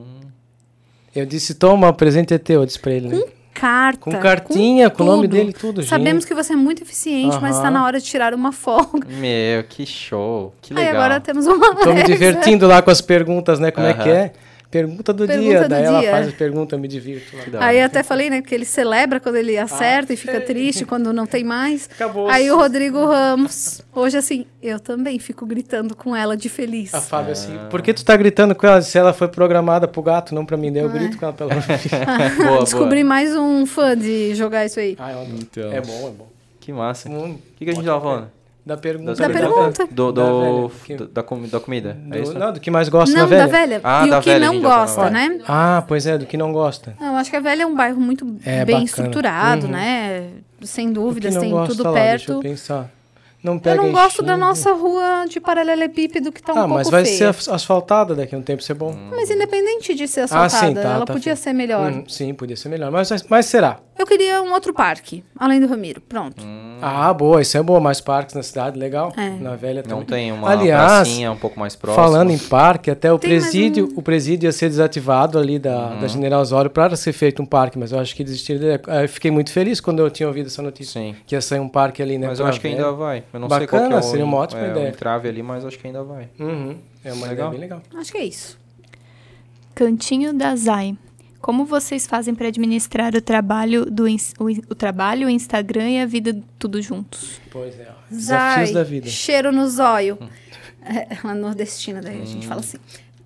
Eu disse, toma, o presente é teu, eu disse pra ele, né? Carta. Com cartinha, com o nome tudo. dele, tudo, gente. Sabemos que você é muito eficiente, mas está Aham. na hora de tirar uma folga. Meu, que show. Que Aí legal. agora temos uma Tô me Alexa. divertindo lá com as perguntas, né? Como é Aham. que é? Pergunta do Pergunta dia. do Daí ela dia. faz a pergunta, eu me divirto lá. Que da hora. Aí até falei, né, que ele celebra quando ele acerta e fica triste quando não tem mais. Acabou. Aí o Rodrigo Ramos, hoje assim, eu também fico gritando com ela de feliz. A Fábio assim, por que tu tá gritando com ela? Se ela foi programada pro gato, não pra mim. Daí eu grito com ela pela Boa, Descobri boa. mais um fã de jogar isso aí. Ah, eu adoro. Então. É bom, é bom. Que massa. O Hum, que, que a gente tava falando? Da pergunta. Da pergunta. Do, Da do, velha, que- do- da, comi- da comida. É Do, isso? não, do que mais gosta Não, da velha? da velha. Ah, e da o que velha, a não gente já tá gosta, falando. né? Ah, pois é, do que não gosta. Eu acho que a velha é um bairro muito É, bem bacana. estruturado, Uhum. né? Sem Do que dúvidas, não tem gosta tudo lá, deixa eu perto. pensar. Não Eu pega não gosto da enchimento. nossa rua de paralelepípedo que tá um Ah, pouco mas vai feia. ser as- asfaltada daqui a um tempo, ser bom. Mas independente de ser Ah, asfaltada, sim, tá, ela tá podia feio. ser melhor. Hum, sim, podia ser melhor. Mas, mas será? Eu queria um outro parque, além do Ramiro. Pronto. Ah, boa, isso é boa. Mais parques na cidade, legal. É. Na velha Não também. tem uma Aliás, pracinha um pouco mais próxima. falando em parque, até o Tem mais presídio, um- o presídio ia ser desativado ali da, Uhum. da General Osório para ser feito um parque, mas eu acho que desistiram dele. Eu fiquei muito feliz quando eu tinha ouvido essa notícia. Sim. Que ia sair um parque ali, né? Mas eu pra acho que velha. ainda vai. Eu não sei Bacana, qual que é o, seria uma ótima é, ideia. o entrave ali, mas acho que ainda vai. Uhum. É uma Legal. ideia bem legal. Acho que é isso. Cantinho da Zai. Como vocês fazem para administrar o trabalho, do, ins- o, in- o trabalho, o Instagram e a vida tudo juntos? Pois é. ó. Zai, Desafios da vida. cheiro no zóio. É uma nordestina, daí a gente fala assim.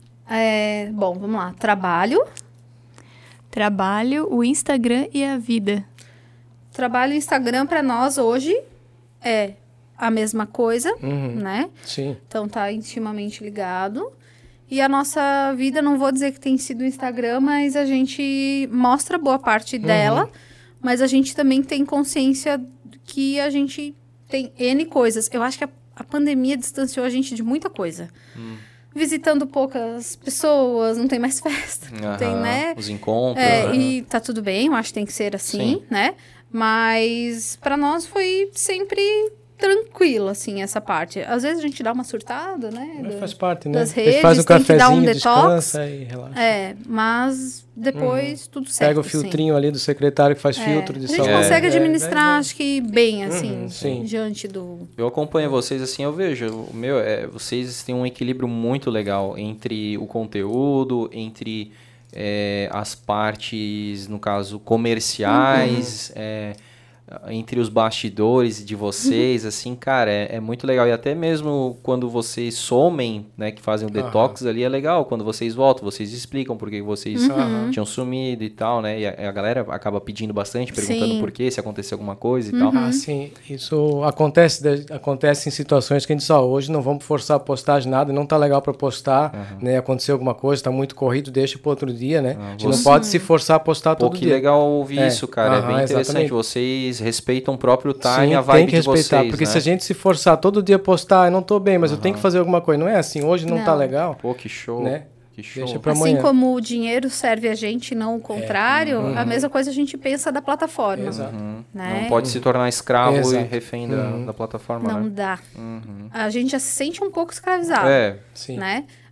É, bom, vamos lá. Trabalho. Trabalho, o Instagram e a vida. Trabalho e Instagram para nós hoje é a mesma coisa, Uhum. né? Sim. Então tá intimamente ligado. E a nossa vida, não vou dizer que tem sido o Instagram, mas a gente mostra boa parte dela, mas a gente também tem consciência que a gente tem N coisas. Eu acho que a, a pandemia distanciou a gente de muita coisa. Visitando poucas pessoas, não tem mais festa, não tem, Aham, né? Os encontros. É, né? e tá tudo bem, eu acho que tem que ser assim, Sim. né? Mas pra nós foi sempre tranquilo, assim, essa parte. Às vezes a gente dá uma surtada, né? Mas do- faz parte, né? das A gente faz um redes, tem que dar um cafezinho, detox. descansa e relaxa. É, mas depois tudo certo. Pega o assim. filtrinho ali do secretário que faz É, filtro de a gente saúde. consegue É, administrar, é, é. acho que bem, assim, Uhum, sim. diante do... Eu acompanho vocês assim, eu vejo, o meu, é, vocês têm um equilíbrio muito legal entre o conteúdo, entre é, as partes, no caso, comerciais, é, entre os bastidores de vocês, assim, cara, é, é muito legal. E até mesmo quando vocês somem, né, que fazem o detox ali, é legal. Quando vocês voltam, vocês explicam por que vocês Uhum. tinham sumido e tal, né? E a, a galera acaba pedindo bastante, perguntando Sim. por quê, se aconteceu alguma coisa e tal. Ah, sim. Isso acontece, de- acontece em situações que a gente só hoje não vamos forçar a postagem nada, não tá legal para postar, né? Aconteceu alguma coisa, tá muito corrido, deixa pro outro dia, né? Ah, a gente não você- pode se forçar a postar Pô, todo que dia. legal ouvir É, isso, cara. é aham, bem interessante. exatamente. Vocês respeitam o próprio time, Sim, a vibe tem que de respeitar, vocês, porque né? se a gente se forçar todo dia a postar, eu não tô bem, mas eu tenho que fazer alguma coisa. Não é assim, hoje não, Não. tá legal, Pô, que show. né? Que show. Deixa pra Assim amanhã. como o dinheiro serve a gente, não o contrário, a mesma coisa a gente pensa da plataforma. Uhum. Exato. Né? Não pode se tornar escravo e Exato. refém da, da plataforma, Não né? dá. A gente já se sente um pouco escravizado. É, Sim. Né?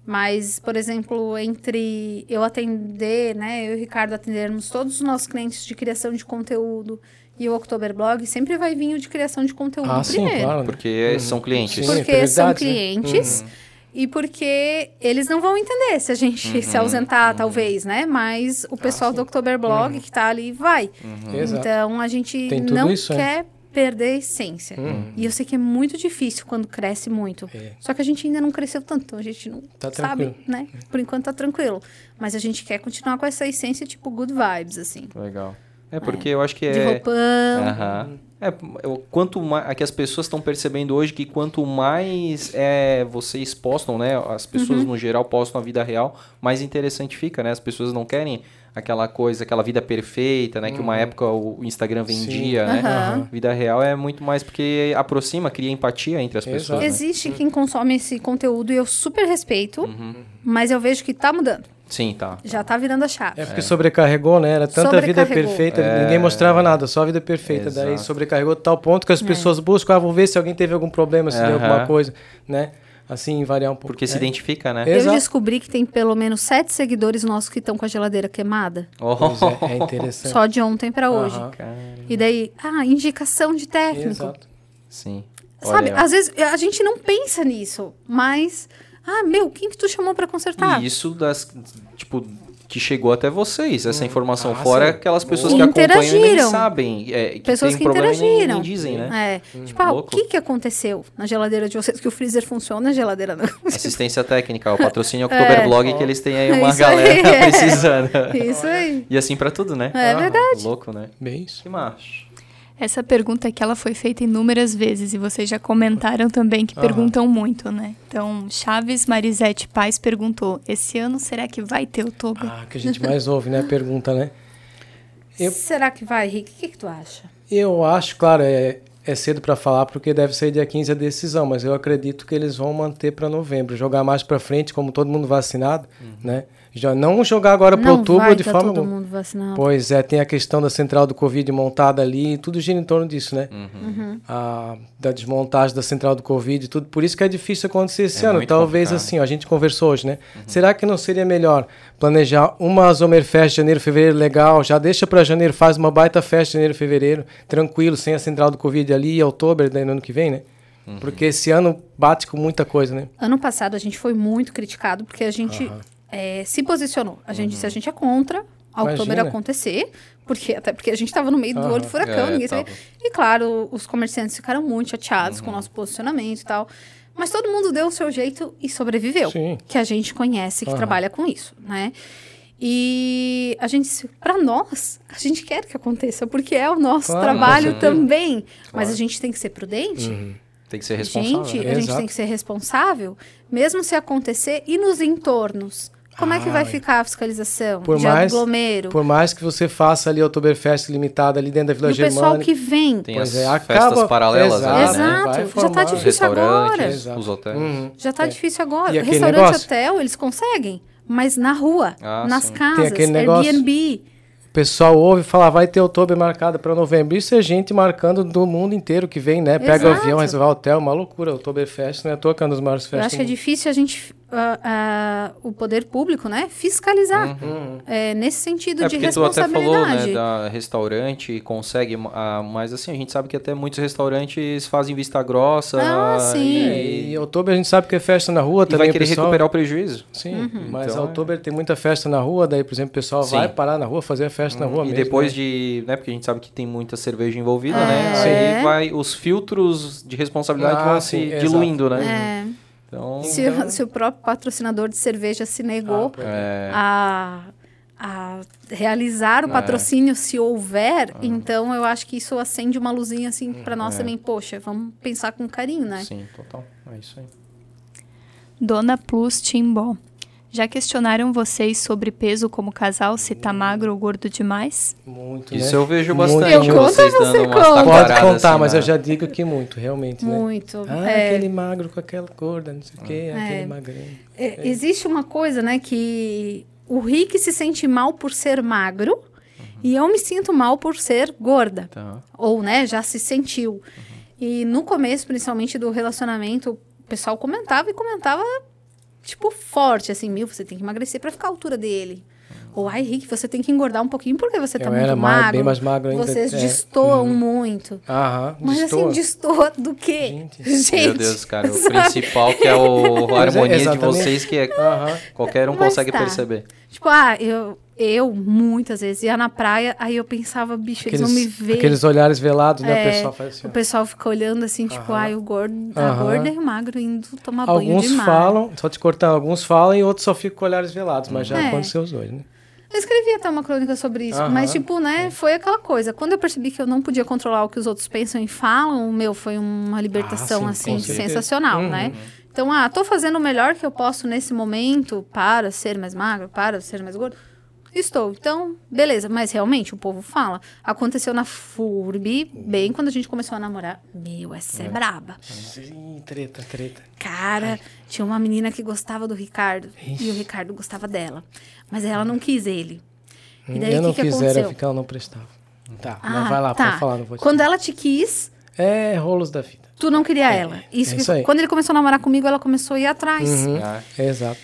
Mas, por exemplo, entre eu atender, né, eu e o Ricardo atendermos todos os nossos clientes de criação de conteúdo e o October Blog, sempre vai vir o de criação de conteúdo Ah, sim, primeiro. claro. Porque Uhum. são clientes. Sim, Porque são prioridades, né? clientes Uhum. e porque eles não vão entender se a gente Uhum, se ausentar, uhum. talvez, né? Mas o pessoal do October Blog que tá ali vai. Uhum. Exato. Então, a gente Tem tudo não isso, é. quer perder a essência. Uhum. E eu sei que é muito difícil quando cresce muito. É. Só que a gente ainda não cresceu tanto, então a gente não Tá sabe, tranquilo. né? Por enquanto tá tranquilo. Mas a gente quer continuar com essa essência, tipo, good vibes, assim. Legal. É porque eu acho que é... De roupão. Aham. É, eu- quanto mais, é que as pessoas estão percebendo hoje que quanto mais é, vocês postam, né? As pessoas Uhum. no geral postam a vida real, mais interessante fica, né? As pessoas não querem aquela coisa, aquela vida perfeita, né? Que uma época o Instagram vendia, Sim. né? Aham. Vida real é muito mais porque aproxima, cria empatia entre as Exato. pessoas. Né? Existe quem consome esse conteúdo e eu super respeito, Uhum. mas eu vejo que tá mudando. Sim, tá. Já tá virando a chave. É porque sobrecarregou, né? Era tanta vida Sobrecarregou. perfeita, É. ninguém mostrava nada, só a vida perfeita. Daí Exato. sobrecarregou a tal ponto que as pessoas buscam, ah, vou ver se alguém teve algum problema, se deu Aham. alguma coisa, né? Assim, variar um pouco. Porque se É. identifica, né? É. Eu Exato. descobri que tem pelo menos sete seguidores nossos que estão com a geladeira queimada. Oh, Pois é, é interessante. Só de ontem pra hoje. Aham. E daí, ah, indicação de técnico. Exato. Sim. Sabe, Olha, às vezes a gente não pensa nisso, mas... Ah, meu, quem que tu chamou pra consertar? E isso das, tipo, que chegou até vocês, essa informação. Ah, Fora sim. aquelas pessoas Que que acompanham e nem interagiram. sabem. É, que Pessoas tem que problema e nem, interagiram. nem dizem, né? É, tipo, ah, o louco. que que aconteceu na geladeira de vocês? Que o freezer funciona, a geladeira não. Assistência técnica, o patrocínio October Blog, que eles têm aí uma Isso galera aí, é. precisando. Isso aí. E assim pra tudo, né? É verdade. Louco, né? Bem isso. Que macho. Essa pergunta aqui, ela foi feita inúmeras vezes e vocês já comentaram também que Aham. perguntam muito, né? Então, Chaves Marisete Paz perguntou, esse ano será que vai ter outubro? Ah, que a gente mais ouve, né? A pergunta, né? Eu- Será que vai, Rick? O que, que tu acha? Eu acho, claro, é, é cedo para falar porque deve ser dia quinze a decisão, mas eu acredito que eles vão manter para novembro, jogar mais para frente, como todo mundo vacinado, né? Já não jogar agora para Não outubro vai de tá forma todo alguma. mundo vacinado. Pois é, tem a questão da central do Covid montada ali, tudo gira em torno disso, né? Uhum. A, da desmontagem da central do Covid, tudo. Por isso que é difícil acontecer esse É ano. muito Talvez complicado. assim, ó, a gente conversou hoje, né? Será que não seria melhor planejar uma Zomerfest janeiro, fevereiro legal, já deixa para janeiro, faz uma baita festa janeiro, fevereiro, tranquilo, sem a central do Covid ali, e outubro, daí no ano que vem, né? Porque esse ano bate com muita coisa, né? Ano passado a gente foi muito criticado porque a gente é, se posicionou. A gente disse a gente é contra a outubro Imagina. acontecer, porque, até porque a gente estava no meio do Aham. olho do furacão, É, ninguém sabia. tava. E claro, os comerciantes ficaram muito chateados com o nosso posicionamento e tal. Mas todo mundo deu o seu jeito e sobreviveu. Sim. Que a gente conhece, que Aham. trabalha com isso, né? E a gente, para nós, a gente quer que aconteça, porque é o nosso Claro, trabalho com certeza. também. Mas Claro. a gente tem que ser prudente. Tem que ser responsável. Gente, né? a gente Exato. tem que ser responsável, mesmo se acontecer, e nos entornos. Como é que vai Ah, ficar a fiscalização Por de mais, aglomero? por mais que você faça ali a Oktoberfest limitada ali dentro da Vila Do pessoal Germânica. que vem. Tem Pois as é, festas acaba- paralelas Exato. ali, né? Exato, Vai já formar. tá Os difícil restaurantes, agora. Exato. os hotéis. Uhum. Já tá É. difícil agora. E aquele Restaurante, negócio? hotel, eles conseguem. Mas na rua, Ah, nas sim. casas, Tem aquele negócio- Airbnb. O pessoal ouve falar, vai ter outubro marcado para novembro. Isso é gente marcando do mundo inteiro que vem, né? Pega o Exato. avião, reservar hotel, uma loucura. Oktoberfest, né? À toa que é uma das maiores Eu festas. acho que é do mundo. difícil a gente, ah, ah, o poder público, né, fiscalizar. Uhum. É, nesse sentido É de porque tu até responsabilidade. falou, né, da restaurante, consegue, ah, mas assim, a gente sabe que até muitos restaurantes fazem vista grossa. Ah, sim. E, E outubro a gente sabe que é festa na rua e também. vai o querer pessoal- recuperar o prejuízo. Sim, mas Então, outubro tem muita festa na rua, daí, por exemplo, o pessoal Sim. vai parar na rua, fazer a festa na rua E mesmo. depois né? de, né, porque a gente sabe que tem muita cerveja envolvida, É. né? Sim. Aí vai, os filtros de responsabilidade Ah, vão sim, se exato. diluindo, né? É. Então, Se, Então- o- se o próprio patrocinador de cerveja se negou Ah, pois é, a, a realizar o É. patrocínio, se houver, então eu acho que isso acende uma luzinha assim para nós É. também. Poxa, vamos pensar com carinho, né? sim, total. É isso aí. Dona Plus Timbó. Já questionaram vocês sobre peso como casal, se tá magro ou gordo demais? Muito, Isso né? eu vejo Muito. bastante. Eu conto, vocês você dando umas conta. Pode taquaradas contar, assim, mas na- eu já digo que muito, realmente, né? Muito. Ah, É, aquele magro com aquela gorda, não sei o quê, É. aquele magrinho. é, existe uma coisa, né, que o Rick se sente mal por ser magro e eu me sinto mal por ser gorda. Tá. Ou, né, já se sentiu. E no começo, principalmente do relacionamento, o pessoal comentava e comentava tipo, forte, assim, meu, você tem que emagrecer pra ficar à altura dele. Ou, ai, Rick, você tem que engordar um pouquinho porque você tá Eu muito era mais- magro. bem mais magro ainda, Vocês é. destoam muito. Aham, Mas destoa. assim, destoa do quê? Gente. Meu Deus, cara, o sabe? principal que é o, a harmonia de exatamente. vocês, que é, Aham. qualquer um Mas consegue tá. perceber. Tipo, ah, eu, eu muitas vezes ia na praia, aí eu pensava, bicho, eles vão me ver. Aqueles olhares velados, né? É, O pessoal faz assim. O pessoal fica olhando assim, tipo, Aham. ai, o gordo, a Aham. gorda e o magro indo tomar banho Alguns de mar. falam, só te cortar, alguns falam e outros só ficam com olhares velados, mas já É. aconteceu os dois, né? Eu escrevi até uma crônica sobre isso, Aham. mas, tipo, né, foi aquela coisa. Quando eu percebi que eu não podia controlar o que os outros pensam e falam, o meu foi uma libertação, Ah, sim, assim, com certeza. sensacional, Uhum. né? Então, ah, tô fazendo o melhor que eu posso nesse momento para ser mais magro, para ser mais gordo. Estou. Então, beleza. Mas, realmente, o povo fala. Aconteceu na F U R B, bem quando a gente começou a namorar. Meu, essa é, braba. Sim, treta, treta. Cara, tinha uma menina que gostava do Ricardo. E o Ricardo gostava dela. Mas ela não quis ele. E daí, eu o não que, que quis, aconteceu? era ficar, eu não prestava. Tá, mas Ah, vai lá, tá. pode falar, não vou te... Quando ela te quis, É, rolos da vida. tu não queria ela. Isso, é que- isso aí. Quando ele começou a namorar comigo, ela começou a ir atrás. Uhum, Ah. exato.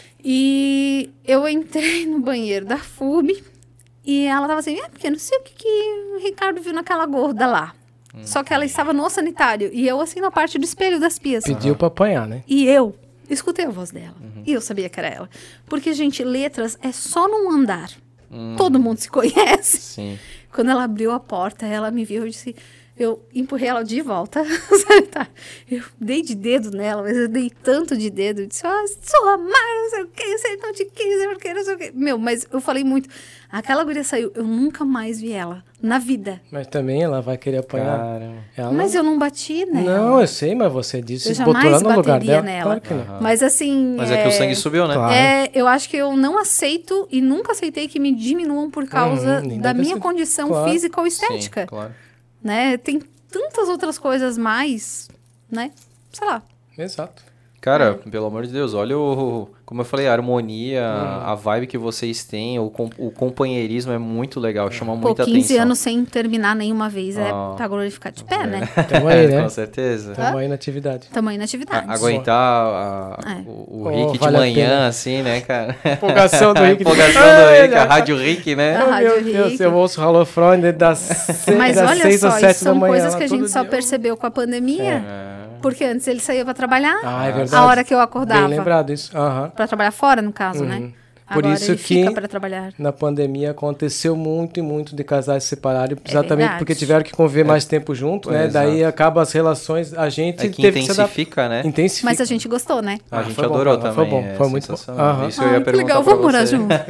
E eu entrei no banheiro da F U B e ela tava assim, é porque não sei o que, que o Ricardo viu naquela gorda lá. Só que ela estava no sanitário e eu assim na parte do espelho das pias. Pediu pra apanhar, né? E eu escutei a voz dela. E eu sabia que era ela. Porque, gente, letras é só num andar. Todo mundo se conhece. Sim. Quando ela abriu a porta, ela me viu e disse... Eu empurrei ela de volta. Sabe, tá? Eu dei de dedo nela, mas eu dei tanto de dedo. Eu disse, ah, sua mãe, não sei o que, você não te quis, porque não sei o que. Meu, mas eu falei muito. Aquela guria saiu, eu nunca mais vi ela. Na vida. Mas também ela vai querer apanhar. Caramba. Ela Mas não... eu não bati nela. Não, eu sei, mas você disse Eu que botou jamais lá no lugar bateria dela. nela. Claro que não. Mas assim... Mas é que o sangue subiu, né? Claro. É, eu acho que eu não aceito e nunca aceitei que me diminuam por causa Uhum, nem da deve minha ser- condição claro. física ou Sim, estética, claro. né? Tem tantas outras coisas mais, né? Sei lá. Exato. Cara, pelo amor de Deus, olha o... Como eu falei, a harmonia, Hum. a vibe que vocês têm, o, com- o companheirismo é muito legal, chama Pô, muita quinze atenção. anos sem terminar nenhuma vez é Ah. pra glorificar de pé, né? Tamo aí, né? Com certeza. Tamo aí na atividade. Tamanho na atividade. A- aguentar a- É. o, o Oh, Rick de vale a manhã, pena. assim, né, cara? Empolgação do A Rick. empolgação do Ai, Rick, a ai, rádio Rick, né? A Rádio Meu Deus, Rick. eu ouço Halo Freund das seis, Mas das olha seis só, às isso sete da são manhã. coisas lá que a todo gente só dia. percebeu com a pandemia. É. Porque antes ele saía pra trabalhar, Ah, é verdade. a hora que eu acordava. Bem lembrado isso. Aham. Pra trabalhar fora, no caso, né? Uhum. Por Agora isso ele que- fica pra trabalhar. Na pandemia aconteceu muito e muito de casais se separarem, exatamente verdade. porque tiveram que conviver mais tempo junto, É, né? exato. Daí acaba as relações, a gente É que teve que se adaptar. intensifica, né? Intensifica. Mas a gente gostou, né? A Ah, gente foi bom, adorou foi também. bom, é foi muito bom. sensacional. Aham. Isso eu Ai, ia que perguntar legal, pra vamos morar você. junto.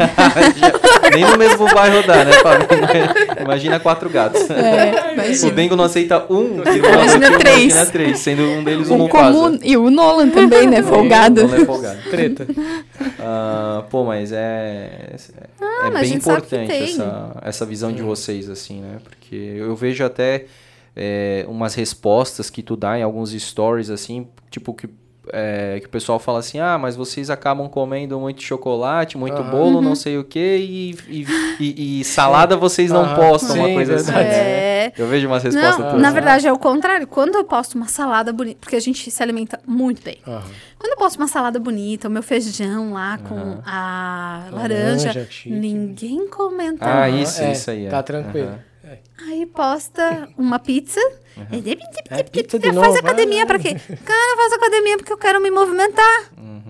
Nem no mesmo bairro dá, né, Fábio? Imagina quatro gatos. É, O imagina. Dengo não aceita um, Imagina três. Imagina três, sendo um deles um O Mufasa. comum, e o Nolan também, né? Folgado. Não é folgado. Treta. Ah, pô, mas é, é mas a bem gente sabe que importante tem. essa, essa visão de vocês, assim, né? Porque eu vejo até é, umas respostas que tu dá em alguns stories, assim, tipo que, é, que o pessoal fala assim, ah, mas vocês acabam comendo muito chocolate, muito Aham. bolo, Uhum. não sei o quê, e, e, e- e salada vocês não Aham. postam, uma Sim, coisa assim. verdade. É. Eu vejo umas respostas Não, todas. na verdade é o contrário. Quando eu posto uma salada bonita, porque a gente se alimenta muito bem. Aham. Quando eu posto uma salada bonita, o meu feijão lá com a laranja, Laranja, chique. ninguém comenta. Ah, nada. isso, É, isso aí. é. Tá tranquilo. Aham. É. Aí posta uma pizza. É, pizza de Faz novo, academia ah. pra quê? Cara, eu faço academia porque eu quero me movimentar.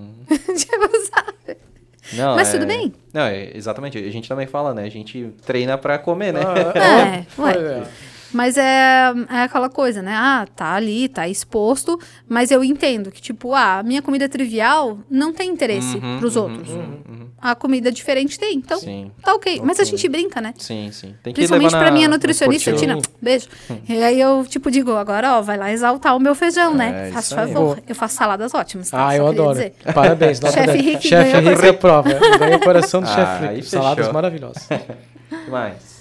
Tipo, sabe? Não, Mas é- tudo bem. Não, é, exatamente. A gente também fala, né? A gente treina pra comer, né? Ah, É, ué. Pois é. Mas é, é aquela coisa, né? Ah, tá ali, tá exposto. Mas eu entendo que, tipo, ah, a minha comida trivial não tem interesse Uhum, pros uhum, outros. uhum, uhum. A comida diferente tem. Então, Sim. tá ok. Mas a Ok. gente brinca, né? Sim, sim. Tem que Principalmente levar pra na- minha no nutricionista, esportivo. Tina. Beijo. E aí eu, tipo, digo, agora, ó, vai lá exaltar o meu feijão, É, né? isso Faça aí. favor. Boa. Eu faço saladas ótimas, tá? Ah, Só eu queria adoro. dizer. Parabéns. nota Chefe dez. Rick Chefe ganhou Rick aprova. Ganhei o coração do Ah, chefe aí Rick. fechou. Saladas maravilhosas. O que mais?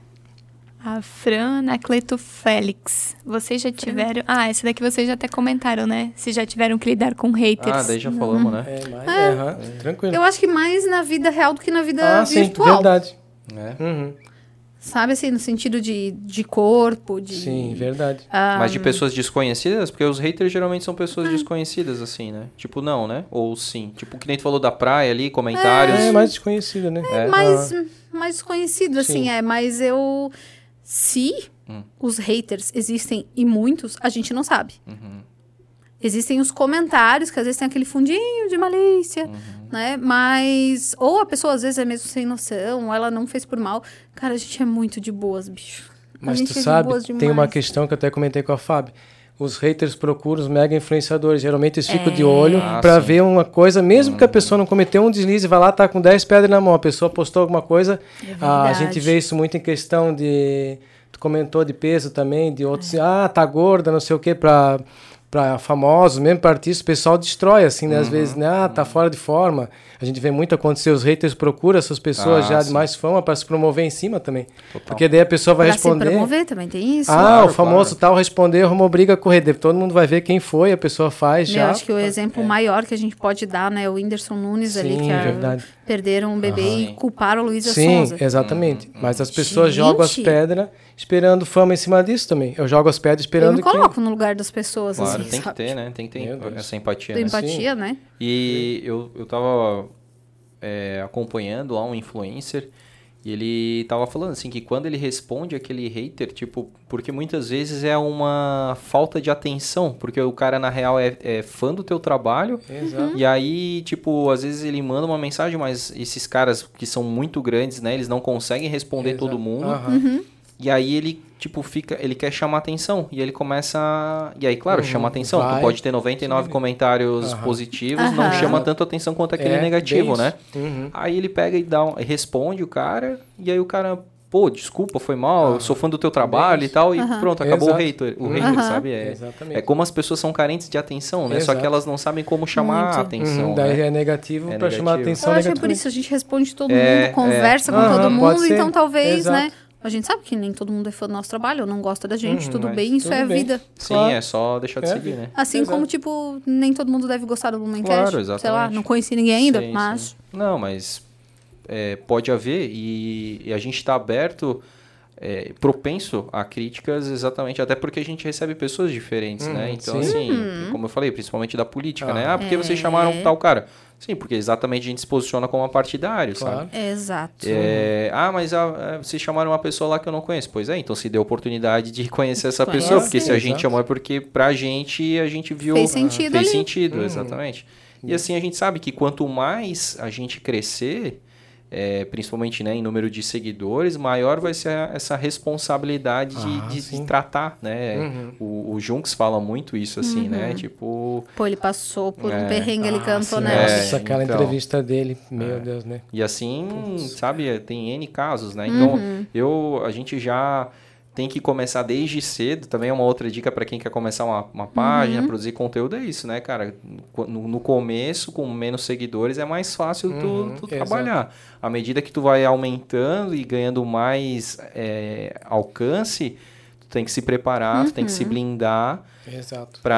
A Fran Anacleto Félix. Vocês já tiveram... Ah, essa daqui vocês já até comentaram, né? Se já tiveram que lidar com haters. Ah, daí já falamos, né? É, mas, é, aham, tranquilo. Eu acho que mais na vida real do que na vida Ah, sim, virtual. verdade. É. Uhum. Sabe assim, no sentido de, de corpo, de... Sim, verdade. ah, Mas de pessoas desconhecidas? Porque os haters geralmente são pessoas desconhecidas, assim, né? Tipo, não, né? Ou sim. Tipo, que nem tu falou da praia ali, comentários. É mais desconhecido, né? É. mais, Ah, mais desconhecido, assim, Sim. é. Mas eu... Se Hum. os haters existem e muitos, a gente não sabe. Uhum. Existem os comentários, que às vezes tem aquele fundinho de malícia, Uhum. né? Mas... Ou a pessoa, às vezes, é mesmo sem noção, ou ela não fez por mal. Cara, a gente é muito de boas, bicho. A Mas gente tu é de sabe, boas tem uma demais. questão que eu até comentei com a Fábio. Os haters procuram os mega influenciadores. Geralmente eles ficam É. de olho Ah, pra sim. ver uma coisa, mesmo que a pessoa não cometeu um deslize, vai lá, tá com dez pedras na mão. A pessoa postou alguma coisa. É a verdade. gente vê isso muito em questão de... Tu comentou de peso também, de outros... Ah, tá gorda, não sei o quê, pra... para famosos, mesmo para artistas, o pessoal destrói, assim, né? Às vezes, né? Ah, tá fora de forma. A gente vê muito acontecer, os haters procuram essas pessoas Ah, já sim. de mais fama para se promover em cima também. Total. Porque daí a pessoa vai Pra responder... se promover também, tem isso. Ah, Claro, o famoso claro. tal respondeu, arrumou briga com o rede. Todo mundo vai ver quem foi, a pessoa faz Meu, já. acho que o exemplo maior que a gente pode dar, né? O Whindersson Nunes ali, Sim, que a- verdade. perderam um bebê Aham. e culparam a Luísa Sim, Sonza. exatamente. Mas as pessoas Gente! jogam as pedras esperando fama em cima disso também. Eu jogo as pedras Eu esperando me que... coloco no lugar das pessoas, Claro, assim, tem que sabe? ter, né? Tem que Meu ter Deus. essa empatia, Da né? empatia, né? E eu, eu tava é, acompanhando lá um influencer e ele tava falando assim que quando ele responde aquele hater, tipo, porque muitas vezes é uma falta de atenção, porque o cara na real é, é fã do teu trabalho Exato. e aí, tipo, às vezes ele manda uma mensagem, mas esses caras que são muito grandes, né, eles não conseguem responder Exato. todo mundo. Aham. E aí ele, tipo, fica, ele quer chamar atenção. E ele começa. a- E aí, claro, Uhum, chama atenção. vai. Tu pode ter noventa e nove comentários Aham. positivos, não Aham. chama tanto atenção quanto aquele É, negativo, bem né? isso. Uhum. Aí ele pega e dá um, responde o cara, e aí o cara, pô, desculpa, foi mal, eu sou fã do teu trabalho e isso. tal, e Aham. pronto, acabou Exato. o hater, o Uhum. hater, Aham. sabe? É, Exatamente. é como as pessoas são carentes de atenção, né? Só que Exato. elas não sabem como chamar Muito. a atenção, Uhum, daí né? é negativo É para chamar a negativo. atenção Eu acho que é por negativamente. isso, a gente responde todo É, mundo, conversa é. com todo Aham, pode mundo, ser. então talvez, Exato. né? A gente sabe que nem todo mundo é fã do nosso trabalho, ou não gosta da gente, Uhum, tudo mas bem, isso tudo é a bem. vida. Sim, Claro. é só deixar de É. seguir, né? Assim Exato. como, tipo, nem todo mundo deve gostar do Blumencast. Claro, Sei lá, exatamente. não conheci ninguém ainda, Sim, mas... sim. Não, mas é, pode haver e, e a gente está aberto, é, propenso a críticas exatamente, até porque a gente recebe pessoas diferentes, Uhum, né? Então, sim. assim, Uhum. como eu falei, principalmente da política, Ah. né? Ah, porque vocês É. chamaram tal cara? Sim, porque exatamente a gente se posiciona como partidário, Claro. sabe? Exato. É, ah, mas ah, vocês chamaram uma pessoa lá que eu não conheço. Pois é, então se deu oportunidade de conhecer essa Conhece. pessoa, porque se a gente Exato. chamou é porque pra gente, a gente viu... Fez sentido Fez ali. sentido, Uhum. exatamente. E assim a gente sabe que quanto mais a gente crescer, é, principalmente né, em número de seguidores, maior vai ser a- essa responsabilidade de, Ah, de- de sim. tratar, né? Uhum. O, o Junks fala muito isso, assim, né? Tipo... Pô, ele passou por É. um perrengue, ele Ah, cantou sim, nessa. Nossa, É, aquela então. entrevista dele, meu Deus, né? E assim, sabe, tem N casos, né? Então, eu, a gente já tem que começar desde cedo. Também é uma outra dica para quem quer começar uma, uma página, produzir conteúdo, é isso, né, cara? No, no começo, com menos seguidores, é mais fácil tu, Uhum, tu exato. trabalhar. À medida que tu vai aumentando e ganhando mais é, alcance, tu tem que se preparar, tu tem que se blindar Exato. para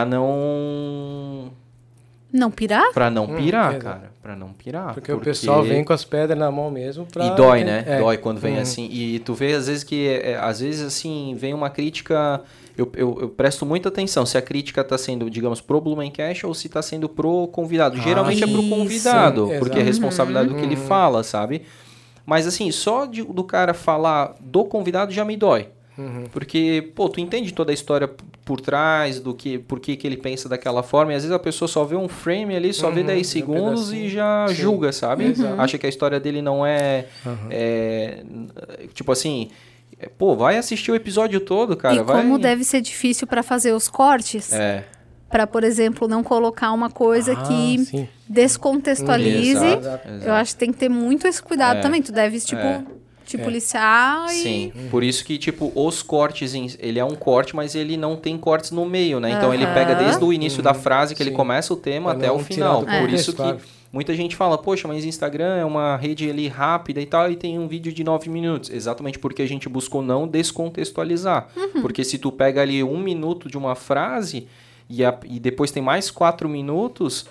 não... Não pirar? Pra não Hum, pirar, exato. cara. Pra não pirar. Porque, o pessoal vem com as pedras na mão mesmo pra... E dói, né? É. Dói quando vem Uhum. assim. E tu vê, às vezes, que... é, às vezes, assim, vem uma crítica... Eu, eu, eu presto muita atenção se a crítica tá sendo, digamos, pro Blumencast ou se tá sendo pro convidado. Ah, Geralmente é pro isso. convidado, Sim, porque é exato. responsabilidade do que ele Uhum. fala, sabe? Mas, assim, só de- do cara falar do convidado já me dói. Uhum. Porque, pô, tu entende toda a história p- por trás, do que, por que, que ele pensa daquela forma, e às vezes a pessoa só vê um frame ali, só vê Uhum, dez um segundos e pedacinho. já Sim. julga, sabe? Exato. Acha que a história dele não é, Uhum. é, tipo assim, é, pô, vai assistir o episódio todo, cara. e vai... como deve ser difícil pra fazer os cortes, É, pra, por exemplo, não colocar uma coisa Ah, que sim. descontextualize. Exato, Eu acho que tem que ter muito esse cuidado É. também. Tu deves, tipo, É. te É. policiar e... sim. Por isso que, tipo, os cortes, em- ele é um corte, mas ele não tem cortes no meio, né? Então ele Aham. pega desde o início da frase que ele Sim. começa o tema Pra até não o tirar final. do Por contexto, isso que claro. muita gente fala, poxa, mas Instagram é uma rede ali rápida e tal, e tem um vídeo de nove minutos. Exatamente porque a gente buscou não descontextualizar. Porque se tu pega ali um minuto de uma frase e, a- e depois tem mais quatro minutos,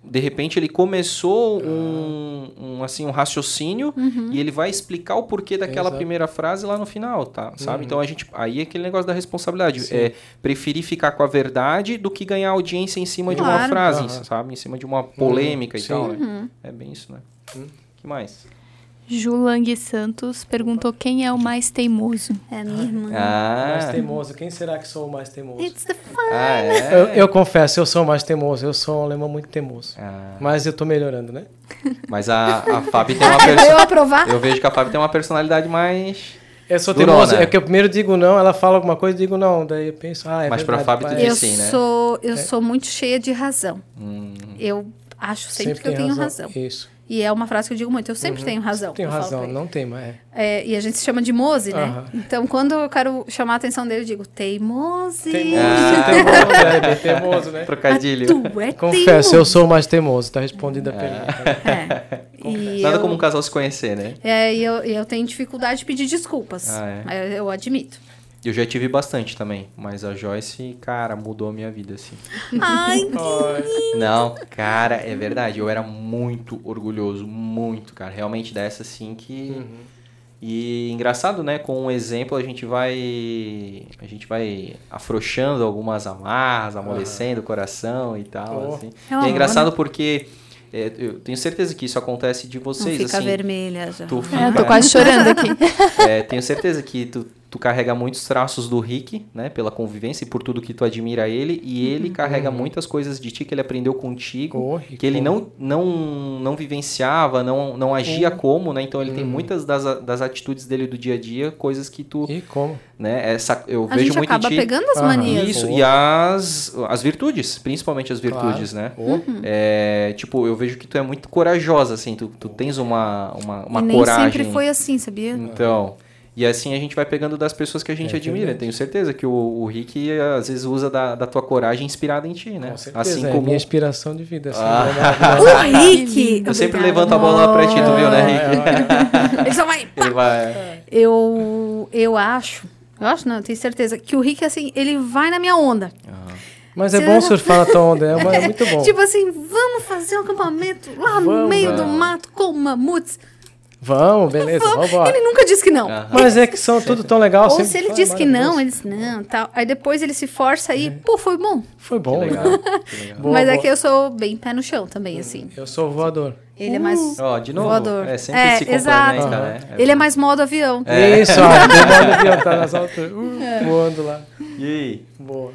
de repente ele começou um, um, assim, um raciocínio Uhum. e ele vai explicar o porquê daquela Exato. primeira frase lá no final, tá? Sabe? Uhum. Então a gente, aí é aquele negócio da responsabilidade, Sim. é preferir ficar com a verdade do que ganhar audiência em cima de uma Claro. frase, Aham. sabe? Em cima de uma polêmica e Sim. tal, né? Uhum. É bem isso, né? Hum. que mais? Julang Santos perguntou quem é o mais teimoso. É a minha irmã. Mais Ah, teimoso. Quem será que sou o mais teimoso? It's the fun. ah é? Eu, eu confesso, eu sou o mais teimoso. Eu sou um alemão muito teimoso. Ah, Mas eu tô melhorando, né? mas a, a Fábio tem uma Ah, é pra eu personalidade... aprovar? Eu vejo que a Fábio tem uma personalidade mais... Eu sou Durona. teimoso. É que eu primeiro digo não, ela fala alguma coisa e digo não. Daí eu penso, ah, é Mas pra verdade. Fábio tu pai. diz Eu sim, né? sou, eu sou muito cheia de razão. Hum, Eu acho sempre, que eu tem tenho razão. Isso. E é uma frase que eu digo muito, eu sempre tenho razão. Tenho eu falo pra razão, ele. não tem, mas é. É, e a gente se chama de Mose, né? Aham. Então, quando eu quero chamar a atenção dele, eu digo, teimose. Teimoso, Ah. teimoso, é bem teimoso, né? trocadilho. Tu é Confesso, eu teimoso. sou o mais teimoso. Tá respondida a pergunta. É. E Nada eu, como um casal se conhecer, né? é, e eu, e eu tenho dificuldade de pedir desculpas. Ah, é? Mas eu, eu admito. Eu já tive bastante também, mas a Joyce, cara, mudou a minha vida, assim. Ai, Não, cara, é verdade. Eu era muito orgulhoso, muito, cara. Realmente dessa, assim, que... Uhum. E engraçado, né? Com um exemplo, a gente vai... A gente vai afrouxando algumas amarras, amolecendo o coração e tal, Oh. assim. É E uma é engraçado porque... é, eu tenho certeza que isso acontece de não vocês, fica assim. vermelha já. Tu É, eu fica- tô quase chorando aqui. É, tenho certeza que tu, tu carrega muitos traços do Rick, né? Pela convivência e por tudo que tu admira ele. E ele carrega muitas coisas de ti que ele aprendeu contigo. Oh, Rick, que ele oh. não, não, não vivenciava, não, não agia como, né? Então ele tem muitas das, das atitudes dele do dia a dia, coisas que tu, E como? né? Essa, eu A vejo gente muito acaba em ti. pegando as Aham. manias. Isso, Boa. e as, as virtudes, principalmente as virtudes, Claro. né? Oh. É, tipo, eu vejo que tu é muito corajosa, assim, tu, tu tens uma, uma, uma e nem coragem. sempre foi assim, sabia? Então, e assim a gente vai pegando das pessoas que a gente É admira. verdade. Tenho certeza que o, o Rick às vezes usa da, da tua coragem inspirada em ti, né? Com certeza, Assim é como minha inspiração de vida. Assim, Ah. né? O Rick! eu sempre Obrigada, levanto a bola pra ti, tu viu, né, Ah, Rick? é, Ele só vai... Ele vai. Eu, eu acho... Eu acho não, eu tenho certeza. Que o Rick, assim, ele vai na minha onda. Mas é bom surfar na tua onda, é, uma- é muito bom. Tipo assim, vamos fazer um acampamento lá no Vamos, meio do vamos. mato com mamutes. Vamos, beleza, vamos embora. Ele nunca disse que não. Aham. Mas é que são tudo tão legal. Ou sempre se ele fala, diz que não, maravilhoso. ele diz não, tal. Aí depois ele se força aí, pô, foi bom. Foi bom, Que legal. legal. Que legal. Boa, Mas é boa. que eu sou bem pé no chão também, assim. Eu sou voador. Ele é mais Ó, de novo, voador. é sempre É, se complementa, exato. né? Ele é mais modo avião. Isso, ó, demônio avião, tá nas alturas, uh, voando lá. E aí? Boa.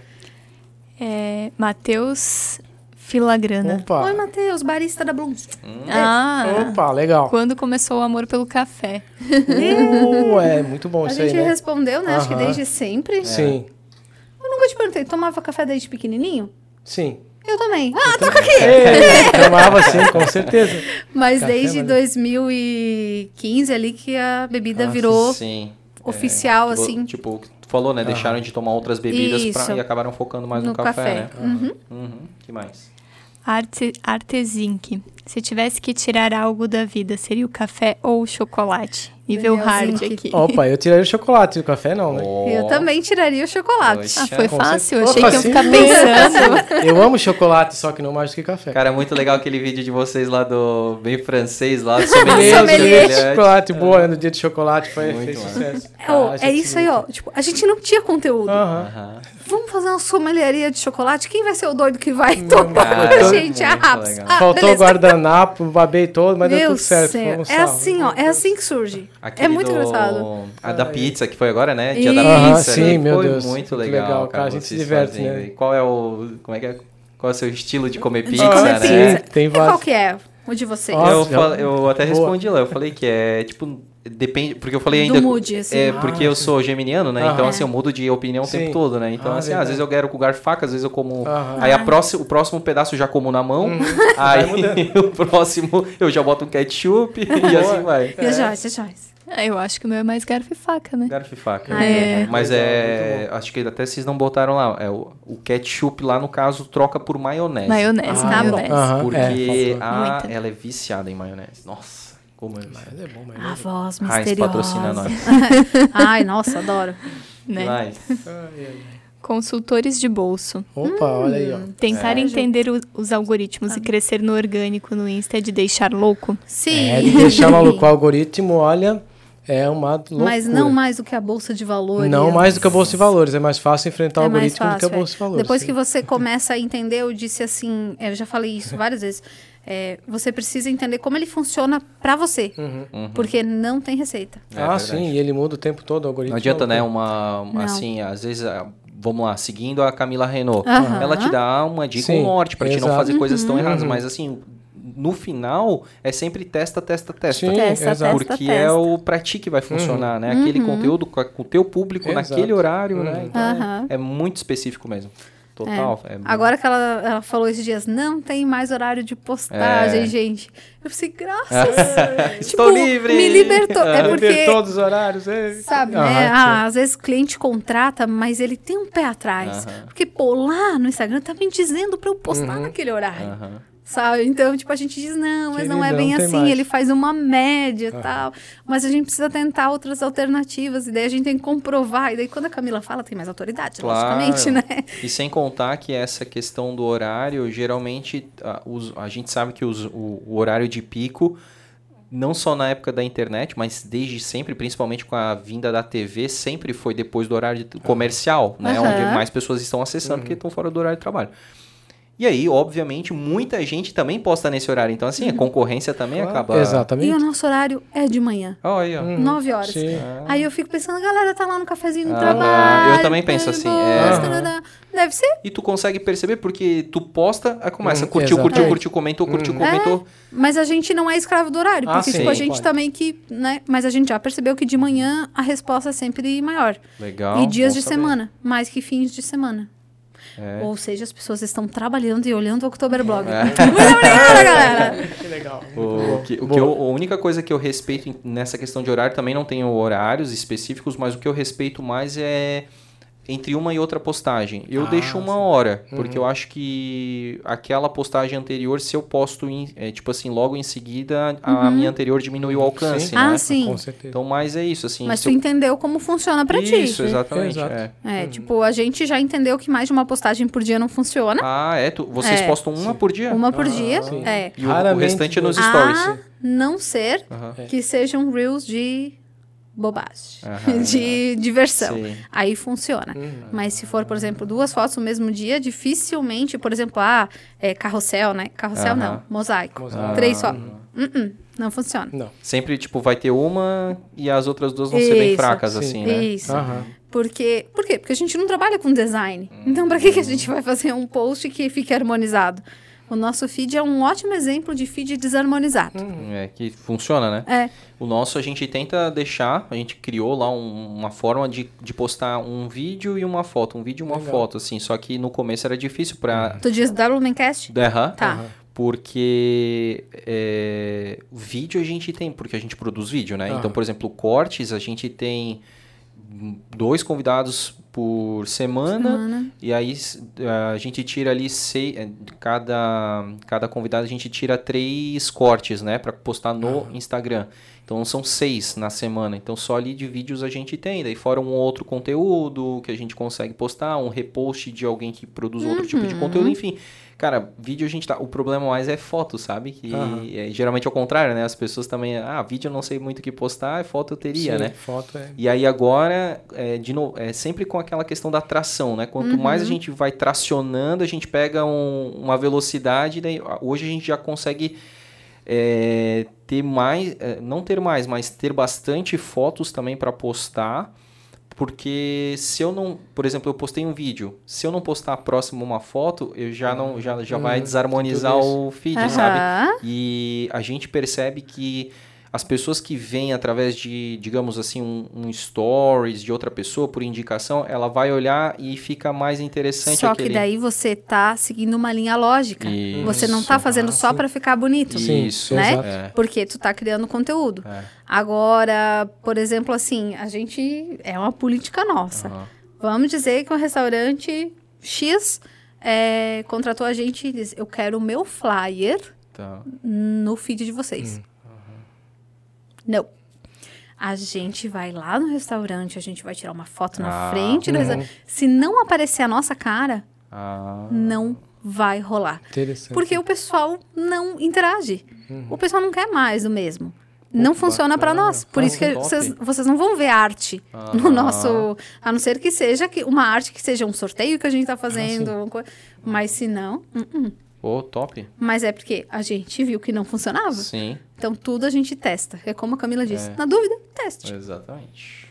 É, Matheus Filagrana. Opa, Oi, Matheus, barista da Blooms. Ah, opa, legal. quando começou o amor pelo café? Uh, é muito bom A isso aí, gente né? respondeu, né? Acho que Aham. desde sempre. Sim, Eu nunca te perguntei, tomava café desde pequenininho? sim. Eu também. Ah, toca aqui! Ei, tomava sim, com certeza. Mas Café, desde mas- dois mil e quinze ali que a bebida Ah, virou Sim. oficial, É, tipo, assim, Tipo, o que tu falou, né? Deixaram de tomar outras bebidas pra, Isso. e acabaram focando mais no, no café, café. né? Uhum. Uhum. Que mais? Arte, Artezinc. Se tivesse que tirar algo da vida, seria o café ou o chocolate? Nível Daniel hard Zinck. aqui. Opa, eu tiraria o chocolate, o café não, né? Eu Ó. também tiraria o chocolate. Oxe. Ah, foi Com fácil. certeza. Achei que Opa, ia sim. ficar pensando. Eu amo chocolate, só que não mais do que café. Cara, muito legal aquele vídeo de vocês lá do bem francês lá, do Sommelier, sommelier. Sommelier. de chocolate, boa, no dia de chocolate foi, Muito fez massa. sucesso. É, ó, Ah, é gente, isso aí, ó. Tipo, a gente não tinha conteúdo. Aham. Aham. Vamos fazer uma sommelieria de chocolate? Quem vai ser o doido que vai tomar cara, pra gente? muito Ah, legal. ah, Faltou o beleza. guardanapo, babei todo, mas deu Meu tudo certo. céu. Fomos É salvos. assim, ó. É assim que surge. Aquele é muito do- engraçado. A da pizza, que foi agora, né? Dia da Isso. pizza. Aham, sim, né? meu Foi Deus. muito Muito legal, legal, cara. cara, a gente se vocês diverte, fazendo né? aí. Qual é o... Como é que é? Qual é o seu estilo de comer De pizza, comer né? pizza. Tem E qual vários. que é o de vocês? Ó, Eu, Nossa, fal- já- eu até Boa. respondi lá, eu falei que é, tipo, depende, porque eu falei Do ainda... mood, assim. É, Ah, porque eu sim. sou geminiano, né? Aham. Então, assim, eu mudo de opinião o Sim. tempo todo, né? Então, Ah, assim, às verdade. vezes eu quero com garfo e faca, às vezes eu como... Aham. Aí a próxima, o próximo pedaço eu já como na mão, aí o próximo eu já boto um ketchup e assim vai. E a Joyce, a Joyce. Ah, eu acho que o meu é mais garfo e faca, né? Garfo e faca. Ah, é. Mas Legal, é... muito Acho que até vocês não botaram lá. É, o, o ketchup lá, no caso, troca por maionese. Maionese, Ah, bom. maionese. Aham, Porque é, faltou. a, Muita. ela é viciada em maionese. Nossa, como é viciada. Mas é bom, mas A é voz Heinz misteriosa. patrocina nós. Ai, nossa, adoro. Né? Mas, Ai, ai, ai. Consultores de bolso. Opa, olha aí, ó. Tentar É. entender o- os algoritmos e crescer no orgânico no Insta é de deixar louco? Sim. É de deixar maluco. O algoritmo, olha, é uma loucura. Mas não mais do que a bolsa de valores. Não mais do que a Bolsa de Valores. É mais fácil enfrentar o É mais algoritmo do que a fácil, Bolsa de é. Valores. Depois sim. que você começa a entender, eu disse assim, eu já falei isso várias vezes, é, você precisa entender como ele funciona pra você, Uhum. porque não tem receita. É ah, verdade. sim, e ele muda o tempo todo o algoritmo. Não adianta, né? loucura. Uma, uma, Não. assim, às vezes, ah, vamos lá, seguindo a Camila Renault, Aham. ela te dá uma dica, Sim, um norte pra te não exato. fazer coisas tão erradas, Uhum. mas assim, no final é sempre testa, testa, testa. Sim, Testa, exato. testa. Porque é o pra ti que vai funcionar, né? Aquele conteúdo com, a- com o teu público Exato. naquele horário, Uhum. né? Então Aham. é muito específico mesmo. Total. É. Agora que ela, ela falou esses dias, não tem mais horário de postagem, É. gente. Eu pensei, graças. Estou livre! Me libertou. É Ele porque, tem todos os horários. É... sabe, Ah, né? sim. Ah, às vezes o cliente contrata, mas ele tem um pé atrás. Aham. Porque, pô, lá no Instagram tá me dizendo pra eu postar naquele horário. Aham. Sabe? Então, tipo, a gente diz, não, mas Que não é ele bem não tem assim, mais. ele faz uma média e tal. Mas a gente precisa tentar outras alternativas, e daí a gente tem que comprovar. E daí, quando a Camila fala, tem mais autoridade, Claro. logicamente, né? E sem contar que essa questão do horário, geralmente a, os- a gente sabe que os- o, o horário de pico, não só na época da internet, mas desde sempre, principalmente com a vinda da T V, sempre foi depois do horário de- comercial, né? Aham. Onde mais pessoas estão acessando porque estão fora do horário de trabalho. E aí, obviamente, muita gente também posta nesse horário. Então, assim, a concorrência também Claro. acaba... Exatamente. E o nosso horário é de manhã, Olha aí, ó. Hum, nove horas. sim. Aí eu fico pensando, a galera tá lá no cafezinho no Ah, trabalho. eu também penso assim, boas, é. tarará. Deve ser. E tu consegue perceber porque tu posta, aí começa, Hum, curtiu, curtiu, exatamente. curtiu, comentou, curtiu, Hum. comentou. Mas a gente não é escravo do horário, Ah, porque, sim, tipo, a gente pode. também que, né? Mas a gente já percebeu que de manhã a resposta é sempre maior. Legal. E dias bom de saber. semana, mais que fins de semana. É. Ou seja, as pessoas estão trabalhando e olhando o Oktoberblog. É. Muito obrigada, galera! Que legal. O que, o que eu- a única coisa que eu respeito em- nessa questão de horário, também não tenho horários específicos, mas o que eu respeito mais é entre uma e outra postagem. Eu Ah, deixo uma sim. hora, porque eu acho que aquela postagem anterior, se eu posto, em, é, tipo assim, logo em seguida, a minha anterior diminui o alcance, Sim. né? Ah, sim. Com certeza. Então, mas é isso, assim. Mas se tu eu- entendeu como funciona pra ti. Isso, exatamente. Exato. é. É, tipo, a gente já entendeu que mais de uma postagem por dia não funciona. Ah, é? Tu, vocês É. postam uma por dia? Uma por Ah, dia. sim. É. E o, o Raramente restante é nos duas. stories. A não ser Aham. que sejam reels de bobagem, Aham. de diversão. Sim. Aí funciona. Uhum. Mas se for, por exemplo, duas fotos no mesmo dia, dificilmente, por exemplo, ah, é carrossel, né? Carrossel Aham. não, mosaico. Mosaico. Três fotos. Uh-uh, não funciona. Não. Sempre, tipo, vai ter uma e as outras duas vão ser bem Isso. fracas, Sim. assim, né? Isso. Aham. Porque, por quê? Porque a gente não trabalha com design. Então, pra que, que a gente vai fazer um post que fique harmonizado? O nosso feed é um ótimo exemplo de feed desarmonizado. É, que funciona, né? É. O nosso a gente tenta deixar, a gente criou lá um- uma forma de, de postar um vídeo e uma foto, um vídeo e uma Legal. foto, assim. Só que no começo era difícil pra... Tu diz Doublemacast? Errar. Tá. Porque é, vídeo a gente tem, porque a gente produz vídeo, né? Aham. Então, por exemplo, cortes, a gente tem dois convidados por semana, Semana. e aí s- a gente tira ali seis, é, cada, cada convidado a gente tira três cortes, né? Pra postar no Instagram. Então são seis na semana. Então só ali de vídeos a gente tem. Daí fora um outro conteúdo que a gente consegue postar, um repost de alguém que produz outro tipo de conteúdo, enfim. Cara, vídeo a gente tá... O problema mais é foto, sabe? Que Aham. é, geralmente é o contrário, né? As pessoas também... Ah, vídeo eu não sei muito o que postar, foto eu teria, Sim, né? Foto é. E aí agora, é, de novo, é sempre com aquela questão da tração, né? Quanto mais a gente vai tracionando, a gente pega um- uma velocidade, daí hoje a gente já consegue é, ter mais, é, não ter mais, mas ter bastante fotos também para postar, porque se eu não, por exemplo, eu postei um vídeo, se eu não postar próximo uma foto, eu já não, já, já vai Hum, desarmonizar tudo isso. o feed, Aham. sabe? E a gente percebe que as pessoas que vêm através de, digamos assim, um, um stories de outra pessoa por indicação, ela vai olhar e fica mais interessante Só aquele... que daí você tá seguindo uma linha lógica. Isso. Você não tá fazendo Ah, só sim. pra ficar bonito. Sim, Isso, né? exato. É. Porque tu tá criando conteúdo. É. Agora, por exemplo, assim, a gente... É uma política nossa. Aham. Vamos dizer que um restaurante X é, contratou a gente e diz, eu quero o meu flyer Tá. no feed de vocês. Não. A gente vai lá no restaurante, a gente vai tirar uma foto na Ah, frente do uhum. restaurante. Se não aparecer a nossa cara, Ah, não vai rolar. Interessante. Porque o pessoal não interage. O pessoal não quer mais do mesmo. Não que funciona para bacana. nós. Por Ah, isso que top. vocês, vocês não vão ver arte no Aham. nosso... A não ser que seja que uma arte que seja um sorteio que a gente tá fazendo. uma coi- mas se não... uh-uh. pô, top. Mas é porque a gente viu que não funcionava. Sim, Então tudo a gente testa. É como a Camila disse. É. Na dúvida, teste. exatamente.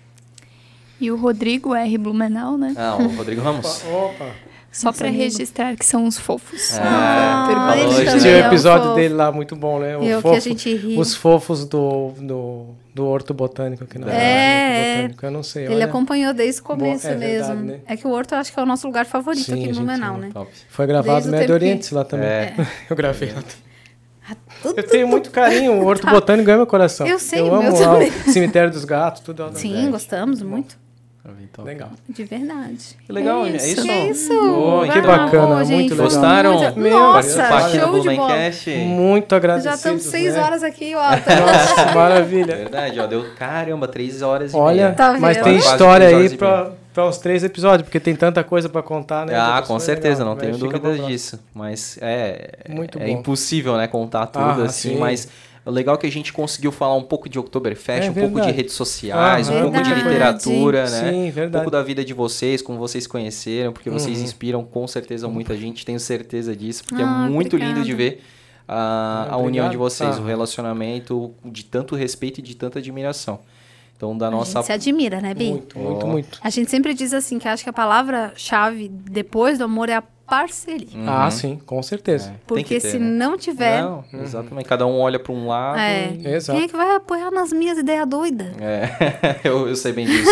E o Rodrigo R. Blumenau, né? Ah, o Rodrigo Ramos. Opa. Só pra registrar que são uns fofos. Ah, Ah, falou, ele gente. também Assisti o é um episódio fofo. dele lá, muito bom, né? O E o que fofo- a gente ri. Os fofos do, do, do Horto Botânico aqui na É, Horto é. Botânico, eu não sei. Ele olha, acompanhou desde o começo Bom, é mesmo. verdade, né? É que o Horto eu acho que é o nosso lugar favorito Sim, aqui a no gente Blumenau, ama. né? Top. Foi gravado Desde no o Médio tempo que- Oriente lá também. É. Eu gravei lá. Tudo, Eu tenho muito carinho, o Horto Botânico ganha meu coração. Eu sei, eu o amo meu lá também. o Cemitério dos Gatos, tudo. Sim, gostamos muito. Top. Legal. De verdade. Que legal, é é isso. isso? Que é isso. Oi, Vai que lá, bacana, pô, gente, muito legal. Gostaram? muito- Meu, Nossa, Página show do de bola. Blumencast. Muito agradecido. Já estamos seis né? horas aqui, ó. Nossa, maravilha. Verdade, ó, deu caramba, três horas e Olha, meia. Tá mas vendo? tem Quase história três horas aí e pra, pra uns três episódios, porque tem tanta coisa pra contar, né? Ah, Depois com foi certeza, legal, não mas tenho fica pra dúvidas próxima. disso. Mas é, Muito é bom. impossível, né, contar tudo Ah, assim, sim. mas o legal é que a gente conseguiu falar um pouco de Oktoberfest, É um pouco de verdade. redes sociais, Aham. um pouco de Verdade. literatura, né? Sim, Um verdade. pouco da vida de vocês, como vocês conheceram, porque vocês Uhum. inspiram com certeza muita gente, tenho certeza disso, porque Ah, é muito lindo de obrigada. ver a, a Ah, união de obrigado. vocês, Ah. o relacionamento de tanto respeito e de tanta admiração. Então, da A nossa... gente se admira, né, Bi? Muito, muito, Ó. muito. A gente sempre diz assim, que acho que a palavra-chave depois do amor é a parceria. Uhum. Ah, sim, com certeza. É, tem Porque que ter, se né? não tiver... Não, exatamente. Cada um olha para um lado. É. Exato. Quem é que vai apoiar nas minhas ideias doidas? É, eu, eu sei bem disso.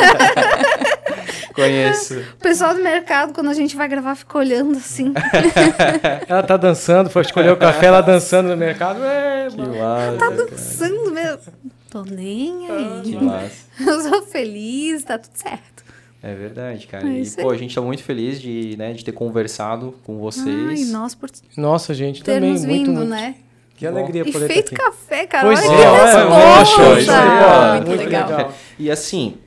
Conheço. O pessoal do mercado, quando a gente vai gravar, fica olhando assim. Ela tá dançando, foi escolher o café, ela dançando no mercado. É, Que mano. massa. Tá dançando mesmo. Tô nem Que aí. massa. Eu sou feliz, tá tudo certo. É verdade, cara. É E, isso pô, aí. a gente tá muito feliz de, né, de ter conversado com vocês. Ai, nós por Nossa, gente, também, termos muito, vindo, muito. né? Que alegria E poder feito estar aqui. café, cara. Pois Olha é, que olha, resposta. poxa, isso aí, ó, Muito, muito legal. legal. E assim,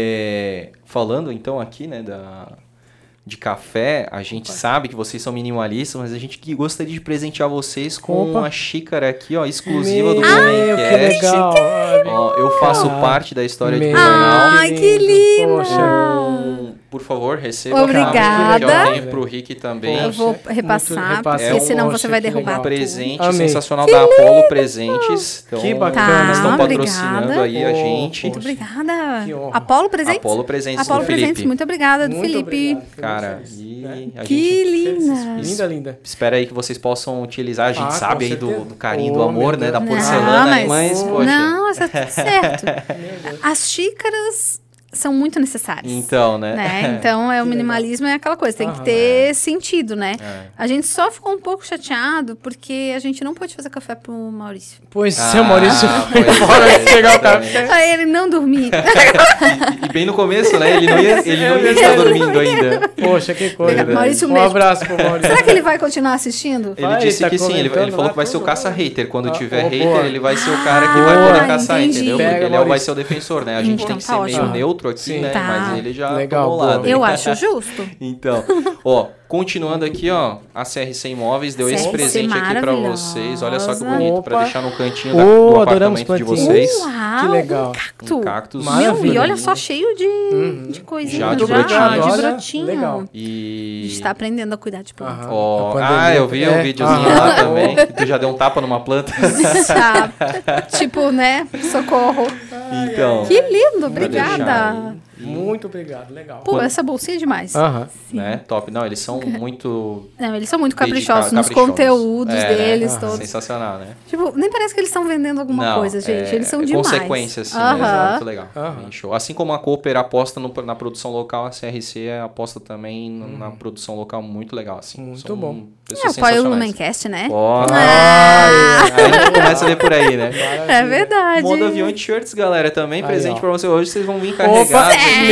é, falando então aqui, né, da, de café, a gente sabe que vocês são minimalistas, mas a gente que gostaria de presentear vocês com Opa. uma xícara aqui, ó, exclusiva do Meu, Blumencast. que legal. Ai, Ó, eu faço Ah, parte da história de meu. Blumenau. Ai, que lindo. Poxa. Então, por favor, receba. Obrigada. Que eu tenho pro Rick também. Eu vou Poxa, repassar, muito porque repassar. senão Poxa, você vai que derrubar legal. Um tudo. presente Amei. sensacional da Apollo Presentes. Então, Que bacana. Eles estão Tá, patrocinando obrigada. aí a Oh, gente. Muito obrigada. Que honra. Apolo Presentes? Apollo Presentes Apolo do Presentes, Felipe. muito obrigada, do Muito Felipe. obrigado. Fico Cara, muito feliz, e né? a Que gente linda. Linda, linda. espera aí que vocês possam utilizar. A gente Ah, sabe com aí do, certeza. do carinho, Oh, do amor, meu né? Da Deus. porcelana, Não, aí, mas, poxa. Não, está tudo certo. As xícaras são muito necessárias. Então, né? Né? Então, é, o minimalismo é aquela coisa, tem que Aham. ter sentido, né? É. A gente só ficou um pouco chateado porque a gente não pôde fazer café pro Maurício. Pois Ah, é, o Maurício foi pois embora é, de pegar o exatamente. café. Aí ele não dormir. E, e bem no começo, né? Ele não ia, ele não ia estar dormindo ainda. Poxa, que coisa. Obrigado. né? Maurício, um um beijo. abraço pro Maurício. Será que ele vai continuar assistindo? Ele Vai, disse tá que sim, ele, ele comentando falou lá que vai ser o tudo. caça-hater. Quando Ah, tiver oh, hater, boa. ele vai ser o cara que Ah, vai poder caçar, entendi. entendeu? Pega, Porque ele é o- vai Maurício. ser o defensor, né? A gente Então, tem que tá ser ótimo. meio neutro aqui, Sim. né? Tá. Mas ele já Legal, tomou boa. lado. Eu acho justo. Então, ó, continuando aqui, ó, a C R C Imóveis deu esse C R C presente aqui pra maravilhosa. vocês. Olha só que bonito, pra Opa. deixar no cantinho da, Oh, do adoramos apartamento de plantinhas. vocês. Uau, Que legal. um cacto. Um cactus. Meu, e Maravilha. olha só, cheio de, de coisinha Já já, de brotinho. de Olha, brotinho. legal. A E... gente tá aprendendo a cuidar de planta. Aham. Ó, A pandemia, ah, eu vi um é. videozinho Aham. lá também. Que tu já deu um tapa numa planta. Tá. Tipo, né? Socorro. Então, Que lindo, pra deixar obrigada. aí. E, Muito obrigado, legal. Pô, Quando- essa bolsinha é demais. Aham. né, top. Não, eles são muito... Não, eles são muito dedica- caprichosos nos caprichosos. conteúdos É, né? deles Ah, todos. Sensacional, né? Tipo, nem parece que eles estão vendendo alguma Não, coisa, gente. é- Eles são é demais. consequência, assim, Aham. né? Muito legal. Aham. Bem show. Assim como a Cooper aposta no- na produção local, a C R C aposta também no- na produção local muito legal, assim. Muito São bom. É, pessoas apoia o sensacionais. Lumencast, né? Ó, Ah, aí a gente começa a ver por aí, né? é verdade. Moda Avião T-shirts, galera, também Aí, presente ó. pra você hoje. Vocês vão vir Opa, carregados. É,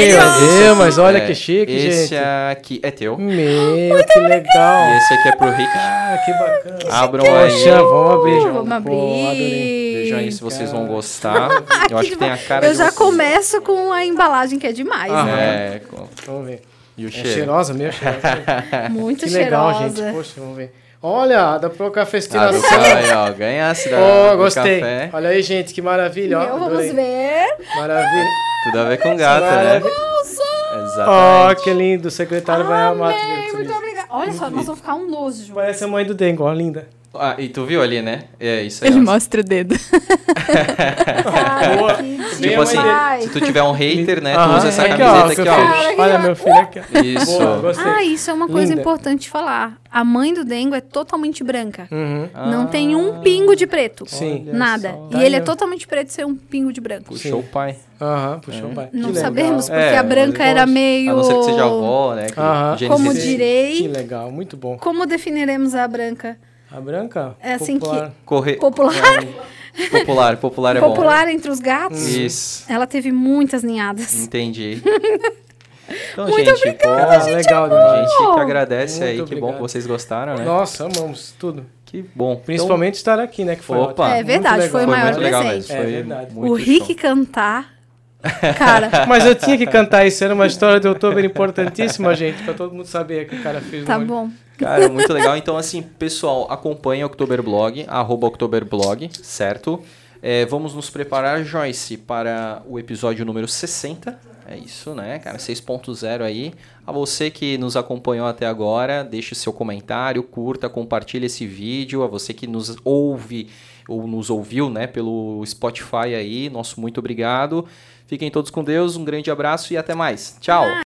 meu, mas olha É, que chique, esse gente. aqui é teu. Meu, que legal. E esse aqui é pro Rick. Ah, que bacana. Abram Poxa, aí. vamos abrir. Vamos Pô, abrir. adorei. Vejam aí se vocês vão Cara. gostar. Eu acho que tem a cara Eu de já vocês. começo com a embalagem, que é demais, Ah, né? É, com- Vamos ver. e o É cheiro. cheirosa mesmo? Cheirosa. Muito Que legal, cheirosa. gente. Poxa, vamos ver. Olha, dá pra colocar Ah, festina do no cara aí, ó. Ganhasse da, Oh, do gostei. café. Olha aí, gente, que maravilha. ó. Meu, vamos Adorei. ver. Maravilha. Tudo a ver com gata, né? Maravilha. Exatamente. Ó, que lindo. O secretário vai amar. tu ver Amei, isso. muito obrigada. Olha só, nós vamos ficar um nojo. Parece a mãe do Dengo, ó, linda. Ah, e tu viu ali, né? É isso aí. Ele ó. mostra o dedo. Cara, que Bem Tipo a assim, mãe demais. se tu tiver um hater, né? Tu Aham, usa essa aqui, camiseta ó, aqui, meu ó. filho. Olha, meu filho aqui. ó. Isso. Boa, gostei. Ah, isso é uma coisa Linda. importante falar. A mãe do Dengo é totalmente branca. Uhum. Não tem um pingo de preto. Sim. Nada. só. E ele é Tá aí, ó. totalmente preto sem um pingo de branco. Puxou o pai. Aham, puxou o pai. Não Que legal. sabemos, porque É, a branca mas eu era gosto. meio... A não ser que seja avó, né? Que Aham. genes Como recessivos. direi... Que legal, muito bom. Como definiremos a branca? A branca? É assim popular. Corre... Popular, Popular, popular é popular entre os gatos. bom. Isso. Ela teve muitas ninhadas. Entendi. Então, Muito gente, pô, Ah, legal a demais. gente que agradece aí. Muito Que bom obrigado. que vocês gostaram, né? Nossa, amamos tudo. Que bom. Principalmente estar aqui, né? Que foi Opa. ótimo. É verdade, Muito foi o Então, maior foi muito legal presente. mesmo. É Foi verdade. muito O Rick show. cantar... Cara, Mas eu tinha que cantar isso, era uma história de outubro importantíssima, gente, pra todo mundo saber que o cara fez. tá no- bom. Cara, muito legal. Então, assim, pessoal, acompanha o Oktoberblog, arroba Oktoberblog, certo? É, vamos nos preparar, Joyce, para o episódio número sessenta. É isso, né, cara? seis ponto zero aí. A você que nos acompanhou até agora, deixe seu comentário, curta, compartilhe esse vídeo. A você que nos ouve ou nos ouviu, né, pelo Spotify aí, nosso muito obrigado. Fiquem todos com Deus, um grande abraço e até mais. Tchau!